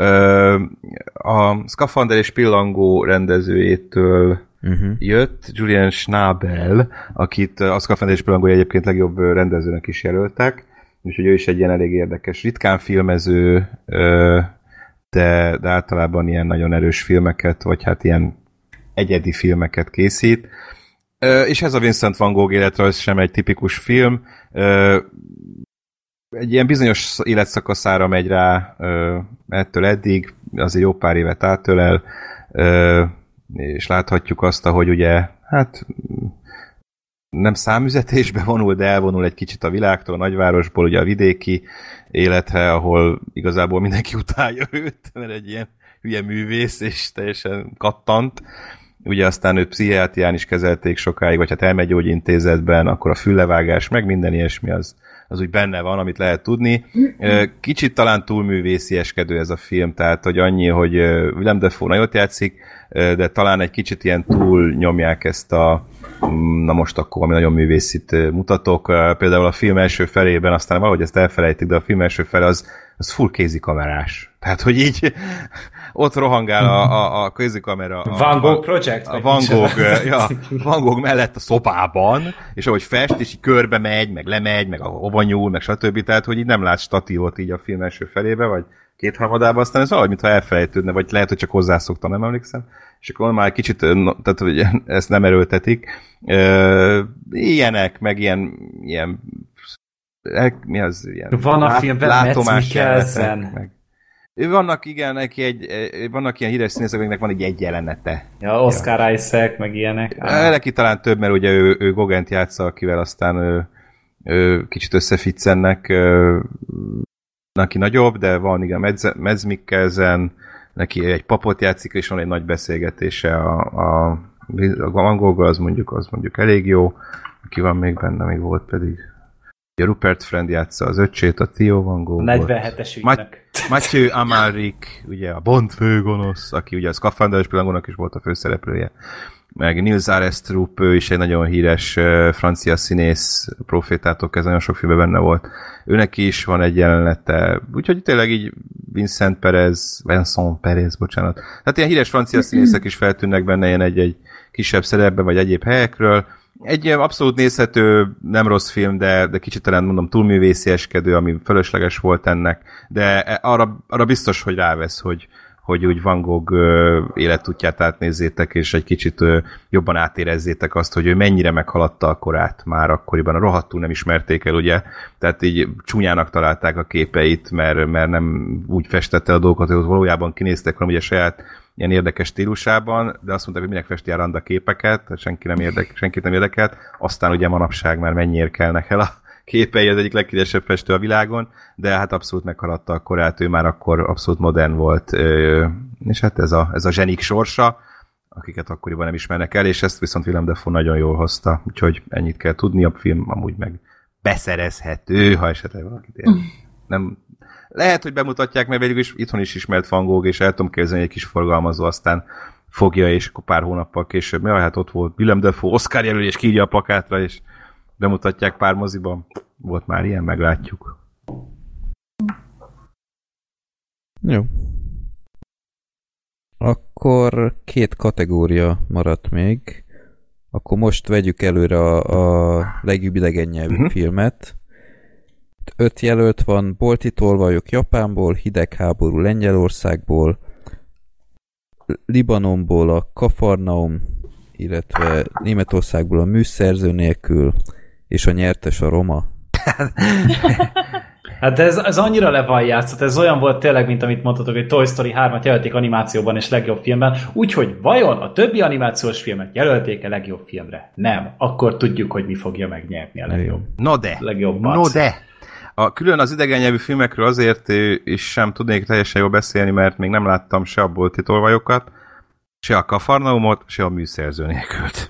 a Szkafander és Pillangó rendezőjétől uh-huh. jött, Julian Schnabel, akit a Szkafander és Pillangó egyébként legjobb rendezőnek is jelöltek, úgyhogy ő is egy ilyen elég érdekes, ritkán filmező, De, de általában ilyen nagyon erős filmeket, vagy hát ilyen egyedi filmeket készít. És ez a Vincent van Gogh életrajz sem egy tipikus film. Egy ilyen bizonyos életszakaszára megy rá ettől eddig, azért jó pár évet átölel, és láthatjuk azt, hogy ugye, hát nem számüzetésbe vonul, de elvonul egy kicsit a világtól, a nagyvárosból, ugye a vidéki életre, ahol igazából mindenki utálja őt, mert egy ilyen hülye művész, és teljesen kattant. Ugye aztán őt pszichiátrián is kezelték sokáig, vagy hát elmegyógyintézetben, akkor a füllevágás, meg minden ilyesmi az, az úgy benne van, amit lehet tudni. Kicsit talán túl művészieskedő ez a film, tehát hogy annyi, hogy Willem Dafoe nagyot játszik, de talán egy kicsit ilyen túl nyomják ezt a na most akkor, ami nagyon művészit mutatok. Például a film első felében, aztán valahogy ezt elfelejtik, de a film első fele az, az full kézikamerás. Tehát, hogy így ott rohangál a, a, a kézikamera. A, Van Gogh Project? A Van Gogh, ja, Van Gogh mellett a szobában, és ahogy fest, és így körbe megy, meg lemegy, meg ahova nyúl, meg stb. Tehát, hogy így nem lát statívot így a film első felébe, vagy kétharmadában, aztán ez valahogy, mintha elfelejtődne, vagy lehet, hogy csak hozzászoktam, nem emlékszem. És akkor már kicsit, tehát hogy ezt nem erőltetik. E, ilyenek, meg ilyen, ilyen mi az ilyen van a filmben Mads Mikkelsen. Meg, Vannak, igen, neki egy, vannak ilyen híres színészek, akiknek van egy egy jelenete. Ja, Oscar ja. Isaac, meg ilyenek. Ah. Neki talán több, mert ugye ő, ő Gogent játsza, akivel aztán ő, ő kicsit összeficcennek, neki nagyobb, de van, igen, Mads Mikkelsen, neki egy papot játszik, és van egy nagy beszélgetése a, a, a Van Gogh, az mondjuk, az mondjuk elég jó. Aki van még benne, még volt pedig. A Rupert Friend játsza az öccsét, a Theo Van Gogh. negyvenhetes ügynek. Matthew Amalric, ugye a Bond főgonosz, aki ugye a Skaffanderes pillangónak is volt a főszereplője. Meg Nils Arestrup, ő is egy nagyon híres uh, francia színész, profétától kezdve nagyon sok filmben benne volt. Őnek is van egy jelenete, úgyhogy tényleg így Vincent Perez, Vincent Perez, bocsánat. Hát ilyen híres francia színészek is feltűnnek benne ilyen egy-egy kisebb szerepben, vagy egyéb helyekről. Egy abszolút nézhető, nem rossz film, de, de kicsit talán mondom túlművészieskedő, ami fölösleges volt ennek, de arra, arra biztos, hogy rávesz, hogy, hogy úgy Van Gogh életútját átnézzétek, és egy kicsit jobban átérezzétek azt, hogy ő mennyire meghaladta a korát már akkoriban. A rohadtul nem ismerték el, ugye? Tehát így csúnyának találták a képeit, mert, mert nem úgy festette a dolgokat, hogy valójában kinéztek, hanem ugye saját ilyen érdekes stílusában, de azt mondták, hogy minek festi a randa képeket, senki nem érdek, senkit nem érdekelt. Aztán ugye manapság már mennyi érkelnek el a képei, az egyik legkíresebb festő a világon, de hát abszolút meghaladta a korát, ő már akkor abszolút modern volt, és hát ez a, ez a zsenik sorsa, akiket akkoriban nem ismernek el, és ezt viszont Willem Dafoe nagyon jól hozta, úgyhogy ennyit kell tudni, a film amúgy meg beszerezhető, ha esetleg valakit ér. Nem, lehet, hogy bemutatják, mert végül is itthon is ismert Van Gogh, és el tudom képzelni, egy kis forgalmazó aztán fogja, és akkor pár hónappal később, mert hát ott volt Willem Dafoe, Oscar jelölés, kírja a plakátra, és bemutatják pár moziban. Volt már ilyen, meglátjuk. Jó. Akkor két kategória maradt még. Akkor most vegyük előre a, a legjobb idegen nyelvű uh-huh. filmet. Öt jelölt van: Bolti tolvajok Japánból, Hidegháború Lengyelországból, Libanonból a Kafarnaum, illetve Németországból a Műszerző nélkül, és a nyertes a Roma. Hát ez, ez annyira le van játszott, ez olyan volt tényleg, mint amit mondhatok, hogy Toy Story hármat jelölték animációban és legjobb filmben, úgyhogy vajon a többi animációs filmet jelölték-e legjobb filmre? Nem. Akkor tudjuk, hogy mi fogja megnyerni a legjobb. No de! Legjobbat. No de! A, külön az idegen nyelvű filmekről azért is sem tudnék teljesen jól beszélni, mert még nem láttam se a Bolti tolvajokat, se a Kafarnaumot, se a Műszerző nélkült.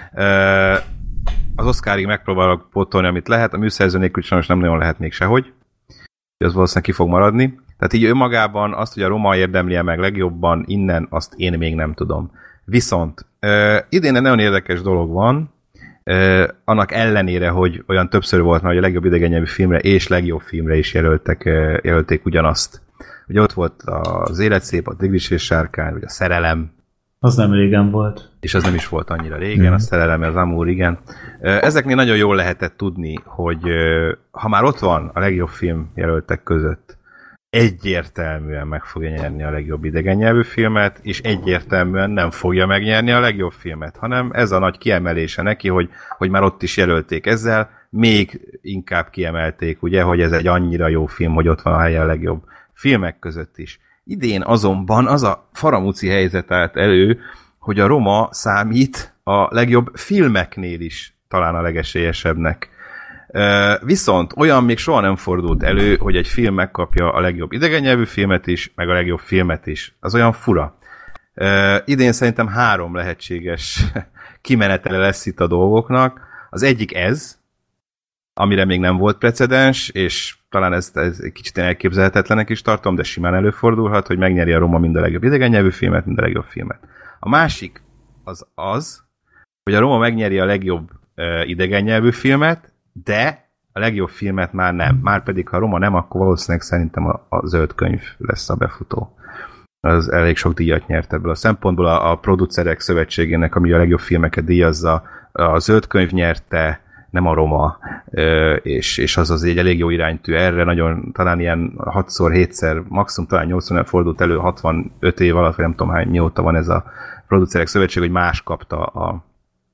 Az Oscarig megpróbálok pótolni, amit lehet, a Műszerző nélkül sajnos nem nagyon lehet még sehogy. Az valószínűleg ki fog maradni. Tehát így önmagában azt, hogy a Roma érdemli meg legjobban innen, azt én még nem tudom. Viszont idén egy nagyon érdekes dolog van, Uh, annak ellenére, hogy olyan többször volt már, hogy a legjobb idegen nyelvű filmre és legjobb filmre is jelöltek, uh, jelölték ugyanazt. Ugye ott volt az Élet szép, a Tigris és Sárkány, vagy a Szerelem. Az nem régen volt. És az nem is volt annyira régen, mm. a Szerelem, az Amour, igen. Uh, ezeknél nagyon jól lehetett tudni, hogy uh, ha már ott van a legjobb film jelöltek között, egyértelműen meg fogja nyerni a legjobb idegen nyelvű filmet, és egyértelműen nem fogja megnyerni a legjobb filmet, hanem ez a nagy kiemelése neki, hogy, hogy már ott is jelölték ezzel, még inkább kiemelték, ugye, hogy ez egy annyira jó film, hogy ott van a helye a legjobb filmek között is. Idén azonban az a faramúci helyzet állt elő, hogy a Roma számít a legjobb filmeknél is talán a legesélyesebbnek. Uh, viszont olyan még soha nem fordult elő, hogy egy film megkapja a legjobb idegen nyelvű filmet is, meg a legjobb filmet is. Az olyan fura. Uh, idén szerintem három lehetséges kimenetele lesz itt a dolgoknak. Az egyik ez, amire még nem volt precedens, és talán ezt, ez egy kicsit elképzelhetetlenek is tartom, de simán előfordulhat, hogy megnyeri a Roma mind a legjobb idegen nyelvű filmet, mind a legjobb filmet. A másik az az, hogy a Roma megnyeri a legjobb uh, idegen nyelvű filmet, de a legjobb filmet már nem. Márpedig, ha Roma nem, akkor valószínűleg szerintem a, a Zöld könyv lesz a befutó. Az elég sok díjat nyert ebből a szempontból. A, a producerek szövetségének, ami a legjobb filmeket díjazza, a Zöld könyv nyerte, nem a Roma, és, és az az egy elég jó iránytű erre. Nagyon, talán ilyen hatszor, hétszer, maximum talán nyolcvan fordult elő, hatvanöt év alatt, vagy nem tudom hány, mióta van ez a producerek szövetség, hogy más kapta a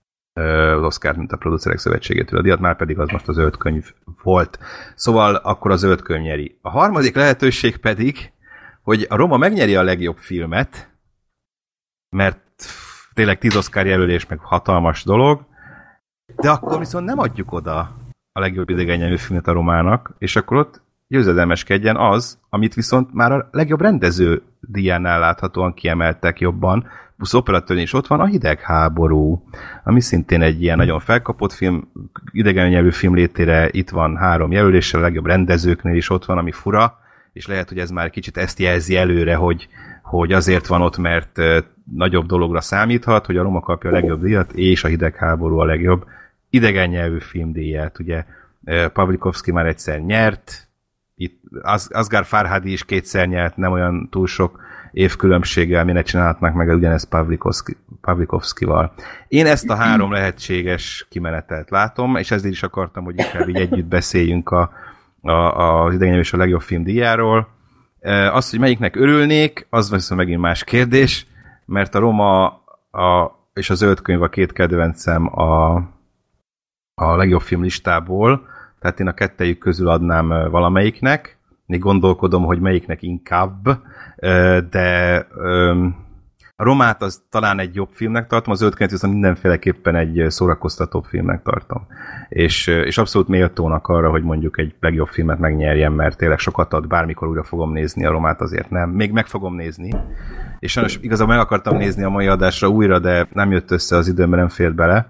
az Oscart, mint a producerek szövetségétől a díjat, már pedig az most a Zöld könyv volt. Szóval akkor a Zöld könyv nyeri. A harmadik lehetőség pedig, hogy a Roma megnyeri a legjobb filmet, mert tényleg tíz Oscar jelölés, meg hatalmas dolog, de akkor viszont nem adjuk oda a legjobb idegen nyelvű filmet a Romának, és akkor ott győzedelmeskedjen az, amit viszont már a legjobb rendező díjánál láthatóan kiemeltek jobban, plusz operatőrén is ott van a Hidegháború, ami szintén egy ilyen nagyon felkapott film, idegen nyelvű film létére itt van három jelöléssel, a legjobb rendezőknél is ott van, ami fura, és lehet, hogy ez már kicsit ezt jelzi előre, hogy, hogy azért van ott, mert nagyobb dologra számíthat, hogy a Roma kapja a legjobb díjat, és a Hidegháború a legjobb idegen nyelvű filmdíját. Ugye Pawlikowski már egyszer nyert, itt Asghar Farhadi is kétszer nyert, nem olyan túl sok évkülönbséggel, mi ne csinálhatnak meg ugyanezt Pawlikowskival. Én ezt a három lehetséges kimenetelt látom, és ezért is akartam, hogy inkább így együtt beszéljünk a, a, az idegen és a legjobb film díjáról. Azt, hogy melyiknek örülnék, az viszont megint más kérdés, mert a Roma a, és a Zöld könyv a két kedvencem a, a legjobb film listából, tehát én a kettejük közül adnám valamelyiknek. Még gondolkodom, hogy melyiknek inkább, de a Romát az talán egy jobb filmnek tartom, a Zöld könyvet viszont mindenféleképpen egy szórakoztatóbb filmnek tartom. És, és abszolút méltónak arra, hogy mondjuk egy legjobb filmet megnyerjem, mert tényleg sokat ad, bármikor újra fogom nézni, a Romát azért nem. Még meg fogom nézni. És sajnos igazából meg akartam nézni a mai adásra újra, de nem jött össze az időmben, nem fért bele.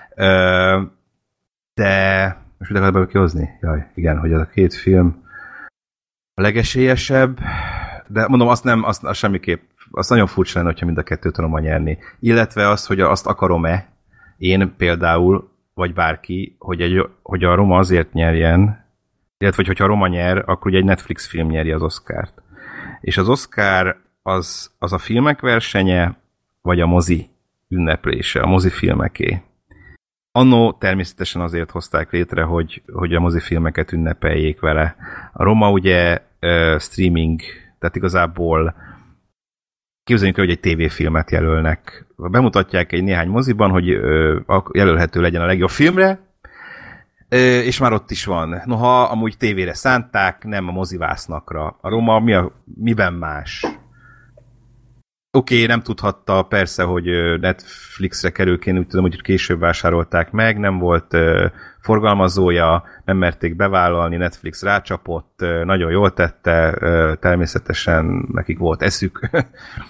De most mit akartam kihozni? Jaj, igen, hogy ez a két film a legesélyesebb, de mondom, azt nem, azt, azt semmiképp, azt nagyon furcsa lenne, hogyha mind a kettőt tudom nyerni. Illetve azt, hogy azt akarom-e, én például, vagy bárki, hogy, egy, hogy a Roma azért nyerjen, illetve hogyha a Roma nyer, akkor ugye egy Netflix film nyeri az Oscart. És az Oscar az, az a filmek versenye, vagy a mozi ünneplése, a mozifilmeké. Annó természetesen azért hozták létre, hogy, hogy a mozifilmeket ünnepeljék vele. A Roma ugye uh, streaming, tehát igazából képzeljünk el, hogy egy tévéfilmet jelölnek. Bemutatják egy néhány moziban, hogy uh, jelölhető legyen a legjobb filmre, uh, és már ott is van. Noha amúgy tévére szánták, nem a mozivásznakra. A Roma mi a, miben más? Oké, okay, nem tudhatta persze, hogy Netflixre kerülként, úgy tudom, hogy később vásárolták meg, nem volt uh, forgalmazója, nem merték bevállalni, Netflix rácsapott, uh, nagyon jól tette, uh, természetesen nekik volt eszük, uh,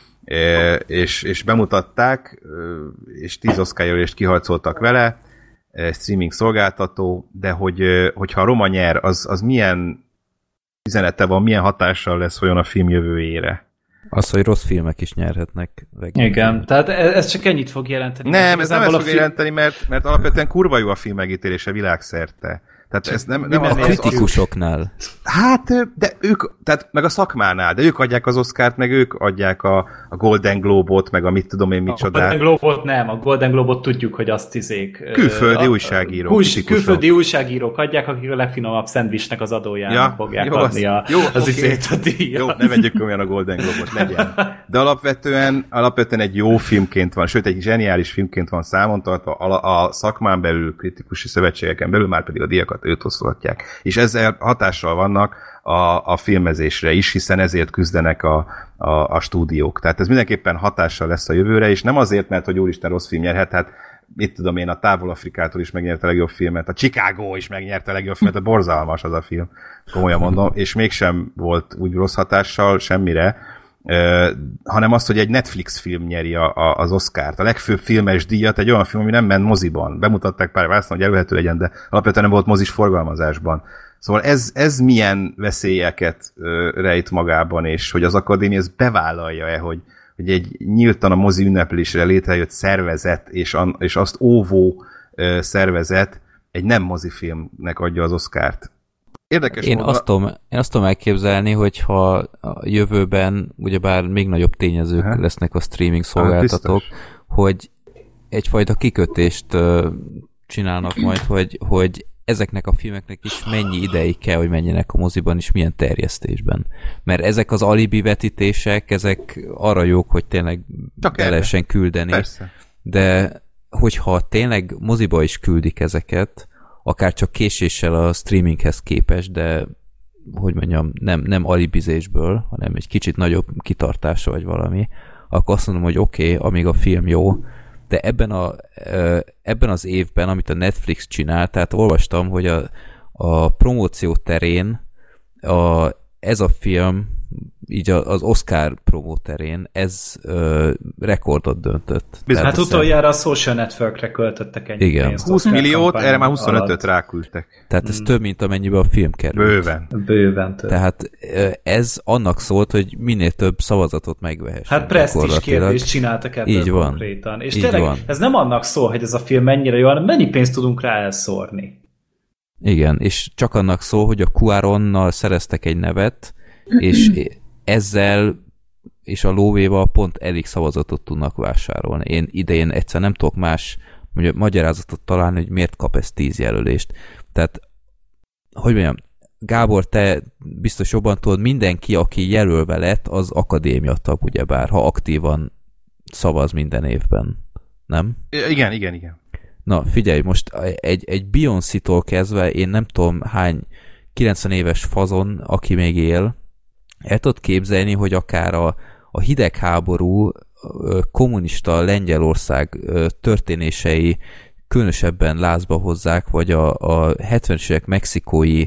és, és bemutatták, uh, és tíz Oscar jelölést kiharcoltak vele, uh, streaming szolgáltató, de hogy, uh, hogyha a Roma nyer, az, az milyen üzenete van, milyen hatással lesz olyan a film jövőjére? Az, hogy rossz filmek is nyerhetnek. Igen, filmek. Tehát ez csak ennyit fog jelenteni. Nem, ez nem ezt fog fi... jelenteni, mert, mert alapvetően kurva jó a film megítélése világszerte. Tehát ez nem, nem az a kritikusoknál. Hát, de ők, tehát meg a szakmánál, de ők adják az Oscart, meg ők adják a, a Golden Globe-ot, meg a mit tudom én micsodát. A Golden Globe-ot nem, a Golden Globe-ot tudjuk, hogy azt izék. Külföldi a, újságírók. Hús, külföldi újságírók adják, akik a legfinomabb szendvicsnek az adóján ja, fogják jó, adni a, jó, az okay. Izét a díjat. Jó, ne vegyük komolyan a Golden Globe-ot, legyen. De alapvetően, alapvetően egy jó filmként van, sőt egy zseniális filmként van számon tartva, a, a szakmán belül, kritikusi szövetségeken belül, már pedig a díjakat őt oszthatják. És ezzel hatással vannak a, a filmezésre is, hiszen ezért küzdenek a, a, a stúdiók. Tehát ez mindenképpen hatással lesz a jövőre, és nem azért, mert hogy úristen rossz film nyerhet, hát mit tudom én, a Távol-Afrikától is megnyerte a legjobb filmet, a Chicago is megnyerte a legjobb filmet, a borzalmas az a film, komolyan mondom, és mégsem volt úgy rossz hatással semmire, Uh, hanem azt, hogy egy Netflix film nyeri a, a, az Oscart. A legfőbb filmes díjat egy olyan film, ami nem ment moziban. Bemutatták pár választani, hogy elülhető legyen, de alapvetően nem volt mozis forgalmazásban. Szóval ez, ez milyen veszélyeket uh, rejt magában, és hogy az akadémia ezt bevállalja-e, hogy, hogy egy nyíltan a mozi ünneplésre létrejött szervezet, és, an, és azt óvó uh, szervezet egy nem mozifilmnek adja az Oscart. Érdekes én azt, tudom, én azt tudom elképzelni, hogyha a jövőben ugyebár még nagyobb tényezők ha? lesznek a streaming szolgáltatók, ha, hogy egyfajta kikötést uh, csinálnak majd, hogy, hogy ezeknek a filmeknek is mennyi ideig kell, hogy menjenek a moziban, és milyen terjesztésben. Mert ezek az alibi vetítések, ezek arra jók, hogy tényleg be lehessen küldeni. Persze. De hogyha tényleg moziba is küldik ezeket, akár csak késéssel a streaminghez képest, de hogy mondjam, nem, nem alibizésből, hanem egy kicsit nagyobb kitartásra vagy valami, akkor azt mondom, hogy oké, okay, amíg a film jó, de ebben, a, ebben az évben, amit a Netflix csinál, tehát olvastam, hogy a, a promóció terén a, ez a film így az Oscar promó terén ez ö, rekordot döntött. Bizony, hát utoljára a Social Networkre költöttek ennyi igen. pénzt. húsz milliót, erre már huszonötöt ráküldtek. Tehát ez hmm. több, mint amennyiben a film került. Bőven. Bőven több. Tehát ez annak szólt, hogy minél több szavazatot megvehessen. Hát presztízs kérdést csináltak ebből így van. konkrétan. És így tényleg van. ez nem annak szól, hogy ez a film mennyire jó, hanem mennyi pénzt tudunk rá elszórni. Igen, és csak annak szól, hogy a Cuaronnal szereztek egy nevet, és ezzel és a lóvéval pont elég szavazatot tudnak vásárolni. Én idején egyszer nem tudok más magyarázatot találni, hogy miért kap ez tíz jelölést. Tehát, hogy mondjam, Gábor, te biztos jobban tudod, mindenki, aki jelölve lett, az akadémia tag, ugyebár, ha aktívan szavaz minden évben. Nem? Igen, igen, igen. Na, figyelj, most egy, egy Beyoncé-tól kezdve, én nem tudom hány kilencven éves fazon, aki még él, el tudod képzelni, hogy akár a, a hidegháború kommunista Lengyelország történései különösebben lázba hozzák, vagy a, a hetvenes évek mexikói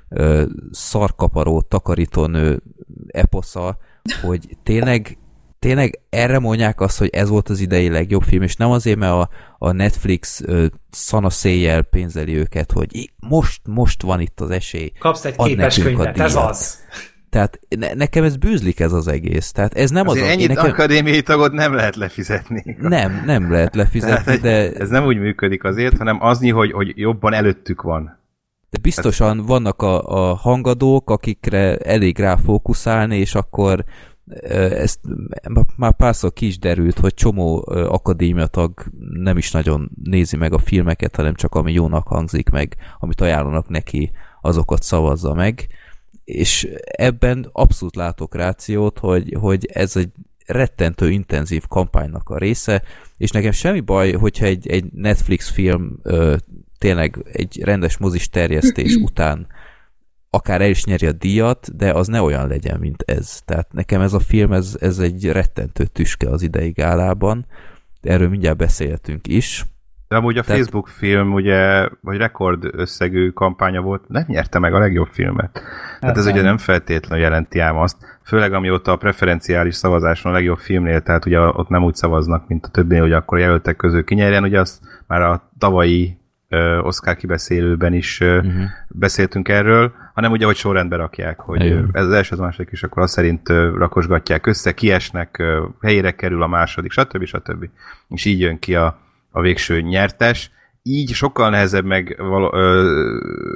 szarkaparó takarítónő eposza, hogy tényleg, tényleg erre mondják azt, hogy ez volt az idei legjobb film, és nem azért, mert a, a Netflix szanaszéjjel pénzeli őket, hogy most, most van itt az esély. Kapsz egy képes könyvet, ez az. Tehát ne, nekem ez bűzlik ez az egész. Tehát ez nem azért az... ennyit nekem... akadémiai tagot nem lehet lefizetni. Nem, nem lehet lefizetni, tehát, de... Ez nem úgy működik azért, hanem aznyi, hogy, hogy jobban előttük van. De biztosan tehát... vannak a, a hangadók, akikre elég rá fókuszálni, és akkor ezt már párszor ki is derült, hogy csomó akadémiatag nem is nagyon nézi meg a filmeket, hanem csak ami jónak hangzik meg, amit ajánlanak neki, azokat szavazza meg. És ebben abszolút látok rációt, hogy, hogy ez egy rettentő intenzív kampánynak a része, és nekem semmi baj, hogyha egy, egy Netflix film ö, tényleg egy rendes mozis terjesztés után akár el is nyeri a díjat, de az ne olyan legyen, mint ez. Tehát nekem ez a film, ez, ez egy rettentő tüske az idei gálában. Erről mindjárt beszéltünk is. De amúgy a Tehát... Facebook film, ugye, vagy rekord összegű kampánya volt, nem nyerte meg a legjobb filmet. Hát tehát ez nem. Ugye nem feltétlenül jelenti ám azt, főleg amióta a preferenciális szavazáson a legjobb filmnél, tehát ugye ott nem úgy szavaznak, mint a többinél, hogy akkor jelöltek közül kinyerjen, ugye azt már a tavalyi uh, Oscar kibeszélőben is uh, uh-huh. beszéltünk erről, hanem ugye, hogy sorrendbe rakják, hogy uh, ez az első, az második, és akkor azt szerint uh, rakosgatják össze, kiesnek, uh, helyére kerül a második, stb. stb. És így jön ki a a végső nyertes. Így sokkal nehezebb meg val- ö,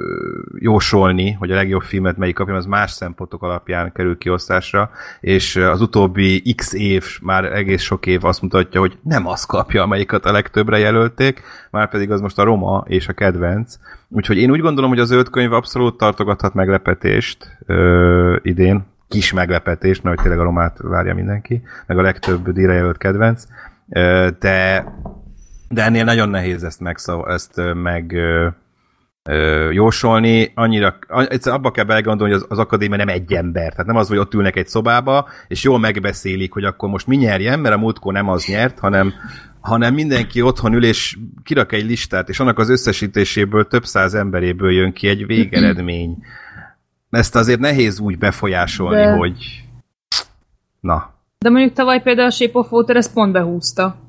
jósolni, hogy a legjobb filmet melyik kapja, az más szempontok alapján kerül kiosztásra, és az utóbbi x év, már egész sok év azt mutatja, hogy nem az kapja, amelyiket a legtöbbre jelölték, már pedig az most a Roma és a kedvenc. Úgyhogy én úgy gondolom, hogy a zöld könyv abszolút tartogathat meglepetést ö, idén, kis meglepetést, mert tényleg a Romát várja mindenki, meg a legtöbb díjra jelölt kedvenc, ö, de De ennél nagyon nehéz ezt, megszav, ezt meg ö, ö, jósolni. Annyira, egyszer abba kell belegondolni, hogy az, az akadémia nem egy ember. Tehát nem az, hogy ott ülnek egy szobába, és jól megbeszélik, hogy akkor most mi nyerjen, mert a múltkor nem az nyert, hanem, hanem mindenki otthon ül, és kirak egy listát, és annak az összesítéséből több száz emberéből jön ki egy végeredmény. Ezt azért nehéz úgy befolyásolni, De... hogy... Na. De mondjuk tavaly például a Shape of Water ezt pont behúzta.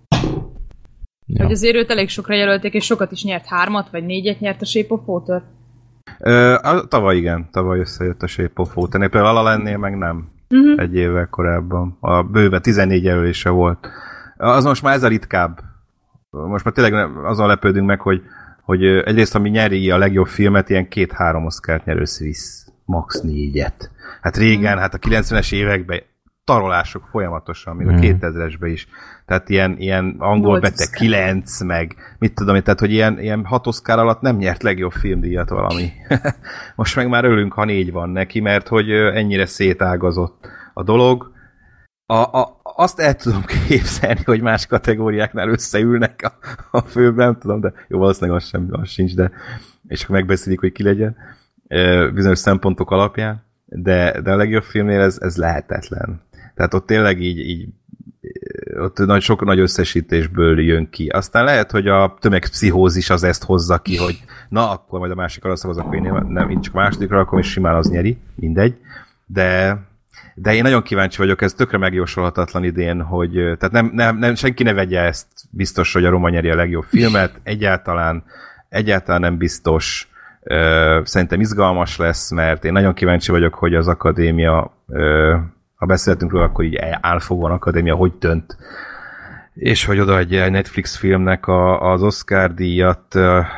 Ja. Hogy azért őt elég sokra jelölték, és sokat is nyert, hármat, vagy négyet nyert a Shape of Water. Ö, a, tavaly igen, tavaly összejött a Shape of Water. Például a La La Landnél meg nem. Uh-huh. Egy évvel korábban. A bőve tizennégy jelölése volt. Az most már ez a ritkább. Most már tényleg azon lepődünk meg, hogy, hogy egyrészt, ami nyeri a legjobb filmet, ilyen két-három Oscart nyerő Swiss. Max négyet. Hát régen, uh-huh. hát a kilencvenes években tarolások folyamatosan, még hmm. a kétezresben is. Tehát ilyen, ilyen angol beteg kilenc, meg mit tudom, tehát hogy ilyen, ilyen hat Oscar alatt nem nyert legjobb filmdíjat valami. Most meg már örülünk, ha négy van neki, mert hogy ennyire szétágazott a dolog. A, a, azt el tudom képzelni, hogy más kategóriáknál összeülnek a, a főben, nem tudom, de jó, valószínűleg az sem, az sincs, de és akkor megbeszélik, hogy ki legyen. bizonyos szempontok alapján, de, de a legjobb filmnél ez, ez lehetetlen. Tehát ott tényleg így, így ott nagy, sok nagy összesítésből jön ki. Aztán lehet, hogy a tömegpszichózis az ezt hozza ki, hogy na, akkor majd a másik arra szavaz, akkor én nem, én csak a másodikra, akkor is simán az nyeri, mindegy. De, de én nagyon kíváncsi vagyok, ez tökre megjósolhatatlan idén, hogy tehát nem, nem, nem, senki ne vegye ezt biztos, hogy a Roma nyeri a legjobb filmet, egyáltalán, egyáltalán nem biztos. Szerintem izgalmas lesz, mert én nagyon kíváncsi vagyok, hogy az akadémia, ha beszéltünk róla, akkor így álfogóan akadémia hogy dönt, és hogy odaadja egy Netflix filmnek a, az Oscar díjat,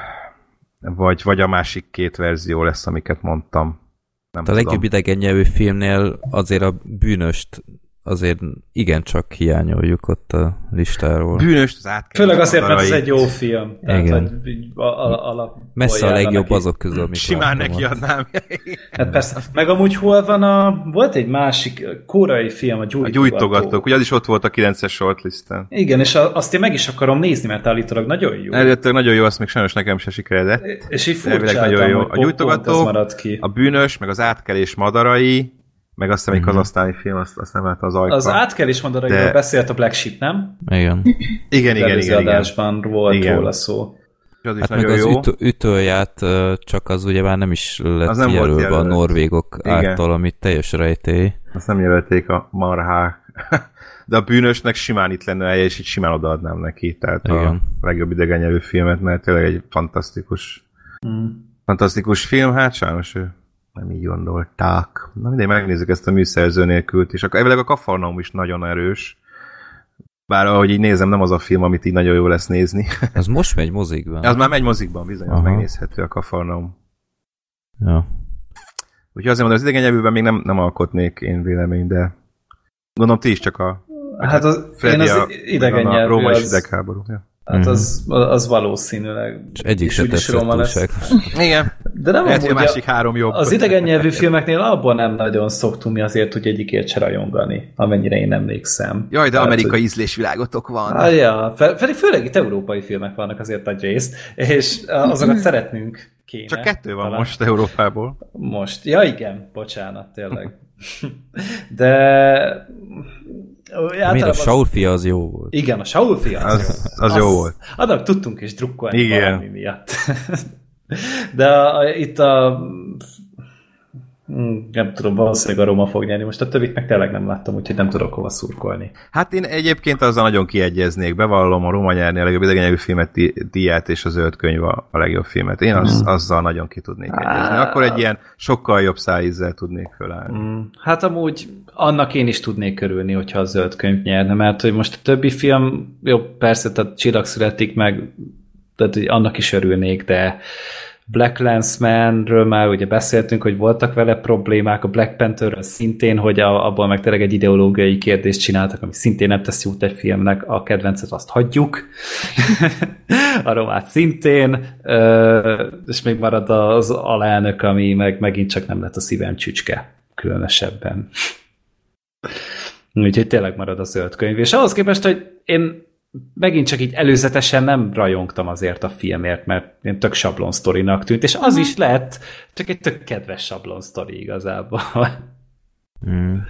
vagy, vagy a másik két verzió lesz, amiket mondtam. Nem a legjobb idegen nyelvű filmnél azért a Bűnöst azért igencsak hiányoljuk ott a listáról. Bűnöst az átkelés. Főleg azért, mert ez egy jó film. Tehát, igen. A, a, a messze a legjobb neki. Azok közül, amit simán neki adnám. Hát persze. Meg amúgy hol van a... Volt egy másik koreai film, a Gyújtogatók. A Gyújtogatók. Ugye az is ott volt a kilences shortlisten. Igen, és azt én meg is akarom nézni, mert állítólag nagyon jó. Eljöttől nagyon jó, azt még sajnos nekem se sikeredett. És így furcsáltam, nagyon jó. A Gyújtogatók, a Bűnös, meg az Átkelés madarai, meg azt hiszem, egy kazasztáni film, azt, azt nem látta az ajka. Az Átkelés madarairól de... beszélt a Black Sheep, nem? Igen. Igen, igen, igen. adásban volt igen. róla szó. Az is hát nagyon meg jó. az ütő, ütőját csak az ugye már nem is lett nem jelölve a norvégok igen. által, amit teljes rejtély. Azt nem jelölték a marhák. De a Bűnösnek simán itt lenne helye, és így simán odaadnám neki. Tehát igen. a legjobb idegen nyelvű filmet, mert tényleg egy fantasztikus mm. fantasztikus film, hát sajnos ő nem így gondolták. Na mindegy, megnézzük ezt a műszerző nélkült is. Elvileg a Kafarnaum is nagyon erős. Bár ahogy így nézem, nem az a film, amit így nagyon jó lesz nézni. Az most megy mozikban. Az már megy mozikban, bizony, az megnézhető a Kafarnaum. Ja. Úgyhogy azért mondom, az idegen nyelvűben még nem, nem alkotnék én vélemény, de gondolom ti is csak a hát az, én az idegen nyelvű, a Róma az... és idegháború. Ja. Hát az, az valószínűleg. És egyik se tetszett túlság. Igen. De nem lehet, hogy a másik három jobb. Az idegen nyelvű filmeknél abban nem nagyon szoktunk mi azért, hogy egyikért se rajongani, amennyire én emlékszem. Jaj, de hát, amerikai hogy... ízlésvilágotok van. Ah, ja, pedig főleg itt európai filmek vannak azért nagy részt, és azokat szeretnünk kéne. Csak kettő van talán. Most Európából. Most. Ja igen, bocsánat, tényleg. De... Miért a Saul fia az jó volt? Igen, a Saul fia az, az, az jó volt. Annak tudtunk is drukkolni igen. valami miatt. De a, itt a nem tudom, valószínűleg a Roma fog nyerni. Most a többit meg tényleg nem láttam, úgyhogy nem tudok hova szurkolni. Hát én egyébként azzal nagyon kiegyeznék. Bevallom, a Roma nyerni a legjobb idegen nyelvű filmet díját, és a Zöld könyv a legjobb filmet. Én az, azzal nagyon ki tudnék egyezni. Akkor egy ilyen sokkal jobb szájízzel tudnék fölállni. Hát amúgy annak én is tudnék örülni, hogyha a Zöld könyv nyerne, mert hogy most a többi film, jó, persze, tehát Csillag születik meg, tehát annak is örülnék, de Black Landsmanről már ugye beszéltünk, hogy voltak vele problémák, a Black Pantherről szintén, hogy a, abból meg tényleg egy ideológiai kérdést csináltak, ami szintén nem tesz jót egy filmnek, a kedvencet azt hagyjuk, a Romát szintén, és még marad az alelnök, ami meg megint csak nem lett a szívem csücske, különösebben. Úgyhogy tényleg marad a Zöld könyv, és ahhoz képest, hogy én megint csak így előzetesen nem rajongtam azért a filmért, mert én tök sablon sztorinak tűnt, és az is lett, csak egy tök kedves sablon sztori igazából. Hmm.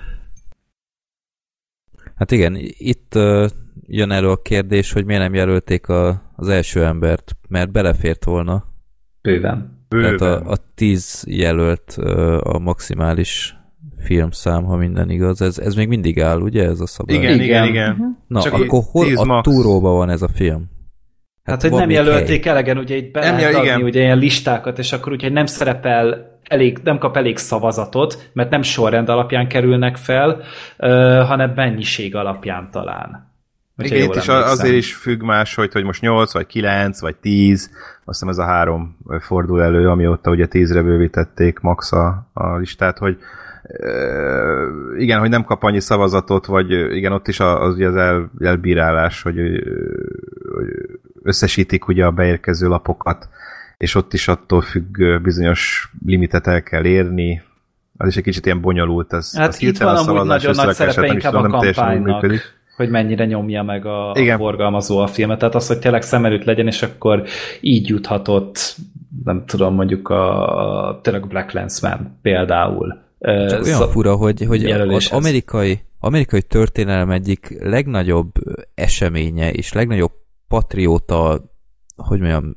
Hát igen, itt uh, jön elő a kérdés, hogy miért nem jelölték a, az első embert, mert belefért volna. Bőven. Bőven. Tehát a, a tíz jelölt uh, a maximális filmszám, ha minden igaz. Ez, ez még mindig áll, ugye, ez a szabály? Igen, igen, igen. igen. Na, csak akkor hol a max. Túróban van ez a film? Hát, hát hogy nem jelölték hely. Elegen, ugye itt be nem lehet adni ugye ilyen listákat, és akkor úgyhogy nem szerepel, elég, nem kap elég szavazatot, mert nem sorrend alapján kerülnek fel, uh, hanem mennyiség alapján talán. Igen, itt is emlékszem. Azért is függ más, hogy, hogy most nyolc, vagy kilenc, vagy tíz, azt hiszem ez a három fordul elő, amióta ugye tízre bővítették max a, a listát, hogy igen, hogy nem kap annyi szavazatot, vagy igen, ott is az, az, az el, elbírálás, hogy, hogy összesítik ugye a beérkező lapokat, és ott is attól függ bizonyos limitet el kell érni. Az is egy kicsit ilyen bonyolult. Ez, hát itt van amúgy nagyon nagy szerepe inkább a kampánynak, hogy mennyire nyomja meg a, a forgalmazó a filmet. Tehát az, hogy tényleg szem előtt legyen, és akkor így juthatott nem tudom, mondjuk a tényleg Black Landsman például. Csak olyan Sz- fura, hogy, hogy az amerikai, amerikai történelem egyik legnagyobb eseménye és legnagyobb patrióta, hogy mondjam,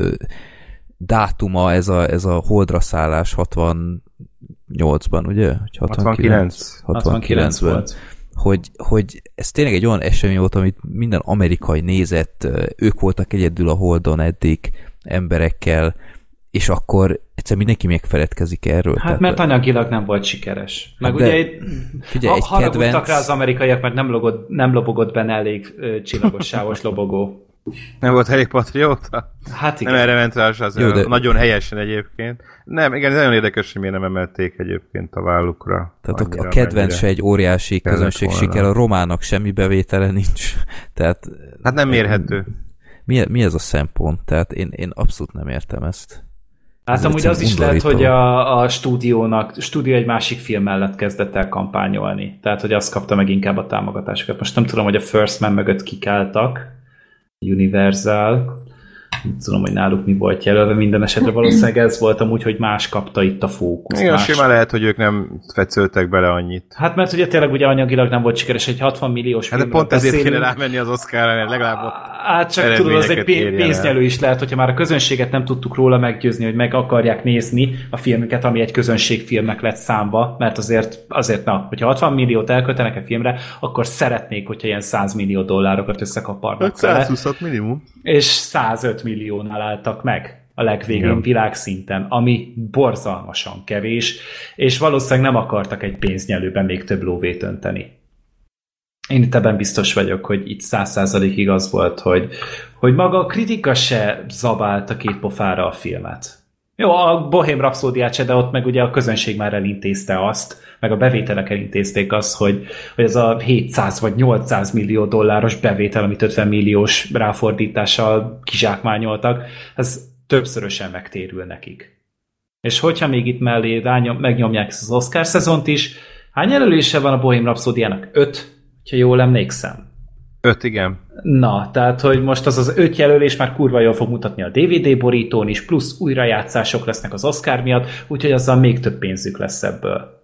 dátuma ez a, ez a holdra szállás hatvannyolcban, ugye? hatvankilenc. hatvankilenc volt. Hogy, hogy ez tényleg egy olyan esemény volt, amit minden amerikai nézett, ők voltak egyedül a holdon eddig emberekkel, és akkor egyszer mindenki megfeledkezik erről. Hát tehát, mert anyagilag nem volt sikeres. Meg de, ugye egy, figyelj, ha, egy kedvenc... rá az amerikaiak, mert nem, logod, nem lobogott benne elég ö, csillagos sávos lobogó. Nem volt elég patrióta? Hát igen. Nem erre ment rá az Jó, de... nagyon helyesen egyébként. Nem, igen, nagyon érdekes, hogy miért nem emelték egyébként a vállukra. Tehát a, a kedvenc se egy óriási közönség siker, a romának semmi bevétele nincs. Tehát, hát nem mérhető. Mi, mi ez a szempont? Tehát én, én abszolút nem értem ezt. Hát ez amúgy az is undorító. Lehet, hogy a, a stúdiónak, stúdió egy másik film mellett kezdett el kampányolni. Tehát, hogy azt kapta meg inkább a támogatásokat. Most nem tudom, hogy a First Man mögött kik álltak. Universal. Nem tudom, hogy náluk mi volt jelölve. Minden esetre valószínűleg ez volt amúgy, hogy más kapta itt a fókuszt. Igen, más... simán lehet, hogy ők nem fecöltek bele annyit. Hát mert ugye tényleg ugye anyagilag nem volt sikeres, egy hatvan milliós hát de pont ezért kéne rámenni az Oscarra, legalább ott hát csak tudod, az egy pénznyelő is lehet, hogyha már a közönséget nem tudtuk róla meggyőzni, hogy meg akarják nézni a filmüket, ami egy közönségfilmnek lett számba, mert azért, azért na, hogyha hatvan milliót elköltenek a filmre, akkor szeretnék, hogyha ilyen száz millió dollárokat összekaparnak vele. százhúsz minimum. És százöt milliónál álltak meg a legvégén igen. Világszinten, ami borzalmasan kevés, és valószínűleg nem akartak egy pénznyelőben még több lóvét önteni. Én itt ebben biztos vagyok, hogy itt száz százalékig az volt, hogy, hogy maga a kritika se zabálta két pofára a filmet. Jó, a Bohém Rhapsódiát se, de ott meg ugye a közönség már elintézte azt, meg a bevételek elintézték azt, hogy, hogy ez a hétszáz vagy nyolcszáz millió dolláros bevétel, amit ötven milliós ráfordítással kizsákmányoltak, ez többszörösen megtérül nekik. És hogyha még itt mellé rányom, megnyomják az Oscar szezont is, hány jelölése van a Bohém Rhapsódiának? Öt, ha jól emlékszem. Öt, igen. Na, tehát, hogy most az az öt jelölés már kurva jól fog mutatni a dé vé dé borítón is, plusz újrajátszások lesznek az Oscar miatt, úgyhogy azzal még több pénzük lesz ebből.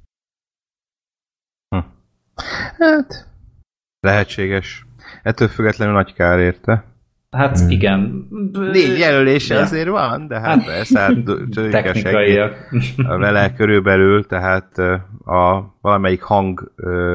Hm. Hát, lehetséges. Ettől függetlenül nagy kár érte. Hát hmm. igen. Négy jelölése ja. azért van, de hát persze, hát technikaiak. Vele körülbelül, tehát a valamelyik hang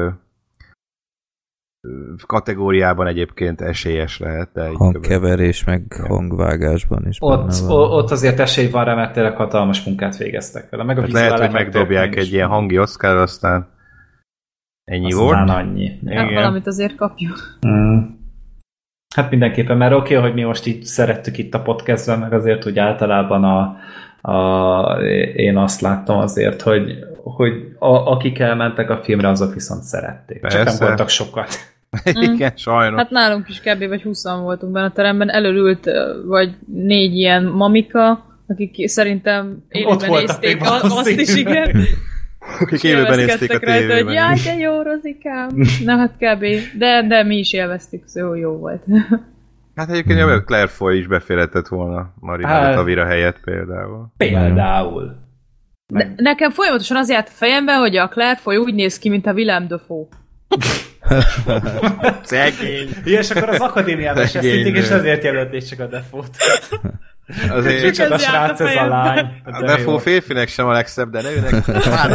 kategóriában egyébként esélyes lehet. De hangkeverés, meg ja. hangvágásban is. Ott, ott azért esély van rá, mert tényleg hatalmas munkát végeztek vele. Meg a hát lehet, hogy megdobják egy ilyen hangi Oscar, aztán ennyi aztán volt. annyi. Ja, valamit azért kapjuk. Mm. Hát mindenképpen, mert oké, okay, hogy mi most így szerettük itt a podcastben, meg azért, hogy általában a, a, én azt láttam azért, hogy, hogy a, akik elmentek a filmre, azok viszont szerették. Persze. Csak nem voltak sokat. Igen, sajnos. Hát nálunk is kb. Vagy húszan voltunk benne a teremben, előült vagy négy ilyen mamika, akik szerintem élőben nézték a, azt is, igen. Akik élőben nézték a tévében. Rajta, hogy jaj, de jó, Rozikám. Na hát kb. De, de mi is élveztük, szóval jó volt. Hát egyébként hmm. a Claire Foy is beférhetett volna Marina hát, Tavira helyett például. Például. De nekem folyamatosan az járt a fejemben, hogy a Claire Foy úgy néz ki, mint a Willem Dafoe. Szegény. Ja, és akkor az akadémiában se szintik, és azért jelölték csak a Dafoe-t. Azért csak a srác ez a lány. A Dafoe férfinek sem a legszebb, de nőnek.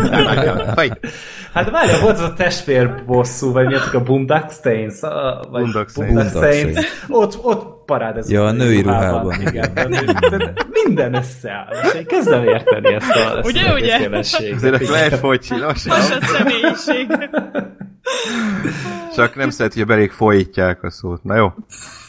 Hát várja, volt az a testvér bosszú, vagy miatt a Boondock-Saints? Boondock-Saints. Ott, ott parádezett. Ja, a női ruhában. Igen, minden összeáll. És én kezdem érteni ezt a, ezt ugye, a ugye? jelenséget. Azért a Claire Foy csinos. Most a személyiség. Csak nem szeret, hogy belég folyítják a szót. Na jó.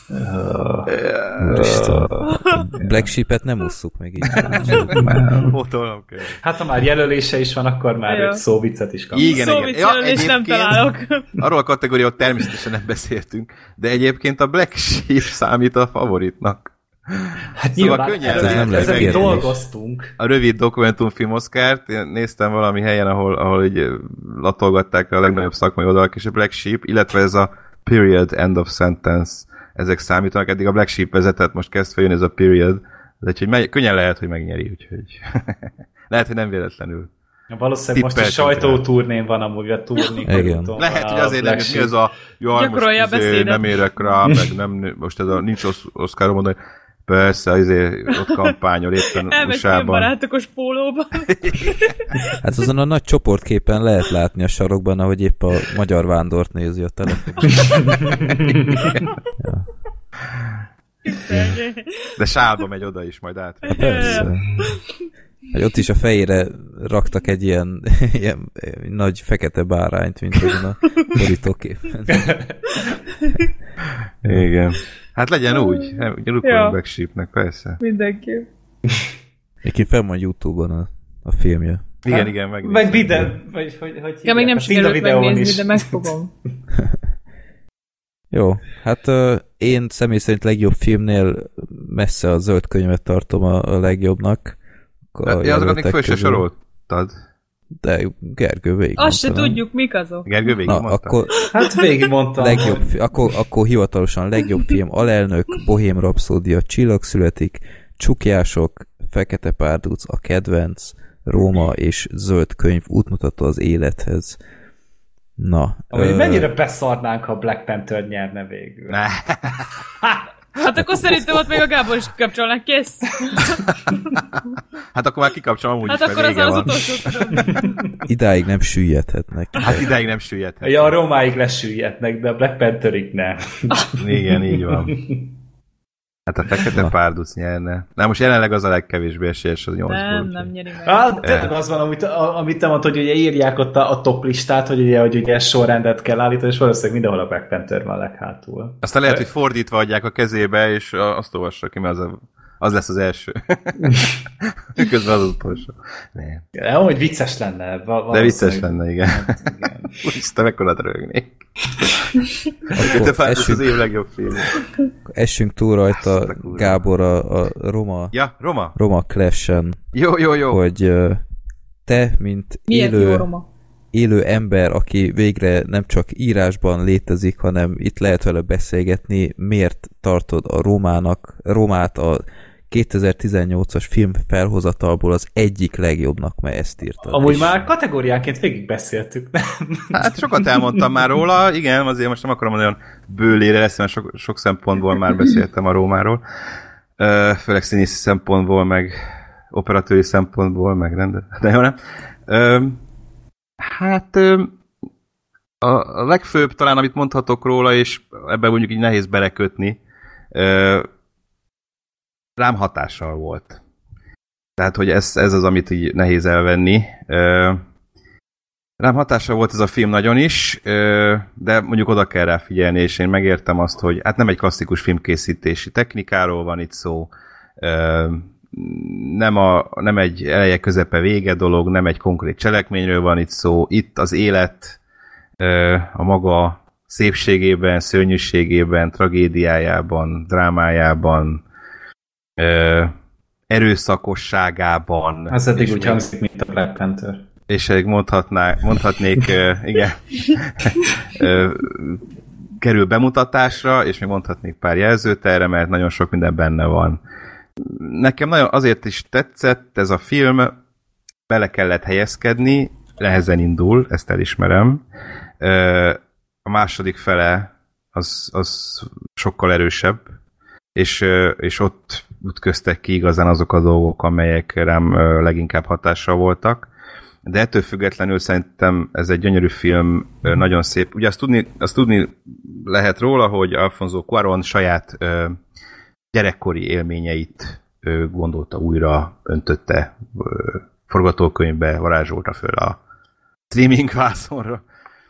Úristen. Black Sheep-et nem osszuk meg így. Fotolnom kell. Hát ha már jelölése is van, akkor már ja. egy szóviccet is kapunk. Igen, szóvic igen. jelölés ja, nem találok. Arról a kategóriáról természetesen nem beszéltünk, de egyébként a Black Sheep számít a favoritnak. Hát szóval nyilván, könnyen, ez nem lesz ezen dolgoztunk. A rövid dokumentumfilm Oscart, én néztem valami helyen, ahol, ahol így latolgatták a legnagyobb szakmai oldalak és a Black Sheep, illetve ez a Period End of Sentence, ezek számítanak. Eddig a Black Sheep vezetett, most kezd feljönni ez a Period, De úgyhogy meg, könnyen lehet, hogy megnyeri, úgyhogy lehet, hogy nem véletlenül. Valószínűleg most a sajtóturnén van amúgy a turné. Lehet, hogy azért nem, mi ez a jaj, most izé, nem érek rá, meg nem, most ez a nincs Oscar mondani, persze, azért ott kampányol éppen elmegy u es á-ban. barátokos pólóban. Hát azon a nagy csoportképen lehet látni a sarokban, ahogy épp a magyar vándort nézi a telefonon. Ja. De sálba megy oda is, majd át. Persze. Hát ott is a fejére raktak egy ilyen, ilyen nagy fekete bárányt, mint azon a borítóképen. Igen. Hát legyen úgy. Ugyanúgy ja. Backshipnek, persze. Mindenképp. Egyébként fel van YouTube-on a, a filmje. Igen, hát, igen, megnézem. Meg videó, vagy hogy, hogy ja, még nem sikerült megnézni, is. De megfogom. Jó, hát uh, én személy szerint legjobb filmnél messze a Zöld könyvet tartom a, a legjobbnak. A ja, azokat még föl se soroltad. De Gergő végig azt se tudjuk, mik azok. Gergő végig mondta? Akkor, hát végig mondtam. Legjobb, akkor, akkor hivatalosan legjobb film Alelnök, Bohém Rapszódia, Csillag születik, Csukjások, Fekete párduc, A kedvenc, Róma és Zöld könyv útmutató az élethez. Na. Amúgy ö... mennyire beszarnánk, ha Black Panther nyerne végül. Hát akkor szerintem ott még a Gábor is kapcsolnak, kész. Hát akkor már kikapcsolom, úgyis, hát akkor az az utolsó tudom. Idáig nem süllyedhetnek. Hát idáig nem süllyedhetnek. Ja, a Rómáig lesüllyednek, de a Black Pantherig nem. Igen, így van. Hát a Fekete párduc nyerne. Na most jelenleg az a legkevésbé esélyes az nyolcból. Nem, nem nyeri meg. Hát tényleg az van, amit, amit te mondtad, hogy ugye írják ott a, a top listát, hogy ugye, hogy ugye sorrendet kell állítani, és valószínűleg mindenhol a Black Panther van leghátul. Aztán lehet, hogy fordítva adják a kezébe, és azt olvassa ki, mert az, a, az lesz az első. Közben az utolsó. Nem, hogy vicces lenne. De vicces lenne, igen. Hát, igen. Úgyis te mekkorát rögnék. Te fárduc az év legjobb film. Essünk túl rajta, Gábor, a, a Roma, ja, Roma. Roma Clash-en. Jó, jó, jó. Hogy te, mint élő, élő ember, aki végre nem csak írásban létezik, hanem itt lehet vele beszélgetni, miért tartod a Romának, Romát a kétezer-tizennyolcas film felhozatalból az egyik legjobbnak, mert ezt írtad. Amúgy és... már kategóriáként végig beszéltük, nem? Hát sokat elmondtam már róla, igen, azért most nem akarom olyan bőlére lesz, mert sok, sok szempontból már beszéltem a Rómáról. Főleg színészi szempontból, meg operatőri szempontból, meg rendet. De jó, nem? Hát a legfőbb talán, amit mondhatok róla, és ebben mondjuk így nehéz belekötni, rám hatással volt. Tehát, hogy ez, ez az, amit így nehéz elvenni. Rám hatással volt ez a film nagyon is, de mondjuk oda kell rá figyelni, és én megértem azt, hogy hát nem egy klasszikus filmkészítési technikáról van itt szó, nem, a, nem egy eleje, közepe, vége dolog, nem egy konkrét cselekményről van itt szó, itt az élet a maga szépségében, szörnyűségében, tragédiájában, drámájában, erőszakosságában. Az eddig úgy hangzik, mint a Black Panther. És mondhatná, mondhatnék, igen, kerül bemutatásra, és még mondhatnék pár jelzőt erre, mert nagyon sok minden benne van. Nekem nagyon azért is tetszett ez a film, bele kellett helyezkedni, nehezen indul, ezt elismerem. A második fele az, az sokkal erősebb, és, és ott ütköztek ki igazán azok a dolgok, amelyek rám leginkább hatással voltak. De ettől függetlenül szerintem ez egy gyönyörű film, nagyon szép. Ugye azt tudni, azt tudni lehet róla, hogy Alfonso Cuarón saját gyerekkori élményeit gondolta újra, öntötte forgatókönyvbe, varázsolta föl a streaming vászonra.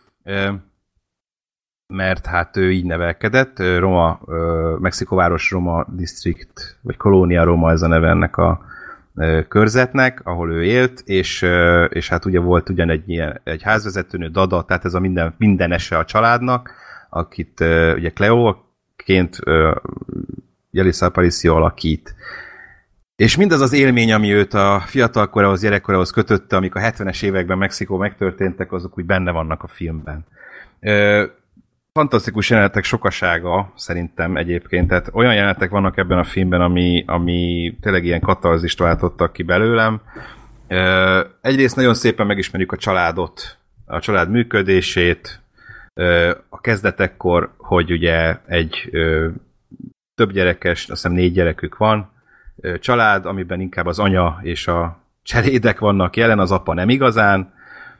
Mert hát ő így nevelkedett, Roma, Mexikóváros Roma District, vagy Kolónia Roma ez a neve ennek a körzetnek, ahol ő élt, és, és hát ugye volt ugyan egy, ilyen, egy házvezetőnő, Dada, tehát ez a minden, mindenese a családnak, akit ugye Cleo-ként Yalitza Aparicio alakít. És mindaz az élmény, ami őt a fiatalkorához, gyerekkorához kötötte, amik a hetvenes években Mexikó megtörténtek, azok úgy benne vannak a filmben. fantasztikus jelenetek sokasága szerintem egyébként, tehát olyan jelenetek vannak ebben a filmben, ami, ami tényleg ilyen katarzist váltottak ki belőlem. Egyrészt nagyon szépen megismerjük a családot, a család működését, a kezdetekkor, hogy ugye egy több gyerekes, azt hiszem négy gyerekük van, család, amiben inkább az anya és a cselédek vannak jelen, az apa nem igazán.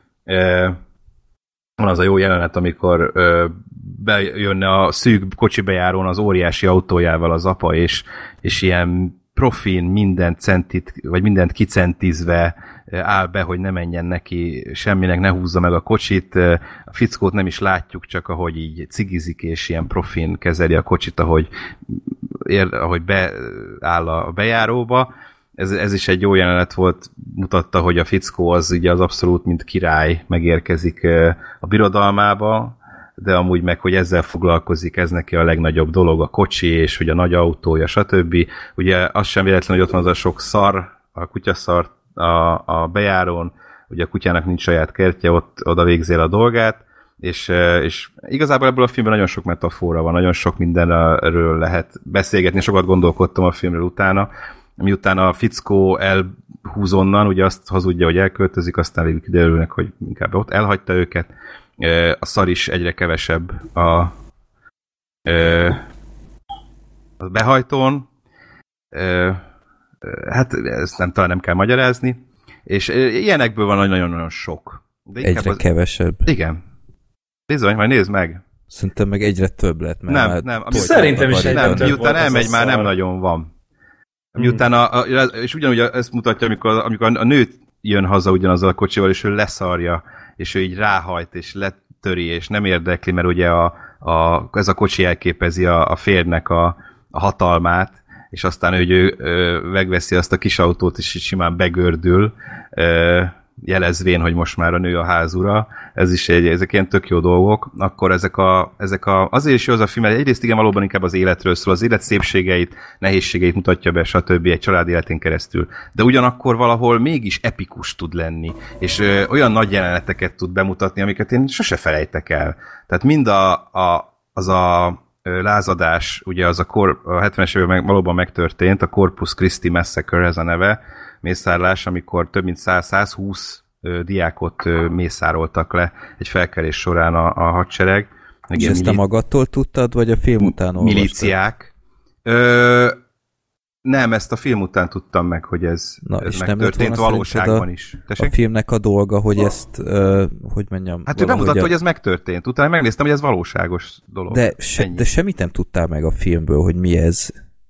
Van az a jó jelenet, amikor bejönne a szűk kocsibejárón az óriási autójával az apa, és, és ilyen profin mindent centit, vagy mindent kicentizve áll be, hogy ne menjen neki semminek, ne húzza meg a kocsit. A fickót nem is látjuk, csak ahogy így cigizik, és ilyen profin kezeli a kocsit, ahogy, ér, ahogy beáll a bejáróba. Ez, ez is egy jó jelenet volt, mutatta, hogy a fickó az ugye az abszolút, mint király megérkezik a birodalmába, de amúgy meg, hogy ezzel foglalkozik, ez neki a legnagyobb dolog, a kocsi, és hogy a nagy autója, stb. Ugye az sem véletlen, hogy ott van az a sok szar, a kutyaszar a, a bejárón, ugye a kutyának nincs saját kertje, ott oda végzél a dolgát, és, és igazából ebből a filmben nagyon sok metafora van, nagyon sok mindenről lehet beszélgetni, sokat gondolkodtam a filmről utána, miután a fickó elhúz onnan, ugye azt hazudja, hogy elköltözik, aztán végül kiderülnek, hogy inkább ott elhagyta őket. A szar is egyre kevesebb a, a behajtón. Hát ezt nem, talán nem kell magyarázni. És ilyenekből van nagyon-nagyon sok. De egyre az... kevesebb. Igen. Bizony, majd nézd meg. Szerintem meg egyre több lett. Mert nem, nem. Szerintem is egyre nem, több miután elmegy, már nem nagyon van. Miután a, a, és ugyanúgy ezt mutatja, amikor, amikor a nőt jön haza ugyanazzal a kocsival, és ő leszarja, és ő így ráhajt, és letöri, és nem érdekli, mert ugye a, a, ez a kocsi elképezi a, a férnek a, a hatalmát, és aztán ő, ő, ő megveszi azt a kis autót, és így simán begördül, ö, jelezvén, hogy most már a nő a házura. Ez is egy, ezek ilyen tök jó dolgok. Akkor ezek a, ezek a azért is jó az a film, mert egyrészt igen, valóban inkább az életről szól, az élet szépségeit, nehézségeit mutatja be, stb. Egy család életén keresztül. De ugyanakkor valahol mégis epikus tud lenni, és ö, olyan nagy jeleneteket tud bemutatni, amiket én sose felejtek el. Tehát mind a, a, az a ö, lázadás, ugye az a, kor, a hetvenes években valóban megtörtént, a Corpus Christi Massacre ez a neve, mészárlás, amikor több mint száz-százhúsz diákot ö, mészároltak le egy felkelés során a, a hadsereg. És ezt te magadtól tudtad, vagy a film után olvastad? Milíciák. Ö, nem, ezt a film után tudtam meg, hogy ez, Na, ez és megtörtént valóságban a, is. Tessék? A filmnek a dolga, hogy oh. ezt, uh, hogy mondjam... Hát ő bemutatta, a... hogy ez megtörtént. Utána megnéztem, hogy ez valóságos dolog. De, se, de semmit nem tudtál meg a filmből, hogy mi ez.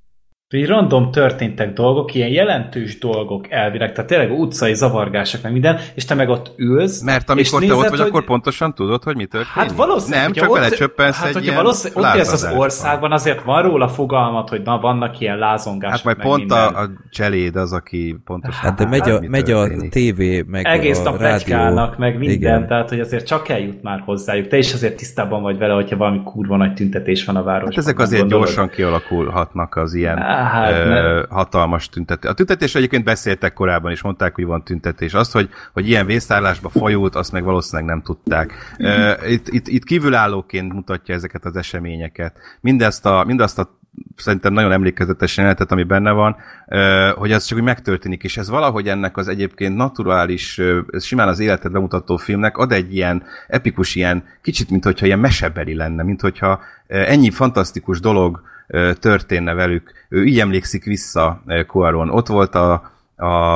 Így random történtek dolgok, ilyen jelentős dolgok elvileg, tehát tényleg utcai zavargások, meg minden, és te meg ott ülsz. Mert amikor te nézed, ott vagy, hogy... akkor pontosan tudod, hogy mi történik? Hát valószínűleg. Nem, csak belecsöppensz hát, egy ilyen ott élsz az országban, azért van róla fogalmat, hogy na, vannak ilyen lázongások. Hát majd meg pont minden. a, a cseléd az, aki pontosan... Hát de megy a, megy a tévé, meg egész a nap pletykálnak, meg minden, igen. Tehát hogy azért csak eljut már hozzájuk. Te is azért tisztában vagy vele, hogyha valami kurva nagy tüntetés van a városban. Hát ezek azért gondolod. Gyorsan kialakulhatnak az ilyen... Hát, hatalmas tüntetés. A tüntetésről egyébként beszéltek korábban, és mondták, hogy van tüntetés. Azt, hogy, hogy ilyen vészárlásba fajult, azt meg valószínűleg nem tudták. Itt, itt, itt kívülállóként mutatja ezeket az eseményeket. Mindezt a, mindazt a szerintem nagyon emlékezetes jelenetet, ami benne van, hogy ez csak úgy megtörténik, és ez valahogy ennek az egyébként naturális, simán az életet bemutató filmnek ad egy ilyen epikus, ilyen kicsit, mint hogyha ilyen mesebeli lenne, mint hogyha ennyi fantasztikus dolog történne velük. Ő így emlékszik vissza, Cuarón. Ott volt a, a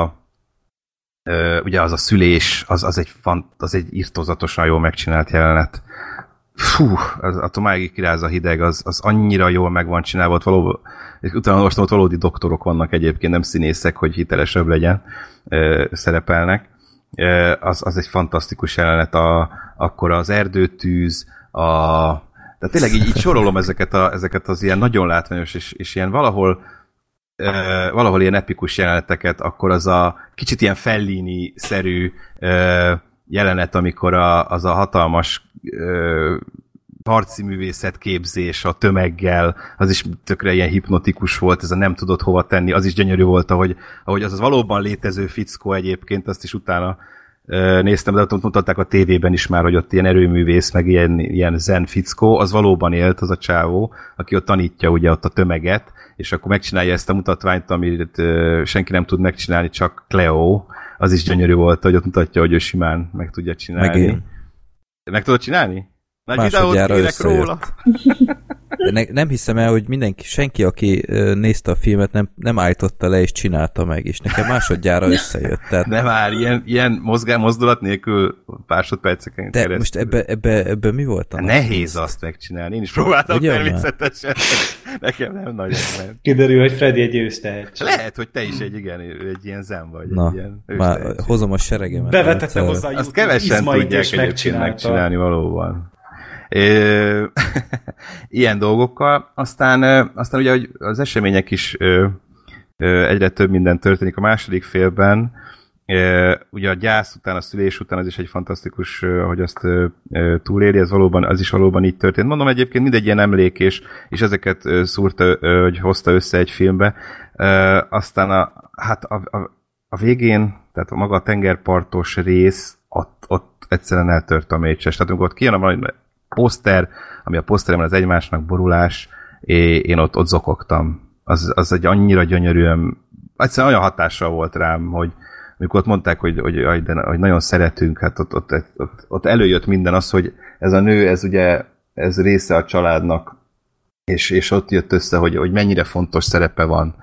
ugye az a szülés, az, az, egy, fant, az egy irtózatosan jól megcsinált jelenet. Fú, az, a tomáig kiráz a hideg, az, az annyira jól meg van csinálva, ott valóban, utána most ott valódi doktorok vannak egyébként, nem színészek, hogy hitelesebb legyen, szerepelnek. Az, az egy fantasztikus jelenet, a, akkor az erdőtűz, a tehát tényleg így, így sorolom ezeket, a, ezeket az ilyen nagyon látványos, és, és ilyen valahol e, valahol ilyen epikus jeleneteket, akkor az a kicsit ilyen Fellini-szerű e, jelenet, amikor a, az a hatalmas e, harci művészet képzés a tömeggel, az is tökre ilyen hipnotikus volt, ez a nem tudott hova tenni, az is gyönyörű volt, ahogy, ahogy az az valóban létező fickó egyébként, azt is utána néztem, de ott mutatták a tévében is már, hogy ott ilyen erőművész, meg ilyen, ilyen zen fickó, az valóban élt, az a csávó, aki ott tanítja ugye ott a tömeget, és akkor megcsinálja ezt a mutatványt, amit senki nem tud megcsinálni, csak Cleo. Az is gyönyörű volt, hogy ott mutatja, hogy ő simán meg tudja csinálni. Meg, meg tudod csinálni? Nagy videót kérek róla. Ne, nem hiszem el, hogy mindenki, senki, aki nézte a filmet, nem, nem állította le és csinálta meg, és nekem másodjára összejött. Tehát... De már ilyen, ilyen mozgás, mozdulat nélkül másodperceken De keresztül. Most ebbe, ebbe, ebbe mi volt a nehéz azt megcsinálni. Én is próbáltam Ugyan természetesen. Nekem nem nagyon ment. Kiderül, hogy Freddy egy ősztehetség. Lehet, hogy te is egy, igen, egy ilyen zen vagy. Na, egy ilyen már hozom a seregemet. Bevetette hozzá a azt kevesen tudják egyébként megcsinálni valóban. Ö, ilyen dolgokkal. Aztán, aztán ugye hogy az események is ö, ö, egyre több minden történik a második félben. Ö, ugye a gyász után, a szülés után az is egy fantasztikus, ö, hogy azt ö, ö, túléli, ez valóban, az is valóban így történt. Mondom egyébként mindegy ilyen emlék, és, és ezeket ö, szúrta, ö, hogy hozta össze egy filmbe. Ö, aztán a, hát a, a, a végén, tehát a maga a tengerpartos rész, ott, ott egyszerűen eltört a mécses. Tehát amikor ott kijön a valami poszter, ami a poszteremben az egymásnak borulás, és én ott, ott zokogtam. Az, az egy annyira gyönyörűen, egyszerűen olyan hatással volt rám, hogy amikor ott mondták, hogy, hogy, hogy, hogy nagyon szeretünk, hát ott, ott, ott, ott előjött minden az, hogy ez a nő, ez ugye ez része a családnak, és, és ott jött össze, hogy, hogy mennyire fontos szerepe van.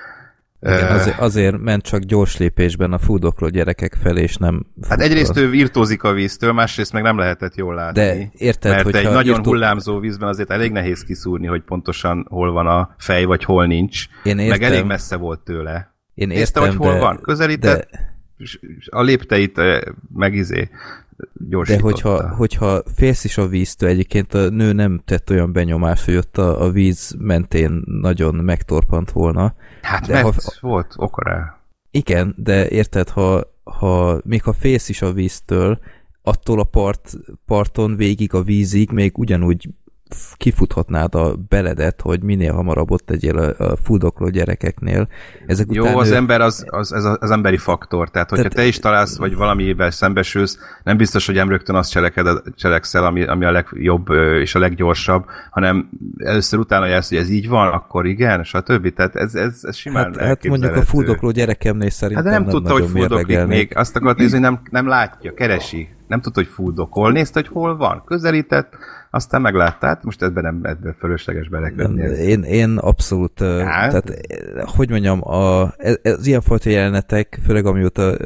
Igen, azért, azért ment csak gyors lépésben a fúdokló gyerekek felé, és nem... Hát egyrészt ő virtózik a víztől, másrészt meg nem lehetett jól látni. De érted, mert hogyha egy nagyon írtó... hullámzó vízben azért elég nehéz kiszúrni, hogy pontosan hol van a fej, vagy hol nincs. Én értem. Meg elég messze volt tőle. Én Nézte, értem, hogy hol de... van? Közelített, de... a lépteit meg izé gyorsította. De hogyha, hogyha félsz is a víztől, egyébként a nő nem tett olyan benyomást, hogy ott a, a víz mentén nagyon megtorpant volna. Hát de mert ha, volt oka rá. Igen, de érted, ha, ha még ha félsz is a víztől, attól a part, parton végig a vízig még ugyanúgy kifuthatnád a beledet, hogy minél hamarabb ott legyél a, a fúdokló gyerekeknél. Ezek Jó, után az ő... ember az, az, az, az emberi faktor. Tehát, hogyha Tehát... te is találsz, vagy valamivel szembesülsz, nem biztos, hogy rögtön azt cseleked, cselekszel, ami, ami a legjobb és a leggyorsabb, hanem először utána jelsz, hogy ez így van, akkor igen, stb. Tehát ez, ez, ez simán hát, hát mondjuk a fúdokló gyerekemnél szerintem hát de nem, nem tudta, hogy fúdoklik még. még. Azt akart nézni, hogy nem, nem látja, keresi. Nem tudta, hogy fúdokol. Nézte, hogy hol van. Közelített, aztán meglátta. Hát most ebben nem ebben fölösleges beleködni. Én, én abszolút, hát. Tehát, hogy mondjam, a, ez, ez ilyenfajta jelenetek, főleg amióta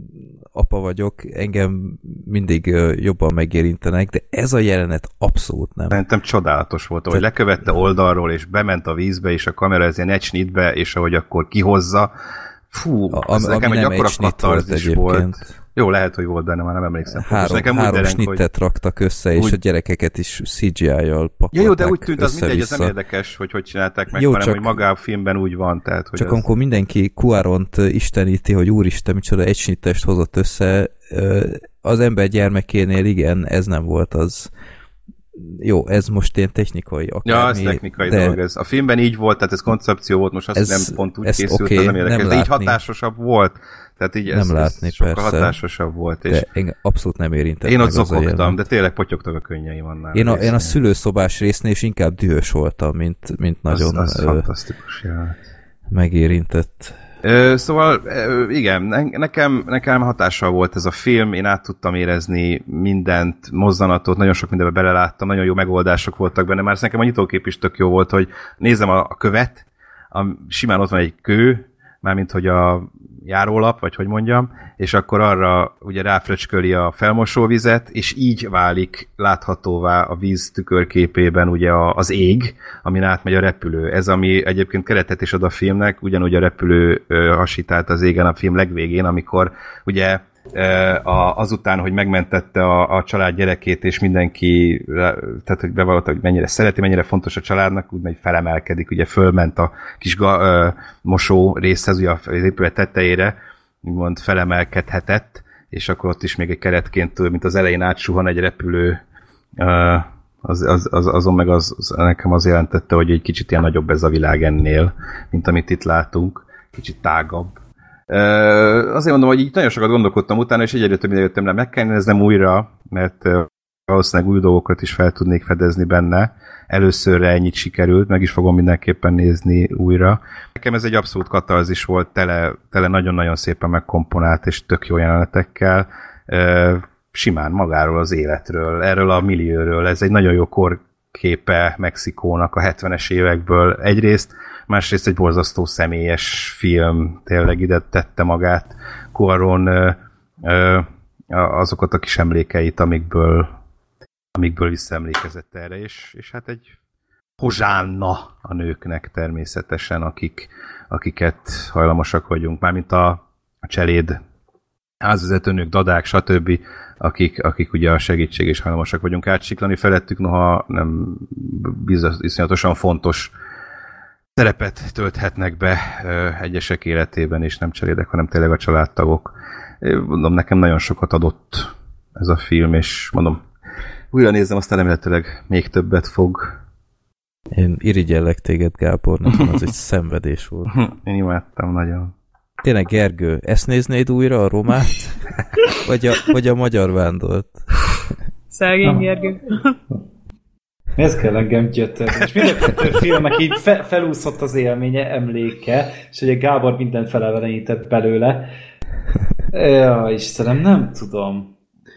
apa vagyok, engem mindig jobban megérintenek, de ez a jelenet abszolút nem. Szerintem csodálatos volt, ahogy Te... lekövette oldalról, és bement a vízbe, és a kamera ez ilyen egy és ahogy akkor kihozza. Fú, a, az nekem egy akkora katarzis volt. Jó, lehet, hogy volt benne, már nem emlékszem. Három, nekem három snittet hogy... raktak össze, és úgy... a gyerekeket is cé gé í-jal pakolták. Ja, jó, de úgy tűnt, az mindegy, az nem érdekes, hogy hogy csinálták meg, jó, hanem, csak... hogy maga a filmben úgy van. Tehát, hogy csak az... amikor mindenki Cuaront isteníti, hogy úristen, micsoda egy snittest hozott össze, az ember gyermekénél igen, ez nem volt az. Jó, ez most ilyen technikai akármi. Ja, ez technikai de... dolog. Ez. A filmben így volt, tehát ez koncepció volt, most azt ez, nem pont úgy készült, okay, az nem érdekes. De így hatásosabb volt. Tehát így ez, nem látni, ez sokkal persze. hatásosabb volt. És de abszolút nem érintett. Én ott zokogtam, de tényleg potyogtak a könnyeim annál. Én a, én a szülőszobás résznél is inkább dühös voltam, mint, mint nagyon az, az ö, fantasztikus, ja. megérintett. Ö, szóval igen, nekem, nekem hatással volt ez a film, én át tudtam érezni mindent, mozzanatot, nagyon sok mindenbe beleláttam, nagyon jó megoldások voltak benne, már nekem a nyitókép is tök jó volt, hogy nézem a, a követ, a, simán ott van egy kő, mármint hogy a járólap, vagy hogy mondjam, és akkor arra ugye ráfröcsköli a felmosóvizet, és így válik láthatóvá a víz tükörképében ugye az ég, amin átmegy a repülő. Ez, ami egyébként keretet is ad a filmnek, ugyanúgy a repülő hasítált az égen a film legvégén, amikor ugye azután, hogy megmentette a, a család gyerekét, és mindenki, tehát hogy bevallott, hogy mennyire szereti, mennyire fontos a családnak, úgy megy felemelkedik, ugye fölment a kis ga, ö, mosó részhez, ugye az épület tetejére, úgymond felemelkedhetett, és akkor ott is még egy keretként, mint az elején átsuhan egy repülő, ö, az, az, az, azon meg az, az, nekem az jelentette, hogy egy kicsit ilyen nagyobb ez a világ ennél, mint amit itt látunk, kicsit tágabb. Azért mondom, hogy így nagyon sokat gondolkodtam utána, és egyre több jöttem rá, meg kell néznem újra, mert valószínűleg új dolgokat is fel tudnék fedezni benne. Előszörre ennyit sikerült, meg is fogom mindenképpen nézni újra. Nekem ez egy abszolút katarzis volt, tele, tele nagyon-nagyon szépen megkomponált, és tök jó jelenetekkel. Simán magáról az életről, erről a millióről. Ez egy nagyon jó korképe Mexikónak a hetvenes évekből egyrészt, másrészt egy borzasztó személyes film, tényleg ide tette magát Cuarón azokat a kis emlékeit, amikből, amikből visszaemlékezett erre, és, és hát egy hozsánna a nőknek természetesen, akik, akiket hajlamosak vagyunk, mármint a, a cseléd, házvezetőnők, dadák, stb., akik, akik ugye a segítség és hajlamosak vagyunk átsiklani felettük, noha nem biztos, iszonyatosan fontos szerepet tölthetnek be egyesek életében, és nem cselédek, hanem tényleg a családtagok. Mondom, nekem nagyon sokat adott ez a film, és mondom, újra nézem, aztán remélhetőleg még többet fog. Én irigyellek téged, Gábor, nekem az egy szenvedés volt. Én imádtam nagyon. Tényleg, Gergő, ezt néznéd újra, a Romát? Vagy a, vagy a Magyar Vándort? Szegény Gergő. Ez kell engem gyötörni. És mind a kettő filmek így fe, felúszott az élménye, emléke, és ugye Gábor mindent felelevenített belőle. Ja, Istenem, nem tudom.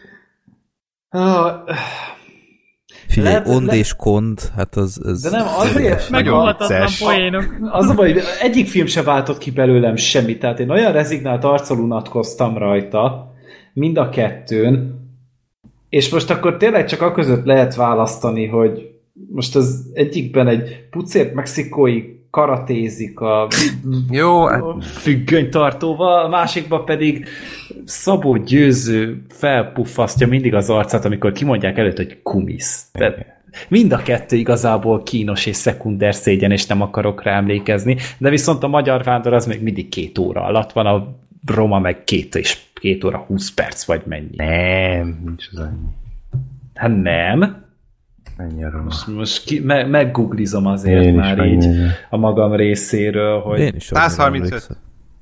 Ah, Figyelj, lehet, Ond le... és Kond, hát az... az de nem, azért... Megolhatatlan poénok. Az a baj, hogy egyik film se váltott ki belőlem semmit, tehát én olyan rezignált arccal unatkoztam rajta, mind a kettőn, és most akkor tényleg csak a között lehet választani, hogy most az egyikben egy pucért mexikói karatézik a, Jó, a függönytartóval, a másikban pedig Szabó Győző felpuffasztja mindig az arcát, amikor kimondják előtt, hogy kumisz. Tehát mind a kettő igazából kínos és szekunder szégyen, és nem akarok rá emlékezni, de viszont a Magyar Vándor az még mindig két óra alatt van, a Roma meg két, és két óra húsz perc, vagy mennyi. Nem, nincs az annyi. Hát nem. Ennyi a Roma. Most, most ki, me, meggooglizom azért Én már így annyi. a magam részéről, hogy... Én is száz harmincöt.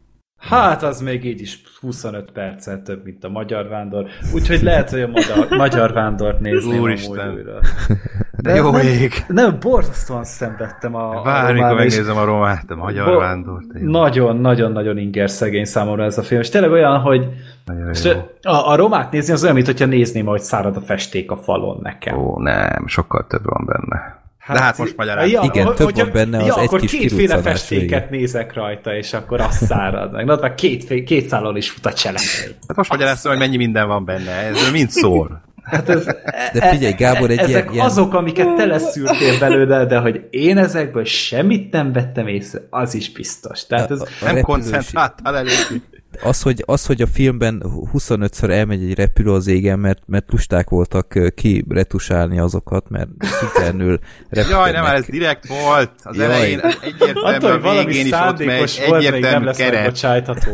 Hát az még így is huszonöt perccel több, mint a Magyar Vándor. Úgyhogy lehet, hogy a Magyar, magyar Vándort nézném Úristen. újra. De jó nem, ég. Nem, borzasztóan szenvedtem a, Bár, a mikor Román, megnézem a Romát, a Magyar bo- Vándort. Nagyon-nagyon-nagyon inger szegény számomra ez a film. És tényleg olyan, hogy a, a Romát nézni az olyan, mint hogyha nézném, ahogy szárad a festék a falon nekem. Ó, nem, sokkal több van benne. Hát, de hát most magyarázom. Ja, igen, több van benne, az ja, egy akkor kis kétféle kiruccanás festéket végig. nézek rajta, és akkor azt szárad meg. Na, már két, két szálon is fut a cselekmény. Hát most magyarázom, hogy mennyi minden van benne. Ez mind szól. Hát ez, De figyelj, Gábor, egy ezek ilyen, azok, amiket te leszűrtél belőle, de hogy én ezekből semmit nem vettem észre, az is biztos. Tehát ez... A- a Nem repülős- koncentráltál elég. Az hogy, az, hogy a filmben huszonötször elmegy egy repülő az égen, mert, mert lusták voltak ö, kiretusálni azokat, mert szuperül repülnek. Jaj, nem, ez direkt volt. Az Jaj. elején egyértelmű, Attól, a hogy valami végén is ott megy, szándékos volt, még nem egyértelmű lesz keret. megbocsájtható.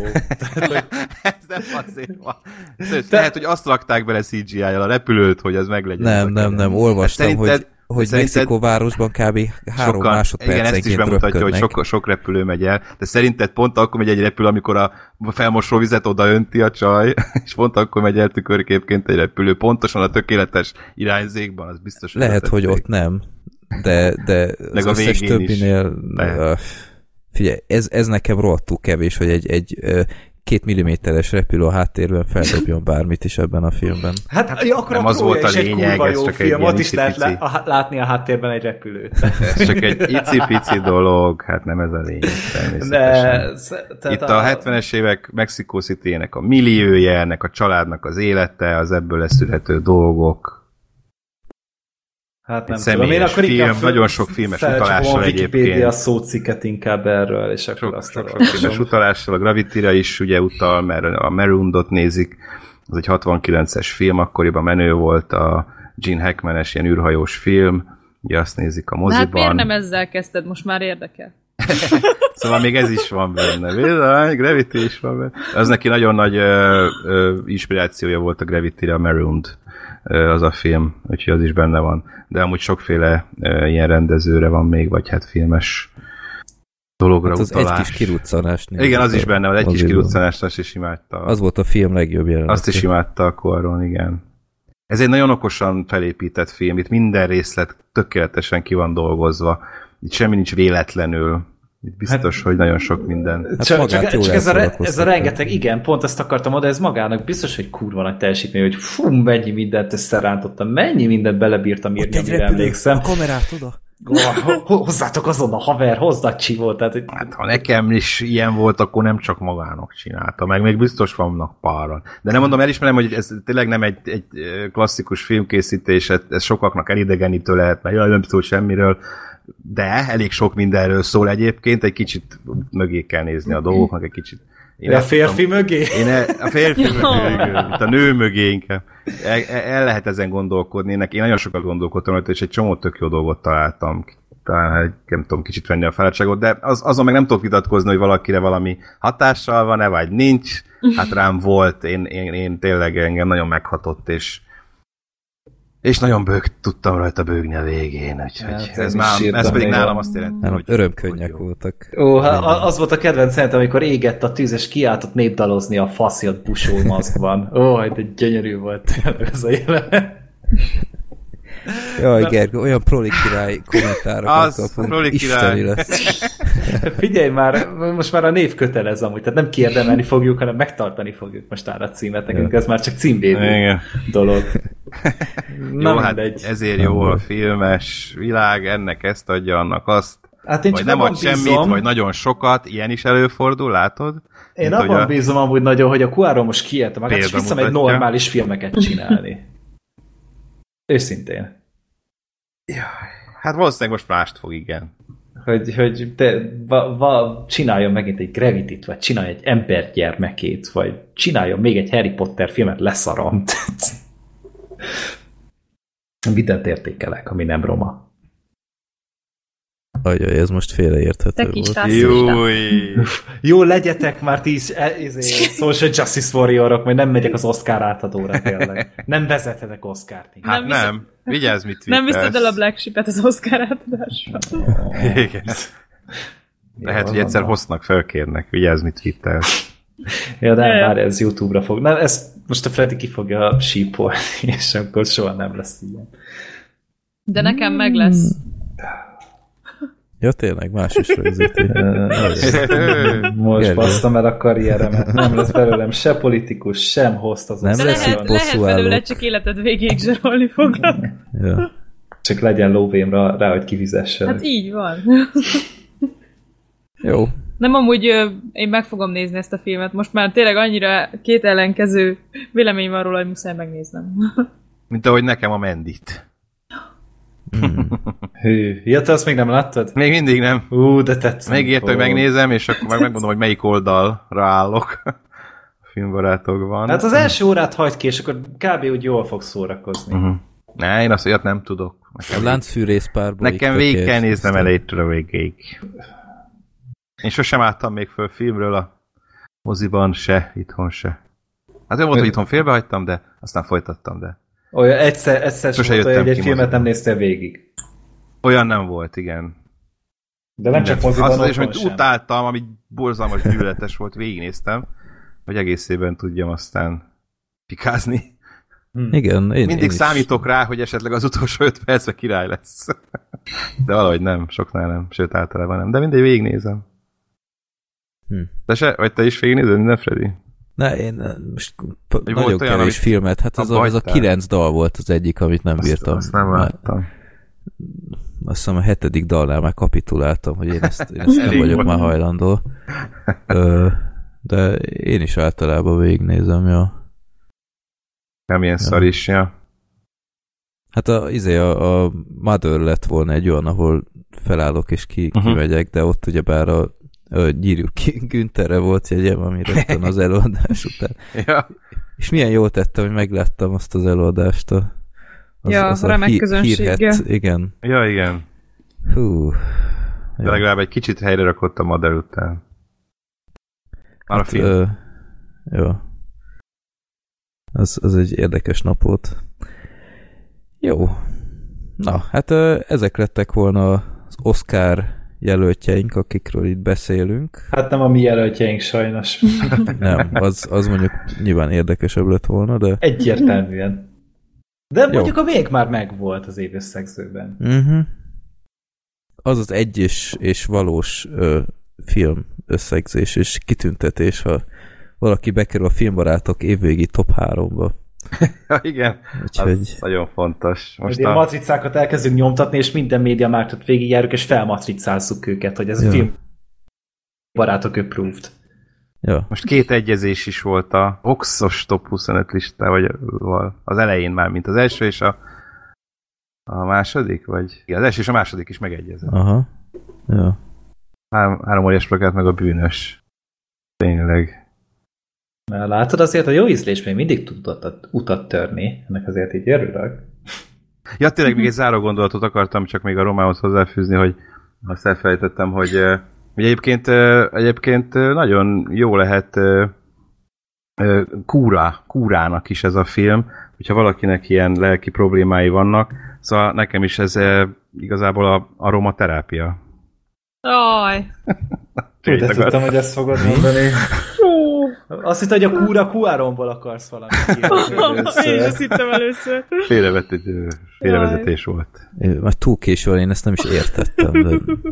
Ez nem azért van. Lehet, hogy azt rakták bele cé gé í-jal a repülőt, hogy az meglegyen. Nem, nem, nem, olvastam, Szerinted- hogy, hogy szerinted- Mexikó városban kb. három Sokan, másodpercenként igen, ezt is bemutatja, hogy röpködnek. sok, sok repülő megy el, de szerinted pont akkor megy egy repülő, amikor a felmosó vizet odaönti a csaj, és pont akkor megy el tükörképként egy repülő, pontosan a tökéletes irányzékban, az biztos. Lehet, hogy ott nem, de, de az a összes végén is. többinél... Uh, figyelj, ez, ez nekem rohadtul kevés, hogy egy, egy uh, két milliméteres repülő a háttérben feldobjon bármit is ebben a filmben. Hát, hát ja, akkor nem a az volt Trója a is egy lényeg, kurva ez jó csak egy film, ilyen ott is lehet icipici. lá- a- látni a háttérben egy repülőt. Ez csak egy icipici dolog, hát nem ez a lényeg természetesen. De, tehát Itt a hetvenes évek Mexico City-nek a milliója, ennek a családnak az élete, az ebből leszűrhető dolgok. Hát nem Egy tudom. Én személyes akkor inkább film, nagyon sok filmes felcsapom utalással a Wikipédia egyébként. szócikket inkább erről, és akkor Sok, azt sok, sok elolvasom. filmes utalással, a Gravity-ra is ugye utal, mert a Marooned-ot nézik, az egy hatvankilences film, akkoriban menő volt a Gene Hackman-es ilyen űrhajós film, ugye azt nézik a De moziban. hát miért nem ezzel kezdted? Most már érdekel. Szóval még ez is van benne. Bizony, Gravity is van benne. Az neki nagyon nagy ö, ö, inspirációja volt a Gravity-re, a Marooned ö, az a film, úgyhogy az is benne van. De amúgy sokféle ö, ilyen rendezőre van még, vagy hát filmes dologra hát az utalás. Egy kis kiruccanás. Igen, az is benne van, egy kis kiruccanást, azt is imádta. Az volt a film legjobb jelenet. Azt is imádta a Cuarón, igen. Ez egy nagyon okosan felépített film, itt minden részlet tökéletesen ki van dolgozva. Itt semmi nincs véletlenül. Itt biztos, hát, hogy nagyon sok minden. Hát csak csak, csak ez, a re, ez a rengeteg, igen, pont ezt akartam oda, ez magának biztos, hogy kurva nagy teljesítmény, hogy fú, mennyi mindent összerántottam, mennyi mindent belebírtam írni, amire emlékszem. A kamerát oda. Hozzátok azon a haver, hozzá csivót. Tehát, hogy... Hát ha nekem is ilyen volt, akkor nem csak magának csinálta, meg még biztos vannak páran. De nem mondom, elismerem, hogy ez tényleg nem egy, egy klasszikus filmkészítés, ez sokaknak elidegenítő lehet, mert jaj, nem szól semmiről, de elég sok mindenről szól egyébként, egy kicsit mögé kell nézni a dolgoknak, egy kicsit. Én a férfi tudom, mögé? Én el, a férfi mögé, a nő mögé inkább. El, el lehet ezen gondolkodni. Én nagyon sokat gondolkodtam rajta, és egy csomó tök jó dolgot találtam. Talán nem tudom kicsit venni a fáradtságot, de az, azon meg nem tudok vitatkozni, hogy valakire valami hatással van-e, vagy nincs. Hát rám volt, én, én, én tényleg engem nagyon meghatott, és és nagyon bőg, tudtam rajta bőgni a végén, úgyhogy hát, ez, már, ez pedig nálam azt jelenti, nem, hogy örömkönnyek voltak. Ó, hát az volt a kedvenc szerintem, amikor égett a tűz, és kiáltott népdalozni a faszilt busó maszkban. Ó, hát egy gyönyörű volt ez a jelenet. Jaj, Gergő, olyan proli király kommentárokat kapunk. Proli király. Lesz. Figyelj már, most már a név kötelez amúgy, tehát nem kérdemelni fogjuk, hanem megtartani fogjuk most ára a címet, nekünk ez már csak címvédő dolog. Na, jó, hát ezért jó a filmes világ, ennek ezt adja, annak azt. Hát én vagy nem ad bízom, semmit, vagy nagyon sokat, ilyen is előfordul, látod? Én Mint, abban a... bízom amúgy nagyon, hogy a Cuarón most kiérte magát, és visszamegy normális filmeket csinálni. Őszintén. Jaj, hát valószínűleg most mást fog, igen. Hogy, hogy te va, va, csináljon megint egy Gravity-t, vagy csinálj egy embergyermekét, vagy csináljon még egy Harry Potter filmet, leszarom. Mindent értékelek, ami nem roma. Ajaj, ez most félreérthető volt. Júj. Jó, legyetek már ti is social justice warriorok, majd nem megyek az Oscar átadóra tényleg. Nem vezethetek Oscart. Hát nem, nem. Vigyázz, mit Nem viszed el a Black Sheep-et az Oscar átadásra. Igen. Lehet, hogy egyszer hoznak, felkérnek. Vigyázz, mit twittelsz. Ja, de már ez YouTube-ra fog. Na, ezt most a Freddy ki fogja sípolni, és akkor soha nem lesz ilyen. De nekem meg lesz. Ja, tényleg, más is rögzíti. Most basztam el a karrieremet. Nem lesz belőlem se politikus, sem host az nem lesz lehet, lehet belőle, csak életed végéig zsarolni fognak. Ja. Csak legyen lóvémra rá, hogy kifizessen. Hát így van. Jó. Nem, amúgy én meg fogom nézni ezt a filmet. Most már tényleg annyira két ellenkező vélemény van róla, hogy muszáj megnéznem. Mint ahogy nekem a Mendit. Mm. Hű, ja, te azt még nem láttad? Még mindig nem. Ú, de tetszett. Megérte, hogy megnézem, és akkor meg megmondom, hogy melyik oldalra állok a filmbarátokban. Hát az első órát hagyd ki, és akkor kb. Úgy jól fog szórakozni. Uh-huh. Ne, én azt olyat nem tudok. Nekem a láncfűrészpárból nekem végig kell néznem elejétől a végéig. Én sosem álltam még föl filmről a moziban se, itthon se. Hát olyan volt, hogy itthon félbehagytam, de aztán folytattam, de olyan egyszer, egyszer sem volt olyan, hogy egy filmet nem néztél végig. Olyan nem volt, igen. De nem csak moziban, otthon sem. Azt utáltam, ami borzalmas gyűlöletes volt, végignéztem, hogy egészében tudjam aztán pikázni. Hmm. Igen, én, Mindig én számítok rá, hogy esetleg az utolsó öt percben király lesz. De valahogy nem, soknál nem, sőt általában nem. De mindig végignézem. Hmm. De se, vagy te is végignézed minden, Freddy? Na, én most p- nagyon kevés olyan, filmet, hát az a, az a kilenc dal volt az egyik, amit nem azt, bírtam. Azt nem láttam. Azt hiszem a hetedik dalnál már kapituláltam, hogy én ezt, én ezt nem vagyok már hajlandó. Ö, de én is általában végignézem, ja. Nem ilyen ja. szar is, ja. Hát a, izé, a, a Mother lett volna egy olyan, ahol felállok és ki, uh-huh. kimegyek, de ott ugyebár a Gyírjuk Güntherre volt jegyem, ami rögtön az előadás után. Ja. És milyen jól tettem, hogy megláttam azt az előadást. A, az, ja, az remek hí- közönséggel. Hírhet, igen. Ja, igen. Hú. De ja. legalább egy kicsit helyre rakott a Mother után. Már hát, a film. Ö, jó. Az, az egy érdekes nap volt. Jó. Na, hát ö, ezek lettek volna az Oscar jelöltjeink, akikről itt beszélünk. Hát nem a mi jelöltjeink sajnos. Nem, az, az mondjuk nyilván érdekesebb lett volna, de... Egyértelműen. De jó. Mondjuk a még már megvolt az évösszegzőben. Uh-huh. Az az egy és, és valós ö, film összegzés és kitüntetés, ha valaki bekerül a Filmbarátok évvégi top háromba. Ja, igen, úgyhogy... az nagyon fontos. Most a... a matricákat elkezdünk nyomtatni, és minden médiamárkot végigjárjuk, és felmatricázzuk őket, hogy ez ja. a Filmbarátok approved. Ja. Most két egyezés is volt a Oxos top huszonöt listá, vagy az elején már, mint az első és a, a második, vagy igen, az első és a második is megegyezett. Aha. Ja. Három, három óriás plakát meg a bűnös. Tényleg. Na, látod, azért a jó ízlés még mindig tudott utat törni. Ennek azért így örülök. Ja, tényleg még egy záró gondolatot akartam csak még a Romához hozzáfűzni, hogy azt elfelejtettem, hogy, hogy egyébként, egyébként nagyon jó lehet kúra, kúrának is ez a film, hogyha valakinek ilyen lelki problémái vannak. Szóval nekem is ez igazából a aromaterápia. Aj! Úgy tudtam, hogy ezt fogod mondani. Azt hittem, hogy a kúra kuáromból akarsz valamit kívánni. Én is azt hittem először. Félrevezetés volt. Már túl késő, én ezt nem is értettem. De...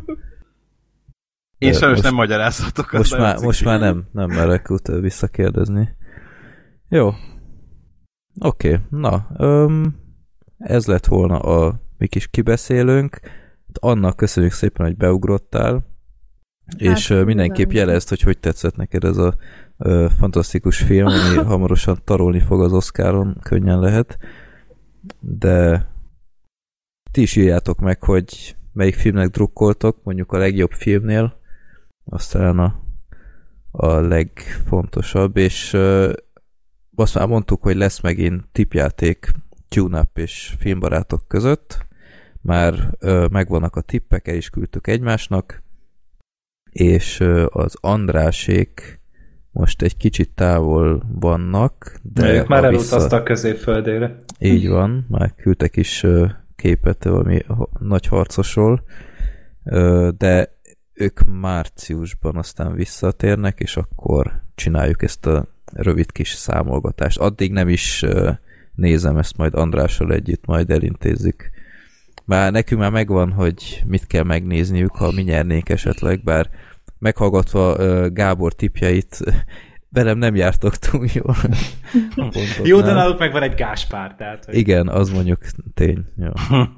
Én sajnos nem magyarázhatok. Most már, most már nem, nem merek utána visszakérdezni. Jó. Oké, okay. Na. Um, ez lett volna a mi kis kibeszélőnk. Annak köszönjük szépen, hogy beugrottál. Hát, és uh, mindenképp jelezd, hogy hogy tetszett neked ez a uh, fantasztikus film, ami hamarosan tarolni fog az Oscaron, könnyen lehet. De ti is írjátok meg, hogy melyik filmnek drukkoltok, mondjuk a legjobb filmnél, aztán a, a legfontosabb, és uh, azt már mondtuk, hogy lesz megint tippjáték Tune-Up és Filmbarátok között. Már uh, megvannak a tippek, el is küldtük egymásnak, és uh, az Andrásék most egy kicsit távol vannak, de ők már elutaztak vissza... Középföldére. Így van, már küldtek is uh, képet valami nagy harcosról, uh, de ők márciusban aztán visszatérnek, és akkor csináljuk ezt a rövid kis számolgatást. Addig nem is uh, nézem ezt, majd Andrással együtt, majd elintézzük. Már nekünk már megvan, hogy mit kell megnézniük, ha mi nyernénk esetleg, bár meghallgatva uh, Gábor tippjeit velem nem jártok túl jól. Jó, de náluk meg van egy Gáspár, tehát... Hogy... Igen, az mondjuk tény. Jó,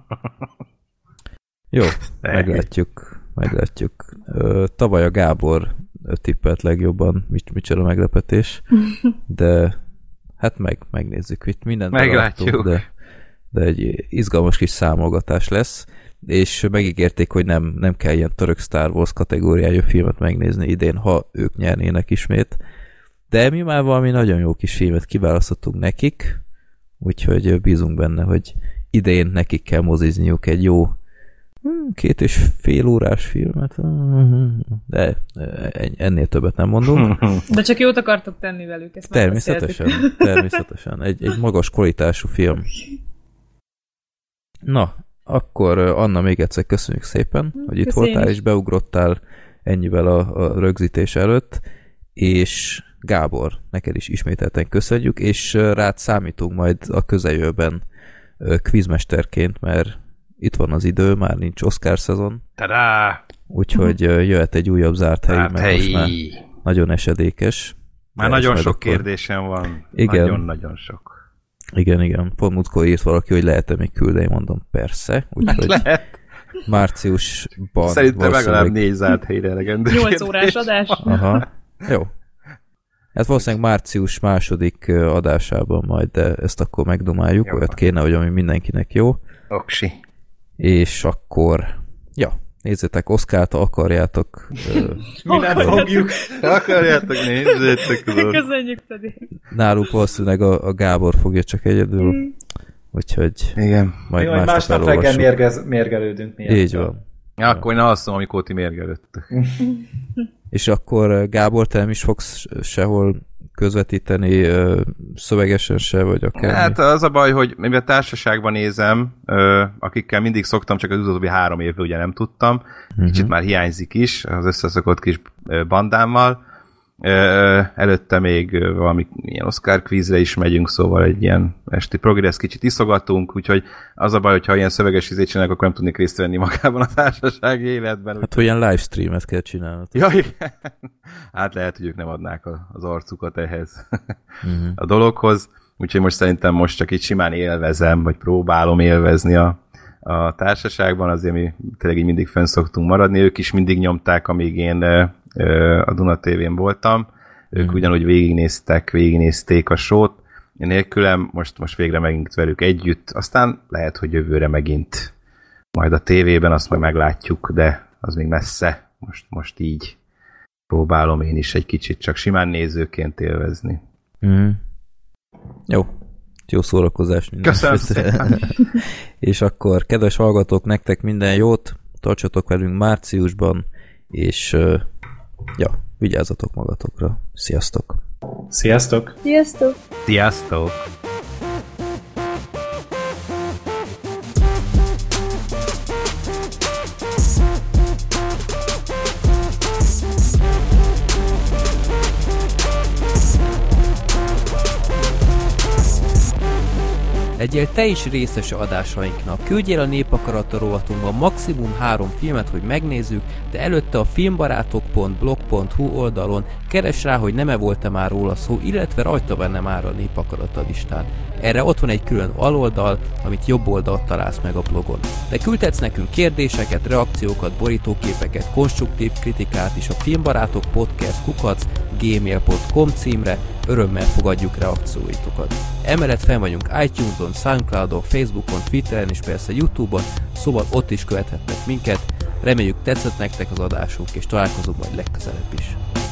Jó meglátjuk. meglátjuk. Uh, tavaly a Gábor tippelt legjobban, mit, micsoda meglepetés, de hát meg, megnézzük, mit mindent meglátjuk, de, de egy izgalmas kis számolgatás lesz, és megígérték, hogy nem, nem kell ilyen török Star Wars kategóriájú filmet megnézni idén, ha ők nyernének ismét, de mi már valami nagyon jó kis filmet kiválasztottunk nekik, úgyhogy bízunk benne, hogy idén nekik kell mozizniuk egy jó két és fél órás filmet, de ennél többet nem mondunk. De csak jót akartok tenni velük, ezt természetesen, természetesen. Egy, egy magas kvalitású film. Na, akkor Anna, még egyszer köszönjük szépen, hogy itt Köszönjük. voltál, és beugrottál ennyivel a, a rögzítés előtt, és Gábor, neked is ismételten köszönjük, és rád számítunk majd a közeljövőben quizmesterként, mert itt van az idő, már nincs Oscar szezon. Tadá! Úgyhogy jöhet egy újabb zárt hely, mert most már nagyon esedékes. Már nagyon sok akkor... kérdésem van. Igen. Nagyon-nagyon sok. Igen, igen. Pont múltkor írt valaki, hogy lehet-e még küldeni, mondom, persze. Úgyhogy lehet. Márciusban szerintem legalább négy zárt helyre elegendő. nyolc órás adás. Aha. Jó. Hát valószínűleg március második adásában majd, de ezt akkor megdomáljuk, jó. Olyat kéne, hogy ami mindenkinek jó. Oksi. És akkor, ja, nézzétek, Oszkárt, akarjátok. Mi nem fogjuk. Akarjátok, nézzétek. Köszönjük pedig. Náluk valószínűleg a, a Gábor fogja csak egyedül. Mm. Úgyhogy igen. Majd másnap, másnap reggel mérgez, mérgelődünk. Miért? Így van. Ja, akkor én alszom, amikor ti mérgelődtök. És akkor Gábor, te nem is fogsz sehol közvetíteni ö, szövegesen se, vagy akár. Hát az a baj, hogy mivel társaságban nézem, ö, akikkel mindig szoktam, csak az utóbbi három évben ugye nem tudtam, uh-huh. kicsit már hiányzik is az összeszokott kis bandámmal. Ö, előtte még valami ilyen Oscar quizre is megyünk, szóval egy ilyen esti progress kicsit iszogatunk, úgyhogy az a baj, hogyha ilyen szöveges izét csinálnak, akkor nem tudnék részt venni magában a társasági életben. Hát, hogy ilyen livestreamet kell csinálnod. Ja, igen. Hát lehet, hogy ők nem adnák az arcukat ehhez uh-huh. a dologhoz, úgyhogy most szerintem most csak így simán élvezem, vagy próbálom élvezni a, a társaságban, azért mi tényleg így mindig fönn szoktunk maradni, ők is mindig nyomták, amíg én a Duna té vén voltam, ők mm. ugyanúgy végignéztek, végignézték a sót, én nélkülem most, most végre megint velük együtt, aztán lehet, hogy jövőre megint majd a tévében, azt majd meglátjuk, de az még messze, most, most így próbálom én is egy kicsit csak simán nézőként élvezni. Mm. Jó, jó szórakozás. Köszönöm szépen. És akkor, kedves hallgatók, nektek minden jót, tartsatok velünk márciusban, és ja, vigyázzatok magatokra. Sziasztok! Sziasztok! Sziasztok! Sziasztok! Legyél te is részese adásainknak. Küldjél a Népakarata rovatunkban maximum három filmet, hogy megnézzük, de előtte a filmbarátok pont blog pont hu oldalon keres rá, hogy nem-e volt-e már róla szó, illetve rajta benne már a Népakarata listán. Erre ott van egy külön aloldal, amit jobb oldalt találsz meg a blogon. De küldhetsz nekünk kérdéseket, reakciókat, borítóképeket, konstruktív kritikát is a filmbarátok podcast kukac gmail pont com címre, örömmel fogadjuk reakcióitokat. Emellett fenn vagyunk iTunes-on, Soundcloud-on, Facebookon, Twitteren és persze YouTube-on, szóval ott is követhetnek minket. Reméljük tetszett nektek az adásunk, és találkozunk majd legközelebb is.